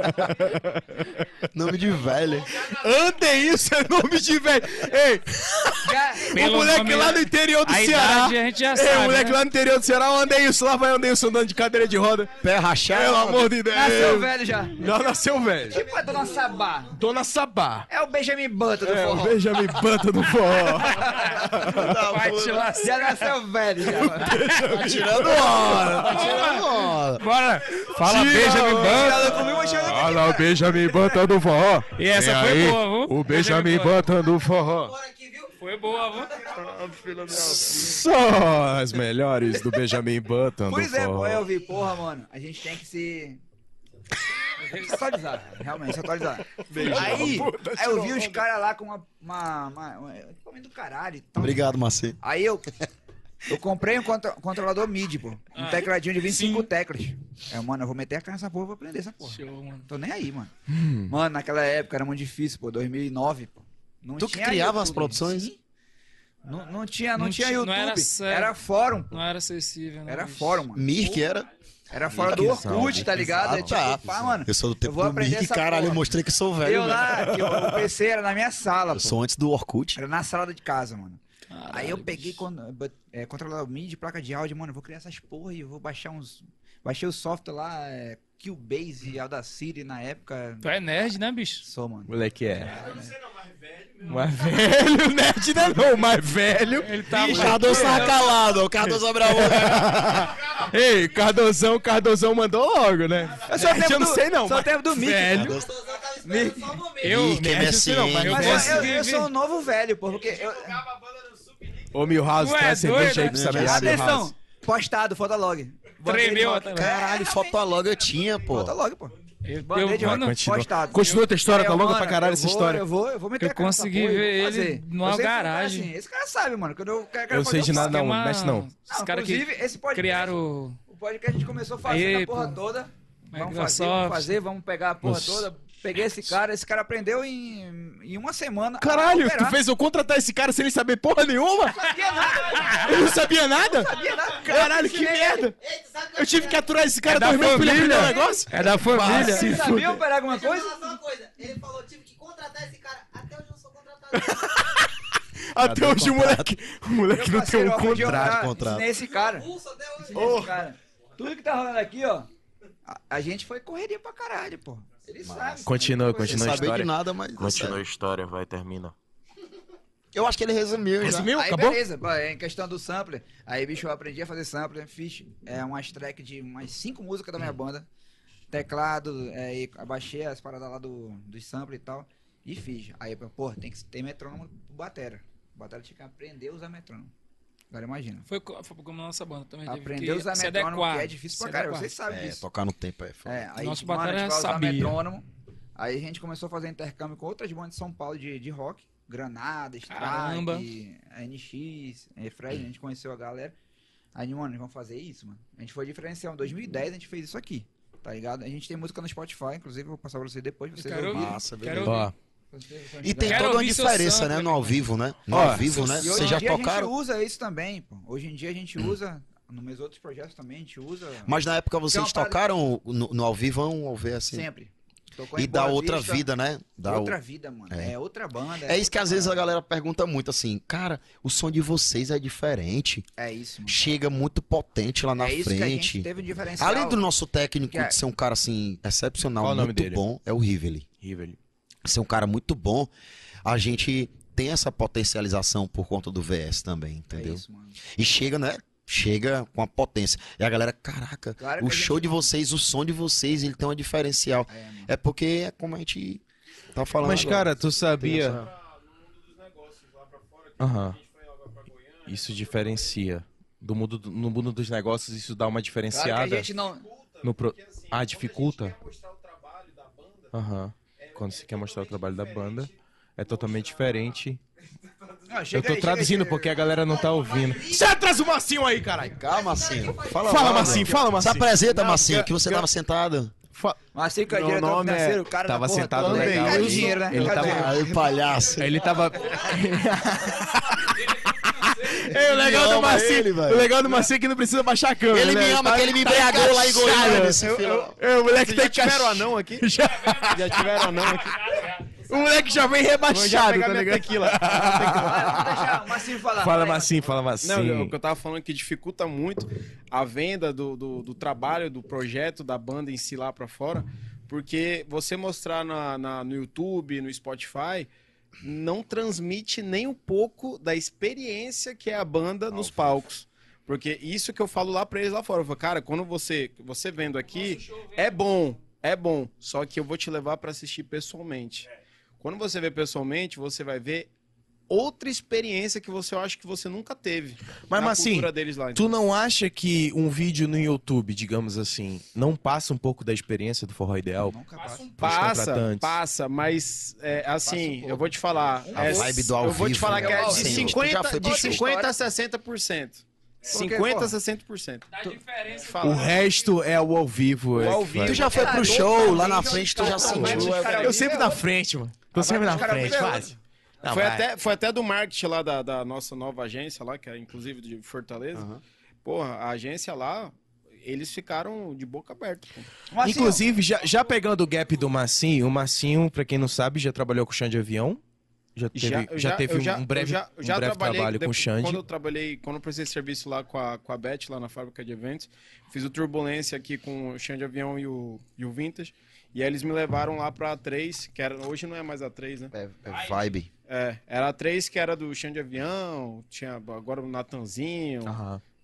Nome de velho. Andem, isso é nome de velho. Ei, Já- o Pelo moleque nome, lá no interior do a Ceará. idade a gente já Ei, sabe, o moleque né? lá no interior do Ceará, o Andeilson, lá vai o Andeilson andando de cadeira de roda. Pé rachado. Pelo amor de Deus. Nasceu velho já. Já nasceu velho. Tipo a Dona Sabá. Dona Sabá. É o Benjamin Button do É, o forró. Benjamin Button do forró. Vai te lascar. Já nasceu velho já. mano. Tá tirando hora. Tá tirando hora. Bora. Fala, Tira, Benjamin ó. Button. Ela comigo, mas chega aqui. Olha o Benjamin Button do forró. E essa Vem foi aí, boa, viu? O Benjamin Button do forró. Foi boa, viu? Só as melhores do Benjamin Button Pois do é, pô, forró. aí eu vi, porra, mano, a gente tem que se... se atualizar, realmente, se atualizar. Aí, aí eu vi os caras lá com uma... uma, uma, uma equipamento do caralho e tal. Obrigado, Marcelo. Aí eu... Eu comprei um contro- controlador M I D I, pô. Um Ah, tecladinho de vinte e cinco sim. teclas. É, mano, eu vou meter a cara nessa porra, vou aprender essa porra. Show, mano. Tô nem aí, mano. Hum. Mano, naquela época era muito difícil, pô. dois mil e nove, pô. Não Tu que tinha criava as YouTube. produções? Sim. Não, não tinha, não, Não tinha tinha- YouTube. não era Era, sério. fórum, pô. Não era acessível, né? Era bicho? fórum, mano. Mirk era? Era fora do Mirkzão, Orkut, tá ligado? É Ah, tá. tipo, pá, mano. Eu sou do tempo vou do aprender Mirk, essa caralho. Eu porra. mostrei que sou velho, Eu velho. lá, que o, o P C era na minha sala, Eu pô. sou antes do Orkut. Era na sala de casa, mano. Caralho, Aí eu peguei bicho. quando, é, controlador M I D I, placa de áudio, mano, eu vou criar essas porra e eu vou baixar uns... Baixei o software lá, é, Cubase e Audacity na época. Tu é nerd, né, bicho? Sou, mano. Moleque é. Mais velho, nerd não é não, mais velho. Ele tá O Cardoso tava calado, o Cardoso abriu a boca. Ei, Cardozão, Cardozão mandou logo, né? Eu sou o Nerd, tempo eu não do- sei não. sou o mas tempo do Mickey. Velho. Eu, Mirk, nerd, eu sei não, mas M S N. Mas Eu eu, consegui eu, eu ver. sou um novo velho, pô, porque eu, Ô, Milhouse, Tu é traz cerveja doido, aí pra né? saber. Atenção, postado, Fotolog. Tremeu até. Caralho, Fotolog eu tinha, pô. Fotolog, pô. Eu, Band-aid, eu, mano, continua. postado. Continua a tua história, tá Aí, longa mano, pra caralho eu essa vou- história. Eu vou, eu vou meter Eu a cara nessa consegui porra e vou ver ele fazer. numa Eu sei que garagem. assim, esse cara sabe, mano. Quando eu quero, Eu sei de nada, não, Esquema- mexe não. Os caras que Inclusive, esse podcast, criaram... o podcast a gente começou a fazer Aí, a porra pô. toda. Vamos fazer, Microsoft. vamos fazer, vamos pegar a porra Nossa. toda. Peguei esse cara, esse cara aprendeu em, em uma semana. a Caralho, tu operar. fez eu contratar esse cara sem ele saber porra nenhuma? Não sabia nada, Ele não sabia nada? não sabia nada. Caralho, que merda! Eu tive que aturar esse cara É da dois meses pra ele aprender o família. negócio. É da família. Você sabia operar alguma Deixa eu coisa? falar só uma coisa. Ele falou, tive que contratar esse cara. Até hoje eu não sou contratado. Até hoje o moleque, o moleque Meu não tem um parceiro, eu aprendi a contrato. operar, contrato. ensinei esse cara. Pulso até hoje. Ensinei esse cara. Tudo que tá rolando aqui, ó. A, a gente foi correria pra caralho, pô. Ele sabe. Continua, Ele Sem continua a saber história. de nada, mas... Continua a história, vai, termina. Eu acho que ele resumiu já. Resumiu? Aí Acabou? beleza, pô, em questão do sampler, aí bicho, eu aprendi a fazer sampler, fiz é, umas tracks de umas cinco músicas da minha banda, teclado, é, e abaixei as paradas lá do, do sampler e tal, e fiz. Aí, pô, tem que ter metrônomo pro batera. O batera tinha que aprender a usar metrônomo. Agora imagina. Foi, co- foi como a nossa banda também. teve Aprender que a usar se metrônomo, adequar, que é difícil se pra caralho, adequar. vocês sabem É, disso. tocar no tempo é foda. É, aí, Nosso mano, a gente batera vai usar sabia. metrônomo. Aí a gente começou a fazer intercâmbio com outras bandas de São Paulo de, de rock. Granada, Caramba. Strike, N X, é, Fred, a gente conheceu a galera. Aí, mano, vamos fazer isso, mano. A gente foi diferencial. Em dois mil e dez a gente fez isso aqui, tá ligado? A gente tem música no Spotify, inclusive eu vou passar pra vocês depois, pra vocês Quero ouvirem. ouvir. Massa, Quero beleza. ouvir. Ó, E tem Quero toda uma ouvir seu diferença, sample, né? No né? ao vivo, né? No Ó, ao vivo, né? E hoje Vocês em já dia a gente tocaram? usa isso também, pô. Hoje em dia a gente usa, nos meus outros projetos também, a gente usa Mas na época vocês uma parada- tocaram no, no ao vivo ou ao ver assim? sempre. Tocou em E dá Boa outra Vista, vida, né? Dá outra o- vida, mano. É. outra banda. É isso que outra às vezes a parada. galera pergunta muito assim, cara, o som de vocês é diferente, É isso, mano. chega muito potente lá na é isso que a gente frente. teve um diferencial. Além do nosso técnico Que é- de ser um cara assim excepcional, Qual o nome muito dele? bom, é o Riveli. Riveli. Ser um cara muito bom, a gente tem essa potencialização por conta do V S também, É entendeu? isso, mano. E chega, né? Chega com a potência. E a galera, caraca, Claro que o a gente show de não- vocês, o som de vocês, ele tem um diferencial. É, mano. É porque é como a gente tá falando Mas, agora. cara, tu sabia... No mundo dos negócios lá pra fora, que Aham. a gente foi agora pra Goiânia. Isso diferencia. Do mundo, do- no mundo dos negócios, isso dá uma Claro diferenciada. que a gente não... No pro... Porque, assim, Ah, quando dificulta? A gente quer mostrar o trabalho da banda, Aham. Quando você quer mostrar o trabalho da banda, é totalmente diferente. Não, Eu chega tô aí, traduzindo chega aí. porque a galera não tá ouvindo. Você atrasa o Massinho aí, caralho! Calma, Massinho. Fala, Fala, logo. Massinho, fala, Se Massinho. apresenta, Não, Massinho, que- que você que- tava sentado. Fa- Mas assim que é Meu diretor nome é- financeiro, o cara Tava da porra sentado toda, legal, Quer ele- dinheiro, né? ele Quer tava- dinheiro. Aí, palhaço. Ele tava. Ei, o legal Ele do ama Massinho. ele, velho. O legal do Massinho é que não precisa baixar a câmera. Ele né? me ama, Tá- que ele me tá embriagou lá em encaixado. Goiânia. esse Eu- filho. eu- eu- O moleque Vocês tá já tiveram encaixado. anão aqui? Já- Já tiveram anão aqui? O moleque já vem Vou já rebaixado, pegar tá minha ligado? tequila. Ah, vamos deixar o Massinho falar. Fala, aí. Massinho, fala, Não, Massinho. o que eu tava falando é que dificulta muito a venda do, do, do trabalho, do projeto, da banda em si lá pra fora, porque você mostrar na, na- no YouTube, no Spotify, não transmite nem um pouco da experiência que é a banda nos palcos. Porque isso que eu falo lá pra eles lá fora. Eu falo, cara, quando você, você vendo aqui, é bom, é bom, só que eu vou te levar pra assistir pessoalmente. Quando você vê pessoalmente, você vai ver outra experiência que você acha que você nunca teve. Mas, na Massinho, cultura deles lá. Tu não acha que um vídeo no YouTube, digamos assim, não passa um pouco da experiência do Forró Ideal? Nunca passa. Passa, contratantes. passa, mas é, assim, pouco. eu vou te falar. A é, vibe do ao eu vou te vivo, falar né? que é Ao de vivo. cinquenta, Tu já foi de pra cinquenta a sessenta por cento. cinquenta a sessenta por cento. Dá diferença. Fala. O resto é o ao vivo. é ao que vivo. faz. Tu já foi pro show, lá na frente tu já sentiu. Cara, Eu sempre na frente, mano. Tô sempre na dos caras frente, é faz. Não, foi, vai. até, foi até do marketing lá da, da nossa nova agência lá, que é inclusive de Fortaleza. Aham. Porra, a agência lá, eles ficaram de boca aberta. pô. Massinho, Inclusive, já, já pegando o gap do Massinho, o Massinho, pra quem não sabe, já trabalhou com o Xande Avião. Já teve, já, teve eu um, um breve, eu já, eu já um breve trabalhei trabalho com o depois- Xande. Quando eu trabalhei, quando eu prestei serviço lá com a, com a Beth, lá na fábrica de eventos, fiz o Turbulência aqui com o Xande Avião e o, e o Vintage. E aí eles me levaram lá pra A três, que era, hoje não é mais A três, né? É, é vibe. É, era a três que era do Xande Avião, tinha agora o Natanzinho, Aham.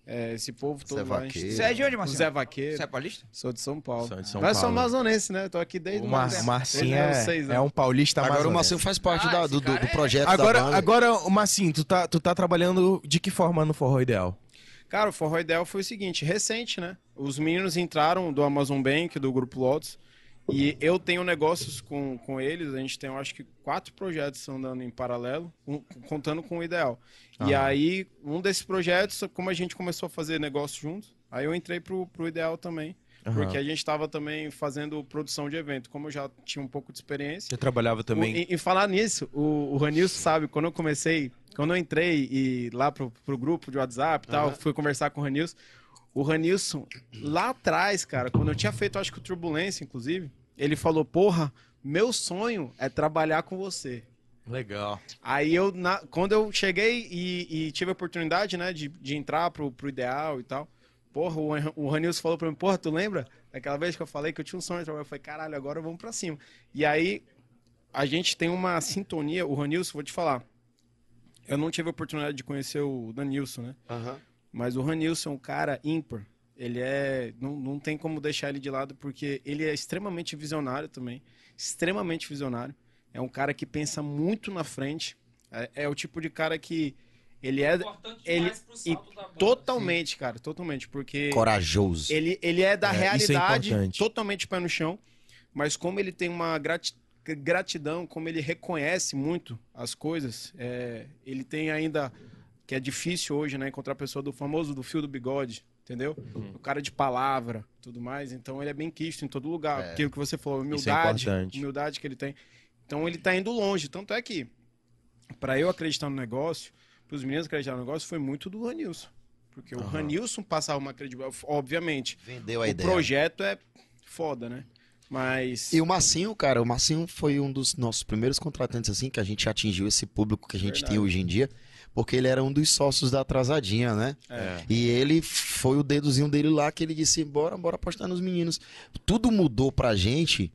É, esse povo todo Zé lá. Vaqueiro. Você é de onde, O Marcinho? Zé Vaqueiro. Você é paulista? Sou de São Paulo. Sou de São Mas sou Paulo. amazonense, né? Tô aqui desde O Mar desde Marcinho os é, seis é anos. um paulista Agora o amazonense. Marcinho faz parte Ah, da- esse do, do- cara do é- projeto Agora, da banda. agora, o Marcinho, tu tá, tu tá trabalhando de que forma no Forró Ideal? Cara, o Forró Ideal foi o seguinte, recente, né? Os meninos entraram do Amazon Bank, do Grupo Lotus, e eu tenho negócios com, com eles, a gente tem, eu acho que, quatro projetos andando em paralelo, um- contando com o Ideal. E Aham. aí, um desses projetos, como a gente começou a fazer negócio juntos, aí eu entrei pro, pro Ideal também, Aham. porque a gente estava também fazendo produção de evento. Como eu já tinha um pouco de experiência, Você trabalhava também? O, em, em falar nisso, o, o Ranilson sabe, quando eu comecei, quando eu entrei e lá pro, pro grupo de WhatsApp e tal, fui conversar com o Ranilson, o Ranilson, lá atrás, cara, quando eu tinha feito, acho que o Turbulência, inclusive, ele falou, porra, meu sonho é trabalhar com você. Legal. Aí eu, na- quando eu cheguei e, e tive a oportunidade, né, de, de entrar pro, pro Ideal e tal, porra, o, o Ranilson falou pra mim, porra, tu lembra daquela vez que eu falei que eu tinha um sonho de trabalhar? Eu falei, caralho, agora vamos pra cima. E aí, a gente tem uma sintonia, o Ranilson, vou te falar, eu não tive a oportunidade de conhecer o Danilson, né? Aham. Mas o Ranilson é um cara ímpar. Ele é. Não, não tem como deixar ele de lado, porque ele é extremamente visionário também. Extremamente visionário. É um cara que pensa muito na frente. É, é o tipo de cara que. Ele é. Ele, e totalmente, cara, totalmente. Porque Corajoso. ele, ele é da É, isso é realidade, importante. totalmente pé no chão. Mas como ele tem uma grati- gratidão, como ele reconhece muito as coisas, é, ele tem ainda. Que é difícil hoje, né? Encontrar pessoa do famoso do fio do bigode, entendeu? Uhum. O cara de palavra, tudo mais. Então ele é bem quisto em todo lugar. É. Aquilo que você falou, Isso é humildade, importante. humildade que ele tem. Então ele tá indo longe. Tanto é que, para eu acreditar no negócio, para os meninos acreditarem no negócio, foi muito do Ranilson. Porque o Aham. Ranilson passava uma credibilidade. Obviamente, Vendeu a o ideia. projeto é foda, né? Mas. E o Marcinho, cara, o Marcinho foi um dos nossos primeiros contratantes, assim, que a gente atingiu esse público que a gente Verdade. tem hoje em dia, porque ele era um dos sócios da Atrasadinha, né? É. E ele foi o dedozinho dele lá que ele disse, bora, bora apostar nos meninos. Tudo mudou pra gente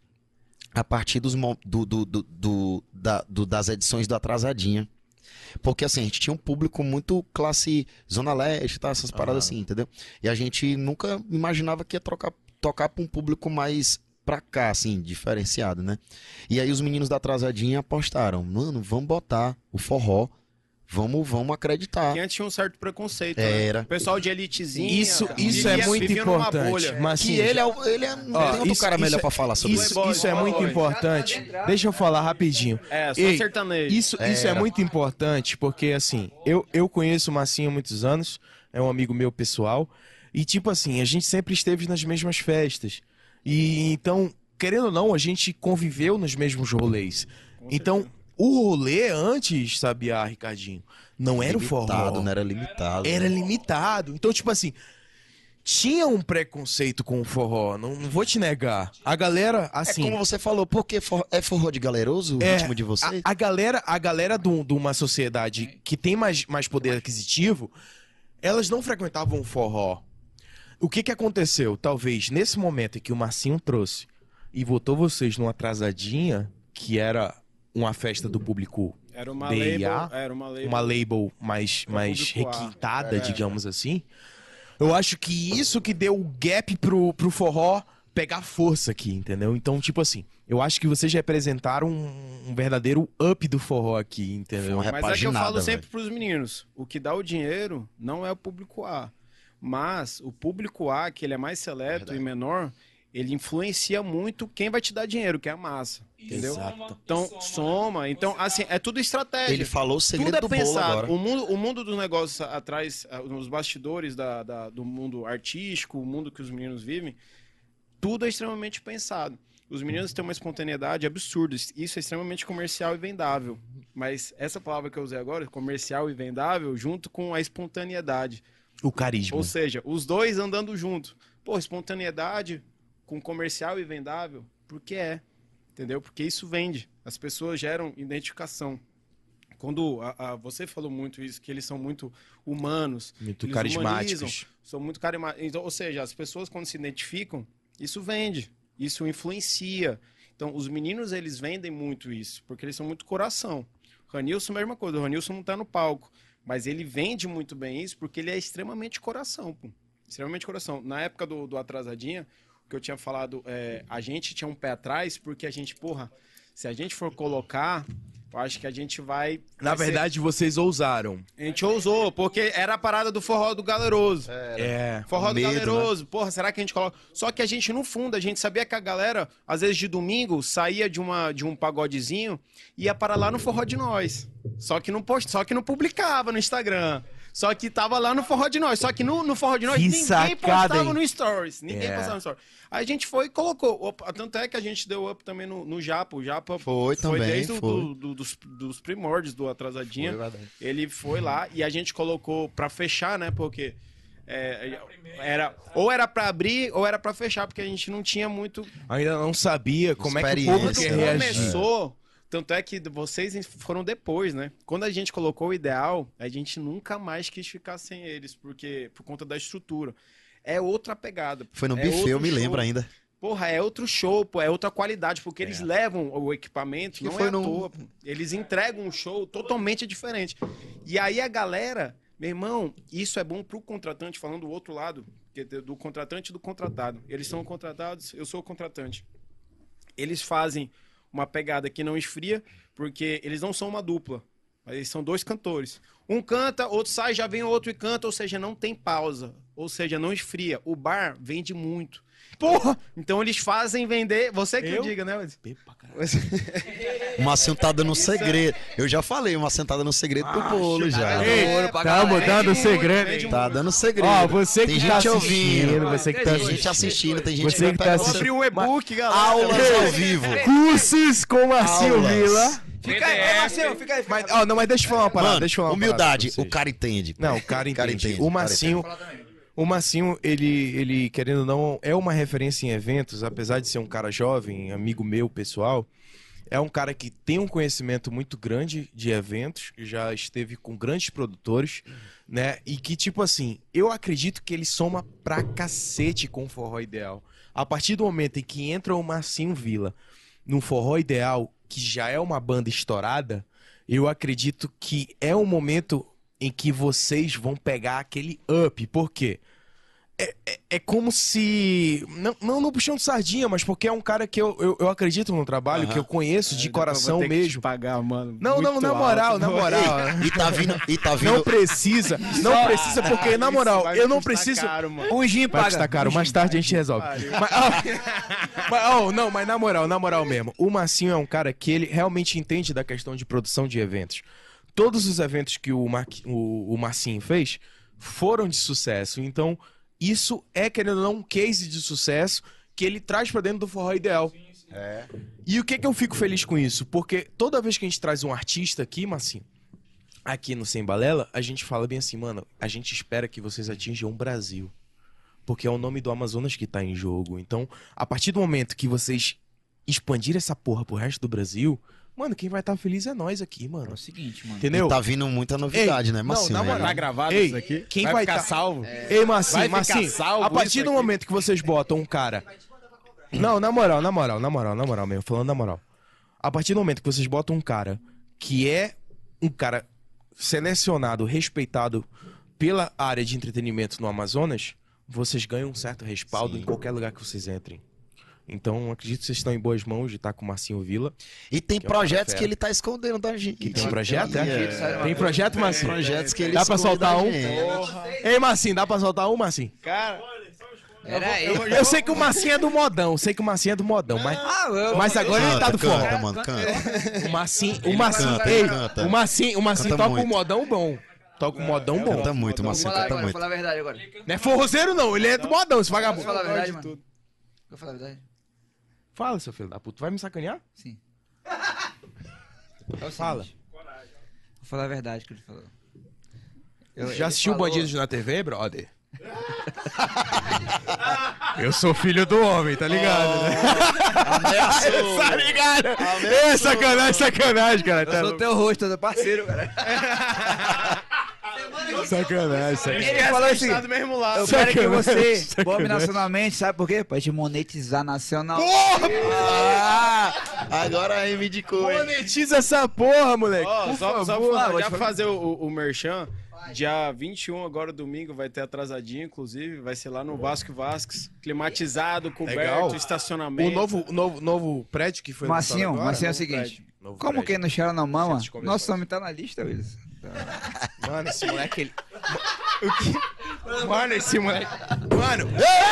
a partir dos, mo- do, do, do, do- da- do- das edições do Atrasadinha. Porque assim, a gente tinha um público muito classe Zona Leste, tá? Essas paradas assim, entendeu? E a gente nunca imaginava que ia trocar, tocar pra um público mais pra cá, assim, diferenciado, né? E aí os meninos da Atrasadinha apostaram, mano, vamos botar o forró, vamos, vamos acreditar. Que antes tinha um certo preconceito. Era. Né? O pessoal de elitezinha. Isso, isso vivia- é muito vivia numa importante. bolha. Mas, Que assim, ele é, o- ele é, não Ó, tem outro isso- cara melhor isso- pra falar sobre Isso, isso. isso é muito Playboy. importante. Deixa eu falar rapidinho. É, só Ei, sertanejo. Isso, isso é Era. muito importante, porque assim, eu, eu conheço o Marcinho há muitos anos, é um amigo meu pessoal, e tipo assim, a gente sempre esteve nas mesmas festas. E então, querendo ou não, a gente conviveu nos mesmos rolês. Então, o rolê antes, sabia, Ricardinho, não era o forró. Limitado, não era limitado. Era limitado. Então, tipo assim, tinha um preconceito com o forró, não, não vou te negar. A galera, É assim. como você falou, porque for- é forró de galeroso o É, ritmo de vocês? A, a galera, a galera de de uma sociedade que tem mais, mais poder aquisitivo, elas não frequentavam o forró. O que que aconteceu? Talvez nesse momento em que o Marcinho trouxe e botou vocês numa atrasadinha, que era uma festa do público, Era uma D I A, label. Era uma label. uma label mais, Pra mais público A. requintada, É. digamos assim. Eu acho que isso que deu o gap pro, pro forró pegar força aqui, entendeu? Então, tipo assim, eu acho que vocês representaram um, um verdadeiro up do forró aqui, entendeu? Uma Mas é que eu repaginada, falo velho. sempre pros meninos: o que dá o dinheiro não é o público A. Mas o público A, que ele é mais seleto Verdade. e menor, ele influencia muito quem vai te dar dinheiro, que é a massa. Entendeu? Exato. Então, soma. Então, assim, é tudo estratégia. Ele falou o segredo Tudo é do bolo pensado. agora. O mundo, o mundo dos negócios atrás, ah, nos bastidores da, da- do mundo artístico, o mundo que os meninos vivem, tudo é extremamente pensado. Os meninos têm uma espontaneidade absurda. Isso é extremamente comercial e vendável. Mas essa palavra que eu usei agora, comercial e vendável, junto com a espontaneidade. O carisma. Ou seja, os dois andando junto. Pô, espontaneidade com comercial e vendável, porque é. Entendeu? Porque isso vende. As pessoas geram identificação. Quando a, a- você falou muito isso, que eles são muito humanos, Muito eles carismáticos. humanizam, são muito carismáticos. Então, ou seja, as pessoas quando se identificam, isso vende, isso influencia. Então, os meninos, eles vendem muito isso, porque eles são muito coração. O Ranilson, mesma coisa, o Ranilson não tá no palco, Mas ele vende muito bem isso porque ele é extremamente coração, pô. Extremamente coração. Na época do, do Atrasadinha, o que eu tinha falado, é, a gente tinha um pé atrás porque a gente, porra, se a gente for colocar, eu acho que a gente vai... Na vai verdade, ser... vocês ousaram. A gente ousou, porque era a parada do forró do Galeroso. É. Forró do medo, Galeroso, porra, será que a gente coloca... Só que a gente, no fundo, a gente sabia que a galera, às vezes de domingo, saía de, uma, de um pagodezinho e ia para lá no Forró de Nós. Só que não, post... Só que não publicava no Instagram. Só que tava lá no Forró de Nós. Só que no, no Forró de Nós Que ninguém sacada, postava hein? no Stories. Ninguém É. postava no Stories. Aí a gente foi e colocou. Opa, tanto é que a gente deu up também no, no Japa. O Japa Foi também, desde o- foi. do- do- dos, dos primórdios do Atrasadinha. Foi verdade. Ele foi lá e a gente colocou pra fechar, né? Porque é, era, ou era pra abrir ou era pra fechar, porque a gente não tinha muito. Ainda não sabia como é que o povo Experiência. quer Quando reagir. começou, tanto é que vocês foram depois, né? Quando a gente colocou o ideal, a gente nunca mais quis ficar sem eles, porque por conta da estrutura. É outra pegada. Foi no É buffet, outro eu me show. lembro ainda. Porra, é outro show, pô, é outra qualidade, porque eles É. levam o equipamento, Que não foi é à no- toa, pô. Eles entregam um show totalmente diferente. E aí a galera, meu irmão, isso é bom pro contratante, falando do outro lado, que é do contratante e do contratado. Eles são contratados, eu sou o contratante. Eles fazem uma pegada que não esfria, porque eles não são uma dupla. Eles são dois cantores. Um canta, outro sai, já vem o outro e canta, ou seja, não tem pausa. Ou seja, não esfria. O bar vende muito. Porra! Então eles fazem vender. Você que Eu? diga, né? O Marcinho tá dando um segredo. Eu já falei, uma sentada no segredo pro bolo já. Ei, tamo dando segredo. vende Tá dando segredo. Ó, você que tem tá gente assistindo, ouvindo, você que tá tem assistindo. gente assistindo, tem gente Você que que vai tá pegar assistindo. Abriu um e-book, galera. aulas ao vivo. Cursos com Marcinho Aulas. Vila. Fica aí, Marcelo, fica aí. Fica aí. Mas, ó, não, mas deixa eu falar uma parada. Mano, deixa eu falar uma humildade, parada pra o vocês. cara entende. Não, o cara O cara entende. entende, O o cara Marcinho, o Marcinho, ele, ele, querendo ou não, é uma referência em eventos, apesar de ser um cara jovem, amigo meu, pessoal. É um cara que tem um conhecimento muito grande de eventos, já esteve com grandes produtores, né? E que, tipo assim, eu acredito que ele soma pra cacete com o Forró Ideal. A partir do momento em que entra o Marcinho Vila no Forró Ideal, que já é uma banda estourada, eu acredito que é um momento em que vocês vão pegar aquele up. Por quê? É, é, é como se... Não, não no puxão de sardinha, mas porque é um cara que eu, eu, eu acredito no trabalho, Aham. que eu conheço de coração mesmo. Pagar, mano. Não, não, na moral, na moral. E tá vindo, e tá Não vindo. precisa, não precisa, porque, na moral, eu não preciso... Um gin Vai paga. custar caro, mais tarde a gente resolve. Mas, ó, mas, ó, não, mas na moral, na moral mesmo, o Marcinho é um cara que ele realmente entende da questão de produção de eventos. Todos os eventos que o, Mar... o, o Marcinho fez foram de sucesso, então isso é, querendo ou não, um case de sucesso que ele traz pra dentro do Forró Ideal. É. E o que que eu fico feliz com isso? Porque toda vez que a gente traz um artista aqui, Marcinho, aqui no Sem Balela, a gente fala bem assim, mano, a gente espera que vocês atinjam o Brasil. Porque é o nome do Amazonas que tá em jogo. Então, a partir do momento que vocês expandirem essa porra pro resto do Brasil, mano, quem vai estar feliz é nós aqui, É mano. o seguinte, mano. Entendeu? E tá vindo muita novidade, Ei, né, não, Marcinho? na moral. Tá gravado Ei, isso aqui? quem vai vai ficar tá- salvo? Ei, Marcinho, Vai ficar Marcinho, salvo a partir isso do aqui? momento que vocês botam um cara... Não, na moral, na moral, na moral, na moral mesmo, falando na moral. A partir do momento que vocês botam um cara que é um cara selecionado, respeitado pela área de entretenimento no Amazonas, vocês ganham um certo respaldo Sim. em qualquer lugar que vocês entrem. Então, acredito que vocês estão em boas mãos de estar com o Marcinho Vila. E tem Que é um cara projetos fera. que ele tá escondendo da gente. Que tem um projeto, é? É. Tem projeto, Marcinho? Projetos que ele Dá pra esconde soltar da um? gente. Ei, Marcinho, dá pra soltar um, Marcinho? Cara, Pera aí. Eu sei que o Marcinho é do modão, sei que o Marcinho é do modão, mas, Ah, eu... mas agora ele tá do Canta, forró. mano, canta. O Marcinho, o Marcinho, canta, ei, ele canta. o Marcinho, o Marcinho Canta toca um muito. modão bom. Toca um modão bom. Canta muito, Vou Marcinho, falar canta agora, vou muito. falar a verdade agora. Não é forrozeiro não, ele é do modão, esse Posso vagabundo. falar a verdade, de mano? tudo. Vou falar a verdade? Fala, seu filho da puta, tu vai me sacanear? Sim. É o Fala. seguinte. Vou falar a verdade que ele falou. Eu- Já ele assistiu falou- Bandidos na T V, brother? Eu sou filho do homem, tá ligado? né? Tá ligado? É sacanagem, sacanagem, cara. Eu Tá sou louco. teu rosto, teu parceiro, cara. Sacanagem, sacanagem. Ele falou assim, Está do mesmo lado. eu quero que Sacanagem, você sacanagem. bombe nacionalmente, sabe por quê? Pra te monetizar nacional. Ah, agora reivindicou, hein? Monetiza essa porra, moleque. Ó, Por só, só favor. pra vou te já falar. fazer o, o, o merchan, dia vinte e um, agora domingo, vai ter atrasadinho, inclusive, vai ser lá no Vasco Vasques, climatizado, coberto, Legal. estacionamento. O novo, novo, novo prédio que foi Massinho, lançado agora, Massinho é o novo seguinte. prédio. Novo Como prédio. quem não cheira não mama, Centro de convenções. nosso nome tá na lista, Willis. Mano, esse moleque, ele... O que? Mano, esse moleque... Mano...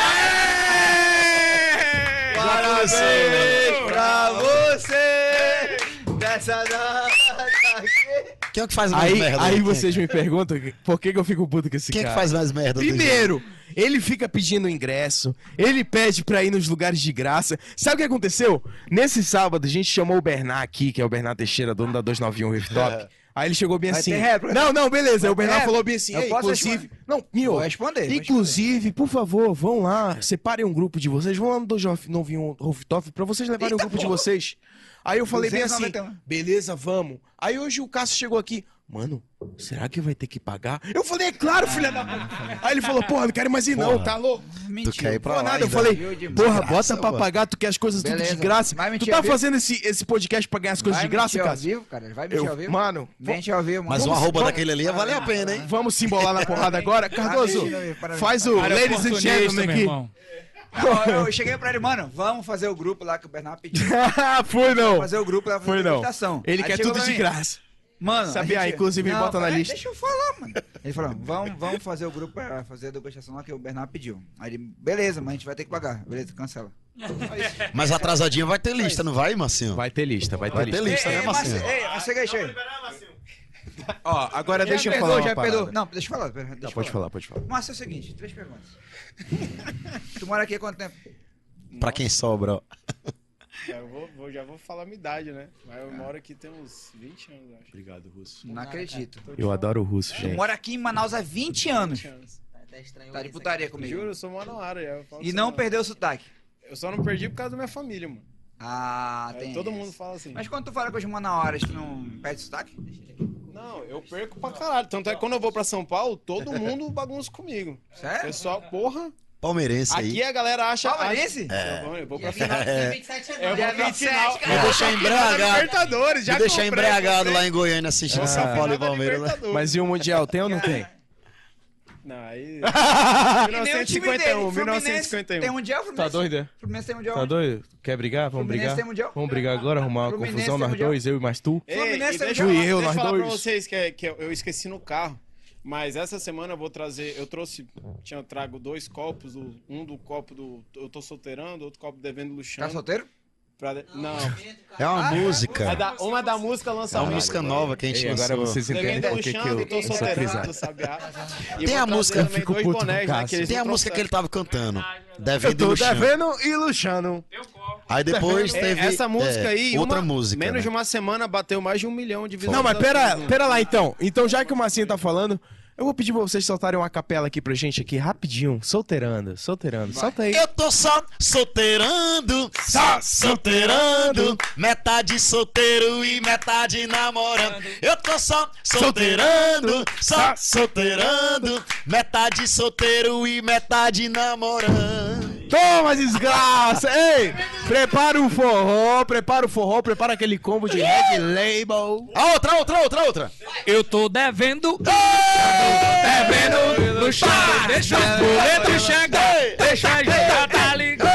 Parabéns pra você dessa data. Quem é que faz mais Aí, merda? aí Quem? vocês me perguntam por que, que eu fico puto com esse Quem é cara. que faz mais merda? do Primeiro, ele fica pedindo ingresso, ele pede pra ir nos lugares de graça. Sabe o que aconteceu? Nesse sábado, a gente chamou o Bernard aqui, que é o Bernard Teixeira, dono da duzentos e noventa e um Rooftop. Aí ele chegou bem Vai assim. ter réplica? Não, não, beleza. Aí o Vai ter Bernard falou réplica? bem assim. Eu "Ei, posso inclusive. responder? Não, Mio. Vou responder, vou Inclusive, por favor, vão lá. Separem um grupo de vocês. Vão lá no duzentos e noventa e um Rooftop pra vocês levarem o grupo de vocês. Aí eu falei bem assim, duzentos e noventa e um. beleza, vamos. Aí hoje o Cássio chegou aqui, mano, será que vai ter que pagar? Eu falei, é claro, filha da puta. Aí ele falou, porra, não quero mais ir não, Porra. tá louco? Tu quer ir pra Pô, lá nada, eu ainda? falei, Viu, de porra, graça, bota pra mano. pagar, tu quer as coisas tudo Beleza, de graça. vai Tu mentir tá ao vivo? fazendo esse, esse podcast pra ganhar as coisas Vai de graça, mentir ao Cássio? vivo, cara? Vai mentir ao Eu, vivo? mano, Mente ao vivo, mano. Mas um Vamos- arroba vamos- daquele ali ia valer a pena, hein? vamos se embolar na porrada agora? Cardoso, Parabéns. faz o Cara, ladies and oportunista, gentlemen meu aqui. irmão. Eu, eu cheguei pra ele, mano, vamos fazer o grupo lá que o Bernardo pediu. Foi não. Fazer o grupo lá, fazer Foi a não. degustação. Ele Aí quer chegou tudo pra de mim, graça. Mano, Sabia? a gente- Inclusive, ele Não, bota na é, lista. Deixa eu falar, mano. Ele falou, vamos, vamos fazer o grupo pra fazer a degustação lá que o Bernardo pediu. Aí ele, beleza, mas a gente vai ter que pagar. Beleza, cancela. Mas atrasadinha vai ter lista, não vai, Marcinho? Vai ter lista, vai ter Vai ter lista, né, Ei, Marcinho? Marcinho, ei, mas chega aí, chega aí. Ó, agora Já deixa eu perdoou, falar uma já parada. perdoou. Não, deixa eu falar. Deixa eu Pode falar, pode falar. Márcio, é o seguinte, três perguntas. Tu mora aqui há quanto tempo? Pra quem sobra, ó. Eu vou, vou- já vou falar a minha idade, né? Mas eu moro aqui tem uns vinte anos, eu acho. Obrigado, Russo. Não acredito. Eu adoro o Russo, Tu gente. mora aqui em Manaus há vinte anos. vinte anos. Tá de putaria comigo. Juro, eu sou manauara. já, eu falo E assim, não perdeu o sotaque. Eu só não perdi por causa da minha família, mano. Ah, Aí tem todo essa. mundo fala assim. Mas quando tu fala com os manauaras, tu não perde sotaque? Não, eu perco pra caralho. Tanto é que quando eu vou pra São Paulo, todo mundo bagunça comigo. Sério? Pessoal, porra. Palmeirense aí. Aqui a galera acha. Palmeirense? acha- Eu vou, eu vou pra Dia final. vinte e sete é Eu nóis. vou pra final. Me deixar embriagado. Libertadores, já Me deixar comprei, embriagado comprei. lá em Goiânia assistindo Ah. São Paulo e Final da Palmeiras, né? Libertadores. Mas e o Mundial, tem ou não tem? Não, aí. E nem mil o novecentos e time cinquenta e um, dele. mil novecentos e Fluminense cinquenta e um. tem mundial, Fluminense? Tá doido? Fluminense tem mundial. Tá doido? Quer brigar? Vamos Fluminense brigar? tem mundial? Vamos brigar agora, arrumar uma Fluminense confusão, tem nós mundial? dois, eu e mais tu? Ei, Fluminense e tem deixa mundial? eu, Tu e eu, deixa eu nós falar pra dois. vocês que, é- que eu, eu esqueci no carro. Mas essa semana eu vou trazer. Eu trouxe. Tinha trago dois copos. o- Um do copo do Eu Tô Solteirando, outro copo Devendo Tá Luxando. solteiro? pra de- Não. É uma música. É da- uma da música É uma lançamento. música nova que a gente E agora lançou. vocês entendem Devendo por que, que Luxando, eu, Tô eu sou Solteirando, frisado. do Sabiá. E Tem vou a trazer música- também Fico dois puto com bonés, o né, Cássio. que eles Tem a não música que ele trouxeram. tava cantando. Eu Devendo e tô Luxando. devendo e luxando. Aí depois É, teve Essa música é, aí, outra uma- música. menos né? de uma semana, bateu mais de um milhão de Não, mas visualizações. pera, pera lá então. Então, já que o Marcinho tá falando, eu vou pedir pra vocês soltarem uma capela aqui pra gente aqui, rapidinho. Solteirando, solteirando. Solta aí. Eu tô só solteirando, só solteirando, metade solteiro e metade namorando. Eu tô só solteirando, só solteirando, metade solteiro e metade namorando. Toma, desgraça! Ei! Prepara o forró, prepara o forró, prepara aquele combo de Red Label. A outra, outra, outra, outra. Eu tô devendo, devendo, luxando, deixa o boleto chegar, deixa a gente já tá ligado.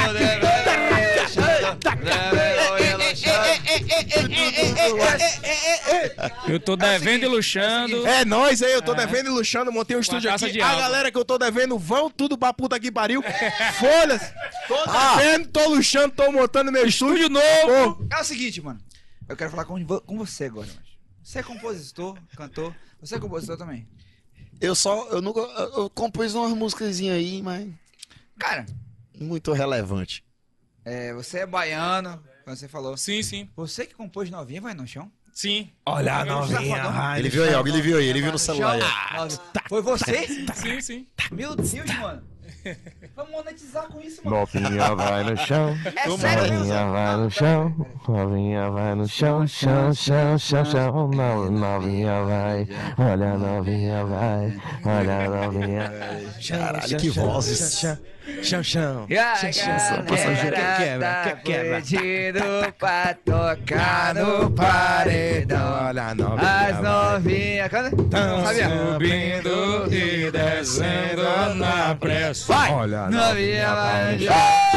Eu tô devendo e luxando. É nóis aí, eu tô devendo e luxando, montei um estúdio taça aqui. de A álcool. galera que eu tô devendo vão tudo pra puta que pariu. Foda-se. Tô devendo, tô luxando, tô montando meu estúdio novo. É o seguinte, mano. Eu quero falar com, vo- com você agora, mano. Você é compositor, cantor. Você é compositor também. Eu só, eu nunca, eu, eu compus umas músicas aí, mas Cara, muito relevante. é, você é baiano, como você falou. Sim, sim, Você que compôs novinha, vai no chão? sim. Olha a novinha, novinha. Ele viu aí, ó, ele viu aí, ele viu no celular. aí, ó. Ah, foi você? Sim, sim. Meu Deus, mano. Vamos monetizar com isso, mano. Novinha vai no chão. É sério mesmo? Novinha vai no chão. Novinha vai no chão, chão, chão, chão, chão. No- Novinha vai. Olha, a novinha vai. Olha, a novinha. Caralho, que vozes. Chão, chão. E a passageiro, galera quebra, tá quebra. pedindo pra tocar no paredão. Olha a novinha. As novinhas... Canta? Não sabia? Subindo e descendo na pressa. Vai! Olha a Novinha vai no chão.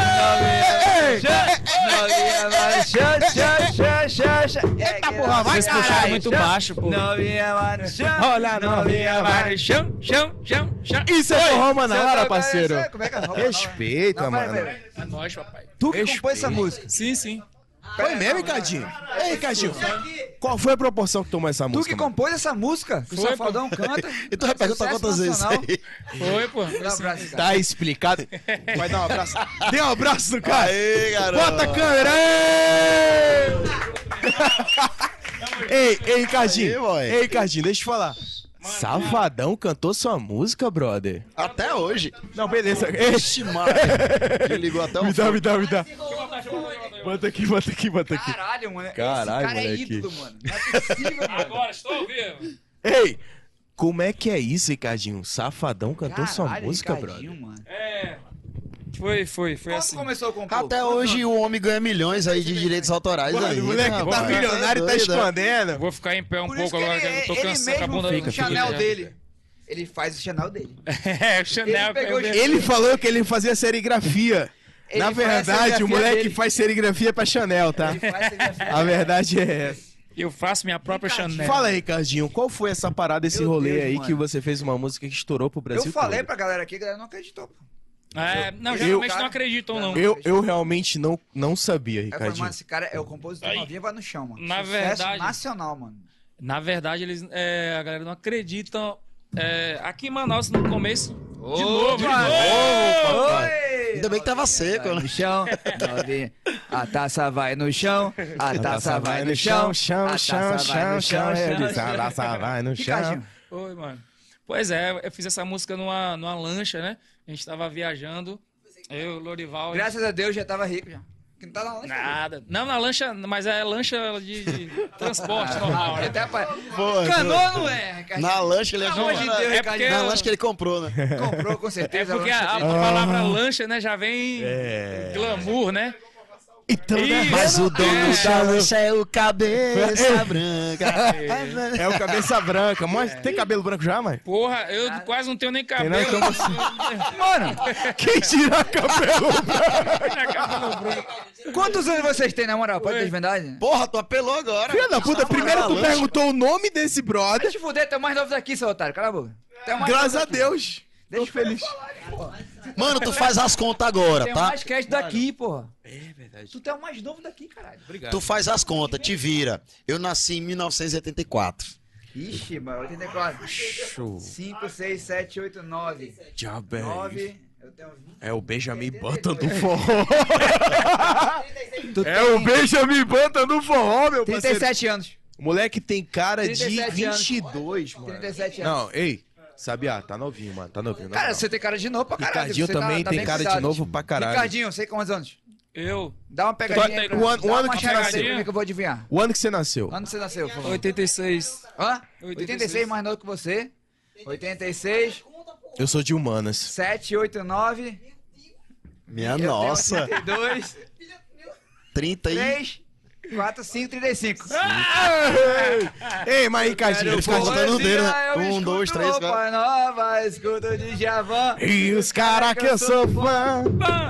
Novinha vai no chão. Chão, chão, chão, chão. Eita porra, vai, Vocês puxaram muito baixo, pô. Novinha vai no chão. Olha a novinha, vai. Vai, chão, chão, chão, chão. Isso é forró Manauara, Você- parceiro. Como é que é? Roupa Respeita, Não, vai, mano. vai, vai. É nóis, papai. Tu que Respeito. compôs essa música. Sim, sim. Foi mesmo, Ricardinho? Ei, Ricardinho, qual foi a proporção que tomou essa Tu música? que mano? compôs essa música. Que o Foi, Safadão canta. E tu vai perguntar Sucesso quantas vezes nacional. aí? Foi, pô. Dá um abraço, cara. Tá explicado. Vai dar um abraço. Dê um abraço no cara. Aê, garoto. Bota a câmera. Ei, ei, ei Ricardinho. Aí, boy. Ei, Ricardinho, deixa eu te falar. Safadão cantou sua música, brother? Até hoje. Não, beleza. Ei, Ixi, mano. Ele ligou até o me dá, fone. me dá, me dá. Bota aqui, bota aqui, bota aqui. Caralho, mano. Caralho, Esse cara é moleque. ídolo, mano. Não é possível, mano. Agora, estou ao vivo. Ei, como é que é isso, Ricardinho? Safadão cantou sua Caralho, música, Ricardinho, brother? mano. É. Foi, foi, foi Como assim. começou a compor? Até hoje o homem ganha milhões aí de direitos autorais Mano, aí. o moleque né, tá rapaz? milionário e tá doido, né? escondendo. Vou ficar em pé um Por pouco isso que agora, ele, que eu tô ele cansado com a mesmo bunda. fez o Fica, Chanel fica. dele. Ele faz o Chanel dele. É, o Chanel. Ele pegou eu- Ele falou que ele fazia serigrafia. Ele Na faz a verdade, serigrafia o moleque dele. faz serigrafia pra Chanel, tá? Ele faz serigrafia. A verdade é essa. Eu faço minha própria Chanel. Fala aí, Ricardinho, qual foi essa parada, esse Meu rolê Deus, aí mano. que você fez uma música que estourou pro Brasil Eu falei todo? pra galera aqui, a galera não acreditou. Pô. É, não, Eu- geralmente cara- não acreditam, não. Eu, eu realmente não, não sabia, Aí eu falei, Ricardinho. mano, esse cara é o compositor Aí, novinha, vai no chão, mano. na Sucesso verdade- nacional, mano. Na verdade, eles, é, a galera não acredita. É, aqui em Manaus, no começo, de novo, de mano. novo. Oi! Ainda bem que tava seco, Vai né? no chão, novinha. A taça vai no chão, a taça vai no chão, chão, a chão, taça vai chão, no chão, chão, ele chão. a taça vai no chão. Ricardinho, Oi, mano. Pois é, eu fiz essa música numa, numa lancha, né? A gente tava viajando, eu, o Lorival... graças a Deus já tava rico já. Que não tá na lancha. Nada. Não, na lancha, mas é lancha de, de transporte normal, né? Até pra... Pô, Canoa não é, Ricardinho. Na lancha ele Pelo achou. amor de Deus, É Ricardinho. porque Na eu- lancha que ele comprou, né? Comprou com É certeza. porque a, lancha a dele. palavra lancha, né, já vem É. glamour, né? Então, Ih, Mas o dono É. da lancha é o cabeça branca. é o cabeça branca. Mas tem cabelo branco já, mãe? Porra, eu quase não tenho nem cabelo. não, então você- Mano, Quem tira cabelo quantos anos vocês têm, na moral? Pode desvendar? Porra, tu apelou agora. Filha da puta, primeiro tu lancha. perguntou o nome desse brother. Deixa eu fuder, tu é o mais novo daqui, seu otário. Cala a boca. Tu é o mais Graças novo a daqui. Deus. Deixa Tô feliz. Mano, tu faz as contas agora, Tem o tá? mais crédito daqui, porra. É verdade. Tu é o mais novo daqui, caralho. Tu faz as contas, te vira. Eu nasci em mil novecentos e oitenta e quatro. Ixi, mano, oitenta e quatro. Show. cinco, seis, sete, oito, nove. Diabo é isso. nove. Eu tenho vinte. É o Benjamin Button do forró. Tu É o tem Benjamin Button do forró, meu trinta e parceiro. sete anos. O moleque tem cara de trinta e sete anos. vinte e dois, mano. trinta e sete anos. Não, ei, Sabiá, tá novinho, mano. Tá novinho. na Cara, moral. você tem cara de novo pra caralho. Ricardinho você tá- também tá tem bem cara de cuidado. novo pra caralho. Ricardinho, sei quantos anos? Eu, Dá uma pegadinha Bota aí, aí pra o ano- Dá o ano uma que tu chegadinha nasceu. pra mim que eu vou adivinhar. O ano que você nasceu? Quando você nasceu, por favor? oitenta e seis. Hã? oitenta e oitenta e seis seis. mais novo que você. oitenta e seis. Eu sou de humanas. sete, oito, nove. Minha Eu nossa. tenho trinta e dois. trinta e... três, quatro, cinco, trinta e cinco. Ei, mas Ricardinho, Ele fica contando o dedo, né? Eu Um, escuto dois, três, quatro. Roupa Nova, escuto o Djavan. E os caras que eu sou fã.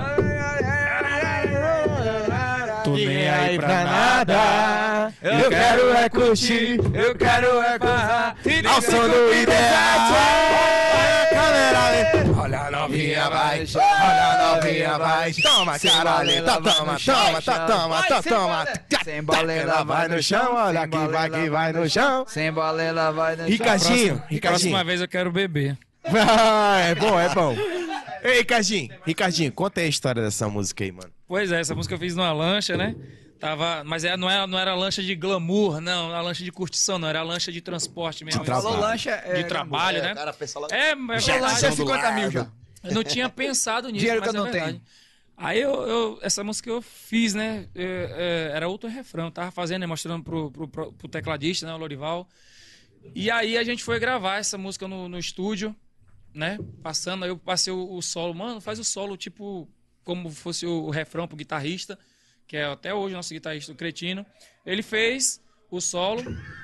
Tô Nem aí pra nada. Eu quero é curtir. Eu quero é barrar. Ao som do ideal. Galera, olha a novinha, vai. Olha a novinha, vai. Toma, caralho. Tá, toma, toma, tá, toma, tá, toma. Sem bola, Ela vai no chão, olha que vai que vai no chão. Sem bola, ela vai no chão. Ricardinho, Próxima Ricardinho. vez eu quero beber. Ah, é bom, é bom. Ei, Ricardinho, Ricardinho, conta aí a história dessa música aí, mano. Pois é, essa música eu fiz numa lancha, né? Tava, mas é, não, era, não era lancha de glamour, não, era lancha de curtição, não, era lancha de transporte mesmo. De trabalho. Falou lancha. é, De trabalho, É, né? cara, pensa lá. É, mas Falou lancha é cinquenta mil já. Eu não tinha pensado nisso, Dinheiro mas que eu é não verdade. tenho. Aí eu, eu- essa música eu fiz, né? É, é, era outro refrão, eu tava fazendo, né? Mostrando pro, pro, pro- pro tecladista, né? O Lorival. E aí a gente foi gravar essa música no, no estúdio, né? Passando, aí eu passei o, o solo. Mano, faz o solo tipo como fosse o, o refrão pro guitarrista, que é até hoje o nosso guitarrista, o Cretino. Ele fez o solo.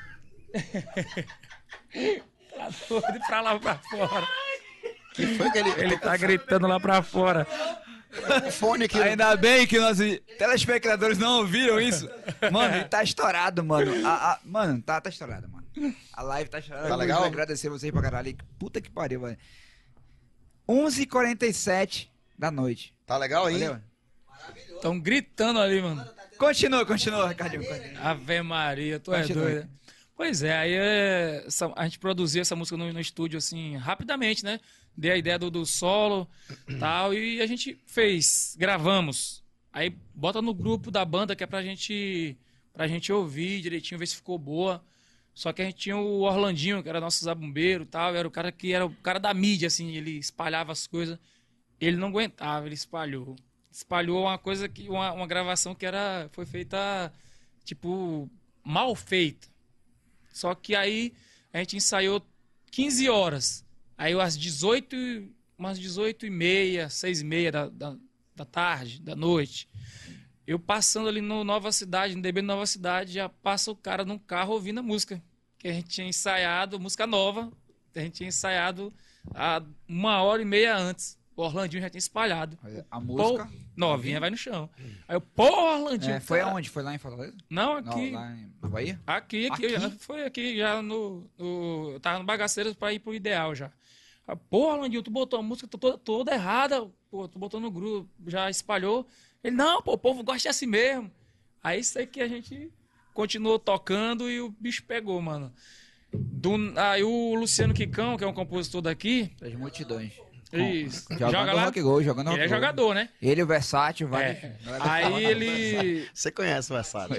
Tá doido pra lá pra fora. Que foi que ele... Ele tá gritando lá pra fora. o fone aqui. Ainda bem que nossos telespectadores não ouviram isso. Mano, ele tá estourado, mano. A, a- mano, tá, tá estourado, mano. A live tá estourada. Tá Eu legal? quero agradecer vocês pra caralho. Puta que pariu, velho. onze e quarenta e sete da noite. Tá legal aí? Valeu? Tão gritando ali, mano. Continua, continua, Ricardinho. continua. Ave Maria, tu é Continua. doida. Pois é, aí é, essa- a gente produziu essa música no, no estúdio, assim, rapidamente, né? Dei a ideia do, do solo e tal, e a gente fez, gravamos. Aí bota no grupo da banda que é pra gente, pra gente ouvir direitinho, ver se ficou boa. Só que a gente tinha o Orlandinho, que era nosso zabumbeiro e tal, era o cara que era o cara da mídia, assim, ele espalhava as coisas. Ele não aguentava, ele espalhou. Espalhou uma coisa que, uma, uma gravação que era, foi feita, tipo, mal feita. Só que aí a gente ensaiou quinze horas. Aí às dezoito, e- umas dezoito e meia, seis e meia da, da, da tarde, da noite. Eu passando ali no Nova Cidade, no D B Nova Cidade, já passa o cara num carro ouvindo a música. Que a gente tinha ensaiado, música nova. A gente tinha ensaiado há uma hora e meia antes. O Orlandinho já tinha espalhado. A música. Pô, novinha vai no chão. Aí eu, pô, Orlandinho. É, foi cara. aonde? Foi lá em Fortaleza? Não, Não, aqui. lá em, na Bahia? Aqui, aqui, Aqui? já foi aqui, já no, no. Eu tava no Bagaceiras pra ir pro Ideal já. Ah, pô, Orlandinho, tu botou a música toda, toda errada, pô, tu botou no grupo, já espalhou. Ele, não, pô, o povo gosta assim mesmo. Aí isso aí que a gente continuou tocando e o bicho pegou, mano. Do, aí o Luciano Quicão, que é um compositor daqui, Das multidões. isso, Jogando joga lá. rock go, jogando Ele é rock go. jogador, né? Ele, o Versátil, vai. É. Aí ele. Você conhece o Versátil?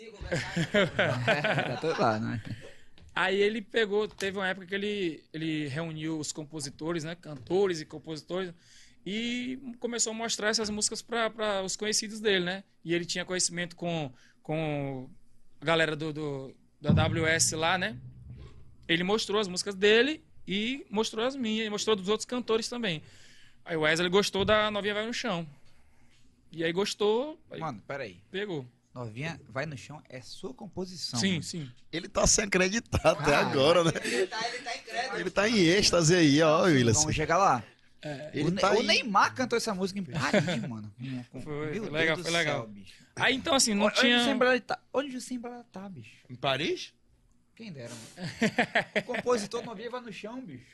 tá todo lá, né? Aí ele pegou, teve uma época que ele, ele reuniu os compositores, né, cantores e compositores, e começou a mostrar essas músicas para os conhecidos dele, né? E ele tinha conhecimento com, com a galera do, do, da W S lá, né? Ele mostrou as músicas dele e mostrou as minhas, e mostrou dos outros cantores também. Aí o Wesley gostou da Novinha Vai no Chão. E aí gostou, aí Mano, peraí. pegou. Novinha, vai no chão, é sua composição. Sim, mano. sim. Ele tá sem acreditar até Ah, agora, né? Ele tá, ele tá incrédulo. Ele tá em êxtase aí, ó, Willis. Vamos chegar lá. Ele o, Ne- tá o aí. Neymar cantou essa música em Paris, mano. Foi, Meu foi Deus legal, do foi legal. céu, bicho. Aí então assim, não Onde tinha... o Sembrala tá? Onde o Sembrala tá, bicho? Em Paris? Quem dera, mano. O compositor novinho vai no chão, bicho.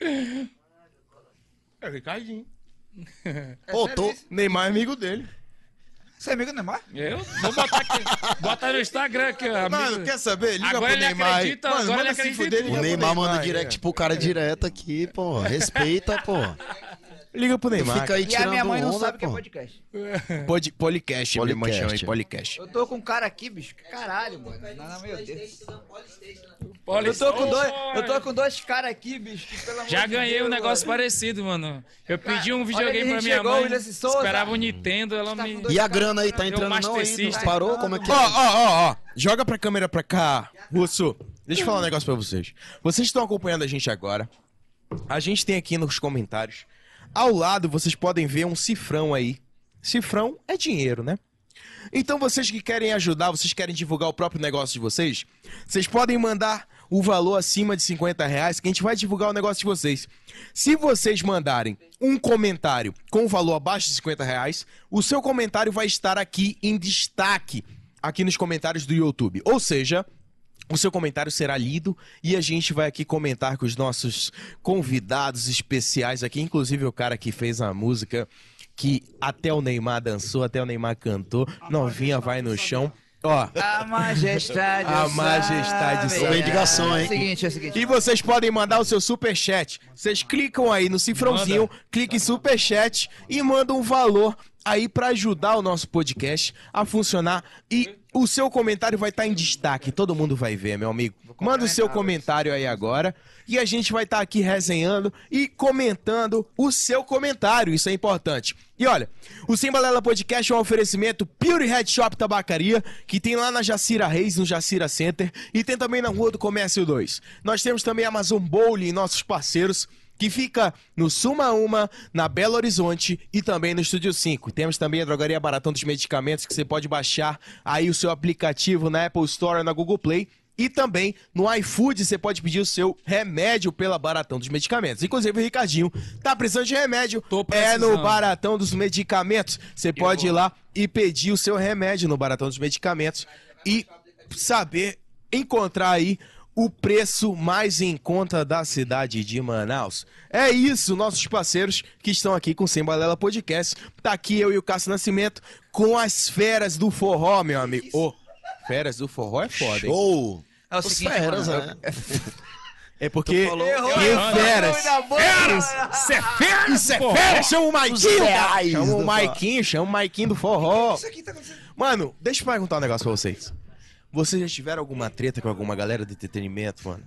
É o Ricardinho. É Pô, sério tô- isso? Neymar é amigo dele. Você é amigo do Neymar? Eu vou botar aqui, botar no Instagram aqui, ó. Mano, amigo. quer saber? Liga Agora pro ele Neymar aí. acredita, Mano, agora manda ele se acredita fuder, em liga O pro Neymar manda aí, direct ó. pro cara direto aqui, pô. Respeita, pô. Liga pro Neymar. Fica aí E a tirando minha mãe não onda, sabe o que é pô. podcast. Pod, podcast, minha irmã Podcast. chama aí, podcast. Eu tô com um cara aqui, bicho. Caralho, mano. Não, não, meu Deus. Polystation, não, Polystation, não. Olha Eu tô com só, dois, eu tô com dois caras aqui, bicho. Que, pelo amor Já de ganhei Deus, um negócio mano. parecido, mano. Eu pedi um olha videogame que pra minha chegou, mãe, William Souza. esperava o Nintendo, ela Tá me... com dois E a grana aí tá Deu entrando não Master aí? System. Disparou? Como é que Ó, é? ó, ó, ó. Joga pra câmera pra cá, Russo. Deixa eu falar um negócio pra vocês. Vocês estão acompanhando a gente agora. A gente tem aqui nos comentários. Ao lado, vocês podem ver um cifrão aí. Cifrão é dinheiro, né? Então, vocês que querem ajudar, vocês querem divulgar o próprio negócio de vocês, vocês podem mandar o valor acima de cinquenta reais, que a gente vai divulgar o negócio de vocês. Se vocês mandarem um comentário com o valor abaixo de cinquenta reais, o seu comentário vai estar aqui em destaque, aqui nos comentários do YouTube. Ou seja, o seu comentário será lido e a gente vai aqui comentar com os nossos convidados especiais aqui, inclusive o cara que fez a música que até o Neymar dançou, até o Neymar cantou. Novinha vai no chão. Ó, A majestade. A sabe. majestade sabe. Boa indicação, hein? É o seguinte, é o seguinte. e vocês podem mandar o seu superchat. Vocês clicam aí no cifrãozinho, clica em superchat e mandam um valor aí pra ajudar o nosso podcast a funcionar e o seu comentário vai estar em destaque, todo mundo vai ver, meu amigo. Manda o seu comentário aí agora e a gente vai estar aqui resenhando e comentando o seu comentário, isso é importante. E olha, o Sem Balela Podcast é um oferecimento Pure Head Shop Tabacaria, que tem lá na Jacira Reis, no Jacira Center, e tem também na Rua do Comércio dois. Nós temos também a Amazon Bowling, nossos parceiros, que fica no Suma Uma, na Belo Horizonte e também no Estúdio cinco. Temos também a Drogaria Baratão dos Medicamentos, que você pode baixar aí o seu aplicativo na Apple Store ou na Google Play. E também no iFood você pode pedir o seu remédio pela Baratão dos Medicamentos. Inclusive o Ricardinho tá precisando de remédio, Tô é precisando. no Baratão dos Medicamentos. Você pode ir lá e pedir o seu remédio no Baratão dos Medicamentos e saber encontrar aí o preço mais em conta da cidade de Manaus. É isso, nossos parceiros que estão aqui com o Sem Balela Podcast. Tá aqui eu e o Cássio Nascimento com as feras do forró, meu amigo. Ô, feras do forró é foda, hein? Show! É o Os seguinte, feras, mano, né? É porque... falou- Que feras! Isso é fera! Isso é fera! Chama o Maiquinho! reais Chama o do Maiquinho, chama o Maiquinho do forró. Isso aqui tá acontecendo. Mano, deixa eu perguntar um negócio pra vocês. Vocês já tiveram alguma treta com alguma galera de entretenimento, mano?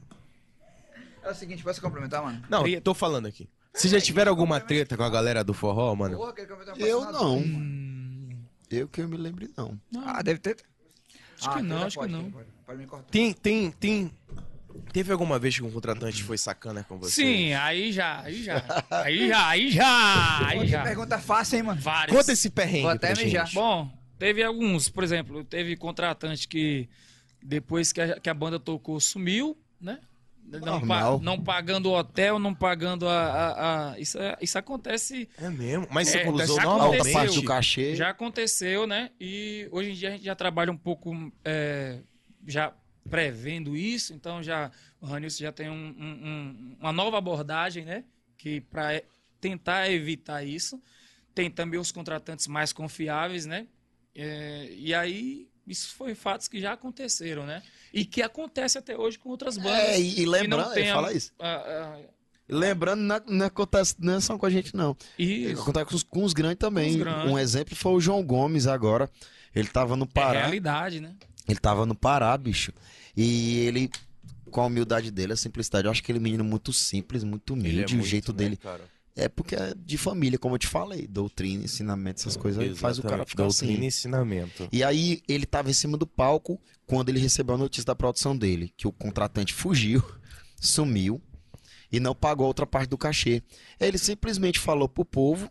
É o seguinte, posso complementar, mano? Não, tô falando aqui. Vocês já tiveram alguma treta com a galera do forró, mano? Porra, quer complementar uma Eu patrocinadora? não. Eu que eu me lembre, não. Ah, deve ter. Acho que Ah, não, então acho pode, que não. Pode, pode me cortar. Tem, tem, tem... Teve alguma vez que um contratante foi sacana com você? Sim, aí já, aí já. Aí já, aí já, aí Pô, que já. pergunta fácil, hein, mano? Vários. Conta esse perrengue Vou até pra mijar. gente. Bom, teve alguns, por exemplo, teve contratante que depois que a, que a banda tocou sumiu, né? Não, Normal. pa- não pagando o hotel, não pagando a. a- a- isso, é- isso acontece. É mesmo? Mas isso É, aconteceu já A normalmente? outra parte do cachê. Já aconteceu, né? E hoje em dia a gente já trabalha um pouco é, já prevendo isso, então já o Ranilson já tem um- um- um- uma nova abordagem, né? Que para tentar evitar isso. Tem também os contratantes mais confiáveis, né? É, e aí, isso foi fatos que já aconteceram, né? E que acontece até hoje com outras bandas. É, e, e que lembrando, não tem a- fala isso. a- a- Lembrando, não, é- não acontece não é só com a gente, não. isso. Acontece com os, com os grandes também. Com os grandes. Um exemplo foi o João Gomes agora. Ele tava no É Pará. realidade, né? Ele tava no Pará, bicho. E ele, com a humildade dele, a simplicidade, eu acho que ele é um menino muito simples, muito Ele é humilde. o muito, jeito né, dele. cara? É porque é de família, como eu te falei. Doutrina, ensinamento, essas coisas aí faz o cara Exatamente. ficar Doutrina assim. e ensinamento. E aí ele tava em cima do palco quando ele recebeu a notícia da produção dele, que o contratante fugiu, sumiu e não pagou a outra parte do cachê. Ele simplesmente falou pro povo,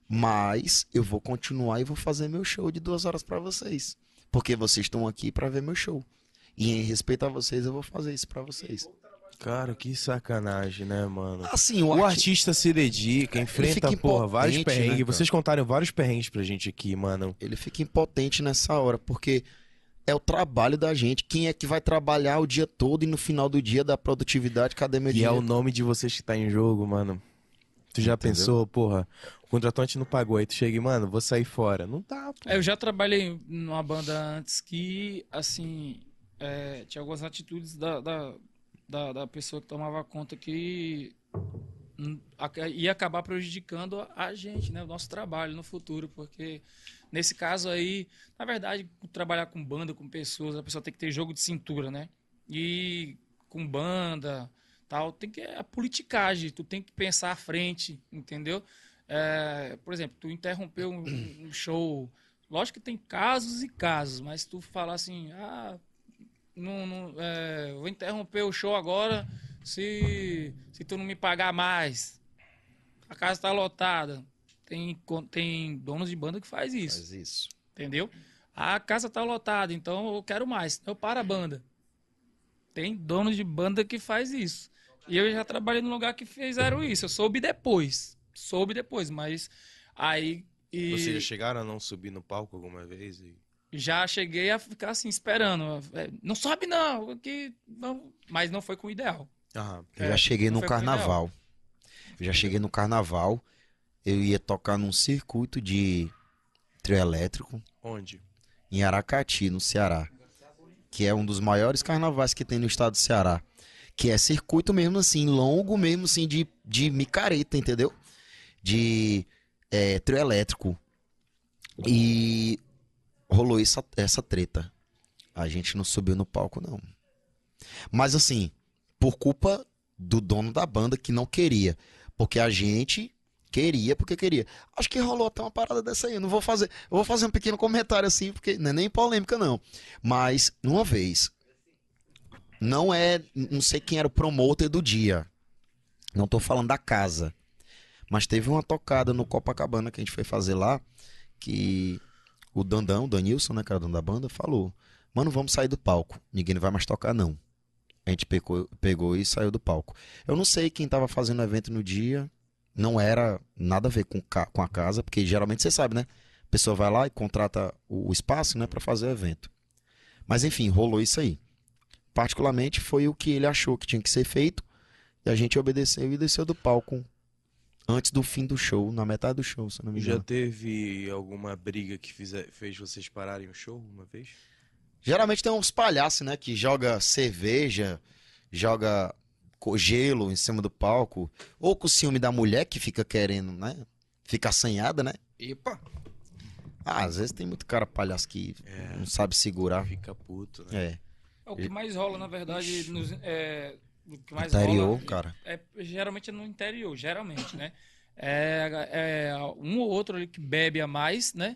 mas eu vou continuar e vou fazer meu show de duas horas pra vocês, porque vocês estão aqui pra ver meu show. E em respeito a vocês, eu vou fazer isso pra vocês. Cara, que sacanagem, né, mano? Assim, o, O arti- artista se dedica, enfrenta, fica porra, vários impotente, né, perrengues. cara? Vocês contaram vários perrengues pra gente aqui, mano. ele fica impotente nessa hora, porque é o trabalho da gente. Quem é que vai trabalhar o dia todo e no final do dia da produtividade, cadê meu E é dinheiro? o nome de vocês que tá em jogo, mano. Tu já Entendeu? pensou, porra, o contratante não pagou, aí tu chega e, mano, vou sair fora. Não dá, pô. É, eu já trabalhei numa banda antes que, assim, é, tinha algumas atitudes da, da, da, da pessoa que tomava conta que hum, aca- ia acabar prejudicando a, a gente, né? O nosso trabalho no futuro, porque nesse caso aí, na verdade, trabalhar com banda, com pessoas, a pessoa tem que ter jogo de cintura, né? E com banda, tal, tem que a politicagem, tu tem que pensar à frente, entendeu? É, por exemplo, tu interrompeu um, um show, lógico que tem casos e casos, mas tu falar assim, ah, não, não, é, vou interromper o show agora se, se tu não me pagar mais, a casa tá lotada. Tem, con- tem donos de banda que faz isso, Faz isso. entendeu? A casa tá lotada, então eu quero mais, eu paro a banda. Tem donos de banda que faz isso. E eu já trabalhei num lugar que fizeram isso. Eu soube depois. Soube depois, mas aí. E Vocês já chegaram a não subir no palco alguma vez? E... já cheguei a ficar assim, esperando. É, não sobe, não, que não. Mas não foi com o ideal. Aham. Eu É, já cheguei não no foi com o carnaval. Eu já cheguei no carnaval. Eu ia tocar num circuito de trio elétrico Onde? em Aracati, no Ceará. Que é um dos maiores carnavais que tem no estado do Ceará. Que é circuito mesmo assim, longo mesmo assim, de, de micareta, entendeu? De é, trio elétrico. E rolou essa, essa treta. A gente não subiu no palco, não. Mas assim, por culpa do dono da banda que não queria. Porque a gente queria, porque queria. Acho que rolou até uma parada dessa aí. Eu não vou fazer. Eu vou fazer um pequeno comentário assim, porque não é nem polêmica, não. Mas, uma vez. Não é. Não sei quem era o promoter do dia. Não tô falando da casa. Mas teve uma tocada no Copacabana que a gente foi fazer lá. Que o Dandão, o Danilson, né, que era o dono da banda, falou: mano, vamos sair do palco. Ninguém não vai mais tocar, não. A gente pegou, pegou e saiu do palco. Eu não sei quem tava fazendo o evento no dia. Não era nada a ver com, com a casa, porque geralmente você sabe, né? A pessoa vai lá e contrata o espaço, né, pra fazer o evento. Mas enfim, rolou isso aí. Particularmente foi o que ele achou que tinha que ser feito. E a gente obedeceu e desceu do palco antes do fim do show, na metade do show, se eu não me Já engano. teve alguma briga que fize- fez vocês pararem o show uma vez? Geralmente tem uns palhaços, né, que joga cerveja, joga co- gelo em cima do palco, ou com o ciúme da mulher que fica querendo, né, fica assanhada, né? Epa! Ah, às vezes tem muito cara palhaço que não sabe segurar. Fica puto, né? É, É o que mais rola, na verdade, nos, é, o que mais interior, rola cara. é geralmente no interior, geralmente, né? É, é um ou outro ali que bebe a mais, né?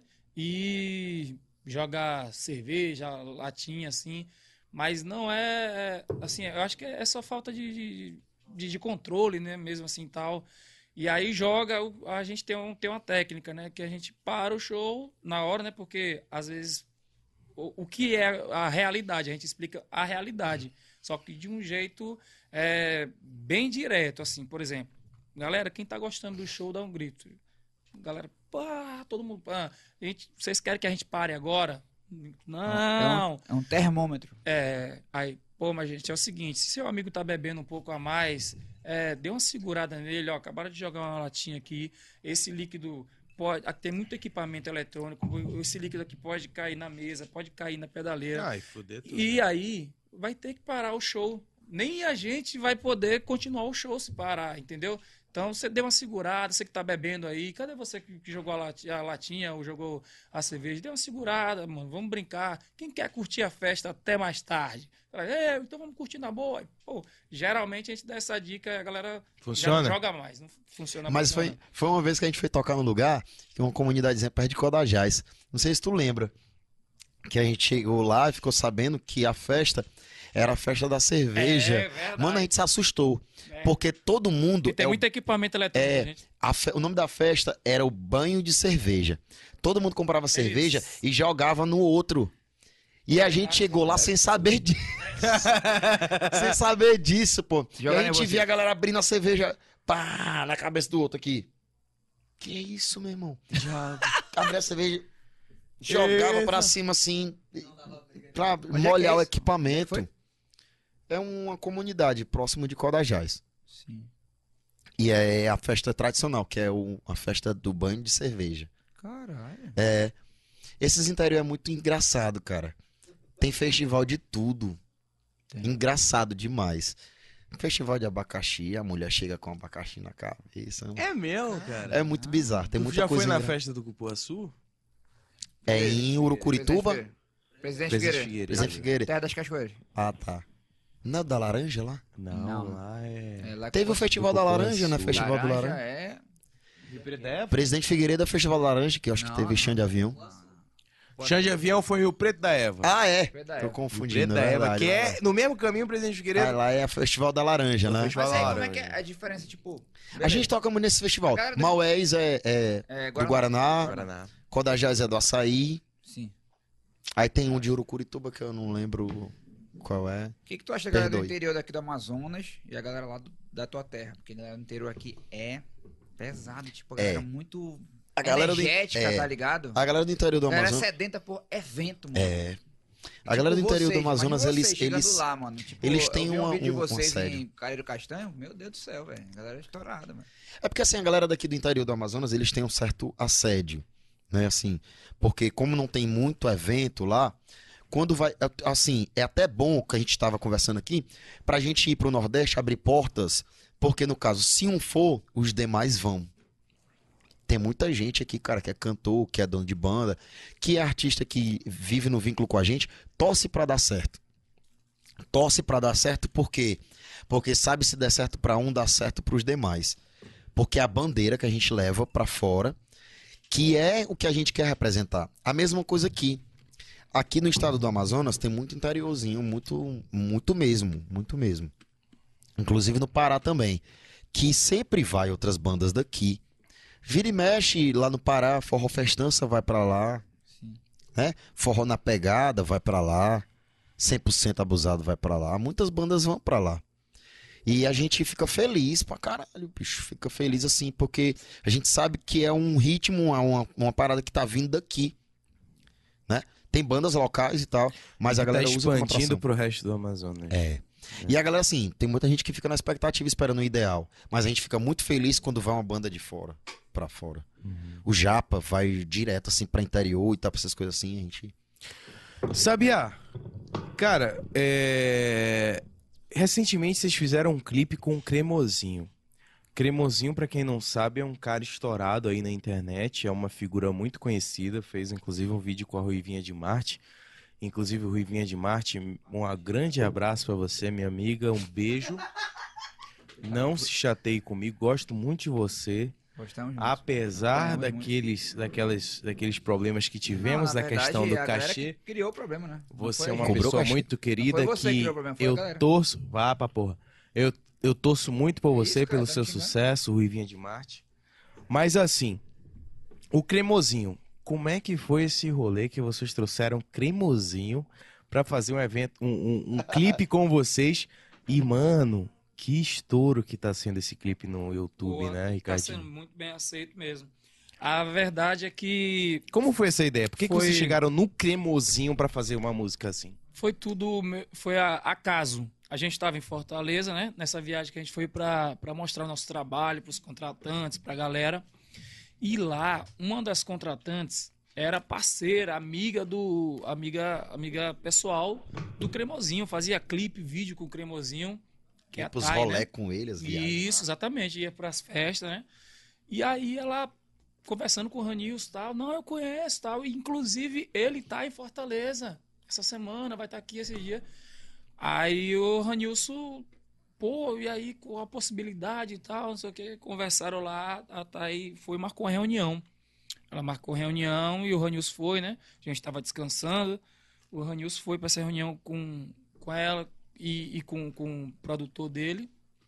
E joga cerveja, latinha, assim. Mas não é, assim, eu acho que é só falta de, de, de controle, né? Mesmo assim, tal. E aí joga, o- a gente tem, um, tem uma técnica, né? Que a gente para o show na hora, né? Porque às vezes o, o que é a realidade, a gente explica a realidade, só que de um jeito é, bem direto, assim, por exemplo, galera, quem tá gostando do show dá um grito, galera, pá, todo mundo, pá, a gente, vocês querem que a gente pare agora? Não, É um, é um termômetro. é, aí, pô, mas gente, é o seguinte, se seu amigo tá bebendo um pouco a mais, é, dê uma segurada nele, ó, acabaram de jogar uma latinha aqui, esse líquido pode, aqui tem muito equipamento eletrônico, esse líquido aqui pode cair na mesa, pode cair na pedaleira, Ai, foder tudo. e aí vai ter que parar o show, nem a gente vai poder continuar o show se parar, entendeu? Então você deu uma segurada, você que tá bebendo aí, cadê você que, que jogou a lati- a latinha ou jogou a cerveja? Dê uma segurada, mano, vamos brincar. Quem quer curtir a festa até mais tarde? Fala, "É, então vamos curtir na boa." Pô, geralmente a gente dá essa dica e a galera Funciona? já joga mais, não funciona Mas mais. foi, foi uma vez que a gente foi tocar num lugar, que é uma comunidadezinha perto de Codajás. Não sei se tu lembra. Que a gente chegou lá e ficou sabendo que a festa era a festa da cerveja. É, verdade. Mano, a gente se assustou. É. Porque todo mundo. E tem é o- muito equipamento eletrônico, é, gente. a fe- O nome da festa era o banho de cerveja. Todo mundo comprava cerveja e jogava no outro. E a gente chegou lá sem saber disso. sem saber disso, pô. E Jogar a em gente você. via a galera abrindo a cerveja, pá, na cabeça do outro aqui. Que isso, meu irmão? Já abria a cerveja, jogava pra cima assim, pra Onde é que molhar é o isso? equipamento. Foi? É uma comunidade próximo de Codajás. Sim. E é a festa tradicional, que é o- a festa do banho de cerveja. Caralho. É. Esses interior é muito engraçado, cara. Tem festival de tudo. Tem. Engraçado demais. Festival de abacaxi, a mulher chega com abacaxi na cabeça. É mesmo, cara? É muito bizarro. Tem Tu muita já coisa. foi na engra- festa do Cupuaçu? É em Urucurituba. Presidente Presidente Figueiredo. Figueiredo. Presidente Figueiredo. Terra das Cachoeiras. Ah, tá. Não é o da laranja lá? Não, Não. lá é... É, lá que Teve o passa- Festival da Cupuaçu. Laranja, né? Festival do Laranja Laranja. é... Presidente Figueiredo é o Festival da Laranja, que eu acho que Não, teve não. chão de avião. Chão de avião foi Rio Preto da Eva. Ah, é. Preto da Tô Eva. Rio confundindo. Preto da é Eva, verdade, que é é verdade. no mesmo caminho, Presidente Figueiredo. Ah, lá é o Festival da Laranja, né? Festival Mas aí, da como é que é Laranja. a diferença, tipo... A gente toca muito nesse festival. A galera do- Maués é, é É, do Guaraná, Paraná. Codajás é do Açaí. Sim. Aí tem um de Urucurituba que eu não lembro qual é. O que, que tu acha da galera do Perdoe. interior daqui do Amazonas e a galera lá do- da tua terra? Porque a galera do interior aqui é pesado, tipo, a galera É. muito A galera do- energética, é. tá ligado? A galera do interior do A galera Amazonas. sedenta por evento, mano. É. E, A galera do interior do vocês, Amazonas, imagina eles- vocês chegando eles- lá, mano. Tipo, eles eu têm vi um uma- vídeo de um- um vocês assédio. em Careiro Castanho, meu Deus do céu, velho. A galera é estourada, mano. É porque assim, a galera daqui do interior do Amazonas, eles têm um certo assédio, né, assim, porque como não tem muito evento lá, quando vai, assim, é até bom que a gente estava conversando aqui, pra gente ir pro Nordeste, abrir portas, porque no caso, se um for, os demais vão. Tem muita gente aqui, cara, que é cantor, que é dono de banda, que é artista que vive no vínculo com a gente, torce pra dar certo. Torce pra dar certo por quê? Porque sabe se der certo pra um, dá certo pros demais. Porque é a bandeira que a gente leva pra fora, que é o que a gente quer representar. A mesma coisa aqui. Aqui no estado do Amazonas tem muito interiorzinho, muito, muito mesmo, muito mesmo. Inclusive no Pará também, que sempre vai outras bandas daqui. Vira e mexe lá no Pará, Forró Festança vai pra lá, Sim. né? Forró na Pegada vai pra lá, cem por cento Abusado vai pra lá, muitas bandas vão pra lá. E a gente fica feliz pra caralho, bicho, fica feliz assim, porque a gente sabe que é um ritmo, uma, uma parada que tá vindo daqui, né? Tem bandas locais e tal, mas a galera tá usa como expandindo atração. pro resto do Amazonas. É. E a galera, assim, tem muita gente que fica na expectativa esperando o ideal. Mas a gente fica muito feliz quando vai uma banda de fora, pra fora. Uhum. O Japa vai direto, assim, pra interior e tal, pra essas coisas assim, a gente... Sabia? Cara, é... recentemente vocês fizeram um clipe com o Cremosinho. Cremosinho, pra quem não sabe, é um cara estourado aí na internet, é uma figura muito conhecida, fez inclusive um vídeo com a Ruivinha de Marte. Inclusive, Ruivinha de Marte, um grande abraço pra você, minha amiga, um beijo. Não se chateie comigo, gosto muito de você. Gostamos muito. Apesar Gostamos muito. daqueles, daqueles, daqueles problemas que tivemos Não, na verdade, questão do a galera cachê, que criou o problema, né? Não você foi é a uma gente. Cobrou pessoa cachê. muito querida Não foi você que que criou o problema, foi a eu galera. torço... Vá pra porra. Eu, eu torço muito por Isso, você, cara, pelo tá seu me xingando. sucesso, Ruivinha de Marte. Mas assim, o Cremosinho, como é que foi esse rolê que vocês trouxeram Cremosinho pra fazer um evento, um, um, um clipe com vocês? E, mano, que estouro que tá sendo esse clipe no YouTube, Pô, né, tá Ricardinho? sendo muito bem aceito mesmo. A verdade é que Como foi essa ideia? Por que, que Foi- vocês chegaram no Cremosinho pra fazer uma música assim? foi tudo, me- foi a- acaso. A gente estava em Fortaleza, né? Nessa viagem que a gente foi para mostrar o nosso trabalho para os contratantes, para a galera. E lá, uma das contratantes era parceira, amiga do, amiga, amiga pessoal do Cremosinho. Fazia clipe, vídeo com o Cremosinho. Que é Ia a pros Thay, rolé né? com ele, as viagens. Isso, exatamente. Ia para as festas, né? E aí ela conversando com o Ranils e tal. Não, eu conheço tal. E, inclusive, ele tá em Fortaleza essa semana, vai estar aqui esse dia. Aí o Ranilson, pô, e aí com a possibilidade e tal, não sei o que, conversaram lá, a Thay foi e marcou uma reunião. Ela marcou reunião e o Ranilson foi, né? A gente estava descansando. O Ranilson foi para essa reunião com, com ela e, e com, com o produtor dele.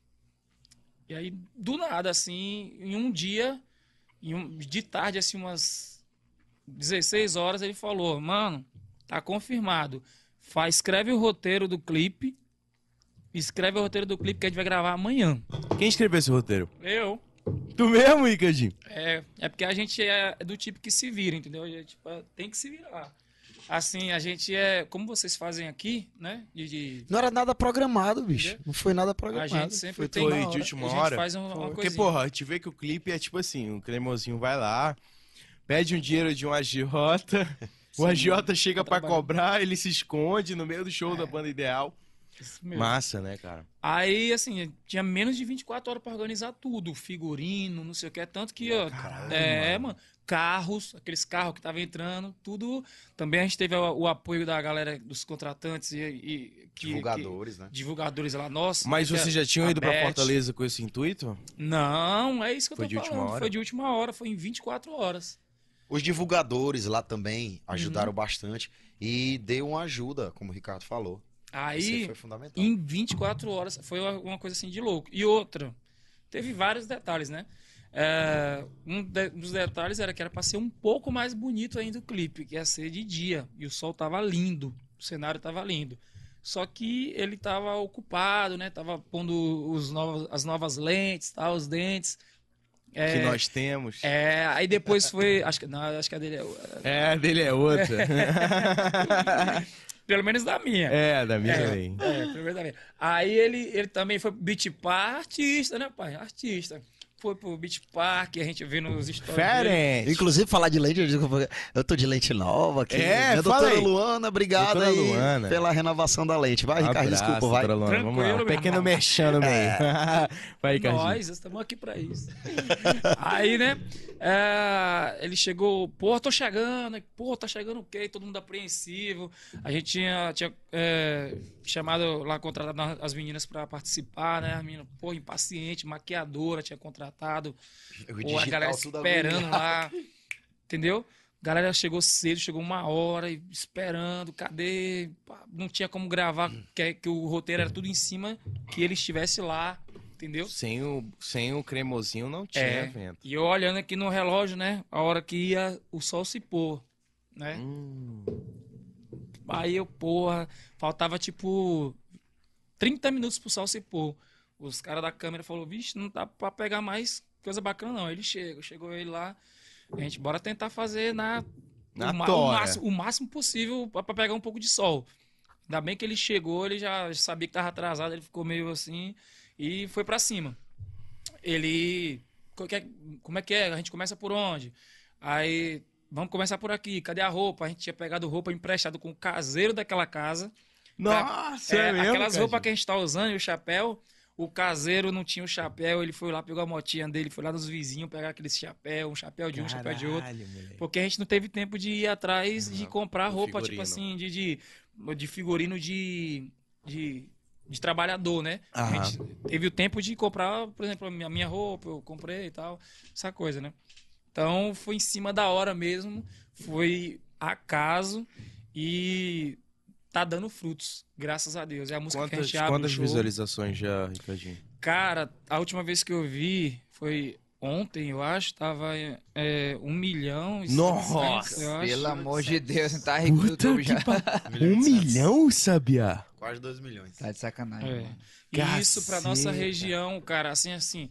E aí, do nada, assim, em um dia, em um, de tarde, assim, umas dezesseis horas, ele falou, mano, tá confirmado. Faz, escreve o roteiro do clipe. Escreve o roteiro do clipe que a gente vai gravar amanhã. Quem escreveu esse roteiro? Eu. Tu mesmo, Ricardinho? É, é porque a gente é do tipo que se vira, entendeu? A gente tipo, tem que se virar. Assim, a gente é, como vocês fazem aqui, né? De, de- Não era nada programado, bicho. Entendeu? não foi nada a programado. gente sempre Foi tem foi uma de hora, última a gente hora? faz uma, uma Porque, coisinha. porra, a gente vê que o clipe é tipo assim, o Cremosinho vai lá, pede um dinheiro de um agiota, o Sim, agiota chega tá pra trabalhando. cobrar, ele se esconde no meio do show da banda ideal. Isso mesmo. Massa, né, cara? Aí, assim, tinha menos de vinte e quatro horas pra organizar tudo, figurino, não sei o que, tanto que, ó, é, mano, carros, aqueles carros que estavam entrando, tudo. Também a gente teve o, o apoio da galera dos contratantes e, e que, Divulgadores, né? que- divulgadores lá, nossa. Mas que- vocês já tinham a ido pra Beth. Fortaleza com esse intuito? Não, é isso que eu Foi tô de última falando. hora? Foi de última hora, foi em vinte e quatro horas. Os divulgadores lá também ajudaram Uhum. bastante e deu uma ajuda, como o Ricardo falou. Isso Aí, foi fundamental. em vinte e quatro horas, foi uma uma coisa assim de louco. E outra, teve vários detalhes, né? É, um de- dos detalhes era que era para ser um pouco mais bonito ainda o clipe, que ia ser de dia. E o sol tava lindo, o cenário tava lindo. Só que ele tava ocupado, né? Tava pondo os novos, as novas lentes, tal, os dentes. É, Que nós temos. é, aí depois foi. Acho que, não, acho que a dele é. É, a dele é outra. Pelo menos da minha. é, da minha É. também. É, primeiro da minha. Aí ele, ele também foi beat pá, artista, né, pai? Artista. foi pro Beach Park, a gente vê nos stories dele. Diferente. Inclusive, falar de lente, eu digo, eu tô de lente nova aqui. É, Minha fala doutora aí. Luana, obrigado Doutora aí Luana. pela renovação da lente. Vai, Ricardo, Abraço, desculpa, vai. doutora Luana, vamos lá. Tranquilo, Um meu pequeno irmão. mexendo no meio. Vai, Ricardinho. Nós estamos aqui pra isso. Aí, né, é, ele chegou, pô, tô chegando, pô, tá chegando o quê? Todo mundo apreensivo. A gente tinha, tinha é, chamado lá, contratado as meninas pra participar, né? A menina, pô, impaciente, maquiadora, tinha contratado. Pô, a galera esperando lá, entendeu? A galera chegou cedo, chegou uma hora e esperando, cadê? Pá, não tinha como gravar, que, que o roteiro era tudo em cima, que ele estivesse lá, entendeu? Sem o, sem o cremosinho não tinha É, evento. e eu olhando aqui no relógio, né? A hora que ia o sol se pôr, né? Hum. Aí eu, porra, faltava tipo trinta minutos pro sol se pôr. Os caras da câmera falaram, vixe, não dá pra pegar mais coisa bacana não. Ele chega, chegou ele lá, a gente, bora tentar fazer na, Na o, ma- o tora. máximo, o máximo possível pra pra pegar um pouco de sol. Ainda bem que ele chegou, ele já sabia que tava atrasado, ele ficou meio assim e foi pra cima. Ele, "Co- que- como é que é? A gente começa por onde? Aí, vamos começar por aqui, cadê a roupa? A gente tinha pegado roupa emprestada com o caseiro daquela casa. Nossa, É, é, mesmo, aquelas roupas Cadinho? que a gente tá usando e o chapéu, o caseiro não tinha o chapéu, ele foi lá, pegou a motinha dele, foi lá nos vizinhos pegar aqueles chapéu, um chapéu de um, um chapéu de outro. Caralho, moleque. Porque a gente não teve tempo de ir atrás de comprar do roupa, figurino. tipo assim, de, de, de figurino de, de, de trabalhador, né? A Aham. gente teve o tempo de comprar, por exemplo, a minha, minha roupa, eu comprei e tal, essa coisa, né? Então foi em cima da hora mesmo, foi acaso e tá dando frutos, graças a Deus. É a música que a Quantas, gente abre quantas o show. visualizações já, Ricardinho? Cara, a última vez que eu vi foi ontem, eu acho, tava é, um milhão e Nossa, setecentos, eu acho. Pelo amor de Deus, não tá rico no YouTube já. Um milhão, sabia? Quase dois milhões. Tá de sacanagem. É. mano. E isso pra nossa Caceta. região, cara, assim, assim,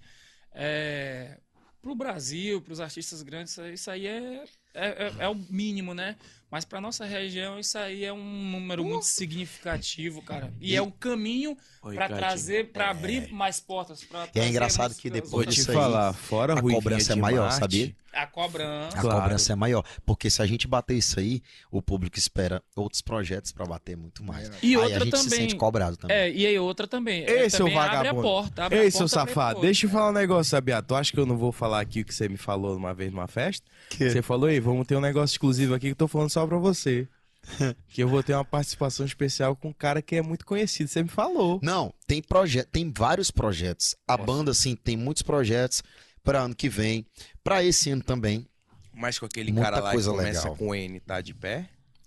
é, pro Brasil, pros artistas grandes, isso aí- isso aí é, é, é- é o mínimo, né? Mas pra nossa região, isso aí é um número muito significativo, cara. E, é um caminho Oi, pra Ricardinho. trazer, pra abrir mais portas. Pra E é trazer engraçado música- que depois Vou te disso aí, falar, fora a Ruivinha cobrança é de maior, Marte, sabia? A cobrança. A Claro. cobrança é maior. Porque se a gente bater isso aí, o público espera outros projetos pra bater muito mais. E aí outra a gente se também. sente cobrado também. É, e aí outra também. Ei, é, seu também abre a vagabundo. porta. Abre Ei, a seu porta pra safado, outro. deixa eu falar um negócio, sabia? Tu acha que eu não vou falar aqui o que você me falou uma vez numa festa? Você falou, ei, vamos ter um negócio exclusivo aqui que eu tô falando só pra você. Que eu vou ter uma participação especial com um cara que é muito conhecido. Você me falou. Não, tem projeto, tem vários projetos. A banda, assim, tem muitos projetos para ano que vem, para esse ano também. Mas com aquele Muita cara lá coisa que começa legal. com N, tá de pé?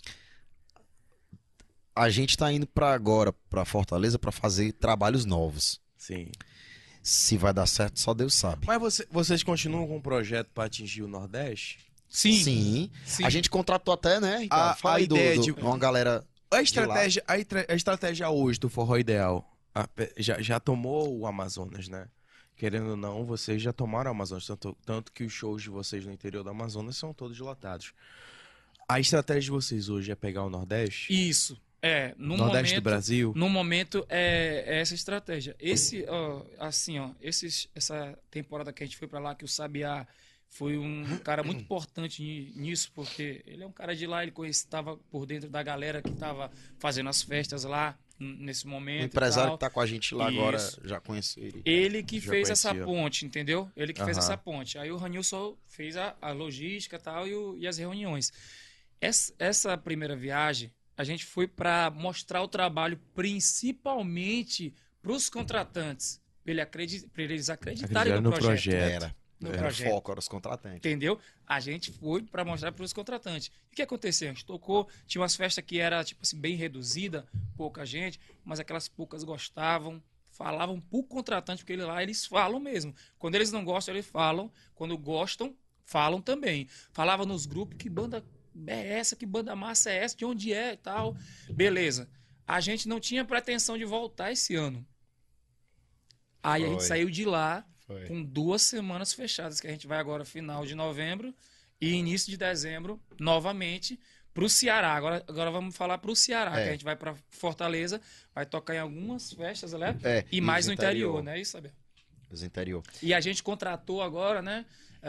A gente tá indo para agora, para Fortaleza, para fazer trabalhos novos. Sim. Se vai dar certo, só Deus sabe. Mas você- vocês continuam com um projeto pra atingir o Nordeste? Sim. Sim. Sim. A gente contratou até, né, Ricardo? A- Fala a aí do- ideia do- de- uma galera. A estratégia, a, estra- a estratégia hoje do Forró Ideal a pe- já, já tomou o Amazonas, né? Querendo ou não, vocês já tomaram o Amazonas. Tanto, tanto que os shows de vocês no interior do Amazonas são todos lotados. A estratégia de vocês hoje é pegar o Nordeste? Isso. É, no Nordeste momento, do Brasil? No momento é, é essa estratégia. Esse, ó, assim, ó, esses, essa temporada que a gente foi pra lá, que o Sabiá foi um cara muito importante ni- nisso, porque ele é um cara de lá, ele estava por dentro da galera que estava fazendo as festas lá n- nesse O momento. e empresário tal. que tá com a gente lá agora Isso. já conhece ele. Ele que Já fez essa conhecia. ponte, entendeu? Ele que fez Aham. essa ponte. Aí o Ranilson fez a, a logística tal, e, o- e as reuniões. Essa, essa primeira viagem, a gente foi para mostrar o trabalho principalmente para os contratantes, para ele acredi- pra eles acreditarem Acreditar no, no projeto. projeto. Era. No Era o projeto. foco, era os contratantes. Entendeu? A gente foi para mostrar para os contratantes. E o que aconteceu? A gente tocou, tinha umas festas que era tipo assim, bem reduzida, pouca gente, mas aquelas poucas gostavam, falavam pro contratante, porque ele lá eles falam mesmo. Quando eles não gostam, eles falam. Quando gostam, falam também. Falava nos grupos que banda é essa, que banda massa é essa, de onde é e tal. Beleza. A gente não tinha pretensão de voltar esse ano. Aí a gente Foi. saiu de lá Foi. com duas semanas fechadas, que a gente vai agora final de novembro e início de dezembro, novamente, pro Ceará. Agora, agora vamos falar pro Ceará, É. que a gente vai pra Fortaleza, vai tocar em algumas festas, né? É, E e mais no no interior, interior. né? Isso, sabe? Os interior. E a gente contratou agora, né?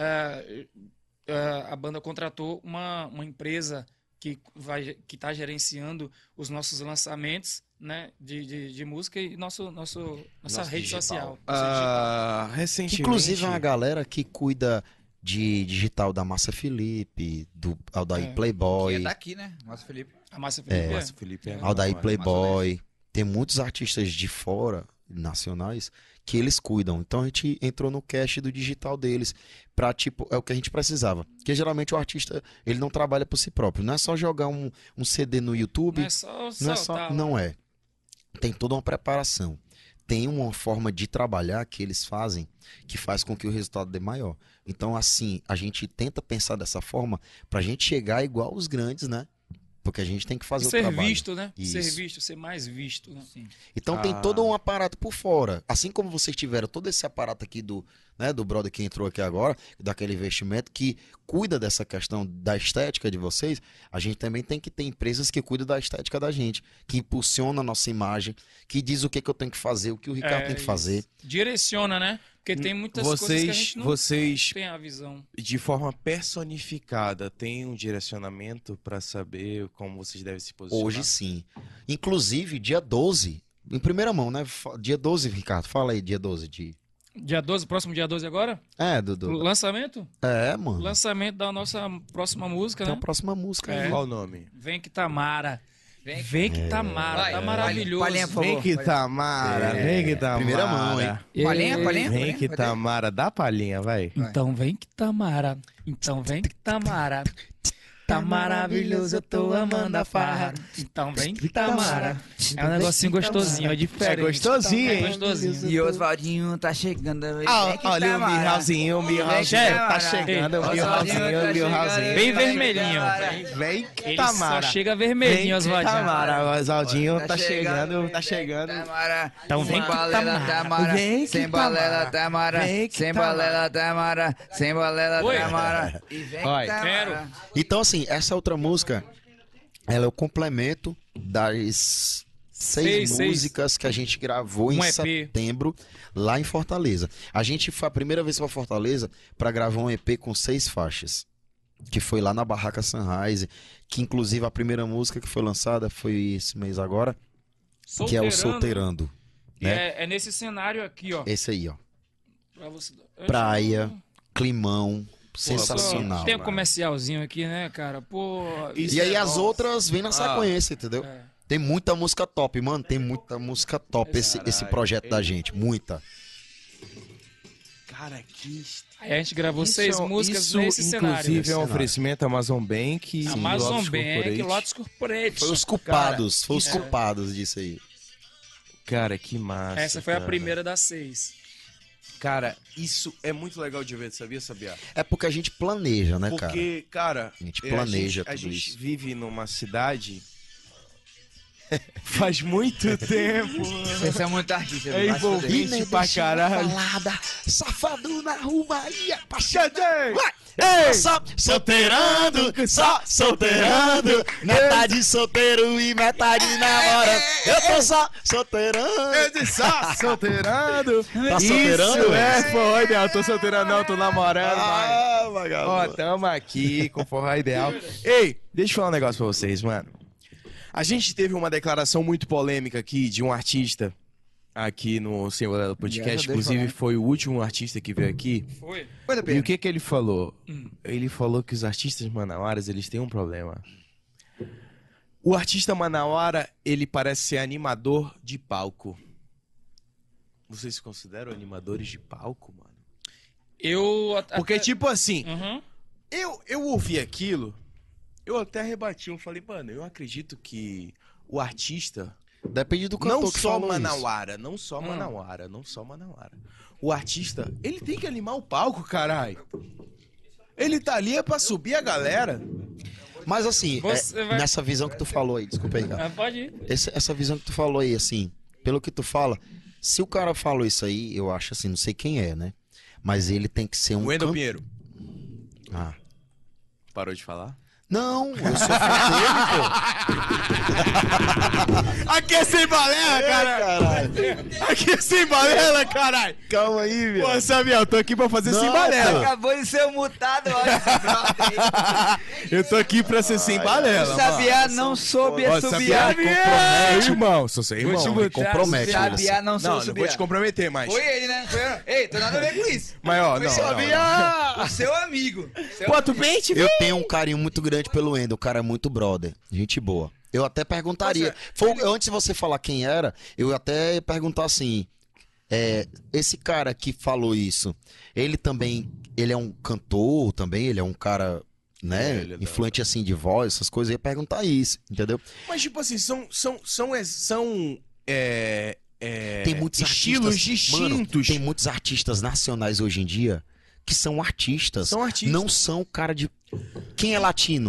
é, é, a banda contratou uma, uma empresa que vai que está gerenciando os nossos lançamentos, né? De, de, de música e nosso, nosso, nossa Nosso rede digital. social. Ah, Que, recentemente... inclusive é uma galera que cuida de digital da Massa Felipe, do Aldair É. Playboy, Que tá aqui, né? Nosso Felipe. A Márcia Felipe. Nossa, Felipe é Aldair bom, Playboy. Tem muitos artistas de fora, nacionais, que eles cuidam. Então a gente entrou no cache do digital deles pra, tipo, é o que a gente precisava. Porque geralmente o artista, ele não trabalha por si próprio. Não é só jogar um, um C D no YouTube. Não é só Não é soltar só, lá. não é. Tem toda uma preparação. Tem uma forma de trabalhar que eles fazem que faz com que o resultado dê maior. Então, assim, a gente tenta pensar dessa forma pra gente chegar igual os grandes, né? Porque a gente tem que fazer E o ser trabalho. visto, né? Ser Isso. visto, ser mais visto. Né? Então tem Ah. todo um aparato por fora. Assim como vocês tiveram todo esse aparato aqui do, né, do brother que entrou aqui agora, daquele investimento que cuida dessa questão da estética de vocês, a gente também tem que ter empresas que cuidam da estética da gente, que impulsiona a nossa imagem, que diz o que, que eu tenho que fazer, o que o Ricardo É tem que fazer. isso. Direciona, né? Porque tem muitas coisas que a Vocês, gente não vocês, tem a visão. de forma personificada, têm um direcionamento pra saber como vocês devem se posicionar? Hoje sim. Inclusive, dia doze, em primeira mão, né? Fa- Dia doze, Ricardo, fala aí, dia doze de... Dia doze, próximo dia doze agora? É, Dudu. Lançamento? É, mano. Lançamento da nossa próxima música, Tem né? a próxima música É. aí. Qual o nome? Vem que Tamara. Vem. Vem que Tamara. Vai, Tá vai, maravilhoso. palhinha, por favor. Vem que Tamara, É. vem que Tamara. Primeira mão, hein? Palhinha, palhinha. Vem palhinha, que vai ter? Tamara, dá palhinha, vai. Então vem que Tamara. Então vem que Tamara. Tá maravilhoso, eu tô amando a farra. Então vem que Tamara. É um negocinho gostosinho, é diferente. É gostosinho, É hein? gostosinho. E o Oswaldinho tá chegando. Ah, Vem que olha o Tamara. Milhauzinho, o Milhauzinho Vem que tá Tamara. chegando, o Oswaldinho Milhauzinho, tá o Milhauzinho. chegando, Bem vem que vermelhinho. Tamara. Vem que Ele Tamara. só chega Vem vermelhinho, que Oswaldinho. Tamara, o Oswaldinho tá chegando, vem tá que chegando. Tamara. Então vem Sem que balela, Tamara. Tamara. Vem que Sem balela, Tamara. Tamara. Vem que Sem Tamara. balela, Tamara. Sem balela, Oi. Tamara. E vem que Oi. Tamara. Quero. Então, assim, essa outra música, ela é o complemento das seis, Seis, seis. músicas que a gente gravou Um em E P. setembro, lá em Fortaleza. A gente foi a primeira vez para Fortaleza para gravar um E P com seis faixas, que foi lá na Barraca Sunrise, que inclusive a primeira música que foi lançada foi esse mês agora, que é o Solteirando. E né? É, é nesse cenário aqui, ó. Esse aí, ó. Pra você... Praia, climão, sensacional. Tem um mano. comercialzinho aqui, né, cara? Pô. Isso E aí é as bom. outras vêm na Ah. sequência, entendeu? É. Tem muita música top, mano. Tem muita música top esse, esse Caralho. projeto da gente. Muita. Cara, que... Aí a gente gravou Isso seis é- músicas isso, nesse cenário. inclusive, é um cenário. oferecimento Amazon Bank e Amazon Lotus Bank, Corporate. Lotus Corporate. Foi os culpados. Cara, foi os isso- culpados disso aí. Cara, que massa. Essa foi a cara. primeira das seis. Cara, isso é muito legal de ver, sabia, Sabiá? É porque a gente planeja, né, cara? Porque, cara, A gente é, planeja a gente, a tudo gente isso. vive numa cidade faz muito tempo. Vocês são muito artistas. É viu? Vai se fuder. envolvente pra caralho. Balada, safado na rumaria, Xandê! Ei! Só solteirando, só solteirando. Metade solteiro e metade namorando. Eu tô só solteirando. Eu disse só solteirando. Tá Isso solteirando? é, forró ideal. Tô solteirando não, tô namorando. mas- Ah, Ó, vagabundo. tamo aqui com forró ideal. Ei, deixa eu falar um negócio pra vocês, mano. A gente teve uma declaração muito polêmica aqui de um artista aqui no Sem Balela Graças a Podcast. Deus, Inclusive, polêmica. foi o último artista que veio aqui. Foi? Coisa E bem. o que que ele falou? Ele falou que os artistas manauaras, eles têm um problema. O artista manauara, ele parece ser animador de palco. Vocês se consideram animadores de palco, mano? Eu. até- Porque, tipo assim, Uhum. eu, eu ouvi aquilo, eu até rebati, eu falei, mano, eu acredito que o artista, Depende do cantor não que só falou isso. manauara, não só Hum. manauara, não só manauara. O artista, ele tem que animar o palco, caralho. Ele tá ali é pra subir a galera. Mas assim, Você é, vai- nessa visão que tu falou aí, desculpa aí, cara. Ah, pode ir. Esse- essa visão que tu falou aí, assim, pelo que tu fala, se o cara falou isso aí, eu acho assim, não sei quem é, né? Mas ele tem que ser um Wendel can- Pinheiro. Ah. Parou de falar? Não, eu sou fã dele, pô. Aqui é sem balela, caralho. Aqui é sem balela, caralho. Calma aí, velho. Pô, Sabiel, eu tô aqui pra fazer sem Não, balela. Acabou de ser mutado, olha esse brother aí. Eu tô aqui pra ser sem balela, O mano. Sabiá não soube Ó, assobiar. Compromete, irmão. Sou seu Vou irmão. te Me botar, compromete. Sabiá não Não, soube não vou assobiar. te comprometer, mas... Foi ele, né? Foi eu. Ei, tem nada a ver com isso. Mas, ó, não, Foi não, Sabiá. O seu amigo. Seu Pô, tu mente, Eu tenho um carinho muito grande pelo Wendel, o cara é muito brother, gente boa. Eu até perguntaria, foi, antes de você falar quem era, eu até ia perguntar assim, é, esse cara que falou isso, ele também, ele é um cantor também, ele é um cara, né, É, ele é da- influente assim de voz, essas coisas, eu ia perguntar isso, entendeu? Mas, tipo assim, são... São... São... são é, é, Tem muitos estilos artistas, mano, distintos. tem muitos artistas nacionais hoje em dia que são artistas, São artistas. não são cara de... Quem é latino?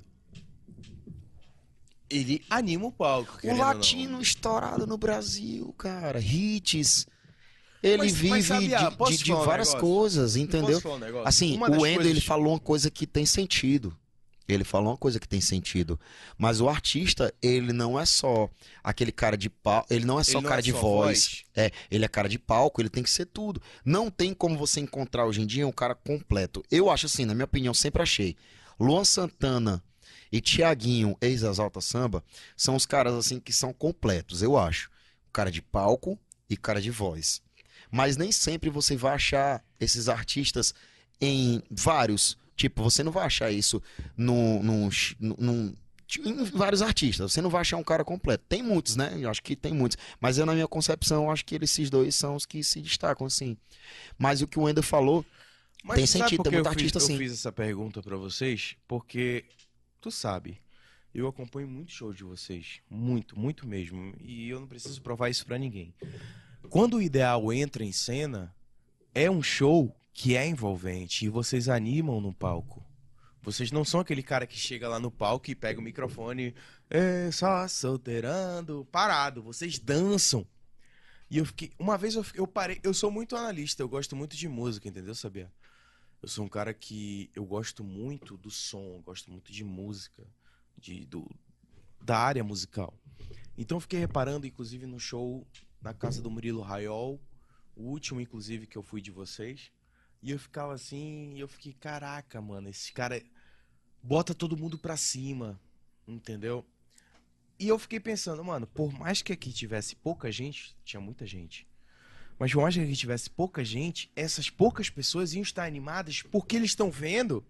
Ele anima o palco. O querendo ou não. latino estourado no Brasil, cara. Hits. Ele Mas- vive mas, Sabiá, de, posso de- te de falar um várias negócio? coisas, entendeu? Posso falar um negócio? Assim, Uma das o Wendel, coisas- ele falou uma coisa que tem sentido. Ele falou uma coisa que tem sentido. Mas o artista, ele não é só aquele cara de palco. Ele não é só Ele não cara é de só voz. voz. É, ele é cara de palco, ele tem que ser tudo. Não tem como você encontrar hoje em dia um cara completo. Eu acho assim, na minha opinião, sempre achei. Luan Santana e Tiaguinho, ex-Exalta Samba, são os caras assim que são completos, eu acho. Cara de palco e cara de voz. Mas nem sempre você vai achar esses artistas em vários. Tipo, você não vai achar isso num, num, num- em vários artistas. Você não vai achar um cara completo. Tem muitos, né? Eu acho que tem muitos. Mas eu, na minha concepção, eu acho que esses dois são os que se destacam, assim. Mas o que o Wendel falou Mas tem sabe sentido, por tem que muito eu fiz- artista assim. Eu fiz essa pergunta pra vocês porque, tu sabe, eu acompanho muito show de vocês. Muito, muito mesmo. E eu não preciso provar isso pra ninguém. Quando o Ideal entra em cena, é um show que é envolvente e vocês animam no palco. Vocês não são aquele cara que chega lá no palco e pega o microfone, é, só solteirando, parado. Vocês dançam. E eu fiquei. Uma vez eu, fiquei- eu parei. Eu sou muito analista, eu gosto muito de música, entendeu, Sabia? Eu sou um cara que. Eu gosto muito do som, eu gosto muito de música, de, do, da área musical. Então eu fiquei reparando, inclusive, no show na casa do Murilo Raiol, o último, inclusive, que eu fui de vocês. E eu ficava assim, e eu fiquei, caraca, mano, esse cara bota todo mundo pra cima, entendeu? E eu fiquei pensando, mano, por mais que aqui tivesse pouca gente, tinha muita gente, mas por mais que aqui tivesse pouca gente, essas poucas pessoas iam estar animadas porque eles estão vendo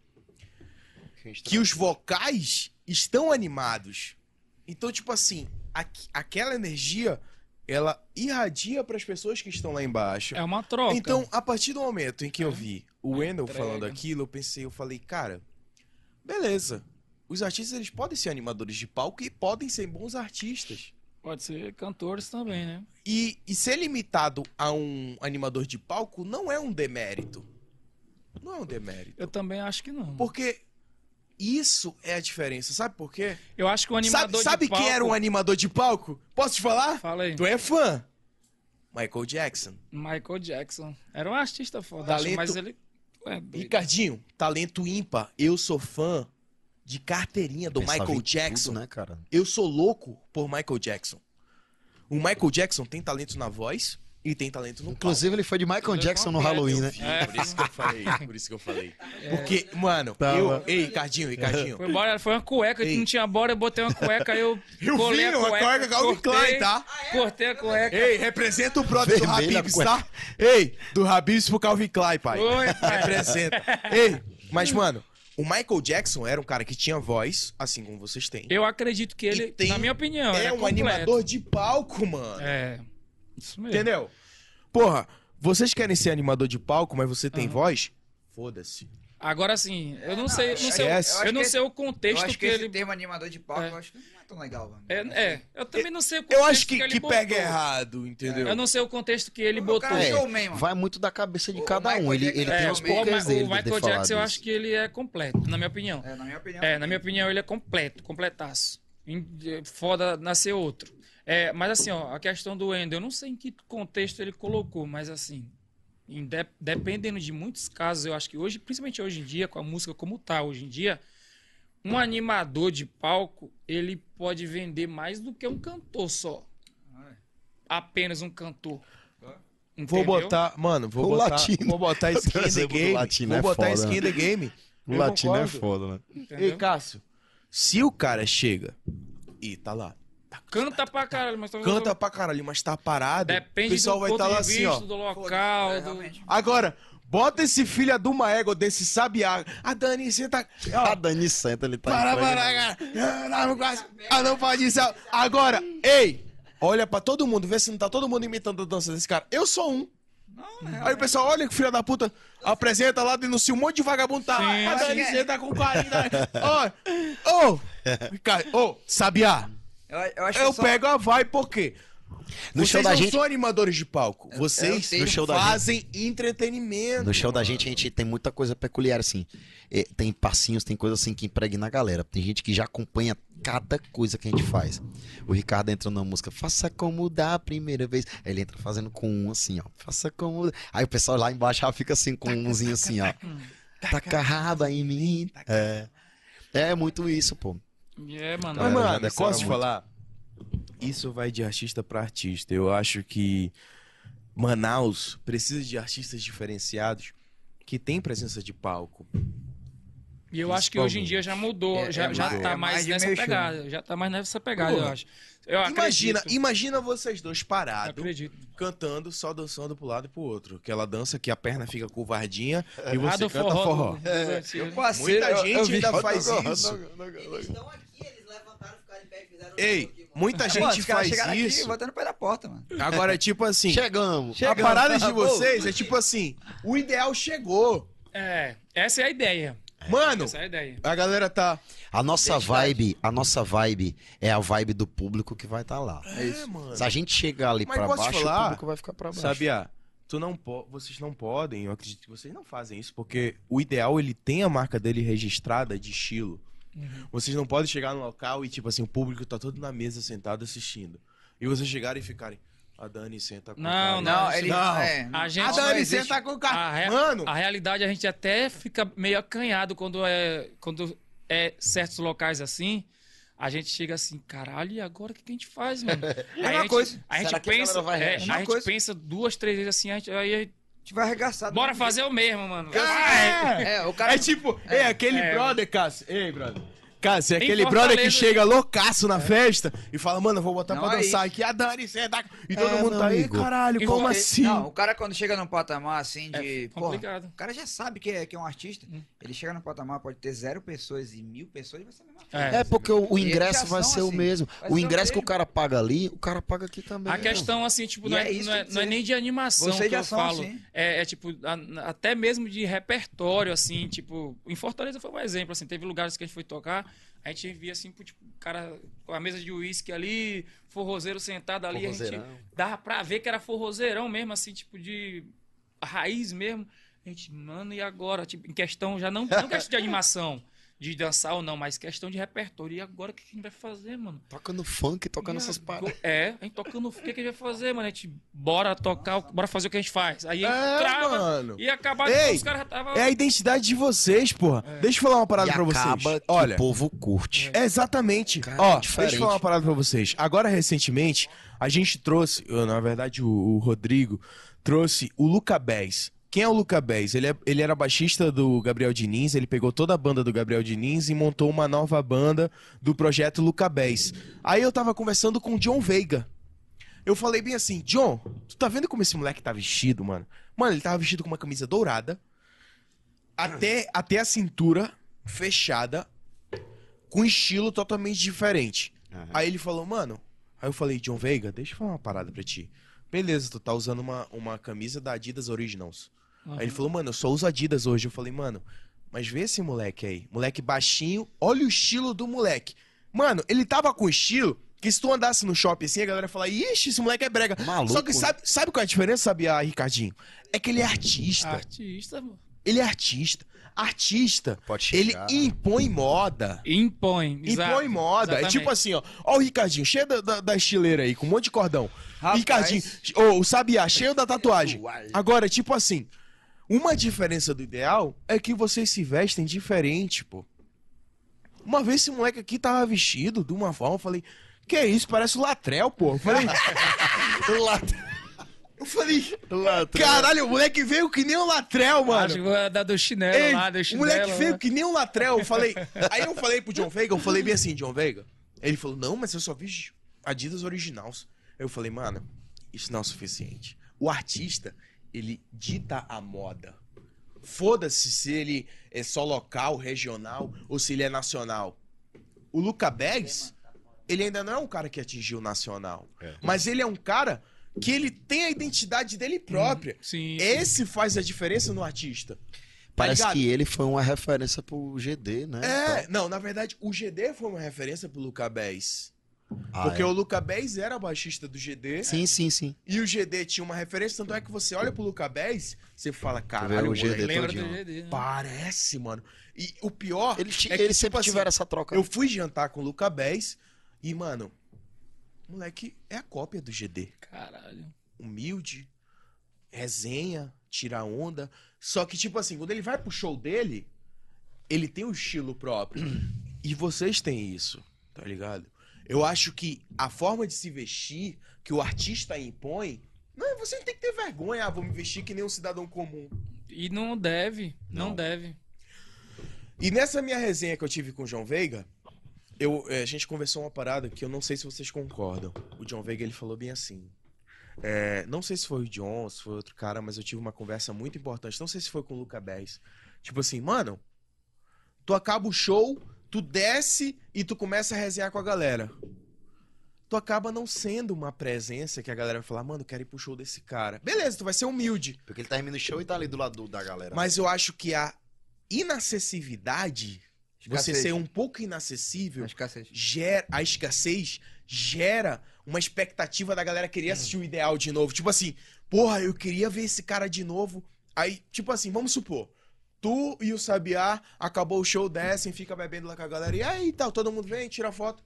que os vocais estão animados. Então, tipo assim, aqu- aquela energia, ela irradia para as pessoas que estão lá embaixo. É uma troca. Então, a partir do momento em que eu vi o Uma Wendel entrega. falando aquilo, eu pensei, eu falei, cara, beleza. Os artistas, eles podem ser animadores de palco e podem ser bons artistas. Pode ser cantores também, né? E, e ser limitado a um animador de palco não é um demérito. Não é um demérito. Eu também acho que não. Porque isso é a diferença. Sabe por quê? Eu acho que o animador Sabe, sabe de palco... quem era um animador de palco? Posso te falar? Fala aí. Tu é fã. Michael Jackson. Michael Jackson. Era um artista foda, Talento- mas ele... É, doido. Ricardinho, talento ímpar. Eu sou fã de carteirinha do Pensava Michael em Jackson. tudo, né, cara? Eu sou louco por Michael Jackson. O Michael Jackson tem talento na voz e tem talento no palco. Inclusive, ele foi de Michael Ele Jackson no levou uma Halloween, né? pedra, É, por isso que eu falei, por isso que eu falei. É. Porque, mano, Tava. eu... Ei, Ricardinho, Ricardinho. Foi, embora, foi uma cueca que Ei. não tinha bora, eu botei uma cueca, aí eu Eu colei vi, a uma cueca, cueca Calvin cortei, Klein, tá? Cortei a cueca. Ei, representa o brother do Vermelha Habibs, cueca. tá? Ei, do Habibs pro Calvin Klein, pai. Oi, pai. Representa. Ei, mas, mano, o Michael Jackson era um cara que tinha voz, assim como vocês têm. Eu acredito que E ele, tem- na minha opinião, é ele um completo. animador de palco, mano. É, isso mesmo. Entendeu? Porra, vocês querem ser animador de palco, mas você tem Aham. voz? Foda-se. Agora, assim, eu não sei, não sei, Esquece. eu, Eu acho não que sei o Eu contexto acho que, que esse ele... termo animador de palco, É. eu acho que não é tão legal, mano. É, é, eu também não sei o contexto Eu acho que, ele que botou. pega errado, entendeu? Eu não sei o contexto que ele O botou. cara é É, showman, mano. vai muito da cabeça de O cada Michael um. Ele, Jackson ele é tem É, os o, porquês Ma- dele. o de ter Michael falado Jackson, eu isso. acho que ele é completo, na minha opinião. É, na minha opinião. É, na minha opinião, ele é completo, completaço. Em- Foda nascer outro. É, mas assim, ó, a questão do Wendel, eu não sei em que contexto ele colocou, mas assim, em de- dependendo de muitos casos, eu acho que hoje, principalmente hoje em dia, com a música como tá hoje em dia, um animador de palco, ele pode vender mais do que um cantor só. Apenas um cantor. Vou Entendeu? botar, mano, vou O botar, latino. vou botar skin in the exemplo do game. latino Vou é botar foda, skin in né? the game. O Eu latino é concordo. foda, né? Entendeu? Ei, Cássio, se o cara chega e tá lá, Canta pra caralho, mas... canta pra caralho, mas tá parado, Depende o pessoal do vai ponto estar de lá assim, ó. vista, do local, É, do... realmente. Agora, bota esse filho de uma égua desse sabiá. A Dani, você tá... Ó, A Dani senta, ele tá para, em frente. para, cara. Não, não, quase. Ah, não pode isso. Agora, ei, olha pra todo mundo, vê se não tá todo mundo imitando a dança desse cara. Eu sou um. Aí o pessoal, olha que filho da puta, apresenta lá, denuncia um monte de vagabundo, tá? Sim, A Dani, sim. você tá com carinho. Ó, ô, cara, ô, sabiá. Eu, eu acho Eu que só... pego a vai por quê? No Vocês show da não gente- são animadores de palco. eu Vocês sei, no show da fazem entretenimento. No show da mano. gente, a gente tem muita coisa peculiar, assim. É, tem passinhos, tem coisa assim que impregna na galera. Tem gente que já acompanha cada coisa que a gente faz. O Ricardo entra na música, faça como da primeira vez. Aí ele entra fazendo com um assim, ó. Faça como... Aí o pessoal lá embaixo já fica assim, com umzinho assim, ó. Taca a raba em mim. É. É muito isso, pô. É, mano. Mas, É, já mano, decora posso te muito. falar? Isso vai de artista pra artista. Eu acho que Manaus precisa de artistas diferenciados que têm presença de palco. E eu acho que hoje em dia já mudou, É, já, é já mais- tá é mais, mais de nessa meio show. pegada. Já tá mais nessa pegada, Porra. eu acho. Eu Imagina, acredito. imagina vocês dois Eu parados, acredito. cantando, só dançando pro lado e pro outro. Aquela dança que a perna fica curvardinha e Ah, você do canta forró. forró. do- É, do- eu do- passei, Muita eu- gente eu vi. ainda faz Não, não, isso. não, não, não. Eles estão aqui, eles levantaram, ficaram em pé e fizeram um Ei, show aqui, mano. muita Mano, gente os caras faz chegaram isso. aqui, botando no pé da porta, mano. Agora, tipo assim, Chegamos. a parada de Pô, vocês é tipo assim, o ideal chegou. É, essa é a ideia. Mano, Essa é a ideia. a galera tá... A nossa vibe, a nossa vibe é a vibe do público que vai estar lá. É, mano. Se a gente chegar ali Mas pra posso baixo, falar? o público vai ficar pra baixo. Sabia? Tu não po... Vocês não podem, eu acredito que vocês não fazem isso, porque o ideal, ele tem a marca dele registrada de estilo. Vocês não podem chegar no local e, tipo assim, o público tá todo na mesa sentado assistindo. E vocês chegarem e ficarem, a Dani senta com Não, o cara. não, Não, ele... não. É, A gente- A não Dani existe. senta com o cara. A, re- Mano, a realidade a gente até fica meio acanhado quando é, quando é certos locais assim. A gente chega assim, caralho, e agora o que que a gente faz, mano? Aí Mesma a gente, coisa. a gente Será que a pensa, galera vai é, reagir? a Mesma gente coisa. pensa duas, três vezes assim, a gente, aí a gente, A gente vai arregaçar. do bora mesmo fazer o mesmo, mano. é, É, o cara... é tipo, é, aquele É. brother, Cássio. Ei, brother. Cássio, é Em aquele Fortaleza- brother que chega loucaço na festa e fala, mano, eu vou botar Não, pra é dançar isso. aqui. A Dani senta. E todo É, mundo meu tá aí, amigo. caralho, E como porque- assim? Não, o cara quando chega num patamar assim de... É porra, complicado. o cara já sabe que é, que é um artista. Ele chega num patamar, pode ter zero pessoas e mil pessoas, vai ser a mesma coisa. É. É porque o, o E eles ingresso já vai são ser o assim. mesmo. Vai O ser o ingresso que o mesmo. cara paga ali, o cara paga aqui também. A questão, assim, tipo, E não é é, isso não, é, que não é você- nem de animação Vocês que já eu são falo. assim. É, é, tipo, a- até mesmo de repertório, assim, tipo, em Fortaleza foi um exemplo, assim, teve lugares que a gente foi tocar, a gente via, assim, tipo, o cara com a mesa de uísque ali, forrozeiro sentado ali, a gente Forrozeirão. dava pra ver que era forrozeirão mesmo, assim, tipo, de raiz mesmo. A gente, mano, e agora? Tipo, em questão, já não, não questão de animação, de dançar ou não, mas questão de repertório. E agora o que a gente vai fazer, mano? Toca no funk, toca E nessas agora- paradas. É, a gente tocando. O que, que a gente vai fazer, mano? A gente bora tocar, bora fazer o que a gente faz. Aí É, entrava mano. e acabava Ei, os caras já estavam. É a identidade de vocês, porra. Deixa eu falar uma parada E pra vocês. acaba que Olha, o povo curte. é exatamente. Cara, Ó, é diferente. deixa eu falar uma parada pra vocês. Agora, recentemente, a gente trouxe, eu, na verdade, o, o Rodrigo trouxe o Luca Bez. Quem é o Luca Bez? Ele, é, ele era baixista do Gabriel Diniz, ele pegou toda a banda do Gabriel Diniz e montou uma nova banda do projeto Luca Bez. Aí eu tava conversando com o John Veiga. Eu falei bem assim, John, tu tá vendo como esse moleque tá vestido, mano? Mano, ele tava vestido com uma camisa dourada, até, até a cintura fechada, com estilo totalmente diferente. Aí ele falou, mano... Aí eu falei, John Veiga, deixa eu falar uma parada pra ti. Beleza, tu tá usando uma, uma camisa da Adidas Originals. Uhum. Aí ele falou, mano, eu só uso Adidas hoje. Eu falei, mano, mas vê esse moleque aí. Moleque baixinho, olha o estilo do moleque. Mano, ele tava com estilo que se tu andasse no shopping assim, a galera ia falar, ixi, esse moleque é brega. Maluco, Só que sabe, sabe qual é a diferença, sabia, Ricardinho? É que ele é artista. Artista, mano. Ele é artista. Artista, Pode ele chegar. impõe moda. Impõe. exato. Impõe moda. É Exatamente. tipo assim, ó. Ó o Ricardinho, cheio da, da, da estileira aí, com um monte de cordão. Rapaz. Ricardinho, ô, o Sabiá, cheio da tatuagem. Agora, tipo assim, uma diferença do ideal é que vocês se vestem diferente, pô. Uma vez esse moleque aqui tava vestido de uma forma, eu falei, que isso, parece o Latrell, pô. Eu falei, eu falei, caralho, o moleque veio que nem o Latrell, mano. Acho que vou dar do chinelo Ei, lá, do o chinelo. moleque veio lá. que nem o Latrell. Eu falei, aí eu falei pro John Veiga, eu falei bem assim, John Veiga. Ele falou, não, mas eu só vi Adidas originais. Eu falei, mano, isso não é o suficiente. O artista, ele dita a moda. Foda-se se ele é só local, regional ou se ele é nacional. O Luca Bags, ele ainda não é um cara que atingiu o nacional. É. Mas ele é um cara que ele tem a identidade dele própria. Sim. Esse faz a diferença no artista. Parece tá que ele foi uma referência pro G D, né? É, Então... não, na verdade, o G D foi uma referência pro Luca Bags. Ah, porque é. o Luca Bags era baixista do G D. Sim, sim, sim. E o G D tinha uma referência, tanto é que você olha pro Luca Bags, você fala, vê caralho, o G D moleque, Lembra todinho. do G D, né? parece, mano. E o pior Eles, ti- é que, eles tipo sempre assim, tiveram essa troca. eu fui jantar com o Luca Bags e, mano, o moleque é a cópia do G D. Caralho. Humilde, resenha, tira onda. Só que, tipo assim, quando ele vai pro show dele, ele tem um estilo próprio. E vocês têm isso, tá ligado? Eu acho que a forma de se vestir que o artista impõe, não, você não tem que ter vergonha, ah, vou me vestir que nem um cidadão comum. E não deve, não, Não. deve. E nessa minha resenha que eu tive com o João Veiga, eu, eh, a gente conversou uma parada que eu não sei se vocês concordam. O João Veiga, ele falou bem assim. É, não sei se foi o John, se foi outro cara, mas eu tive uma conversa muito importante. Não sei se foi com o Luca Bags. Tipo assim, mano, tu acaba o show, tu desce e tu começa a resenhar com a galera. Tu acaba não sendo uma presença que a galera vai falar, mano, quero ir pro show desse cara. Beleza, tu vai ser humilde. Porque ele termina o show e tá ali do lado da galera. Mas eu acho que a inacessibilidade, você Escassez. ser um pouco inacessível, A escassez. gera, a escassez gera uma expectativa da galera querer assistir o ideal de novo. Tipo assim, porra, eu queria ver esse cara de novo. Aí, tipo assim, vamos supor, tu e o Sabiá, acabou o show, descem, fica bebendo lá com a galera. E aí, tal, todo mundo vem, tira foto.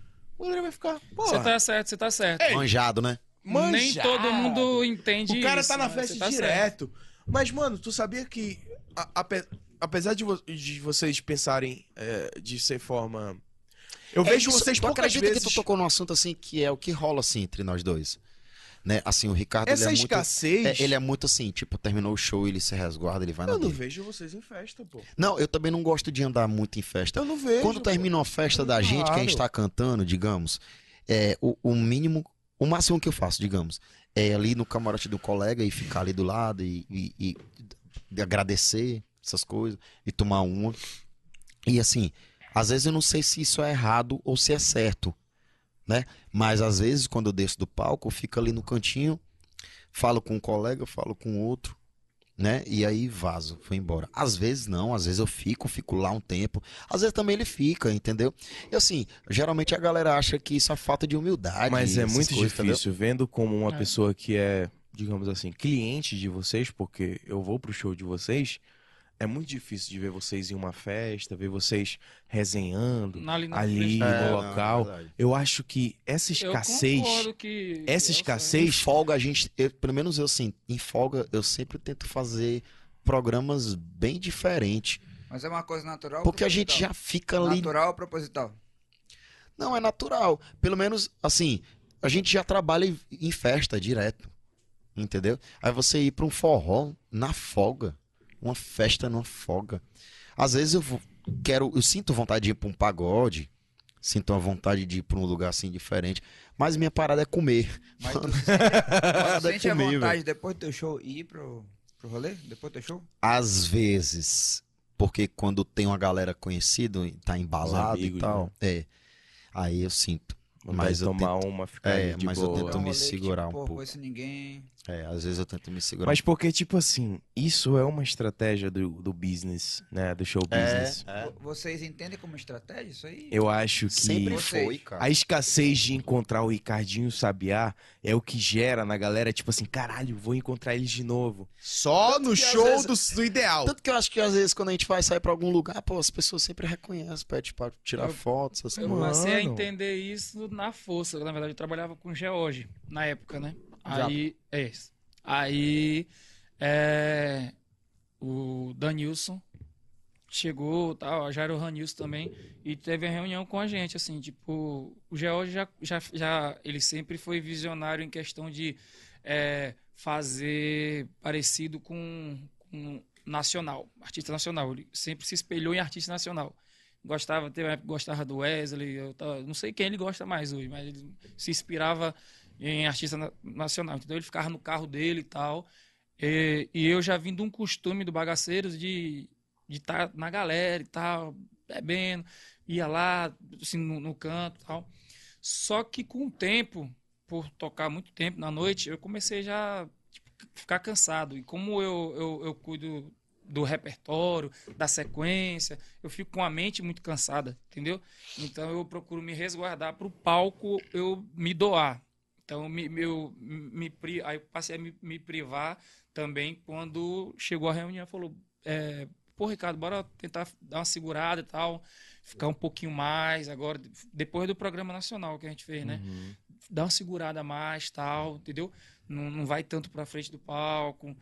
A galera vai ficar, porra, Você tá certo, você tá certo. Ei, Manjado, né? manjado. Nem todo mundo entende isso. O cara tá na mas festa você tá certo. direto. Mas, mano, tu sabia que, a- ape- apesar de, vo- de vocês pensarem é, de ser forma... Eu É vejo isso, vocês tu poucas acredita vezes... que tu tocou num assunto assim que é o que rola assim entre nós dois, né? Assim, o Ricardo Essa ele é muito, escassez... é, ele é muito assim, tipo, terminou o show, ele se resguarda, ele vai na Eu não dele. vejo vocês em festa, pô. Não, eu também não gosto de andar muito em festa. Eu não vejo. Quando termina uma festa da gente, que a gente Claro. tá cantando, digamos, é, o, o mínimo, o máximo que eu faço, digamos, é ali no camarote do colega e ficar ali do lado e, e- e de agradecer essas coisas e tomar uma. E assim, às vezes eu não sei se isso é errado ou se é certo, né? Mas às vezes quando eu desço do palco, eu fico ali no cantinho, falo com um colega, falo com outro, né? E aí vazo, foi embora. Às vezes não, às vezes eu fico, fico lá um tempo. Às vezes também ele fica, entendeu? E assim, geralmente a galera acha que isso é falta de humildade. Mas é essas muito coisas, entendeu? difícil, vendo como uma É. pessoa que é, digamos assim, cliente de vocês, porque eu vou pro show de vocês, é muito difícil de ver vocês em uma festa, ver vocês resenhando Ali, na ali frente. É, no não, local. é verdade. Eu acho que essa Eu escassez, concordo que... essa eu- Em escassez, folga, a gente, eu- pelo menos eu assim, em folga, eu sempre tento fazer programas bem diferentes. Mas é uma coisa natural ou Porque a gente proposital? já fica ali. Natural ou proposital? Não, é natural. Pelo menos, assim, a gente já trabalha em- em festa direto. Entendeu? Aí você ir pra um forró na folga. Uma festa numa folga. Às vezes eu vou- quero, eu sinto vontade de ir pra um pagode. Sinto uma vontade de ir pra um lugar assim diferente. Mas minha parada é comer. Mas tu Mano, sente, parada tu é sente a comer, vontade velho. depois do teu show ir pro, pro rolê? Depois do teu show? Às vezes. Porque quando tem uma galera conhecida, e tá embalado amigos, e tal. É. Aí eu sinto. mas Mas eu tomar tento- uma, ficar é, ali de mas eu boa. tento É um me rolê que, segurar tipo, um pô, pouco. conheço ninguém. É, às vezes eu tento me segurar. Mas porque, tipo assim, isso é uma estratégia do, do business, né? Do show business. é. Vo- Vocês entendem como estratégia isso aí? Eu acho que Sempre Vocês. foi, cara. a escassez de encontrar o Ricardinho e o Sabiá é o que gera na galera, tipo assim, caralho, vou encontrar eles de novo. Só Tanto no que, às show vezes- do, do ideal. Tanto que eu acho que às vezes quando a gente vai sair pra algum lugar, pô, as pessoas sempre reconhecem, pede pra tirar Eu- fotos, essas Eu coisas. comecei a Mano. entender isso na força. Na verdade, eu trabalhava com George na época, né? Aí, é isso. Aí, é, o Danilson chegou, tal, a Jairo Ranilson também, e teve a reunião com a gente, assim, tipo, o George já, já, já, ele sempre foi visionário em questão de é, fazer parecido com, com nacional, artista nacional, ele sempre se espelhou em artista nacional. Gostava, teve uma época que gostava do Wesley, eu tava, não sei quem ele gosta mais hoje, mas ele se inspirava em artista na, nacional, então ele ficava no carro dele e tal, e, e eu já vim de um costume do Bagaceiros de de estar na galera e tal, bebendo, ia lá, assim, no, no canto e tal. Só que com o tempo, por tocar muito tempo na noite, eu comecei já tipo, ficar cansado. E como eu, eu, eu cuido do repertório, da sequência, eu fico com a mente muito cansada, entendeu? Então eu procuro me resguardar para o palco eu me doar. Então me, eu, me, aí eu passei a me, me privar também quando chegou a reunião e falou... É, pô, Ricardo, bora tentar dar uma segurada e tal, ficar um pouquinho mais agora, depois do programa nacional que a gente fez, né? Uhum. Dá uma segurada a mais e tal, entendeu? Não, não vai tanto pra frente do palco.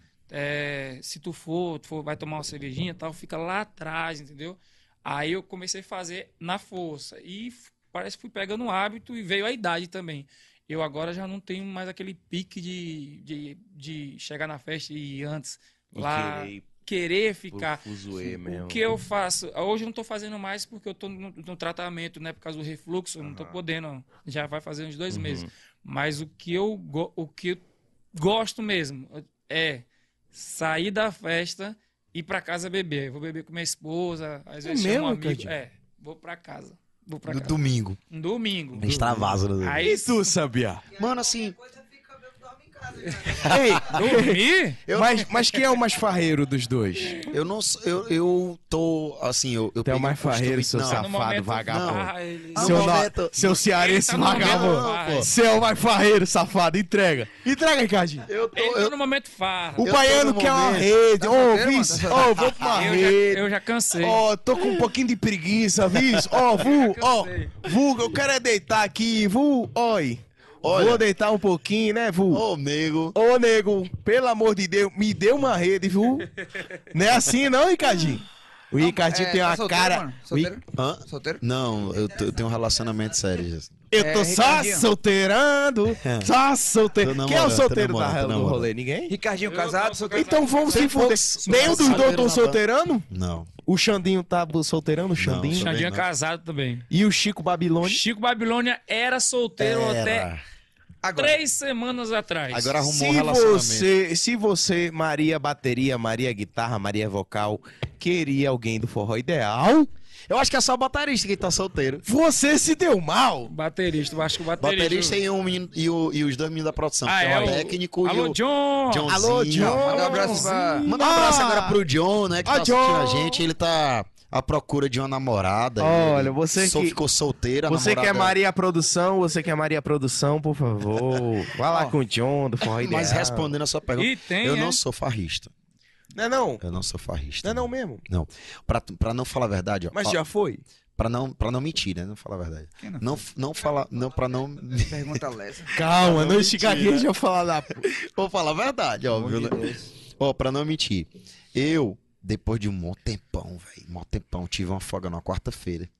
É, se tu for, tu for, vai tomar uma cervejinha e tal, fica lá atrás, entendeu? Aí eu comecei a fazer na força. E parece que fui pegando um hábito e veio a idade também. Eu agora já não tenho mais aquele pique de, de, de chegar na festa e ir antes. E lá... querer querer ficar. Fuzuê mesmo. O que eu faço? Hoje eu não estou fazendo mais porque eu estou no, no tratamento, né? Por causa do refluxo, eu não estou Uhum. podendo. Já vai fazer uns dois Uhum. meses. Mas o que, eu, go- o que eu gosto mesmo é sair da festa e ir para casa beber. Eu vou beber com minha esposa, às vezes É chamo um mesmo, amigo. Cadinho? É, vou para casa. Vou para No casa. domingo. Um domingo. Extravasa no domingo. Aí E tu, Sabiá? Mano, assim, Coisa fica mesmo, dorme em casa. Cara. Ei, dormir? Eu- mas, mas quem é o mais farreiro dos dois? eu não sou- eu, eu tô, assim, eu, eu Tu é o peguei mais um costume- farreiro, seu não, safado. No momento, vagabundo. ah, ele- No Seu, no- momento- seu cearense Ele tá no momento, vagabundo. vai. Seu mais farreiro, safado. Entrega. Entrega, Ricardinho. Eu tô, Ele tá eu, no momento farra. O Eu baiano tô no quer uma momento. rede. Tá Ô, solteiro, Viz. mano? Tá Ô, vou pra uma Eu já, rede. eu já cansei. Ó, tô com um pouquinho de preguiça, Viz. Ó, Vu, ó, cansei. Vu, eu quero é deitar aqui, Vu. Oi. Olha. Vou deitar um pouquinho, né, Vu? ô, nego, Ô, nego, pelo amor de Deus, me dê uma rede, viu? Não é assim, não, Ricardinho? O Ricardinho É, tem tá uma solteiro, cara. mano? o Ri- Solteiro? hã? Solteiro? Não, eu, t- eu tenho um relacionamento sério, Jesus. Eu tô É, só Ricardinho. solteirando. Só solteiro. Tô Quem é o namorando, tô solteiro da, namorando, tô do namorando. rolê? Ninguém? Ricardinho Eu casado, tô solteiro. Então vamos se fuder. Sou Nenhum dos solteiro dois estão na solteirando? Não. O Xandinho tá solteirando, o Xandinho? Não, Xandinho é não. casado também. E o Chico Babilônia? Chico Babilônia era solteiro até Era. Agora, três semanas atrás. Agora arrumou um Se relacionamento. você, se você, Maria bateria, Maria guitarra, Maria vocal, queria alguém do forró ideal, Eu acho que é só o baterista que tá solteiro. você se deu mal. Baterista, eu acho que o baterista... Baterista e, um menino- e, o- e os dois meninos da produção. Ah, que é, é o o... técnico e Alô, o... John! Johnzinho. Alô, John. manda um abraço pra... Manda um abraço Ah. agora pro John, né, que Ah, tá assistindo John. a gente. Ele tá à procura de uma namorada. Olha, ele você só que- ficou solteiro, a Você que é namorada- Maria Produção, você que é Maria Produção, por favor. Vá lá Ó, com o John do forró ideal. Mas respondendo a sua pergunta, E tem, eu é? não sou farrista. Não é não? Eu não sou farrista. Não é não mesmo? Não. Pra, pra não falar a verdade, ó. Mas ó, já foi? Pra não, pra não mentir, né? Não falar a verdade. Quem não? Não, não falar. Não, pra não. Pergunta lesa. Calma, não não esticar aqui, mentira. deixa eu falar da... Vou falar a verdade, óbvio, né? Ó, pra não mentir. Eu, depois de um mó tempão, velho, mó tempão, tive uma folga numa quarta-feira.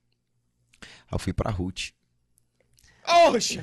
Aí eu fui pra Ruth. Oxa!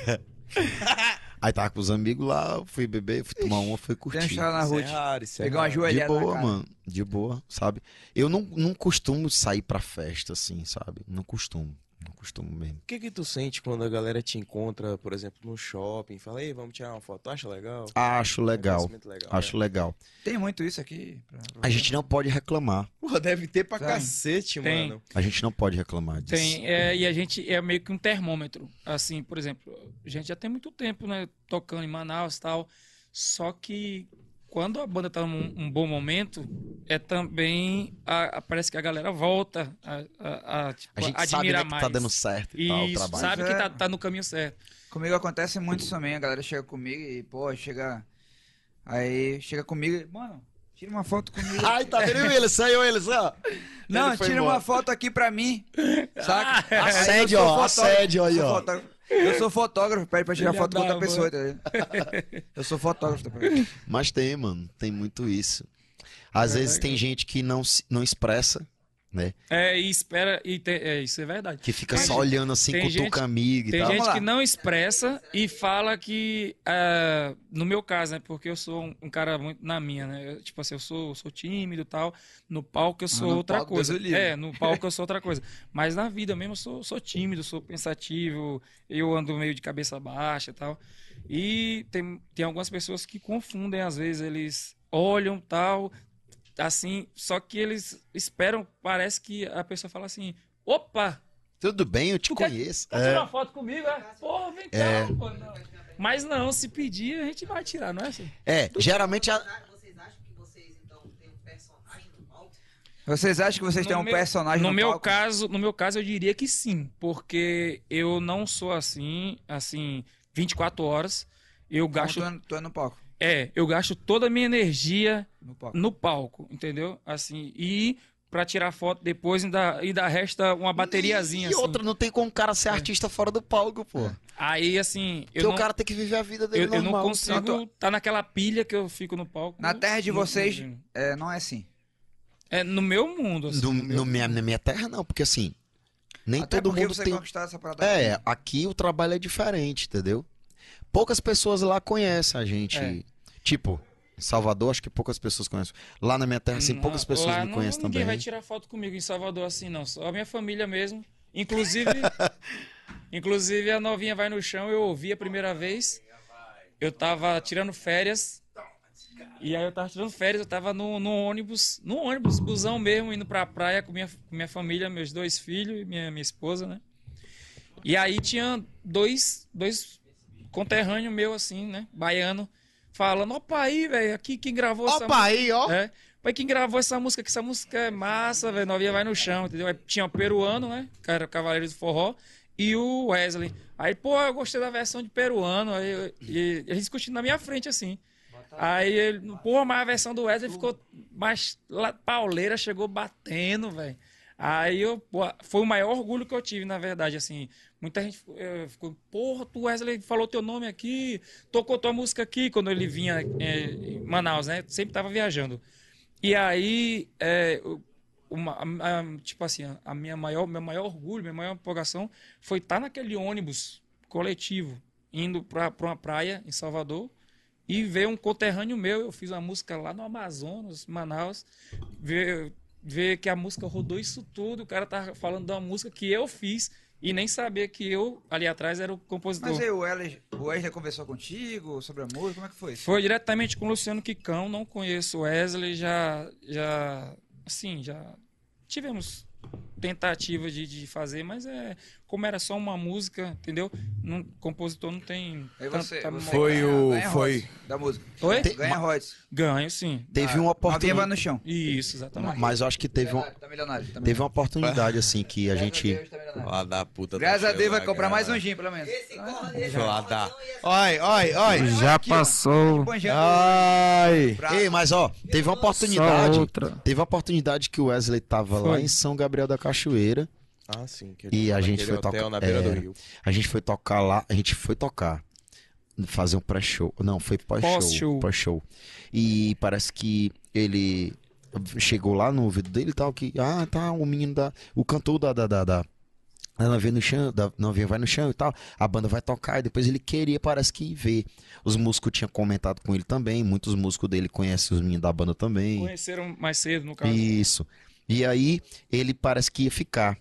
Aí tava com os amigos lá, fui beber, fui tomar uma, fui Tem uma curtir. história na Ruth. é Pegar uma De joelhada na boa, cara. mano. De boa, sabe? Eu não, não costumo sair pra festa assim, sabe? Não costumo. Não costumo mesmo. O que que tu sente quando a galera te encontra, por exemplo, no shopping e fala, ei, vamos tirar uma foto? Acha legal? Acho legal. Reconhecimento legal. Acho legal. Tem muito isso aqui. pra- A gente não pode reclamar. Pô, deve ter pra Tem. cacete, Tem. mano. A gente não pode reclamar disso. Tem, é, e a gente é meio que um termômetro. Assim, por exemplo, a gente já tem muito tempo, né, tocando em Manaus e tal. Só que quando a banda tá num um bom momento, é também. A, a- parece que a galera volta a, a, a, tipo, A gente admirar sabe, né, que mais. tá dando certo e tal, o Isso, trabalho. sabe Mas que é- tá, tá no caminho certo. Comigo acontece muito isso também. A galera chega comigo e, pô, chega. Aí chega comigo e, mano, tira uma foto comigo. Ai, tá vendo ele? Saiu ele, ó. Não, Ele foi tira embora. uma foto aqui pra mim. Saca? Aí eu Assédio, sou ó, fotógrafo, assédio aí, sou ó. fotógrafo. Eu sou fotógrafo, pede pra tirar Filha foto com outra da pessoa, tá ligado? Eu sou fotógrafo também. Mas tem, mano. Tem muito isso. Às vezes tem gente que não, se- não expressa, né? É, e espera, e tem- é, isso é verdade. Que fica Tem só gente- olhando assim, tem cutuca gente- amigo e Tem tal. gente Vamos que lá. não expressa e fala que, ah, no meu caso, né, porque eu sou um, um cara muito na minha, né, eu, tipo assim, eu sou, sou tímido e tal, no palco eu sou no outra palco, coisa. Deus o livre. É, no palco eu sou outra coisa. Mas na vida mesmo eu sou, sou tímido, sou pensativo, eu ando meio de cabeça baixa e tal. E tem, tem algumas pessoas que confundem, às vezes eles olham tal, assim, só que eles esperam, parece que a pessoa fala assim, opa, Tudo bem, eu te Tu quer- conheço. quer tirar uma foto comigo? É? Porra, vem cá, É. pô, não. Mas não, se pedir, a gente vai tirar, não é assim? É, geralmente a... Vocês acham que vocês, então, têm um personagem no palco? Vocês acham que vocês No têm um meu- personagem no no meu palco? caso, no meu caso eu diria que sim, porque eu não sou assim, assim, vinte e quatro horas. Eu Então, gasto, tu é- tu é no palco. é, eu gasto toda a minha energia No palco. no palco, entendeu? Assim, e pra tirar foto depois ainda, ainda resta uma bateriazinha E assim. outra, não tem como o cara ser artista fora do palco, pô. Aí assim, eu Porque não, o cara tem que viver a vida dele eu, eu não normal. consigo estar naquela pilha que eu fico no palco. Na terra de Não- vocês, não- é, não é assim. É no meu mundo, assim. Do- no meu- no minha, na minha terra, não, porque assim, nem Até todo porque mundo você tem. conquistar essa parada. É, aqui o trabalho é diferente, entendeu? Poucas pessoas lá conhecem a gente. É. Tipo, Salvador, acho que poucas pessoas conhecem. Lá na minha terra, assim, Não, poucas pessoas lá me não- conhecem ninguém também. vai tirar foto comigo em Salvador assim, não. Só a minha família mesmo. Inclusive, inclusive a novinha vai no chão, eu ouvi a primeira vez. Eu tava tirando férias. E aí eu tava tirando férias, eu tava no, no ônibus, no ônibus, busão mesmo, indo pra praia com minha, com minha família, meus dois filhos e minha, minha esposa, né? E aí tinha dois, dois conterrâneos meu, assim, né? Baiano, falando, opa aí, velho, aqui quem gravou essa Opa aí, ó. é. Pai, quem gravou essa música, que essa música é massa, velho. Novinha vai no chão, entendeu? Aí tinha o peruano, né? Que era o Cavaleiro do Forró. E o Wesley. Aí, pô, eu gostei da versão de peruano. Aí, eu- e a gente discutindo na minha frente, assim. Aí ele, pô, mas a versão do Wesley ficou mais la- pauleira, chegou batendo, velho. Aí eu, pô, foi o maior orgulho que eu tive, na verdade, assim. Muita gente eh, ficou, porra, tu Wesley falou teu nome aqui, tocou tua música aqui, quando ele vinha eh, em Manaus, né? Sempre tava viajando. E aí, é, o- uma, a- a- tipo assim, a- a minha maior, meu maior orgulho, minha maior empolgação foi estar naquele ônibus coletivo, indo para uma praia em Salvador e ver um conterrâneo meu. Eu fiz uma música lá no Amazonas, Manaus, ver, ver que a música rodou isso tudo. O cara tava falando de uma música que eu fiz e nem sabia que eu, ali atrás, era o compositor. Mas aí o Wesley, o Wesley conversou contigo sobre a música, como é que foi? Foi diretamente com o Luciano Quicão, não conheço o Wesley, já, já, assim, já tivemos tentativa de, de fazer, mas é, como era só uma música, entendeu? Não, compositor não tem Aí tanta você, você Foi ganha, o- ganha foi- royalties da música. Oi? Tem- Ganha royalties. Ganho, sim. Teve Ah, uma Novinha vai oportunidade. no chão. Isso, exatamente. Mas eu acho que teve, um, Tá milionário. Tá teve uma oportunidade, assim, que a Graças gente. Deus, tá milionário. Lá da puta. Graças tá a Deus vai cheio, comprar né, mais um cara? gin, pelo menos. Esse corre, esse Lá corre, dá. não ia ser- Oi, oi, oi. Já aqui, ó. passou. Bom dia. Ai. Pra- Ei, mas ó, teve uma Só oportunidade. outra. Teve uma oportunidade que o Wesley tava lá Foi. em São Gabriel da Cachoeira. Ah, sim. Que E a gente naquele foi hotel tocar- na beira é. do rio. A gente foi tocar lá, a gente foi tocar, fazer um pré-show. Não, foi pós-show. Pós-show. Pós-show. E parece que ele chegou lá no ouvido dele e tal, que, ah, tá, o menino da. O cantor da. da, da, da a novinha no chão, da novinha vai no chão e tal. A banda vai tocar e depois ele queria, parece que ver. Os músicos tinham comentado com ele também. Muitos músicos dele conhecem os meninos da banda também. Conheceram mais cedo, no caso. Isso. E aí ele parece que ia ficar.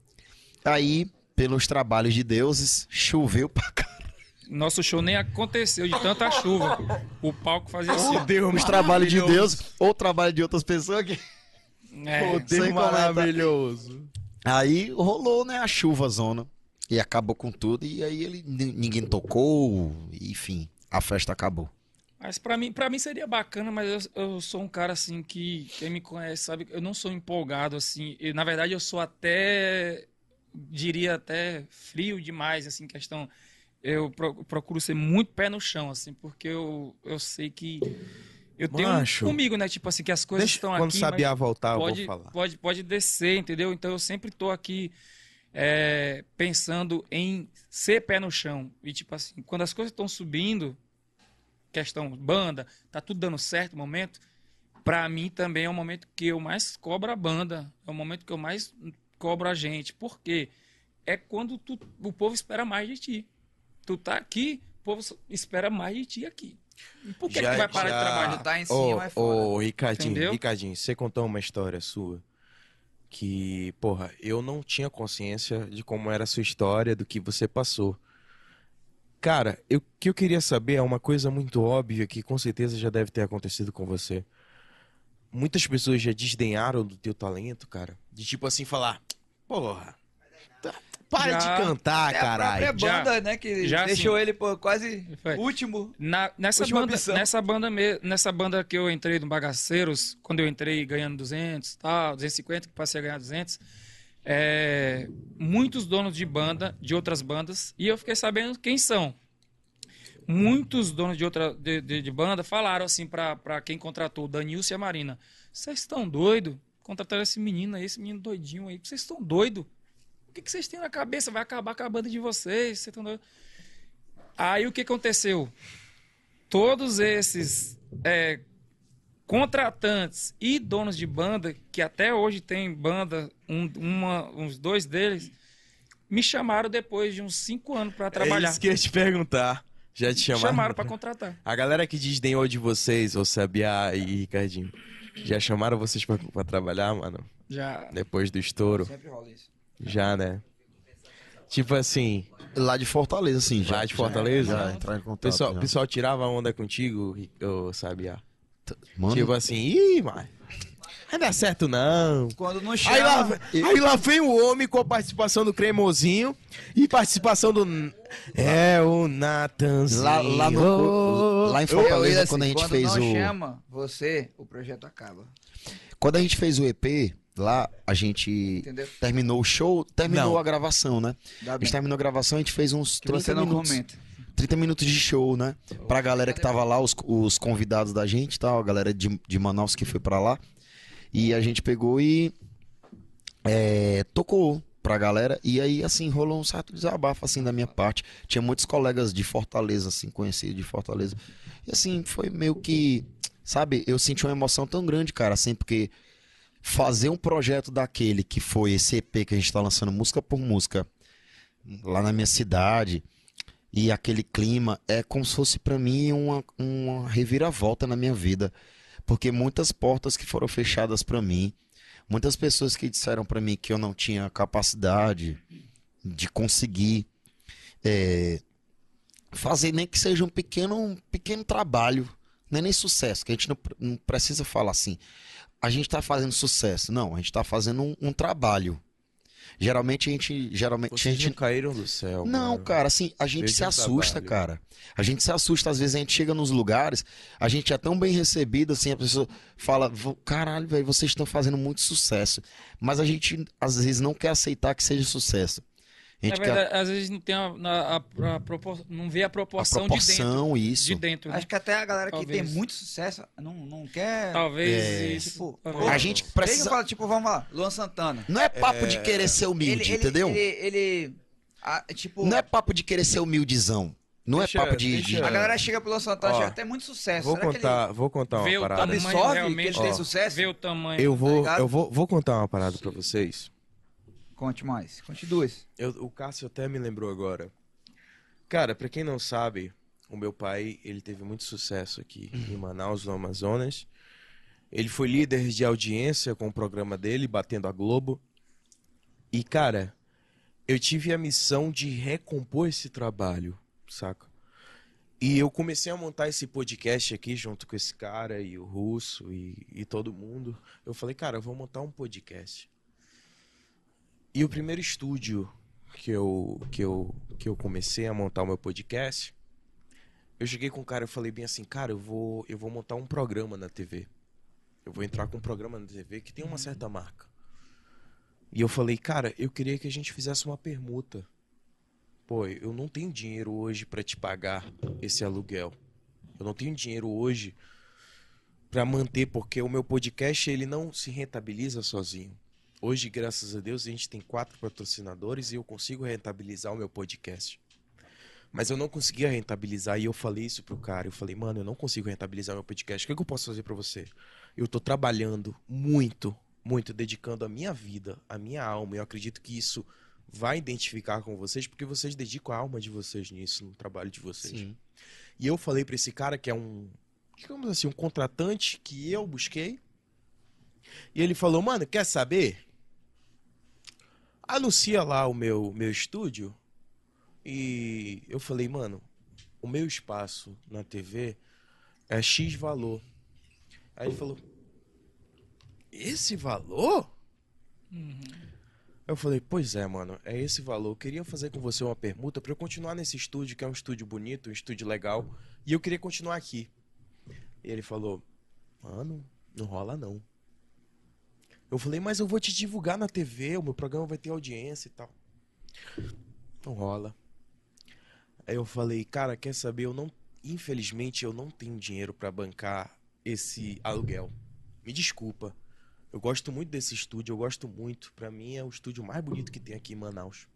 Aí, pelos trabalhos de deuses, choveu pra cá. Nosso show nem aconteceu de tanta chuva. O palco fazia assim. ó. Deus Os trabalhos de Deus ou trabalho de outras pessoas que. É, Ô, Deus sem comentar. maravilhoso. Aí rolou, né, a chuva zona. E acabou com tudo. E aí ele n- ninguém tocou. Enfim, a festa acabou. Mas pra mim, pra mim seria bacana, mas eu, eu sou um cara assim que quem me conhece sabe, eu não sou empolgado assim. E, na verdade eu sou até, diria até frio demais assim, questão. Eu pro- procuro ser muito pé no chão assim, porque eu, eu sei que eu tenho Macho. comigo, né, tipo assim, que as coisas Deixa, estão quando aqui, Sabiá mas voltar, eu pode, vou falar. pode pode descer, entendeu? Então eu sempre tô aqui é, pensando em ser pé no chão. E tipo assim, quando as coisas estão subindo, questão banda, tá tudo dando certo no momento, pra mim também é o momento que eu mais cobro a banda. É o momento que eu mais cobro a gente. Por quê? É quando tu, o povo espera mais de ti. Tu tá aqui, o povo espera mais de ti aqui. E por que, Já- que tu vai parar já- de trabalhar? Quando tá em Ô, cima é foda. ô, Ricardinho, Entendeu? Ricardinho, você contou uma história sua que, porra, eu não tinha consciência de como era a sua história, do que você passou. Cara, eu- o que eu queria saber é uma coisa muito óbvia que com certeza já deve ter acontecido com você. Muitas pessoas já desdenharam do teu talento, cara. De tipo assim, falar, porra, tá- para Já. de cantar, Até a própria caralho. Já- banda, né, que já deixou sim. ele por quase Foi. último. Na- nessa, Última banda, missão. nessa, banda me- nessa banda que eu entrei no Bagaceiros, quando eu entrei ganhando duzentos, tal, duzentos e cinquenta, que passei a ganhar duzentos, é, muitos donos de banda, de outras bandas, e eu fiquei sabendo quem são. Muitos donos de outra de, de- de banda falaram assim pra pra quem contratou, o Danilson e a Marina: vocês estão doidos? Contrataram esse menino aí, esse menino doidinho aí. Vocês estão doidos? O que, que vocês têm na cabeça? Vai acabar com a banda de vocês. Vocês estão doidos? Aí o que aconteceu? Todos esses é, contratantes e donos de banda, que até hoje tem banda, um- uma- uns dois deles, me chamaram depois de uns cinco anos para É trabalhar. isso que eu ia te perguntar. Já te chamaram? Chamaram para contratar. A galera que desdenhou de vocês, ô Sabiá e Ricardinho, já chamaram vocês pra, pra trabalhar, mano? Já. Depois do estouro? Sempre rola isso. Já, né? Tipo assim, Lá de Fortaleza, sim. Já, lá de Fortaleza, Já, já entrar em o contato. pessoal, já. pessoal tirava onda contigo, Ri- ô Sabiá? Mano, Tipo assim, ih, mano, não dá certo não. Quando não Aí chama... lá, aí lá vem o homem com a participação do Cremosinho e participação do... É, o Natanzinho. lá, lá, no, lá em Eu, Fortaleza, assim, quando a gente quando fez não o... chama você, o projeto acaba. Quando a gente fez o E P, lá a gente Entendeu? terminou o show, terminou Não. a gravação, né? Dá A bem. gente terminou a gravação, a gente fez uns Que você trinta não minutos. comenta. trinta minutos de show, né? Pra galera que tava lá, os, os convidados da gente, tá? A galera de, de Manaus que foi pra lá. E a gente pegou e é, tocou pra galera. E aí, assim, rolou um certo desabafo, assim, da minha parte. Tinha muitos colegas de Fortaleza, assim, conhecidos de Fortaleza. E assim, foi meio que, sabe? Eu senti uma emoção tão grande, cara, assim, porque fazer um projeto daquele que foi esse E P que a gente tá lançando música por música lá na minha cidade... E aquele clima é como se fosse pra mim uma, uma reviravolta na minha vida. Porque muitas portas que foram fechadas pra mim, muitas pessoas que disseram pra mim que eu não tinha capacidade de conseguir é, fazer nem que seja um pequeno, um pequeno trabalho, não é nem sucesso, que a gente não, não precisa falar assim. A gente tá fazendo sucesso. Não, a gente tá fazendo um, um trabalho. Geralmente a gente. Geralmente a Vocês gente não caíram do céu, não, mano. cara, assim, a gente Vejo se um assusta, trabalho. cara. A gente se assusta, às vezes a gente chega nos lugares, a gente é tão bem recebido, assim, a pessoa fala, "Vo- caralho, velho, vocês estão fazendo muito sucesso. Mas a gente, às vezes, não quer aceitar que seja sucesso. A Na gente quer verdade, às vezes não tem a, a- a- a propor- não vê a a proporção, proporção, de dentro. isso. De dentro, né? Acho que até a galera que Talvez. tem muito sucesso não, não quer... Talvez É. isso. Tipo, talvez. A gente Precisa... precisa... fala, tipo, vamos lá, Luan Santana. Não é papo de querer ser humilde, Ele, ele, entendeu? Ele, ele ah, tipo, Não é papo de querer ser humildezão. Não Deixa- é papo de... deixa- de- a galera chega pro Luan Santana, Ó, já tem muito sucesso. Vou Será contar, vou contar Vê uma o parada. tamanho Absorve realmente, que ele tem ó, sucesso? Vê o tamanho. Eu tá vou, ligado? eu vou, vou contar uma parada pra vocês. que ele... Conte mais, conte duas. Eu- o Cássio até me lembrou agora. Cara, pra quem não sabe, o meu pai, ele teve muito sucesso aqui em Manaus, no Amazonas. Ele foi líder de audiência com o programa dele, Batendo a Globo. E, cara, eu tive a missão de recompor esse trabalho, saca? E eu comecei a montar esse podcast aqui junto com esse cara e o Russo e, e todo mundo. Eu falei, cara, eu vou montar um podcast. E o primeiro estúdio que eu, que eu, que eu comecei a montar o meu podcast, eu cheguei com o cara e falei bem assim, cara, eu vou, eu vou montar um programa na T V. Eu vou entrar com um programa na T V que tem uma certa marca. E eu falei, cara, eu queria que a gente fizesse uma permuta. Pô, eu não tenho dinheiro hoje pra te pagar esse aluguel. Eu não tenho dinheiro hoje pra manter, porque o meu podcast ele não se rentabiliza sozinho. Hoje, graças a Deus, a gente tem quatro patrocinadores e eu consigo rentabilizar o meu podcast. Mas eu não conseguia rentabilizar e eu falei isso pro cara. Eu falei, mano, eu não consigo rentabilizar meu podcast. O que, que eu posso fazer pra você? Eu tô trabalhando muito, muito, dedicando a minha vida, a minha alma. E eu acredito que isso vai identificar com vocês, porque vocês dedicam a alma de vocês nisso, no trabalho de vocês. Sim. E eu falei pra esse cara que é um, digamos assim, um contratante que eu busquei. E ele falou, mano, quer saber? Anuncia lá o meu, meu estúdio. E eu falei, mano, o meu espaço na T V é X valor. Aí ele falou, esse valor? Uhum. Eu falei, pois é, mano, é esse valor. Eu queria fazer com você uma permuta pra eu continuar nesse estúdio, que é um estúdio bonito, um estúdio legal. E eu queria continuar aqui. E ele falou, mano, não rola não. Eu falei, mas eu vou te divulgar na T V, o meu programa vai ter audiência e tal. Não rola. Aí eu falei, cara, quer saber, eu não, infelizmente eu não tenho dinheiro pra bancar esse aluguel. Me desculpa. Eu gosto muito desse estúdio, eu gosto muito. Pra mim é o estúdio mais bonito que tem aqui em Manaus.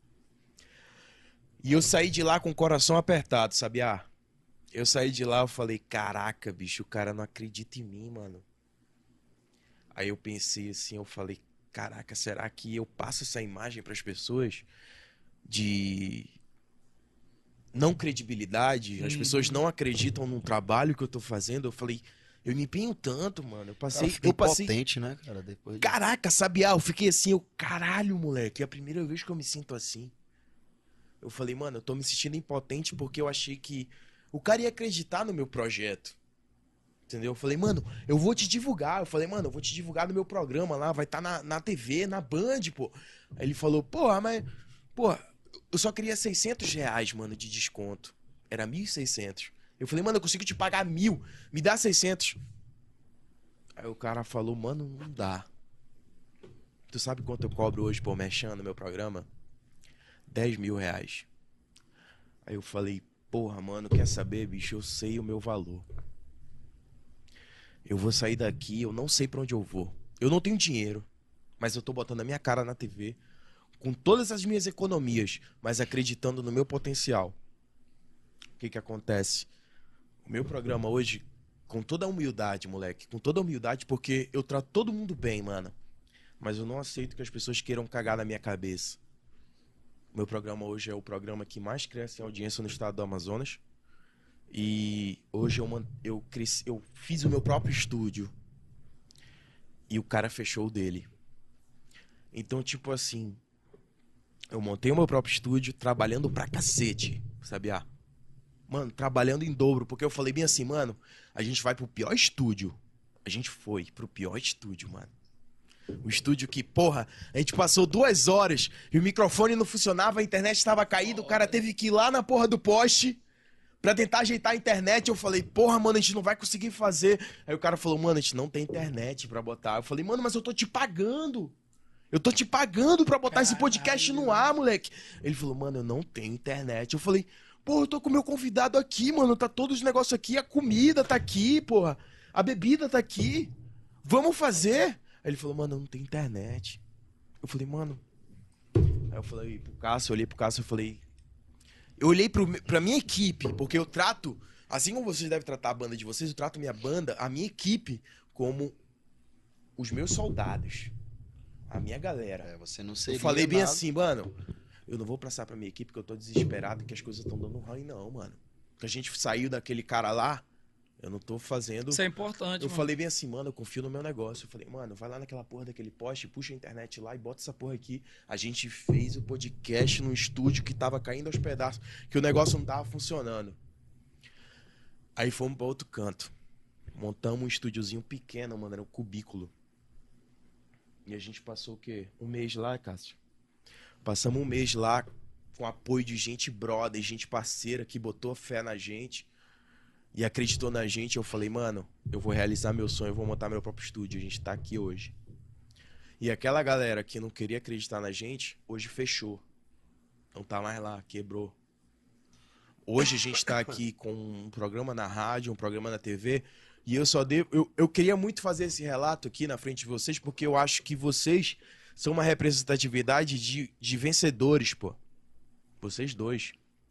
E eu saí de lá com o coração apertado, sabia? Eu saí de lá, eu falei, caraca, bicho, o cara não acredita em mim, mano. Aí eu pensei assim, eu falei, caraca, será que eu passo essa imagem pras pessoas de não credibilidade? As pessoas não acreditam no trabalho que eu tô fazendo. Eu falei, eu me empenho tanto, mano. Eu passei, Fica eu passei. impotente, né, cara? Depois de... Caraca, sabia? Eu fiquei assim, eu, caralho, moleque, é a primeira vez que eu me sinto assim. Eu falei, mano, eu tô me sentindo impotente porque eu achei que o cara ia acreditar no meu projeto. Entendeu? Eu falei, mano, eu vou te divulgar. Eu falei, mano, eu vou te divulgar no meu programa lá, vai estar tá na, na T V, na Band, pô. Aí ele falou, porra, mas, pô, eu só queria seiscentos reais, mano, de desconto. Era mil e seiscentos. Eu falei, mano, eu consigo te pagar mil, me dá seiscentos. Aí o cara falou, mano, não dá. Tu sabe quanto eu cobro hoje por merchan no meu programa? dez mil reais. Aí eu falei, porra, mano, quer saber, bicho? Eu sei o meu valor. Eu vou sair daqui, eu não sei pra onde eu vou. Eu não tenho dinheiro, mas eu tô botando a minha cara na T V, com todas as minhas economias, mas acreditando no meu potencial. O que que acontece? O meu programa hoje, com toda a humildade, moleque, com toda a humildade, porque eu trato todo mundo bem, mano. Mas eu não aceito que as pessoas queiram cagar na minha cabeça. O meu programa hoje é o programa que mais cresce em audiência no estado do Amazonas. E hoje eu, man- eu, cresci, eu fiz o meu próprio estúdio. E o cara fechou o dele. Então, tipo assim, eu montei o meu próprio estúdio trabalhando pra cacete, sabia? Mano, trabalhando em dobro, porque eu falei bem assim, mano, a gente vai pro pior estúdio. A gente foi pro pior estúdio, mano. O estúdio que, porra, a gente passou duas horas e o microfone não funcionava, a internet estava caída, o cara teve que ir lá na porra do poste pra tentar ajeitar a internet. Eu falei, porra, mano, a gente não vai conseguir fazer. Aí o cara falou, mano, a gente não tem internet pra botar. Eu falei, mano, mas eu tô te pagando. Eu tô te pagando pra botar esse podcast no ar, moleque. Ele falou, mano, eu não tenho internet. Eu falei, porra, eu tô com o meu convidado aqui, mano, tá todos os negócios aqui, a comida tá aqui, porra, a bebida tá aqui. Vamos fazer? Aí ele falou, mano, eu não tenho internet. Eu falei, mano... Aí eu falei pro Cássio, eu olhei pro Cássio e falei... Eu olhei pro, pra minha equipe, porque eu trato... Assim como vocês devem tratar a banda de vocês, eu trato minha banda, a minha equipe, como os meus soldados. A minha galera. É, você não seria Eu falei bem nada. assim, mano... Eu não vou passar pra minha equipe porque eu tô desesperado que as coisas estão dando ruim, não, mano. Que a gente saiu daquele cara lá, eu não tô fazendo... Isso é importante, Eu mano. falei bem assim, mano, eu confio no meu negócio. Eu falei, mano, vai lá naquela porra daquele poste, puxa a internet lá e bota essa porra aqui. A gente fez o podcast num estúdio que tava caindo aos pedaços, que o negócio não tava funcionando. Aí fomos pra outro canto. Montamos um estúdiozinho pequeno, mano, era um cubículo. E a gente passou o quê? Um mês lá, Cássio? Passamos um mês lá com apoio de gente brother, gente parceira que botou fé na gente. E acreditou na gente. Eu falei, mano, eu vou realizar meu sonho, eu vou montar meu próprio estúdio. A gente tá aqui hoje. E aquela galera que não queria acreditar na gente, hoje fechou. Não tá mais lá, quebrou. Hoje a gente tá aqui com um programa na rádio, um programa na T V. E eu só devo... Eu, eu queria muito fazer esse relato aqui na frente de vocês, porque eu acho que vocês são uma representatividade de, de vencedores, pô. Vocês dois.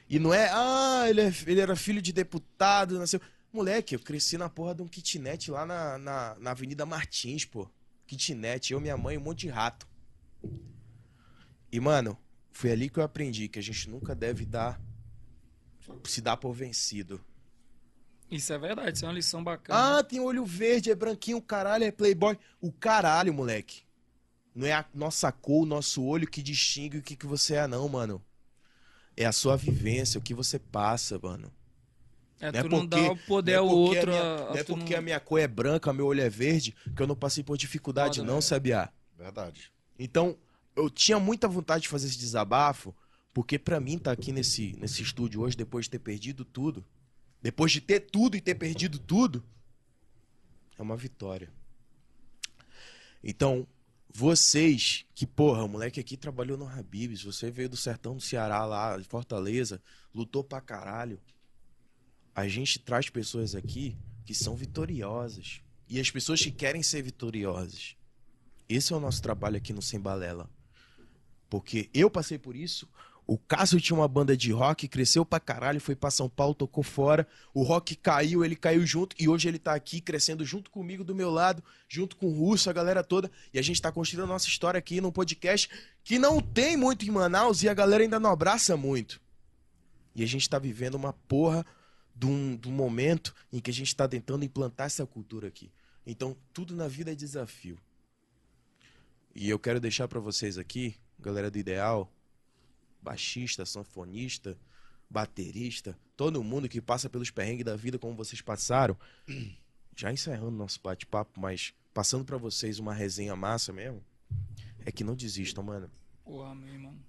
E não é, ah, ele, é, ele era filho de deputado, nasceu... Moleque, eu cresci na porra de um kitnet lá na, na, na Avenida Martins, pô. Kitnet, eu, minha mãe e um monte de rato. E, mano, foi ali que eu aprendi que a gente nunca deve dar... se dar por vencido. Isso é verdade, isso é uma lição bacana. Ah, tem olho verde, é branquinho, caralho, é playboy. O caralho, moleque. Não é a nossa cor, o nosso olho que distingue o que, que você é, não, mano. É a sua vivência, o que você passa, mano. É, Não é tu não porque- dá o poder não é ao porque outro. a minha- a- não é tu porque não- a minha cor é branca, meu olho é verde, que eu não passei por dificuldade, Foda, não, né? Sabiá. Verdade. Então, eu tinha muita vontade de fazer esse desabafo, porque pra mim tá aqui nesse, nesse estúdio hoje, depois de ter perdido tudo, depois de ter tudo e ter perdido tudo, é uma vitória. Então, vocês, que porra, o moleque aqui trabalhou no Habib's, você veio do sertão do Ceará lá, de Fortaleza, lutou pra caralho. A gente traz pessoas aqui que são vitoriosas. E as pessoas que querem ser vitoriosas. Esse é o nosso trabalho aqui no Sem Balela. Porque eu passei por isso. O Cássio tinha uma banda de rock, cresceu pra caralho, foi pra São Paulo, tocou fora. O rock caiu, ele caiu junto. E hoje ele tá aqui crescendo junto comigo, do meu lado, junto com o Russo, a galera toda. E a gente tá construindo a nossa história aqui num podcast que não tem muito em Manaus e a galera ainda não abraça muito. E a gente tá vivendo uma porra de um, de um momento em que a gente tá tentando implantar essa cultura aqui. Então, tudo na vida é desafio. E eu quero deixar pra vocês aqui, galera do Ideal, baixista, sanfonista, baterista, todo mundo que passa pelos perrengues da vida como vocês passaram, já encerrando nosso bate-papo, mas passando pra vocês uma resenha massa mesmo, é que não desistam, mano. Pô, amém, mano.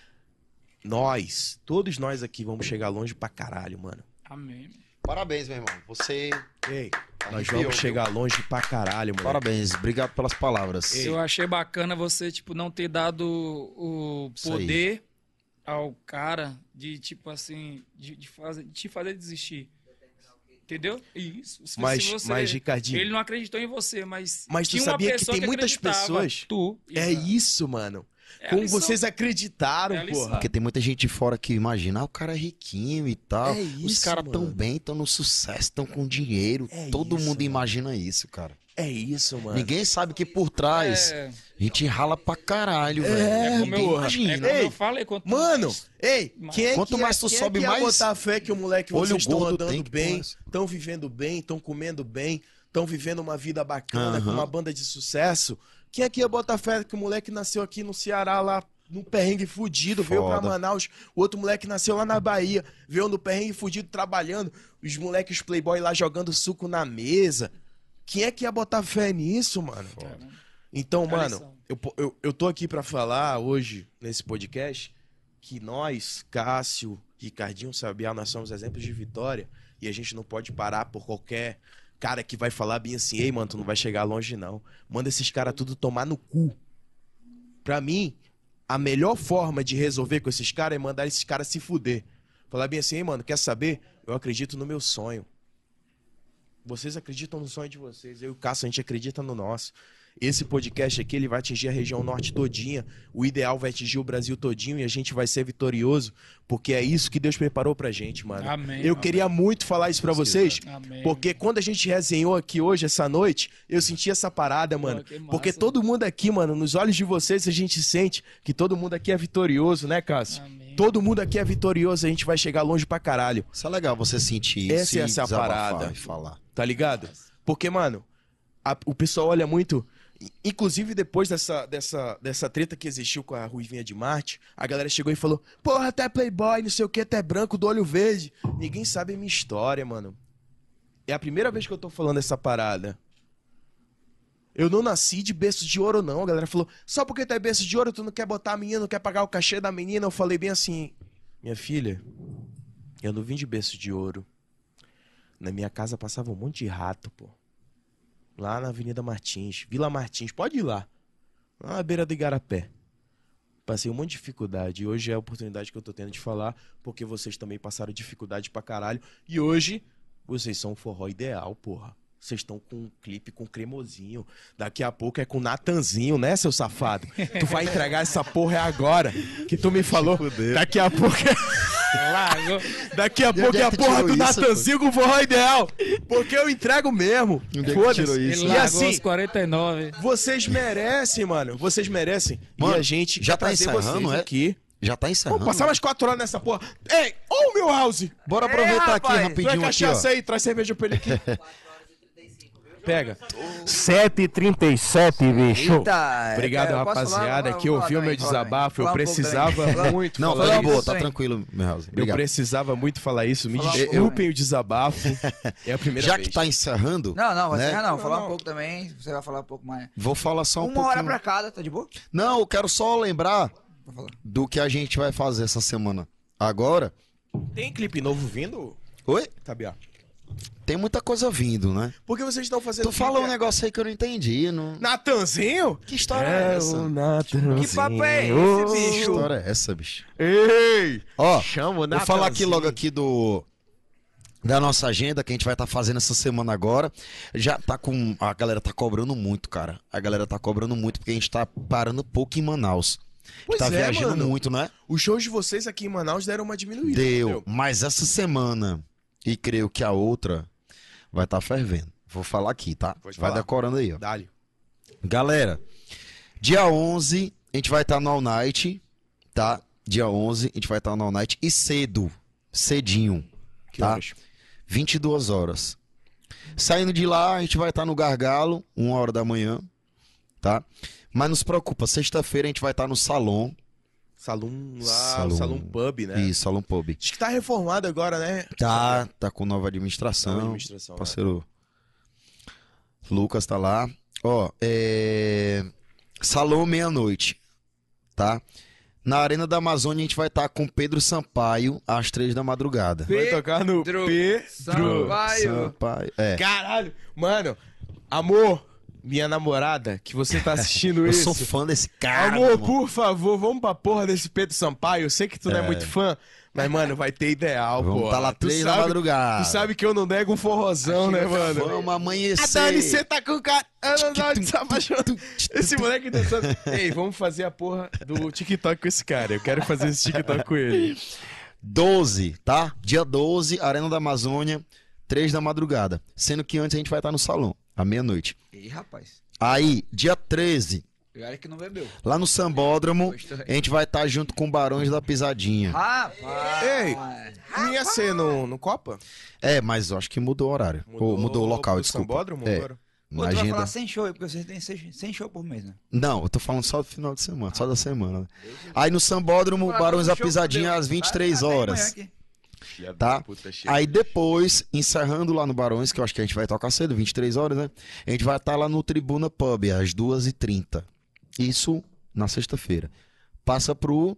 Nós, todos nós aqui vamos chegar longe pra caralho, mano. Amém. Parabéns, meu irmão. Você. Ei, nós Arrepiou, vamos chegar longe pra caralho, mano. Parabéns. Obrigado pelas palavras. Ei. Eu achei bacana você, tipo, não ter dado o Isso aí. poder ao cara de, tipo assim, de, de, fazer, de te fazer desistir. Entendeu? Isso. Se- Mas, se você- mas Ricardinho, Ele não acreditou em você, mas. Mas tu tinha uma sabia que pessoa tem muitas acreditava. pessoas- Tu. é Exato. isso, mano. É a Como lição. vocês acreditaram, É a lição. porra. Porque tem muita gente de fora que imagina, ah, o cara é riquinho e tal. É Os isso, caras tão mano. bem, tão no sucesso, tão com dinheiro. É Todo isso, mundo mano. imagina isso, cara. É isso, mano. Ninguém sabe que por trás É, a gente rala pra caralho, velho. É, como eu, porra. é como Ei, eu falei. Quanto Mano, mais- ei, Mas- quem é Quanto que mais é, tu quem é sobe, que ia mais botar fé que o moleque, olho vocês estão gordo andando tem, que bem, porra. estão vivendo bem, estão comendo bem, estão vivendo uma vida bacana, com Aham. uma banda de sucesso. Quem é que ia botar fé que o moleque nasceu aqui no Ceará, lá num perrengue fudido, veio pra Foda. Manaus, o outro moleque nasceu lá na Bahia, veio no perrengue fudido trabalhando, os moleques os playboy lá jogando suco na mesa. Quem é que ia botar fé nisso, mano? Então, É a mano, lição. eu, po- eu, eu tô aqui pra falar hoje, nesse podcast, que nós, Cássio, Ricardinho, Sabiá, nós somos exemplos de vitória e a gente não pode parar por qualquer cara que vai falar bem assim, ei, mano, tu não vai chegar longe, não. Manda esses caras tudo tomar no cu. Pra mim, a melhor forma de resolver com esses caras é mandar esses caras se fuder. Falar bem assim, ei, mano, quer saber? Eu acredito no meu sonho. Vocês acreditam no sonho de vocês, eu e o Cássio, a gente acredita no nosso. Esse podcast aqui, ele vai atingir a região norte todinha, o Ideal vai atingir o Brasil todinho e a gente vai ser vitorioso, porque é isso que Deus preparou pra gente, mano. Amém, eu amém. queria muito falar isso pra vocês, Amém. porque quando a gente resenhou aqui hoje, essa noite, eu senti essa parada, mano. que massa. Porque todo mundo aqui, mano, nos olhos de vocês, a gente sente que todo mundo aqui é vitorioso, né, Cássio? Amém. Todo mundo aqui é vitorioso, a gente vai chegar longe pra caralho. Isso é legal você sentir isso. Essa e é essa desabafar parada. E falar. Tá ligado? Porque, mano, a- o pessoal olha muito. Inclusive, depois dessa, dessa, dessa treta que existiu com a Ruivinha de Marte, a galera chegou e falou: porra, até playboy, não sei o que, até branco, do olho verde. Ninguém sabe a minha história, mano. É a primeira vez que eu tô falando essa parada. Eu não nasci de berço de ouro, não. A galera falou: só porque tu é berço de ouro, tu não quer botar a menina, não quer pagar o cachê da menina. Eu falei bem assim: minha filha, eu não vim de berço de ouro. Na minha casa passava um monte de rato, pô. Lá na Avenida Martins, Vila Martins, pode ir lá. Lá na beira do Igarapé. Passei um monte de dificuldade. E hoje é a oportunidade que eu tô tendo de falar, porque vocês também passaram dificuldade pra caralho. E hoje, vocês são um forró ideal, porra. Vocês estão com um clipe com cremosinho. Daqui a pouco é com Natanzinho, né, seu safado? Tu vai entregar essa porra é agora. Que tu me falou. Daqui a pouco é... Largou. Daqui a De pouco onde é é a que porra tirou do isso, Natanzinho com forró ideal. Porque eu entrego mesmo. Onde é que Foda-se. tirou isso? Ele E largou assim, aos quarenta e nove. vocês merecem, mano. Vocês merecem. Mano, e a gente já quer tá trazer encerrando, vocês é? aqui. Já tá Vamos encerrando. passar mais quatro horas nessa porra. Ei, ô meu house. Bora aproveitar aqui rapaz, Tu é rapidinho aqui, cachaça ó. aí, traz cerveja pra ele aqui. Pega. sete e trinta e sete, bicho. Eita, Obrigado, eu posso rapaziada, falar? que Vamos ouviu falar meu também, fala desabafo. Eu também. precisava Fala um pouco muito Não, falar tá de Fala boa, um isso. tá pouco tranquilo, meu house. Eu Obrigado. precisava muito falar isso. Me Falar um pouco desculpem também. o desabafo. É a primeira Já vez. que tá encerrando, Não, não, vai né? encerrar não. Vou falar Não, um não. pouco também. Você vai falar um pouco mais. Vou falar só um Uma pouquinho. hora pra cada, tá de boa? Não, eu quero só lembrar Vou falar. do que a gente vai fazer essa semana. Agora, Tem clipe novo vindo, oi? Tabiá? Tem muita coisa vindo, né? Por que vocês estão fazendo Tu falou um clipe? negócio aí que eu não entendi. Não... Natanzinho? Que história é, essa? o Natanzinho. Que papo é esse, Que bicho? história é essa, bicho? Ei! Ó, Chama o vou falar aqui Natanzinho. logo aqui do da nossa agenda que a gente vai estar fazendo essa semana agora. Já tá com a galera tá cobrando muito, cara. A galera tá cobrando muito porque a gente tá parando pouco em Manaus. Pois tá é, viajando mano. muito, né? Os shows de vocês aqui em Manaus deram uma diminuída. Deu, mas essa semana e creio que a outra vai estar fervendo. Vou falar aqui, tá? Pode vai falar. decorando aí, ó. Dali. Galera, dia onze a gente vai estar no All Night, tá? Dia onze a gente vai estar no All Night e cedo, cedinho, Que tá? horas? vinte e duas horas. Saindo de lá, a gente vai estar no Gargalo, uma hora da manhã, tá? Mas não se preocupa, sexta-feira a gente vai estar no Salão. Salão lá, Salão. o Salão Pub, né? Isso, Salão Pub. Acho que tá reformado agora, né? Tá, tá com nova administração. Nova administração, né? Parceiro Lucas tá lá. Ó, é... Salão meia-noite, tá? Na Arena da Amazônia a gente vai estar com Pedro Sampaio às três da madrugada. Vai tocar no Pedro Pedro. Sampaio. Sampaio. É. Caralho, mano, amor, minha namorada, que você tá assistindo Eu isso. sou fã desse cara. Amor, mano. por favor, vamos pra porra desse Pedro Sampaio. Eu sei que tu não é muito fã, mas, mano, vai ter ideal, pô. Vamos tá lá Tu três da sabe- madrugada. Tu sabe que eu não nego um forrozão, né, mano? Vamos amanhecer. A Dani, você tá com o cara. Ah, não, não, de se apaixonando. Esse moleque dançando. Ei, vamos fazer a porra do TikTok com esse cara. Eu quero fazer esse TikTok com ele. doze, tá? Dia doze, Arena da Amazônia, três da madrugada. Sendo que antes a gente vai estar no salão, à meia-noite. Ih, rapaz. Aí, dia treze, E olha que não bebeu. lá no Sambódromo, Gostei. a gente vai estar junto com o Barões da Pisadinha. Rapaz. Ei, não ia ser no, no Copa? É, mas eu acho que mudou o horário. Ou mudou o local, pro desculpa. Sambódromo É, agora? Pô, na tu vai agenda. falar sem show aí, porque vocês têm cem cem show por mês, né? Não, eu tô falando só do final de semana, só da semana. Né? Aí no Sambódromo, Barões da Pisadinha às vinte e três horas. Tá? Aí depois, encerrando lá no Barões, que eu acho que a gente vai tocar cedo, vinte e três horas, né? A gente vai estar lá no Tribuna Pub, às duas e trinta. Isso na sexta-feira. Passa pro...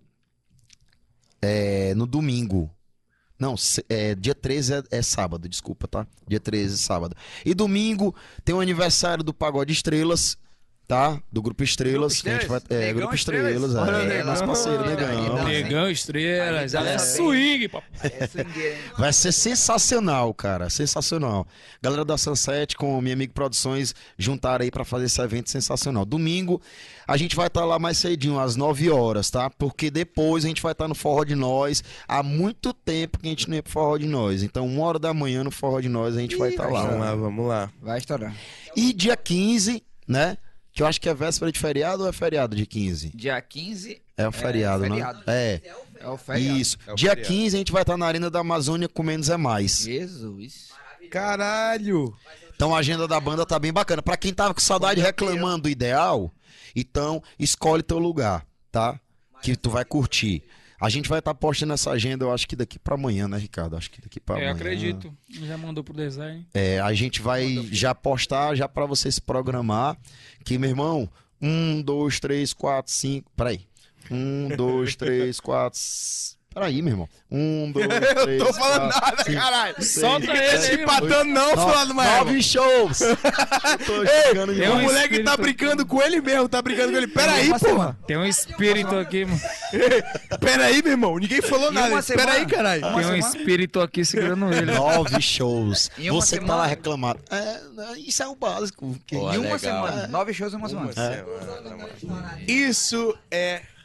É, no domingo. Não, se- é, dia treze é, é sábado, desculpa, tá? Dia treze é sábado. E domingo tem o aniversário do Pagode Estrelas, tá? Do Grupo Estrelas. Grupo que a gente vai, Estrelas? é, Negão Grupo Estrelas? Estrelas, Olha, é, Negão. nosso parceiro, Negão. Negão. Negão, estrelas, Aí ela é tá swing, papai. É swingueiro, hein? Vai ser sensacional, cara. Sensacional. Galera da Sunset com minha amiga Produções juntaram aí pra fazer esse evento sensacional. Domingo a gente vai estar lá mais cedinho, às nove horas, tá? Porque depois a gente vai estar no Forró de Nós. Há muito tempo que a gente não ia pro Forró de Nós. Então, uma hora da manhã no Forró de Nós a gente vai estar Vamos lá. lá, vamos lá. Vai estourar. E dia quinze, né? Que eu acho que é véspera de feriado ou é feriado de quinze? Dia quinze É o feriado, feriado. né? É. é o feriado. Isso. É o Dia feriado. quinze a gente vai estar na Arena da Amazônia com Menos é Mais. Jesus. Caralho! Então a agenda da banda tá bem bacana. Pra quem tava com saudade reclamando do ideal, então escolhe teu lugar, tá? Que tu vai curtir. A gente vai estar postando essa agenda, eu acho que daqui pra amanhã, né, Ricardo? Acho que daqui pra É, amanhã. acredito. Já mandou pro design. É, a gente vai já postar, já pra você se programar. Que, meu irmão, um, dois, três, quatro, cinco. Peraí. Um, dois, três, quatro. c- Peraí, meu irmão. Um, dois, três. Tô falando quatro, nada, cinco, caralho! Solta Ninguém ele tá aí, te mano. empatando, não, Fulano Maia! Nove shows! Eu tô chegando Ei, É o um moleque tá espírito- brincando com ele mesmo, tá brincando com ele. Peraí, Uma porra! semana. Tem um espírito aqui, mano. Peraí, meu irmão, ninguém falou E nada. uma Espera aí, semana? caralho. Uma Tem um semana? espírito aqui segurando ele. Nove shows. Em uma Você que tá semana? lá reclamando. É, né, isso é o básico. Que- Em uma legal. semana. Nove shows em uma semana. Uma semana, mano. Isso é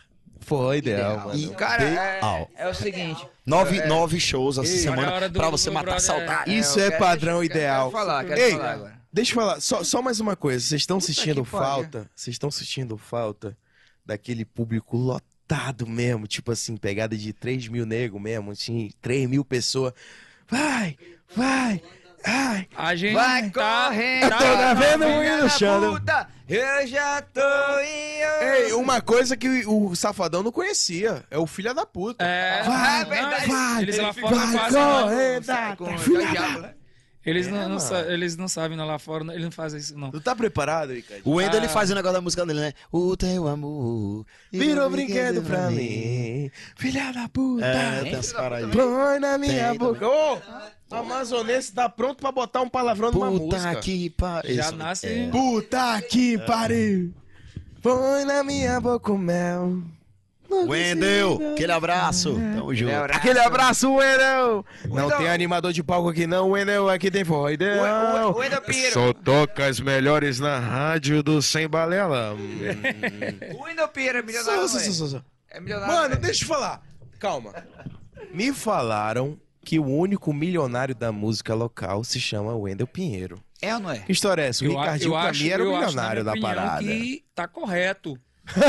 Forró ideal, Ideal. mano. E, cara, é, Ideal. é o seguinte. Nove, É. nove shows essa Ei, agora é semana hora do- pra você do matar a brother. saudade. Isso eu é quero- padrão quero- ideal. Quero falar, quero Ei, falar agora. deixa eu falar, só, só mais uma coisa. Vocês estão sentindo que pariu. falta? Vocês estão sentindo falta daquele público lotado mesmo? Tipo assim, pegada de três mil negros mesmo, assim, três mil pessoas. Vai, vai, ai. A gente Vai tá... correndo, Eu tô tá vendo o filha hino, da Xandro? puta, eu já tô em... Ei, uma coisa que o Safadão não conhecia. É o filho da puta. É, Vai, não, verdade. vai, eles lá vai, fora não fazem, não. correr, Sai com data, o filha da- diabo, né? Eles, É, não, não mano. sa- eles não sabem, não, lá fora, não, eles não fazem isso, não. Tu tá preparado, Ricardo? O Wendel, ele Ah. faz o negócio da música dele, né? O teu amor Virou brinquedo pra mim. Filha da puta. É, tem essa cara aí. Põe na minha Tem boca. Ô, o amazonense tá pronto pra botar um palavrão numa Puta música. que pariu. Já Isso, nasce... é. Puta que pariu. Põe na minha boca o mel. Wendel, aquele abraço. Tamo junto. Aquele abraço, Wendel. Não Wendel. tem animador de palco aqui não, Wendel. Aqui tem forró O- ideal. o- o Wendel Pinheiro. Só toca as melhores na rádio do Sem Balela. O Wendel Pinheiro é milionário, Só, só, velho. só, só. É milionário. Mano, velho. deixa eu falar. Calma. Me falaram que o único milionário da música local se chama Wendel Pinheiro. É ou não é? Que história é essa? O Eu, a- Ricardinho eu acho, Caminha era o eu acho, na milionário da minha opinião, parada. que tá correto.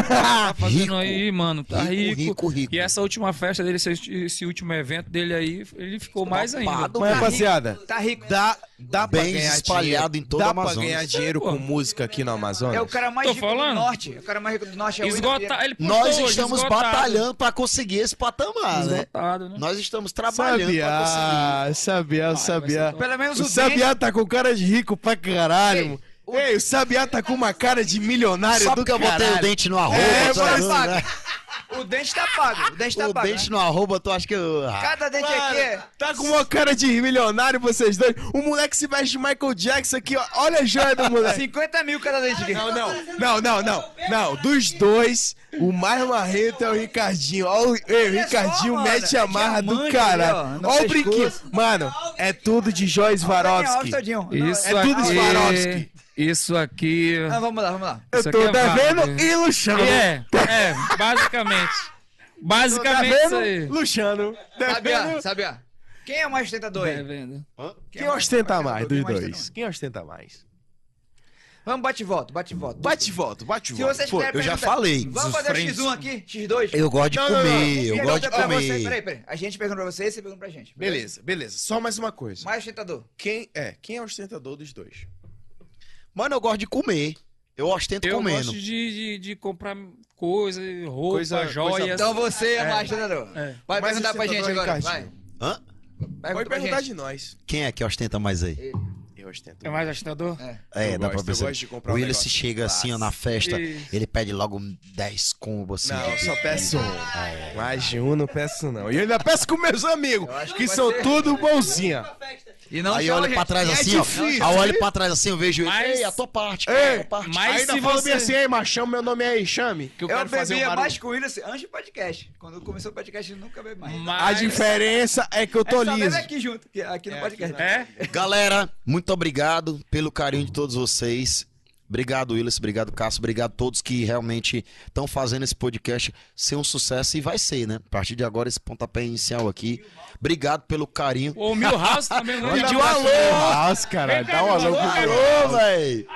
Tá fazendo Rico. aí, mano, tá Rico, rico, rico, rico. E essa última festa dele, esse, esse último evento dele aí, ele ficou mais ainda. Topado, Mas, cara. rapaziada, Tá rico. dá, dá pra Bens ganhar espalhado dinheiro, em todo dá o pra Amazonas. ganhar dinheiro Pô. com música aqui no Amazonas? É o cara mais Tô rico falando. do norte. É o cara mais rico do norte é o Wendel Esgota, Pinheiro. ele postou Nós hoje, estamos esgotado. batalhando pra conseguir esse patamar, né? Esgotado, né? Nós estamos trabalhando pra Sabiá, conseguir. Sabiá, vai Sabiá. ser Pelo menos O o Sabiá tá com cara de rico pra caralho. Ei, mano. o- Ei, o Sabiá tá com uma cara de milionário Só do porque eu caralho. botei o dente no arroba, É, tu mas é paga. né? O dente tá pago. O dente tá O pago. dente né? no arroba, tu acha que eu... Ah, Cada dente Mano, aqui é... tá com uma cara de milionário vocês dois. O moleque se veste de Michael Jackson aqui, ó. Olha a joia do moleque. cinquenta mil cada dente aqui. Não, não, não, não, não. Não, dos dois, o mais marrento é o Ricardinho. Ó, o, ei, o Olha Ricardinho só, mete mano, a marra é do diamante caralho. ali, ó, no Ó o pescoço. brinquinho. Mano, é tudo de Joyce Swarovski. Isso É tudo aqui, Swarovski. Isso aqui... Não, vamos lá, vamos lá. Eu Isso tô aqui é devendo válido. e luxando. É, é, basicamente. Tô Basicamente isso devendo, aí. luxando. Sabiá, Devendo. Sabiá. Quem é o mais ostentador aí? Devendo. Quem ostenta mais dos Quem mais dois? ostenta? Quem ostenta mais? Vamos, bate e volta, bate e volta. Bate e volta, bate e Se volta. vocês Pô, quiserem eu já perguntar- falei. Vamos fazer o X um aqui, X dois? Eu gosto de Não, não, não. comer, eu gosto de Pergunta pra você, comer. peraí, peraí. A gente pergunta pra você e você pergunta pra gente. Beleza, beleza. Só mais uma coisa. Mais ostentador. Quem é? Quem é o ostentador dos dois? Mano, eu gosto de comer. Eu ostento Eu comendo. gosto de, de, de comprar coisa, roupa, Coisa- joias. Então você é mais ostentador. É. Vai Mais perguntar pra ostentador, gente agora, vai. Ricardinho. Hã? Pergunta Pode pra perguntar gente. de nós. Quem é que ostenta mais aí? Eu ostento. É mais ostentador? É. É, Eu dá gosto, pra eu perceber. gosto de comprar O um Willis negócio se chega assim, ó, na festa, Isso. ele pede logo dez combos, assim. Não, eu só peço Ah, um. Mais de um não peço não. E eu ainda peço com meus amigos, acho que que vai são ser- tudo bonzinha. E não Aí eu chama olho pra gente. trás É assim, ó. difícil, Aí eu olho hein? pra trás assim, eu vejo ele. Mas- Ei, a tua parte, cara, a Ei, tua parte. Mas ainda se fala você... bem assim, ei, machão, meu nome é Chame, que eu, Eu quero fazer um bebia barulho. mais com o Willis antes do podcast. Quando começou o podcast, eu nunca bebi mais. A Mas... diferença é que eu tô É só bebe liso. aqui junto, que- aqui no podcast. É? Galera, muito obrigado pelo carinho de todos vocês. Obrigado, Willis. Obrigado, Cássio. Obrigado a todos que realmente estão fazendo esse podcast ser um sucesso e vai ser, né? A partir de agora, esse pontapé inicial aqui. Obrigado pelo carinho. O Milhouse também. um grande Pediu abraço. alô! Nossa, caralho, Vem cá, dá um alô meu pro alô. meu. Alô, véi!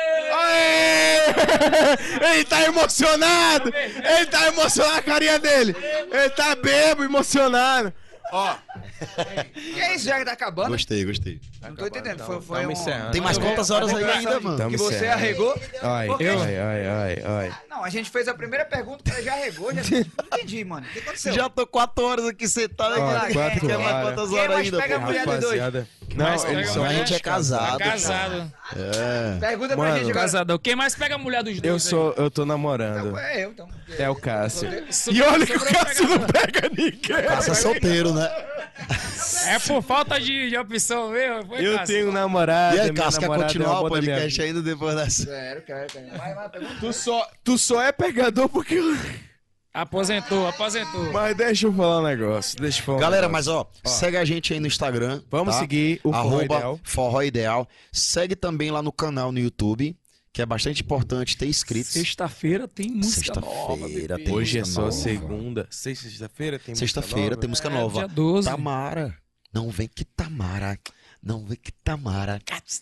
Aê! Ele tá emocionado! Ele tá emocionado, a carinha dele! Ele tá bebo, emocionado! Ó, Que é isso, já que tá acabando? Gostei, gostei. Não tô entendendo. Foi, foi tamo um... encerrando. Tem mais quantas horas aí ainda, mano? Tamo Que você encerrando. arregou? Ai, Porque- ai, ai, ai, ai. Não, a gente fez a primeira pergunta, o cara já arregou, já... Não entendi, mano. O que aconteceu? Já tô quatro horas aqui sentado. Ó, aqui. quatro Quer mais horas. quantas Quem horas mais ainda, pega a pô? mulher dos dois? Rapaziada. Não, Mas eles pega são a A mulher. gente é casado. Tá casado. É. Pergunta pra Mano, gente agora. Casadão. Quem mais pega a mulher dos dois? Eu aí? sou, eu tô namorando. É eu, então. É o Cássio. So- E olha que o sobrou Cássio pegar- não pega ninguém. Cássio é solteiro, né? É por falta de, de opção mesmo. Foi, Eu Cássio? tenho namorada. E aí, minha Cássio, quer namorada é continuar o o amor da minha podcast vida. ainda depois dessa? Quero, quero, quero. Vai, vai, pergunta. Tu só, tu só é pegador porque... Aposentou, aposentou. Mas deixa eu falar um negócio. Deixa eu falar um Galera, negócio. mas ó, segue a gente aí no Instagram. Vamos tá? seguir o Forró Arroba Ideal. Forró Ideal. Segue também lá no canal no YouTube, que é bastante importante ter inscritos. Sexta-feira tem música nova, Sexta-feira bebê. tem Hoje é música só nova. segunda. Sexta-feira tem música Sexta-feira nova? tem música É, nova. dia doze. Tamara. Não vem que Tamara. Não vem que Tamara.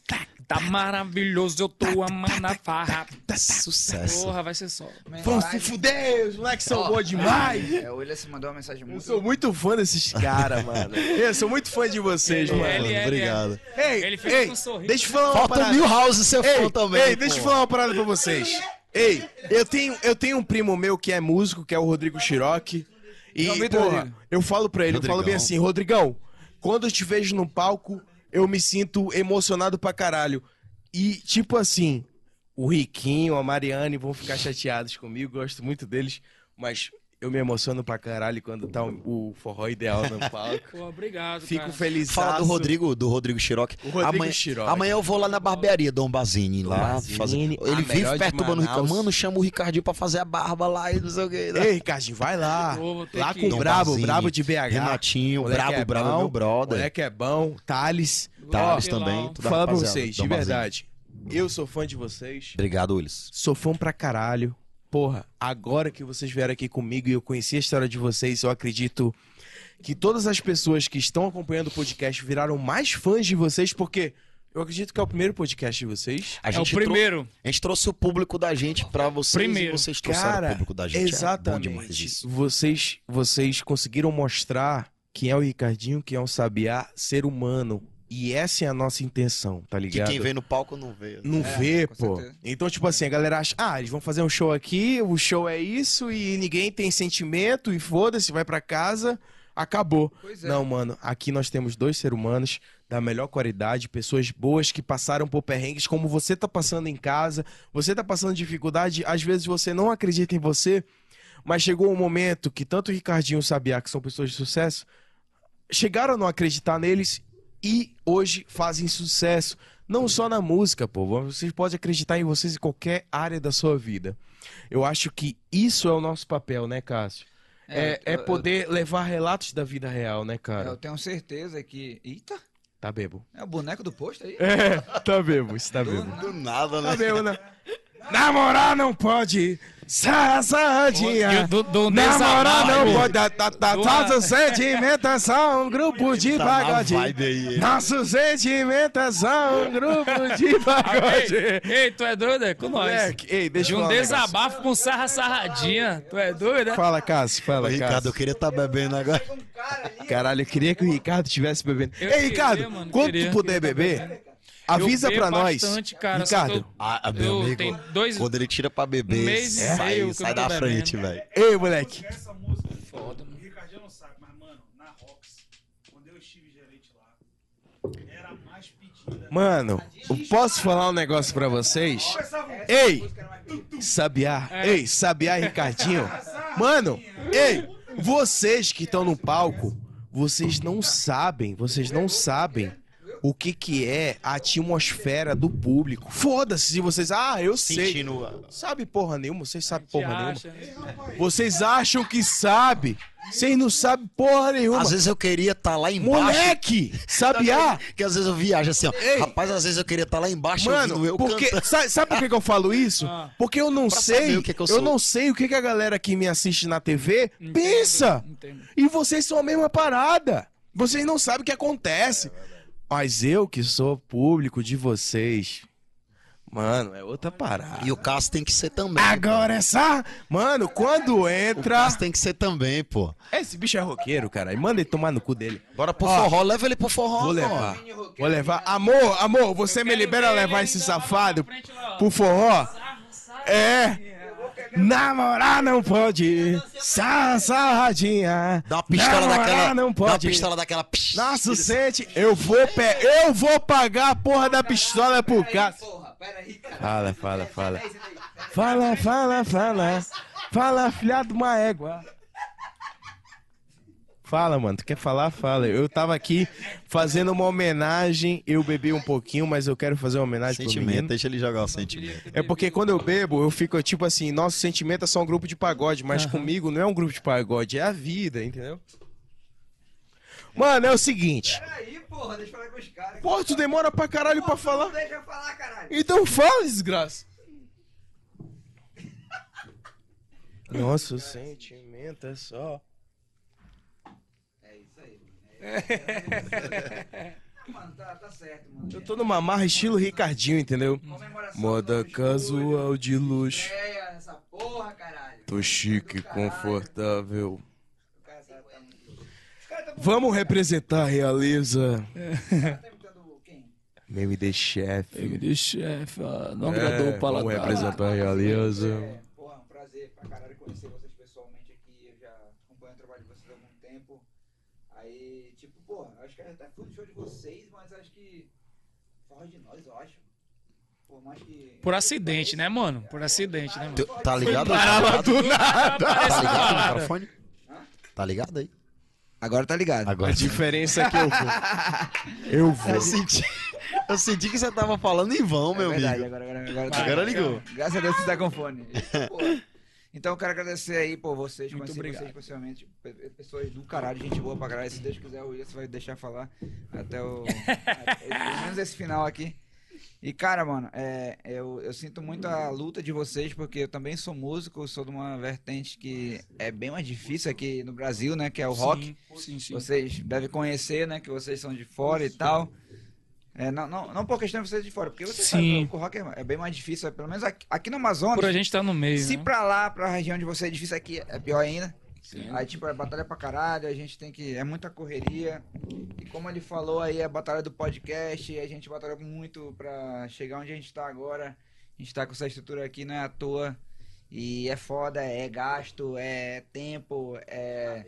Tá maravilhoso, eu tô amando a farra. Sucesso. Porra, vai ser só. Vamos se fuder, os moleques são bons demais. É, o William se mandou uma mensagem Eu muito... sou muito fã desses caras, mano. Eu sou muito fã de vocês, Ele mano. é, ele é, Obrigado. Ei, Ele fez ei, com um sorriso. deixa eu falar uma Falta parada. Milhouse ser Ei, fã também. ei, deixa eu pô. falar uma parada pra vocês. Ei, eu tenho, eu tenho um primo meu que é músico, que é o Rodrigo Chiroque. E, Não, Vitor porra, Rodrigo. eu falo pra ele, eu falo bem Rodrigão. assim, Rodrigão, quando eu te vejo no palco, eu me sinto emocionado pra caralho. E, tipo assim, o Riquinho, a Mariane vão ficar chateados comigo, gosto muito deles, mas eu me emociono pra caralho quando tá o, o forró ideal no palco. Pô, obrigado, Fico cara. feliz. Fala do Rodrigo, do Rodrigo Chiroque. O Rodrigo amanhã, Chiroque. amanhã eu vou lá na barbearia, Dom Bazini, lá Bazini, fazer. a Ele melhor vive de perturbando o Ricardo. Manaus. Mano, chama o Ricardinho pra fazer a barba lá e não sei o que. Ei, Ricardinho, vai lá. Pô, vou ter Lá que com ir. o Brabo, Bazini, Brabo de B H. Renatinho, Moleque Brabo, é Brabo é bom, meu brother. Moleque é bom. Thales. Thales Ó, também. Vou toda a Fala pra rapaziada, vocês, Dom de Bazini. verdade. Eu sou fã de vocês. Obrigado, Willis. Sou fã pra caralho. Porra, agora que vocês vieram aqui comigo e eu conheci a história de vocês, eu acredito que todas as pessoas que estão acompanhando o podcast viraram mais fãs de vocês, porque eu acredito que é o primeiro podcast de vocês. A É o gente trou- primeiro. A gente trouxe o público da gente pra vocês Primeiro. e vocês trouxeram Cara, o público da gente. É bom exatamente. demais isso. Vocês, vocês conseguiram mostrar quem é o Ricardinho, quem é o Sabiá, ser humano. E essa é a nossa intenção, tá Que ligado? quem vê no palco não vê. Não É, vê, com pô. certeza. Então, tipo assim, a galera acha, ah, eles vão fazer um show aqui, o show é isso e ninguém tem sentimento e foda-se, vai pra casa, acabou. Pois é. Não, mano, aqui nós temos dois seres humanos da melhor qualidade, pessoas boas que passaram por perrengues como você tá passando em casa, você tá passando dificuldade, às vezes você não acredita em você, mas chegou um momento que tanto o Ricardinho e o Sabiá, que são pessoas de sucesso, chegaram a não acreditar neles e hoje fazem sucesso. Não só na música, pô. Vocês podem acreditar em vocês em qualquer área da sua vida. Eu acho que isso é o nosso papel, né, Cássio? É, é eu- eu- poder levar relatos da vida real, né, Eu cara? tenho certeza que... Eita, Tá bebo. é o boneco do posto aí? É, tá bebo, isso tá bebo. Do nada, Tá né? bebo, né? Namorar não pode, sassadinha. Do, do Namorar desabafo. não pode, tá, tá, tá, nosso sentimentação, um grupo de Tá na pagode. vibe aí. Nosso sentimentação, um grupo de pagode. Ei, ei, tu é doido? É com nós. Moleque, ei, deixa De eu um falar um negócio. desabafo com sarra sarradinha. Tu é doido, é? Fala, Cássio, fala, Ô, Ricardo, eu Cássio. queria estar bebendo agora. Um cara ali, Caralho, eu queria que o Ricardo estivesse bebendo. Eu Ei, queria, Ricardo, mano, quando queria, tu puder queria beber, avisa Eu pra bebo nós. bastante, cara, só que Ricardo, Ah, meu Eu amigo, tenho dois- quando ele tira pra beber, um mês e sai, meio que eu sai não da tô frente, bebendo. velho. ei, moleque. Essa música, Foda, o Ricardinho não sabe, mas, mano, na Rox, quando eu estive gerente lá, era a mais pedida. Mano, eu posso falar um negócio pra vocês? Ei, Sabiá, ei, Sabiá e Ricardinho. Mano, ei, vocês que estão no palco, vocês não sabem, vocês não sabem o que que é a atmosfera do público. Foda-se se vocês, ah, eu sei. Sentindo. Sabe porra nenhuma, vocês sabem Te porra nenhuma. acha, né? Vocês acham que sabe, vocês não sabem porra nenhuma. Às vezes eu queria estar lá embaixo. Moleque, Sabiá. Que às vezes eu viajo assim, ó. Ei. Rapaz, às vezes eu queria estar lá embaixo Mano, ouvindo eu porque, cantando. sabe, sabe por que, que eu falo isso? Ah. Porque eu não Pra sei, saber o que que eu eu, sou. não sei o que, que a galera que me assiste na T V Entendo, pensa. entendo. E vocês são a mesma parada. Vocês não sabem o que acontece. Mas eu que sou público de vocês, mano, é outra parada. E o Cássio tem que ser também. Agora essa, mano, quando O entra, Cássio tem que ser também, pô. esse bicho é roqueiro, cara. E manda ele tomar no cu dele. Bora pro Ó, forró, leva ele pro forró. Vou pô. levar. Vou levar. Amor, amor, você me libera levar esse safado pro forró? É. Namorar não pode, sarradinha. Dá uma pistola Namorar daquela. não Dá uma pode. pistola daquela. psh, Nossa, sente, eu vou, pe... eu vou pagar a porra da pistola pro Cássio. porra, pera aí, cara. Fala, fala, fala. Fala, fala, fala. Fala, filha de uma égua. Fala, mano. Tu quer falar? Fala. Eu tava aqui fazendo uma homenagem. Eu bebi um pouquinho, mas eu quero fazer uma homenagem pro Sentimento, menino. deixa ele jogar o sentimento. É porque quando eu bebo, eu fico tipo assim, nosso sentimento é só um grupo de pagode, mas comigo não é um grupo de pagode, é a vida, entendeu? Mano, é o seguinte. Pera aí, porra, deixa eu falar com os caras. Pô, tu demora pra caralho pra falar. Deixa eu falar, caralho. Então fala, desgraça. Nosso sentimento é só. É isso aí, mano. Mano, tá, tá certo, mano. Eu tô numa marra estilo Ricardinho, entendeu? Comemoração Moda do casual de luxo. estreia, essa porra, caralho. Tô chique, Do caralho. confortável. O cara tá, tá muito... Os caras tão... Vamos representar a realeza. Os caras tá imitando quem? M D Chef. M D Chef, ah, não É, agradou o vamos paladar. representar a realeza. É, porra, um prazer pra caralho conhecer vocês pessoalmente aqui. Eu já acompanho o trabalho de vocês há algum tempo. Aí, tipo, porra, acho que até fui no show de vocês, mas acho que fora de nós, eu acho. Por mais que... Por acidente, né, mano? Por acidente, né, Tu- mano? Tá ligado? Parava do nada. Tá ligado no Parada. microfone? Tá ligado aí? Agora tá ligado. A Agora. diferença é que eu vou. Eu vou. Eu senti, eu senti que você tava falando em vão, meu É verdade, amigo. agora, agora, agora, tá Agora ligado. ligou. Graças a Deus você tá com fone. Porra. Então eu quero agradecer aí por vocês, Muito conhecer obrigado. vocês pessoalmente, pe- pessoas do caralho, gente boa pra caralho. Se Deus quiser, o William vai deixar falar até o. até- pelo menos esse final aqui. E cara, mano, é, eu, eu sinto muito a luta de vocês, porque eu também sou músico, sou de uma vertente que é bem mais difícil aqui no Brasil, né? Que é o rock. Sim, sim. Vocês devem conhecer, né? Que vocês são de fora e tal. É, não, não, não por questão de vocês de fora, porque você Sim. sabe que o rock é, é bem mais difícil, pelo menos aqui, aqui no Amazonas. Por a gente tá no meio, Se né? pra lá, pra região de você é difícil, aqui é pior ainda. Aí, tipo, é batalha pra caralho, a gente tem que... É muita correria. E como ele falou aí, é a batalha do podcast, a gente batalha muito pra chegar onde a gente tá agora. A gente tá com essa estrutura aqui, não é à toa. E é foda, é gasto, é tempo, é...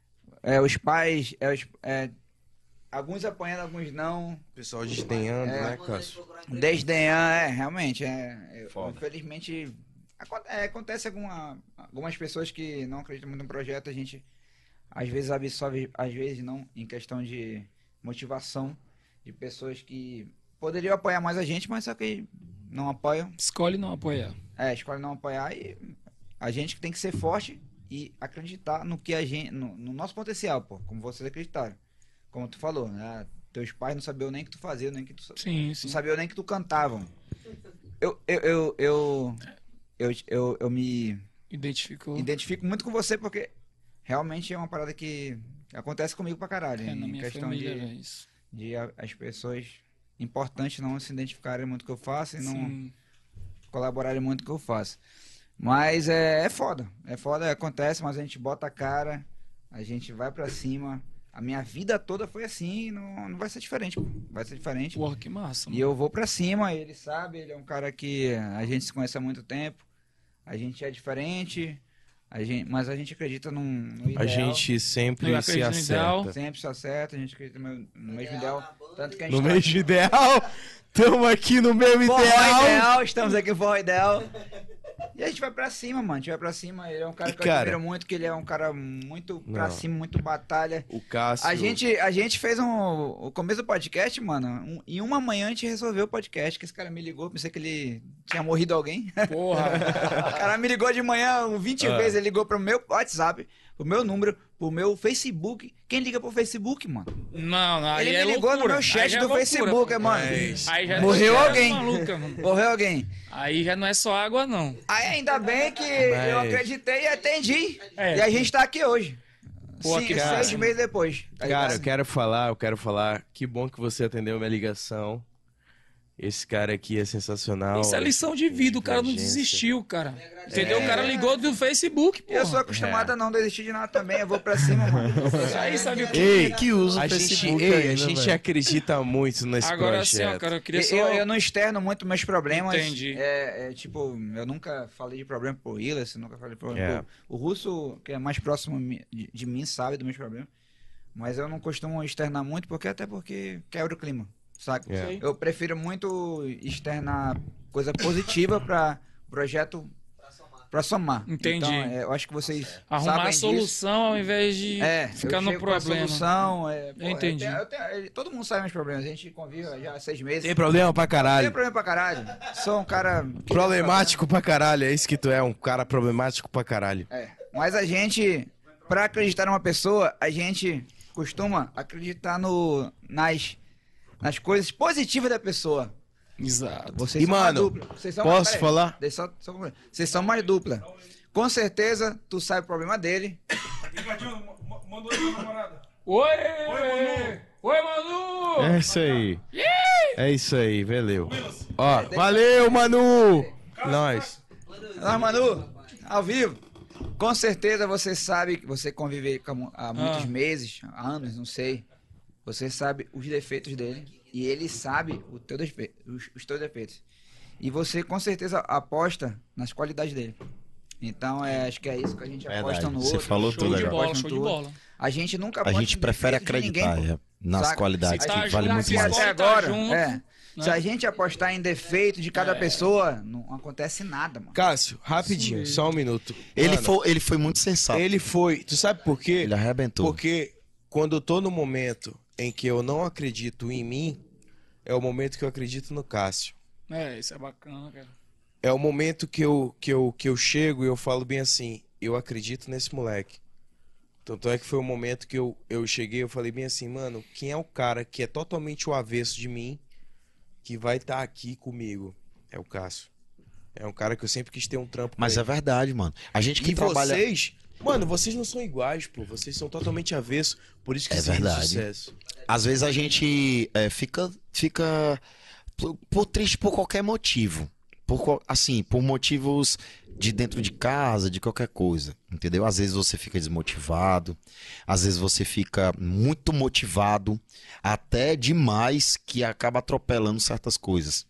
É os pais, é os... É, alguns apanhando, alguns não. Pessoal desdenhando, É. né, Cássio? Desdenhar, é, realmente, é. Eu, Foda. infelizmente, aco- é, acontece alguma, algumas pessoas que não acreditam muito no projeto, a gente às vezes absorve, às vezes não, em questão de motivação, de pessoas que poderiam apoiar mais a gente, mas só que não apoiam. Escolhe não apoiar. É, escolhe não apoiar e a gente que tem que ser forte e acreditar no que a gente, no, no nosso potencial, pô, como vocês acreditaram. Como tu falou, né? Teus pais não sabiam nem o que tu fazia, nem que tu Sim, sim. não sabiam nem que tu cantavam. Eu, eu, eu, eu, eu, eu, eu me Identificou. identifico muito com você porque realmente é uma parada que acontece comigo pra caralho. É, na em minha questão família de, era isso. de a- as pessoas importantes não se identificarem muito com o que eu faço e não Sim. colaborarem muito com o que eu faço. Mas é, é foda. É foda, acontece, mas a gente bota a cara, a gente vai pra cima. A minha vida toda foi assim, não, não vai ser diferente, pô. Vai ser diferente. Porra, que massa, E mano. eu vou pra cima, ele sabe, ele é um cara que a gente se conhece há muito tempo, a gente é diferente, a gente, mas a gente acredita num, no ideal, A gente sempre Eu se acredito no ideal. acerta. sempre se acerta, a gente acredita no, no mesmo ideal, tanto que a gente No tá- mesmo ideal, estamos aqui no mesmo Forró ideal. ideal, estamos aqui forró ideal. E a gente vai pra cima, mano, a gente vai pra cima, ele é um cara E, que eu cara- admiro muito, que ele é um cara muito pra Não. cima, muito batalha. O Cássio. A gente, a gente fez um, o começo do podcast, mano. Um, em uma manhã a gente resolveu o podcast. Que esse cara me ligou, pensei que ele tinha morrido alguém. Porra. O cara me ligou de manhã um vinte Ah. vezes. Ele ligou pro meu WhatsApp, pro meu número, pro meu Facebook. Quem liga pro Facebook, mano? Não, não. aí ele é me ligou loucura. no meu Aí chat já é do loucura, Facebook, pô. mano. Mas- Aí já Morreu já é alguém. maluca, mano. Morreu alguém. Aí já não é só água, não. Aí ainda bem que eu Mas- acreditei e atendi. É. E a gente tá aqui hoje. Pô, Sim, que seis massa. meses depois. Aí Cara, tá- eu quero falar, eu quero falar. Que bom que você atendeu minha ligação. Esse cara aqui é sensacional. Isso é lição de vida, o cara não Inteligência. desistiu, cara. Entendeu? O cara ligou do Facebook, pô. Eu sou acostumado a não desistir de nada também, eu vou pra cima, mano. Aí sabe o que? Ei, que usa o a gente, Facebook ei, ainda, a gente velho. acredita muito nesse Agora sim, projeto. ó, cara, eu queria só... Eu, eu não externo muito meus problemas. Entendi. É, é, tipo, eu nunca falei de problema pro Willis, nunca falei de problema É. pro... O Russo, que é mais próximo mi- de, de mim, sabe dos meus problemas. Mas eu não costumo externar muito, porque até porque quebra o clima, saca? É. Eu prefiro muito externar coisa positiva pra projeto... Pra somar. Entendi. Então, é, eu acho que vocês Arrumar sabem a disso. solução ao invés de É, ficar eu no chego com a problema. solução, é, pô, Eu entendi. eu tenho- eu tenho- todo mundo sabe meus problemas, a gente convive já há seis meses. Tem problema pra Não tem caralho. problema pra caralho. Sou um cara. que- Problemático pra caralho, é isso que tu é, um cara problemático pra caralho. É. Mas a gente, pra acreditar numa pessoa, a gente costuma acreditar no, nas, nas coisas positivas da pessoa. Exato. Vocês E, são uma mano, dupla. Vocês são posso peraí, falar? deixa só- só um momento. Vocês são mais dupla. Com certeza, tu sabe o problema dele. Ricardinho, ma- ma- mandou aí pra namorada. Oi! Oi, Oi, Manu! É isso aí. É isso aí, valeu. Ó, valeu, Manu! Nós. Ah, Manu, ao vivo. Com certeza você sabe que você convive com- há muitos Ah. meses, há anos, não sei. Você sabe os defeitos dele e ele sabe o teu defe- os, os teus defeitos. E você com certeza aposta nas qualidades dele. Então, é, acho que é isso que a gente Verdade, aposta no você outro. falou Show tudo de agora. bola, Aposta show em de tudo. bola. A gente nunca A aposta gente em prefere defeito de ninguém, acreditar pô. é, nas Saca? qualidades, Se tá que vale junto, muito se mais. Até tá agora, junto, é. né? Se a gente apostar em defeito de cada É. pessoa, não acontece nada, mano. Cássio, rapidinho, só um minuto. Ele Mano, foi, ele foi muito sensato. Ele foi. Tu sabe por quê? Ele arrebentou. Porque quando eu tô no momento em que eu não acredito em mim, é o momento que eu acredito no Cássio. É, isso é bacana, cara. É o momento que eu, que eu, que eu chego e eu falo bem assim, eu acredito nesse moleque. Tanto é que foi o momento que eu, eu cheguei, eu falei bem assim, mano, quem é o cara que é totalmente o avesso de mim, que vai estar aqui comigo? É o Cássio. É um cara que eu sempre quis ter um trampo com Mas ele. é verdade, mano. A gente que E trabalha... vocês, mano, vocês não são iguais, pô. Vocês são totalmente avessos. Por isso que É vocês têm verdade. sucesso. Às vezes a gente é, fica, fica por, por triste por qualquer motivo. Por, qual- assim, por motivos de dentro de casa, de qualquer coisa, entendeu? Às vezes você fica desmotivado, às vezes você fica muito motivado, até demais, que acaba atropelando certas coisas.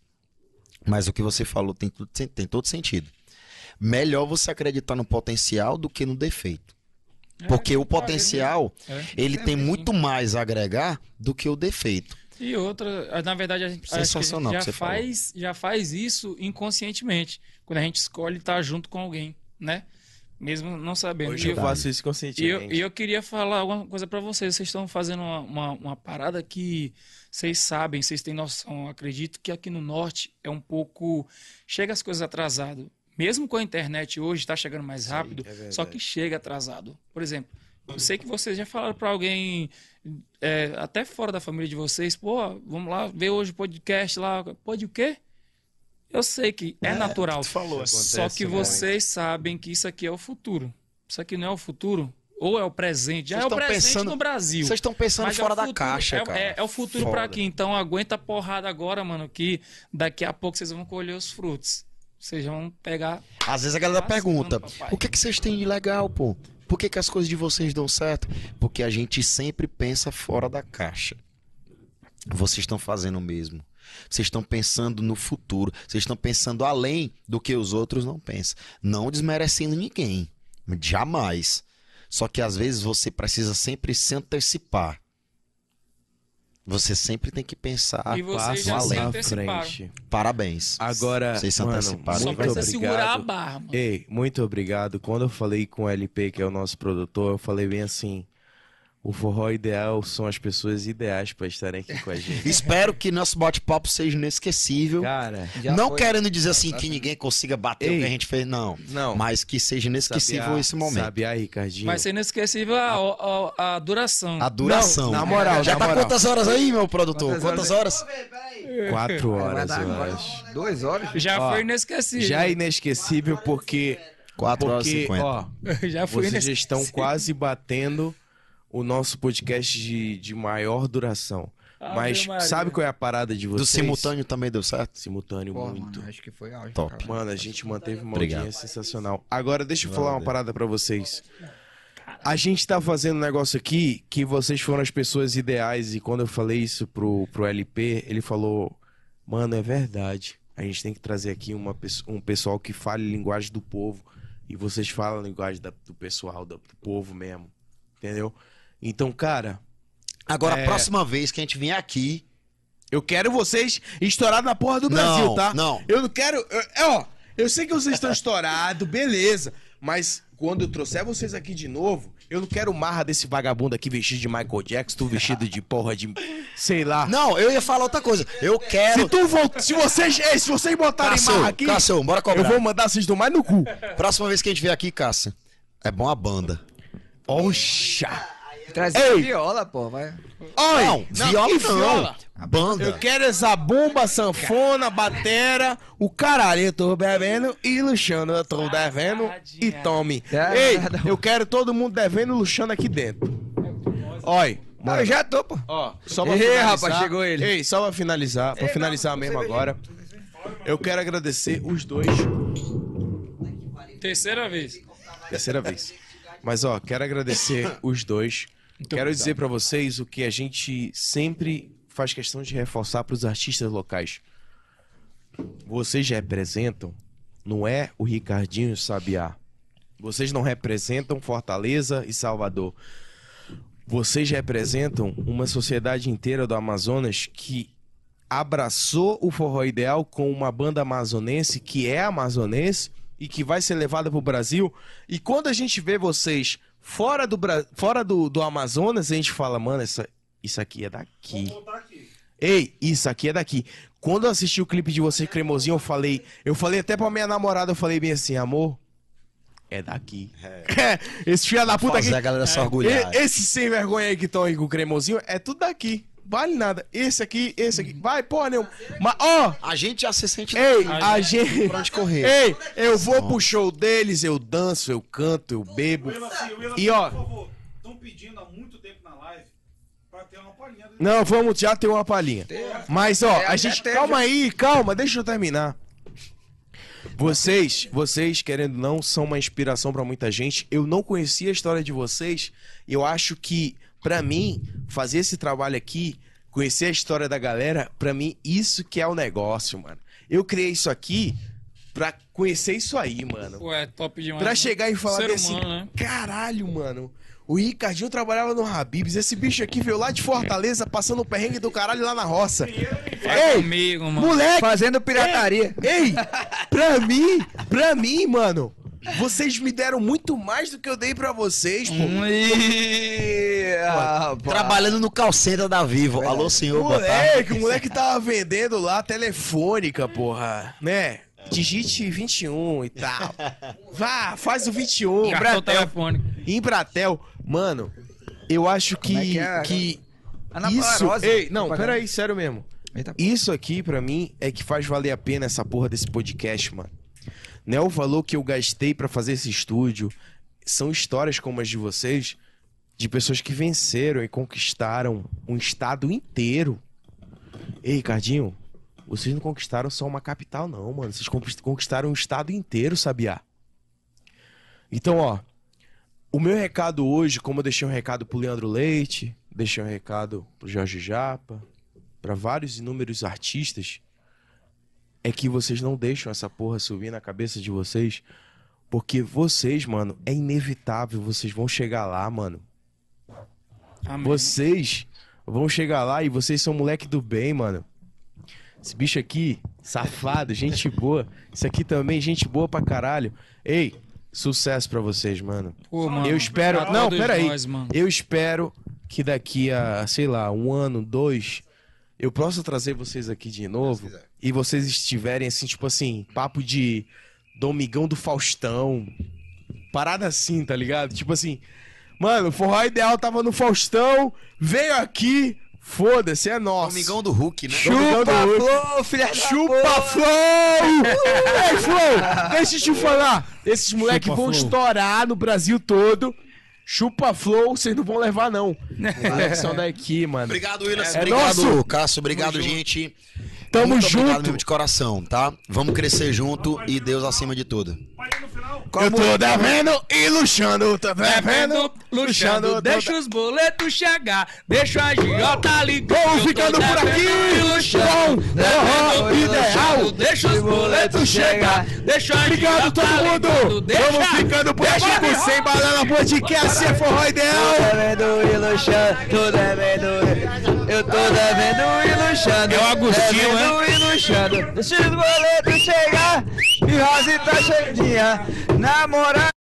Mas o que você falou tem, tudo- tem todo sentido. Melhor você acreditar no potencial do que no defeito. Porque o potencial, É. ele tem muito mais a agregar do que o defeito. E outra, na verdade, a gente, acho que a gente Sensacional já que você falou. faz, já faz isso inconscientemente, quando a gente escolhe estar junto com alguém, né? Mesmo não sabendo. Hoje E eu eu, faço isso e eu, conscientemente. e eu queria falar alguma coisa pra vocês. Vocês estão fazendo uma, uma, uma parada que vocês sabem, vocês têm noção. Eu acredito que aqui no Norte é um pouco... Chega as coisas atrasado. Mesmo com a internet hoje, está chegando mais rápido, é verdade. só que chega atrasado. Por exemplo, eu sei que vocês já falaram pra alguém, é, até fora da família de vocês, pô, vamos lá ver hoje o podcast lá. Pode o quê? Eu sei que é, natural. tu falou. Só Acontece que muito. vocês sabem que isso aqui é o futuro. Isso aqui não é o futuro, ou é o presente. Já Vocês é o tão presente pensando- no Brasil. Vocês estão pensando Mas é fora o da futuro, caixa, é, cara. É, é o futuro Foda. pra aqui. Então aguenta a porrada agora, mano, que daqui a pouco vocês vão colher os frutos. Vocês vão pegar... Às vezes a galera Lascando, pergunta, papai. o que, que vocês têm de legal, pô? Por que, que as coisas de vocês dão certo? Porque a gente sempre pensa fora da caixa. Vocês estão fazendo o mesmo. Vocês estão pensando no futuro. Vocês estão pensando além do que os outros não pensam. Não desmerecendo ninguém. Jamais. Só que às vezes você precisa sempre se antecipar. Você sempre tem que pensar E vocês Passo já se à anteciparam. frente. parabéns. Agora, Vocês se mano, anteciparam. Só muito precisa obrigado. segurar a barra, mano. Ei, muito obrigado. Quando eu falei com o L P, que é o nosso produtor, eu falei bem assim: o forró ideal são as pessoas ideais pra estarem aqui com a gente. Espero que nosso bate-papo seja inesquecível. Cara, Já não foi. querendo dizer assim que ninguém consiga bater o Ei. que a gente fez, não. não. Mas que seja inesquecível Sabiá- esse momento. Sabiá, Ricardinho. Vai ser inesquecível a, a, a duração. A duração. Não, na moral, Já na tá moral. quantas horas aí, meu produtor? Quantas Quantas horas? Quatro Vai horas, dar eu agora acho. duas horas. Já Ó, foi inesquecível. Já é inesquecível porque. quatro horas e Porque, cinquenta. ó, Já foi vocês já inesquecível. estão quase batendo o nosso podcast de, de maior duração. Ave Mas Maria. sabe qual é a parada de vocês? Do simultâneo também deu certo? Simultâneo, Pô, muito. mano, acho que foi auge. Top. cara. Mano, a gente manteve uma Obrigado. audiência sensacional. Agora, deixa eu falar uma Valeu. parada pra vocês. A gente tá fazendo um negócio aqui que vocês foram as pessoas ideais. E quando eu falei isso pro, pro L P, ele falou: mano, é verdade. A gente tem que trazer aqui uma, pesso- um pessoal que fale linguagem do povo. E vocês falam a linguagem da- do pessoal, do, do povo mesmo. Entendeu? Então, cara, Agora, É. a próxima vez que a gente vier aqui. eu quero vocês estourados na porra do Não, Brasil, tá? não. Eu não quero. eu- é, ó, eu sei que vocês estão estourados, beleza. Mas quando eu trouxer vocês aqui de novo, eu não quero marra desse vagabundo aqui vestido de Michael Jackson, tu vestido de porra de. Sei lá. Não, eu ia falar outra coisa. Eu Se quero. tu voltar. Se vocês. Ei, se vocês botarem marra Cássio, aqui, Cássio, bora eu cobrar. vou mandar vocês tomar no cu. Próxima vez que a gente vier aqui, Cássio, é bom a banda. Oxa! Trazer Ei. viola, pô, vai. Oi! Não, viola que não. viola? Banda. Eu quero essa bomba, sanfona, batera, o caralho. Eu tô bebendo e luxando. Eu tô devendo e tome. Ei, eu quero todo mundo devendo e luxando aqui dentro. Olha. Mano. Eu já tô, pô. Ó, só pra Ei, finalizar. rapaz, chegou ele. Ei, só pra finalizar, pra Ei, finalizar não, mesmo você agora. Eu quero agradecer os dois. Terceira vez. Terceira vez. Mas, ó, quero agradecer os dois. Muito Quero obrigado. dizer pra vocês o que a gente sempre faz questão de reforçar pros artistas locais. Vocês representam, não é o Ricardinho e o Sabiá. Vocês não representam Fortaleza e Salvador. Vocês representam uma sociedade inteira do Amazonas que abraçou o forró ideal com uma banda amazonense que é amazonense e que vai ser levada pro Brasil. E quando a gente vê vocês fora do, Bra... fora do, do Amazonas, a gente fala, mano, essa... isso aqui é daqui. Vou voltar aqui. Ei, isso aqui é daqui. Quando eu assisti o clipe de vocês, Cremosinho, eu falei, eu falei até pra minha namorada, eu falei bem assim, amor, é daqui. É. Esse filho da puta Fazer aqui. a galera se orgulhar. E- Esse sem vergonha aí que estão aí com o Cremosinho, é tudo daqui. Vale nada. Esse aqui, esse aqui. Vai, porra, nenhum. Mas, ó, A gente já se sente... ei, a gente. Pra onde correr. Ei, eu vou pro show deles, eu danço, eu canto, eu bebo. Will, assim, Will, E, assim, ó. por favor, estão pedindo há muito tempo na live pra ter uma palhinha. do- Não, vamos já ter uma palhinha. Mas, ó, a gente. Calma aí, calma, deixa eu terminar. Vocês, vocês, querendo ou não, são uma inspiração pra muita gente. Eu não conhecia a história de vocês. Eu acho que, pra mim, fazer esse trabalho aqui, conhecer a história da galera, pra mim, isso que é o negócio, mano. Eu criei isso aqui pra conhecer isso aí, mano. Pô, é top demais. Pra né? chegar e falar Ser assim, humano, né? caralho, mano. O Ricardinho trabalhava no Habib's. Esse bicho aqui veio lá de Fortaleza, passando o perrengue do caralho lá na roça. Vai Ei, comigo, mano. moleque! Fazendo pirataria. Ei, pra mim, pra mim, mano, vocês me deram muito mais do que eu dei pra vocês, pô. Ih, rapaz. Trabalhando no call center da Vivo. Alô, senhor, boa tarde. Moleque, o moleque tava vendendo lá telefônica, porra, né? Digite vinte e um e tal. Vá, faz o vinte e um. Cartão Embratel. telefônico. Embratel. Mano, eu acho que... Como é que é? que Ana isso... Rosa. Ei, não, Propaganda. peraí, sério mesmo. Eita. Isso aqui, pra mim, é que faz valer a pena essa porra desse podcast, mano. Não é o valor que eu gastei pra fazer esse estúdio. São histórias como as de vocês, de pessoas que venceram e conquistaram um estado inteiro. Ei, Ricardinho, vocês não conquistaram só uma capital, não, mano. Vocês conquist- conquistaram um estado inteiro, Sabiá. Então, ó, o meu recado hoje, como eu deixei um recado pro Leandro Leite, deixei um recado pro Jorge Japa, pra vários inúmeros artistas, é que vocês não deixam essa porra subir na cabeça de vocês, porque vocês, mano, é inevitável, vocês vão chegar lá, mano. Amém. Vocês vão chegar lá e vocês são moleque do bem, mano. Esse bicho aqui, safado, gente boa. Isso aqui também, gente boa pra caralho. Ei, sucesso pra vocês, mano. Pô, mano. Eu espero... pra Não, todos peraí. nós, mano. Eu espero que daqui a, sei lá, um ano, dois, eu possa trazer vocês aqui de novo e vocês estiverem assim, tipo assim, papo de Domingão do Faustão. Parada assim, tá ligado? Tipo assim, mano, o Forró Ideal tava no Faustão, veio aqui, foda-se, é nosso. Domingão do Hulk, né? Domingão do Chupa, Hulk. Flow, filha da Chupa, porra. Flow! Ei, Flow, deixa eu te falar. Esses moleques Chupa, vão Flow. estourar no Brasil todo. Chupa, Flow, vocês não vão levar, não. Os moleques são daqui, mano. Obrigado, Willis. É obrigado, nosso. Cássio. Obrigado, gente. Tamo Muito obrigado junto. mesmo de coração, tá? Vamos crescer junto e Deus acima de tudo. Palhinha no final. Eu tô devendo e luxando, tô devendo, Luxando, deixa os boletos chegar, deixa a giota ligar. Vamos ficando por aqui com Forró Ideal. Deixa os boletos chegar, deixa a Obrigado giota todo mundo. ligando, deixa- Vamos ficando por aqui deixa- com Sem Balada Podcast, é Forró Ideal. Devendo e luxando, tô devendo, eu tô devendo e luxando. É o Agostinho, devendo e luxando. Deixa os boletos chegar, e Rose tá cheidinha, namorada.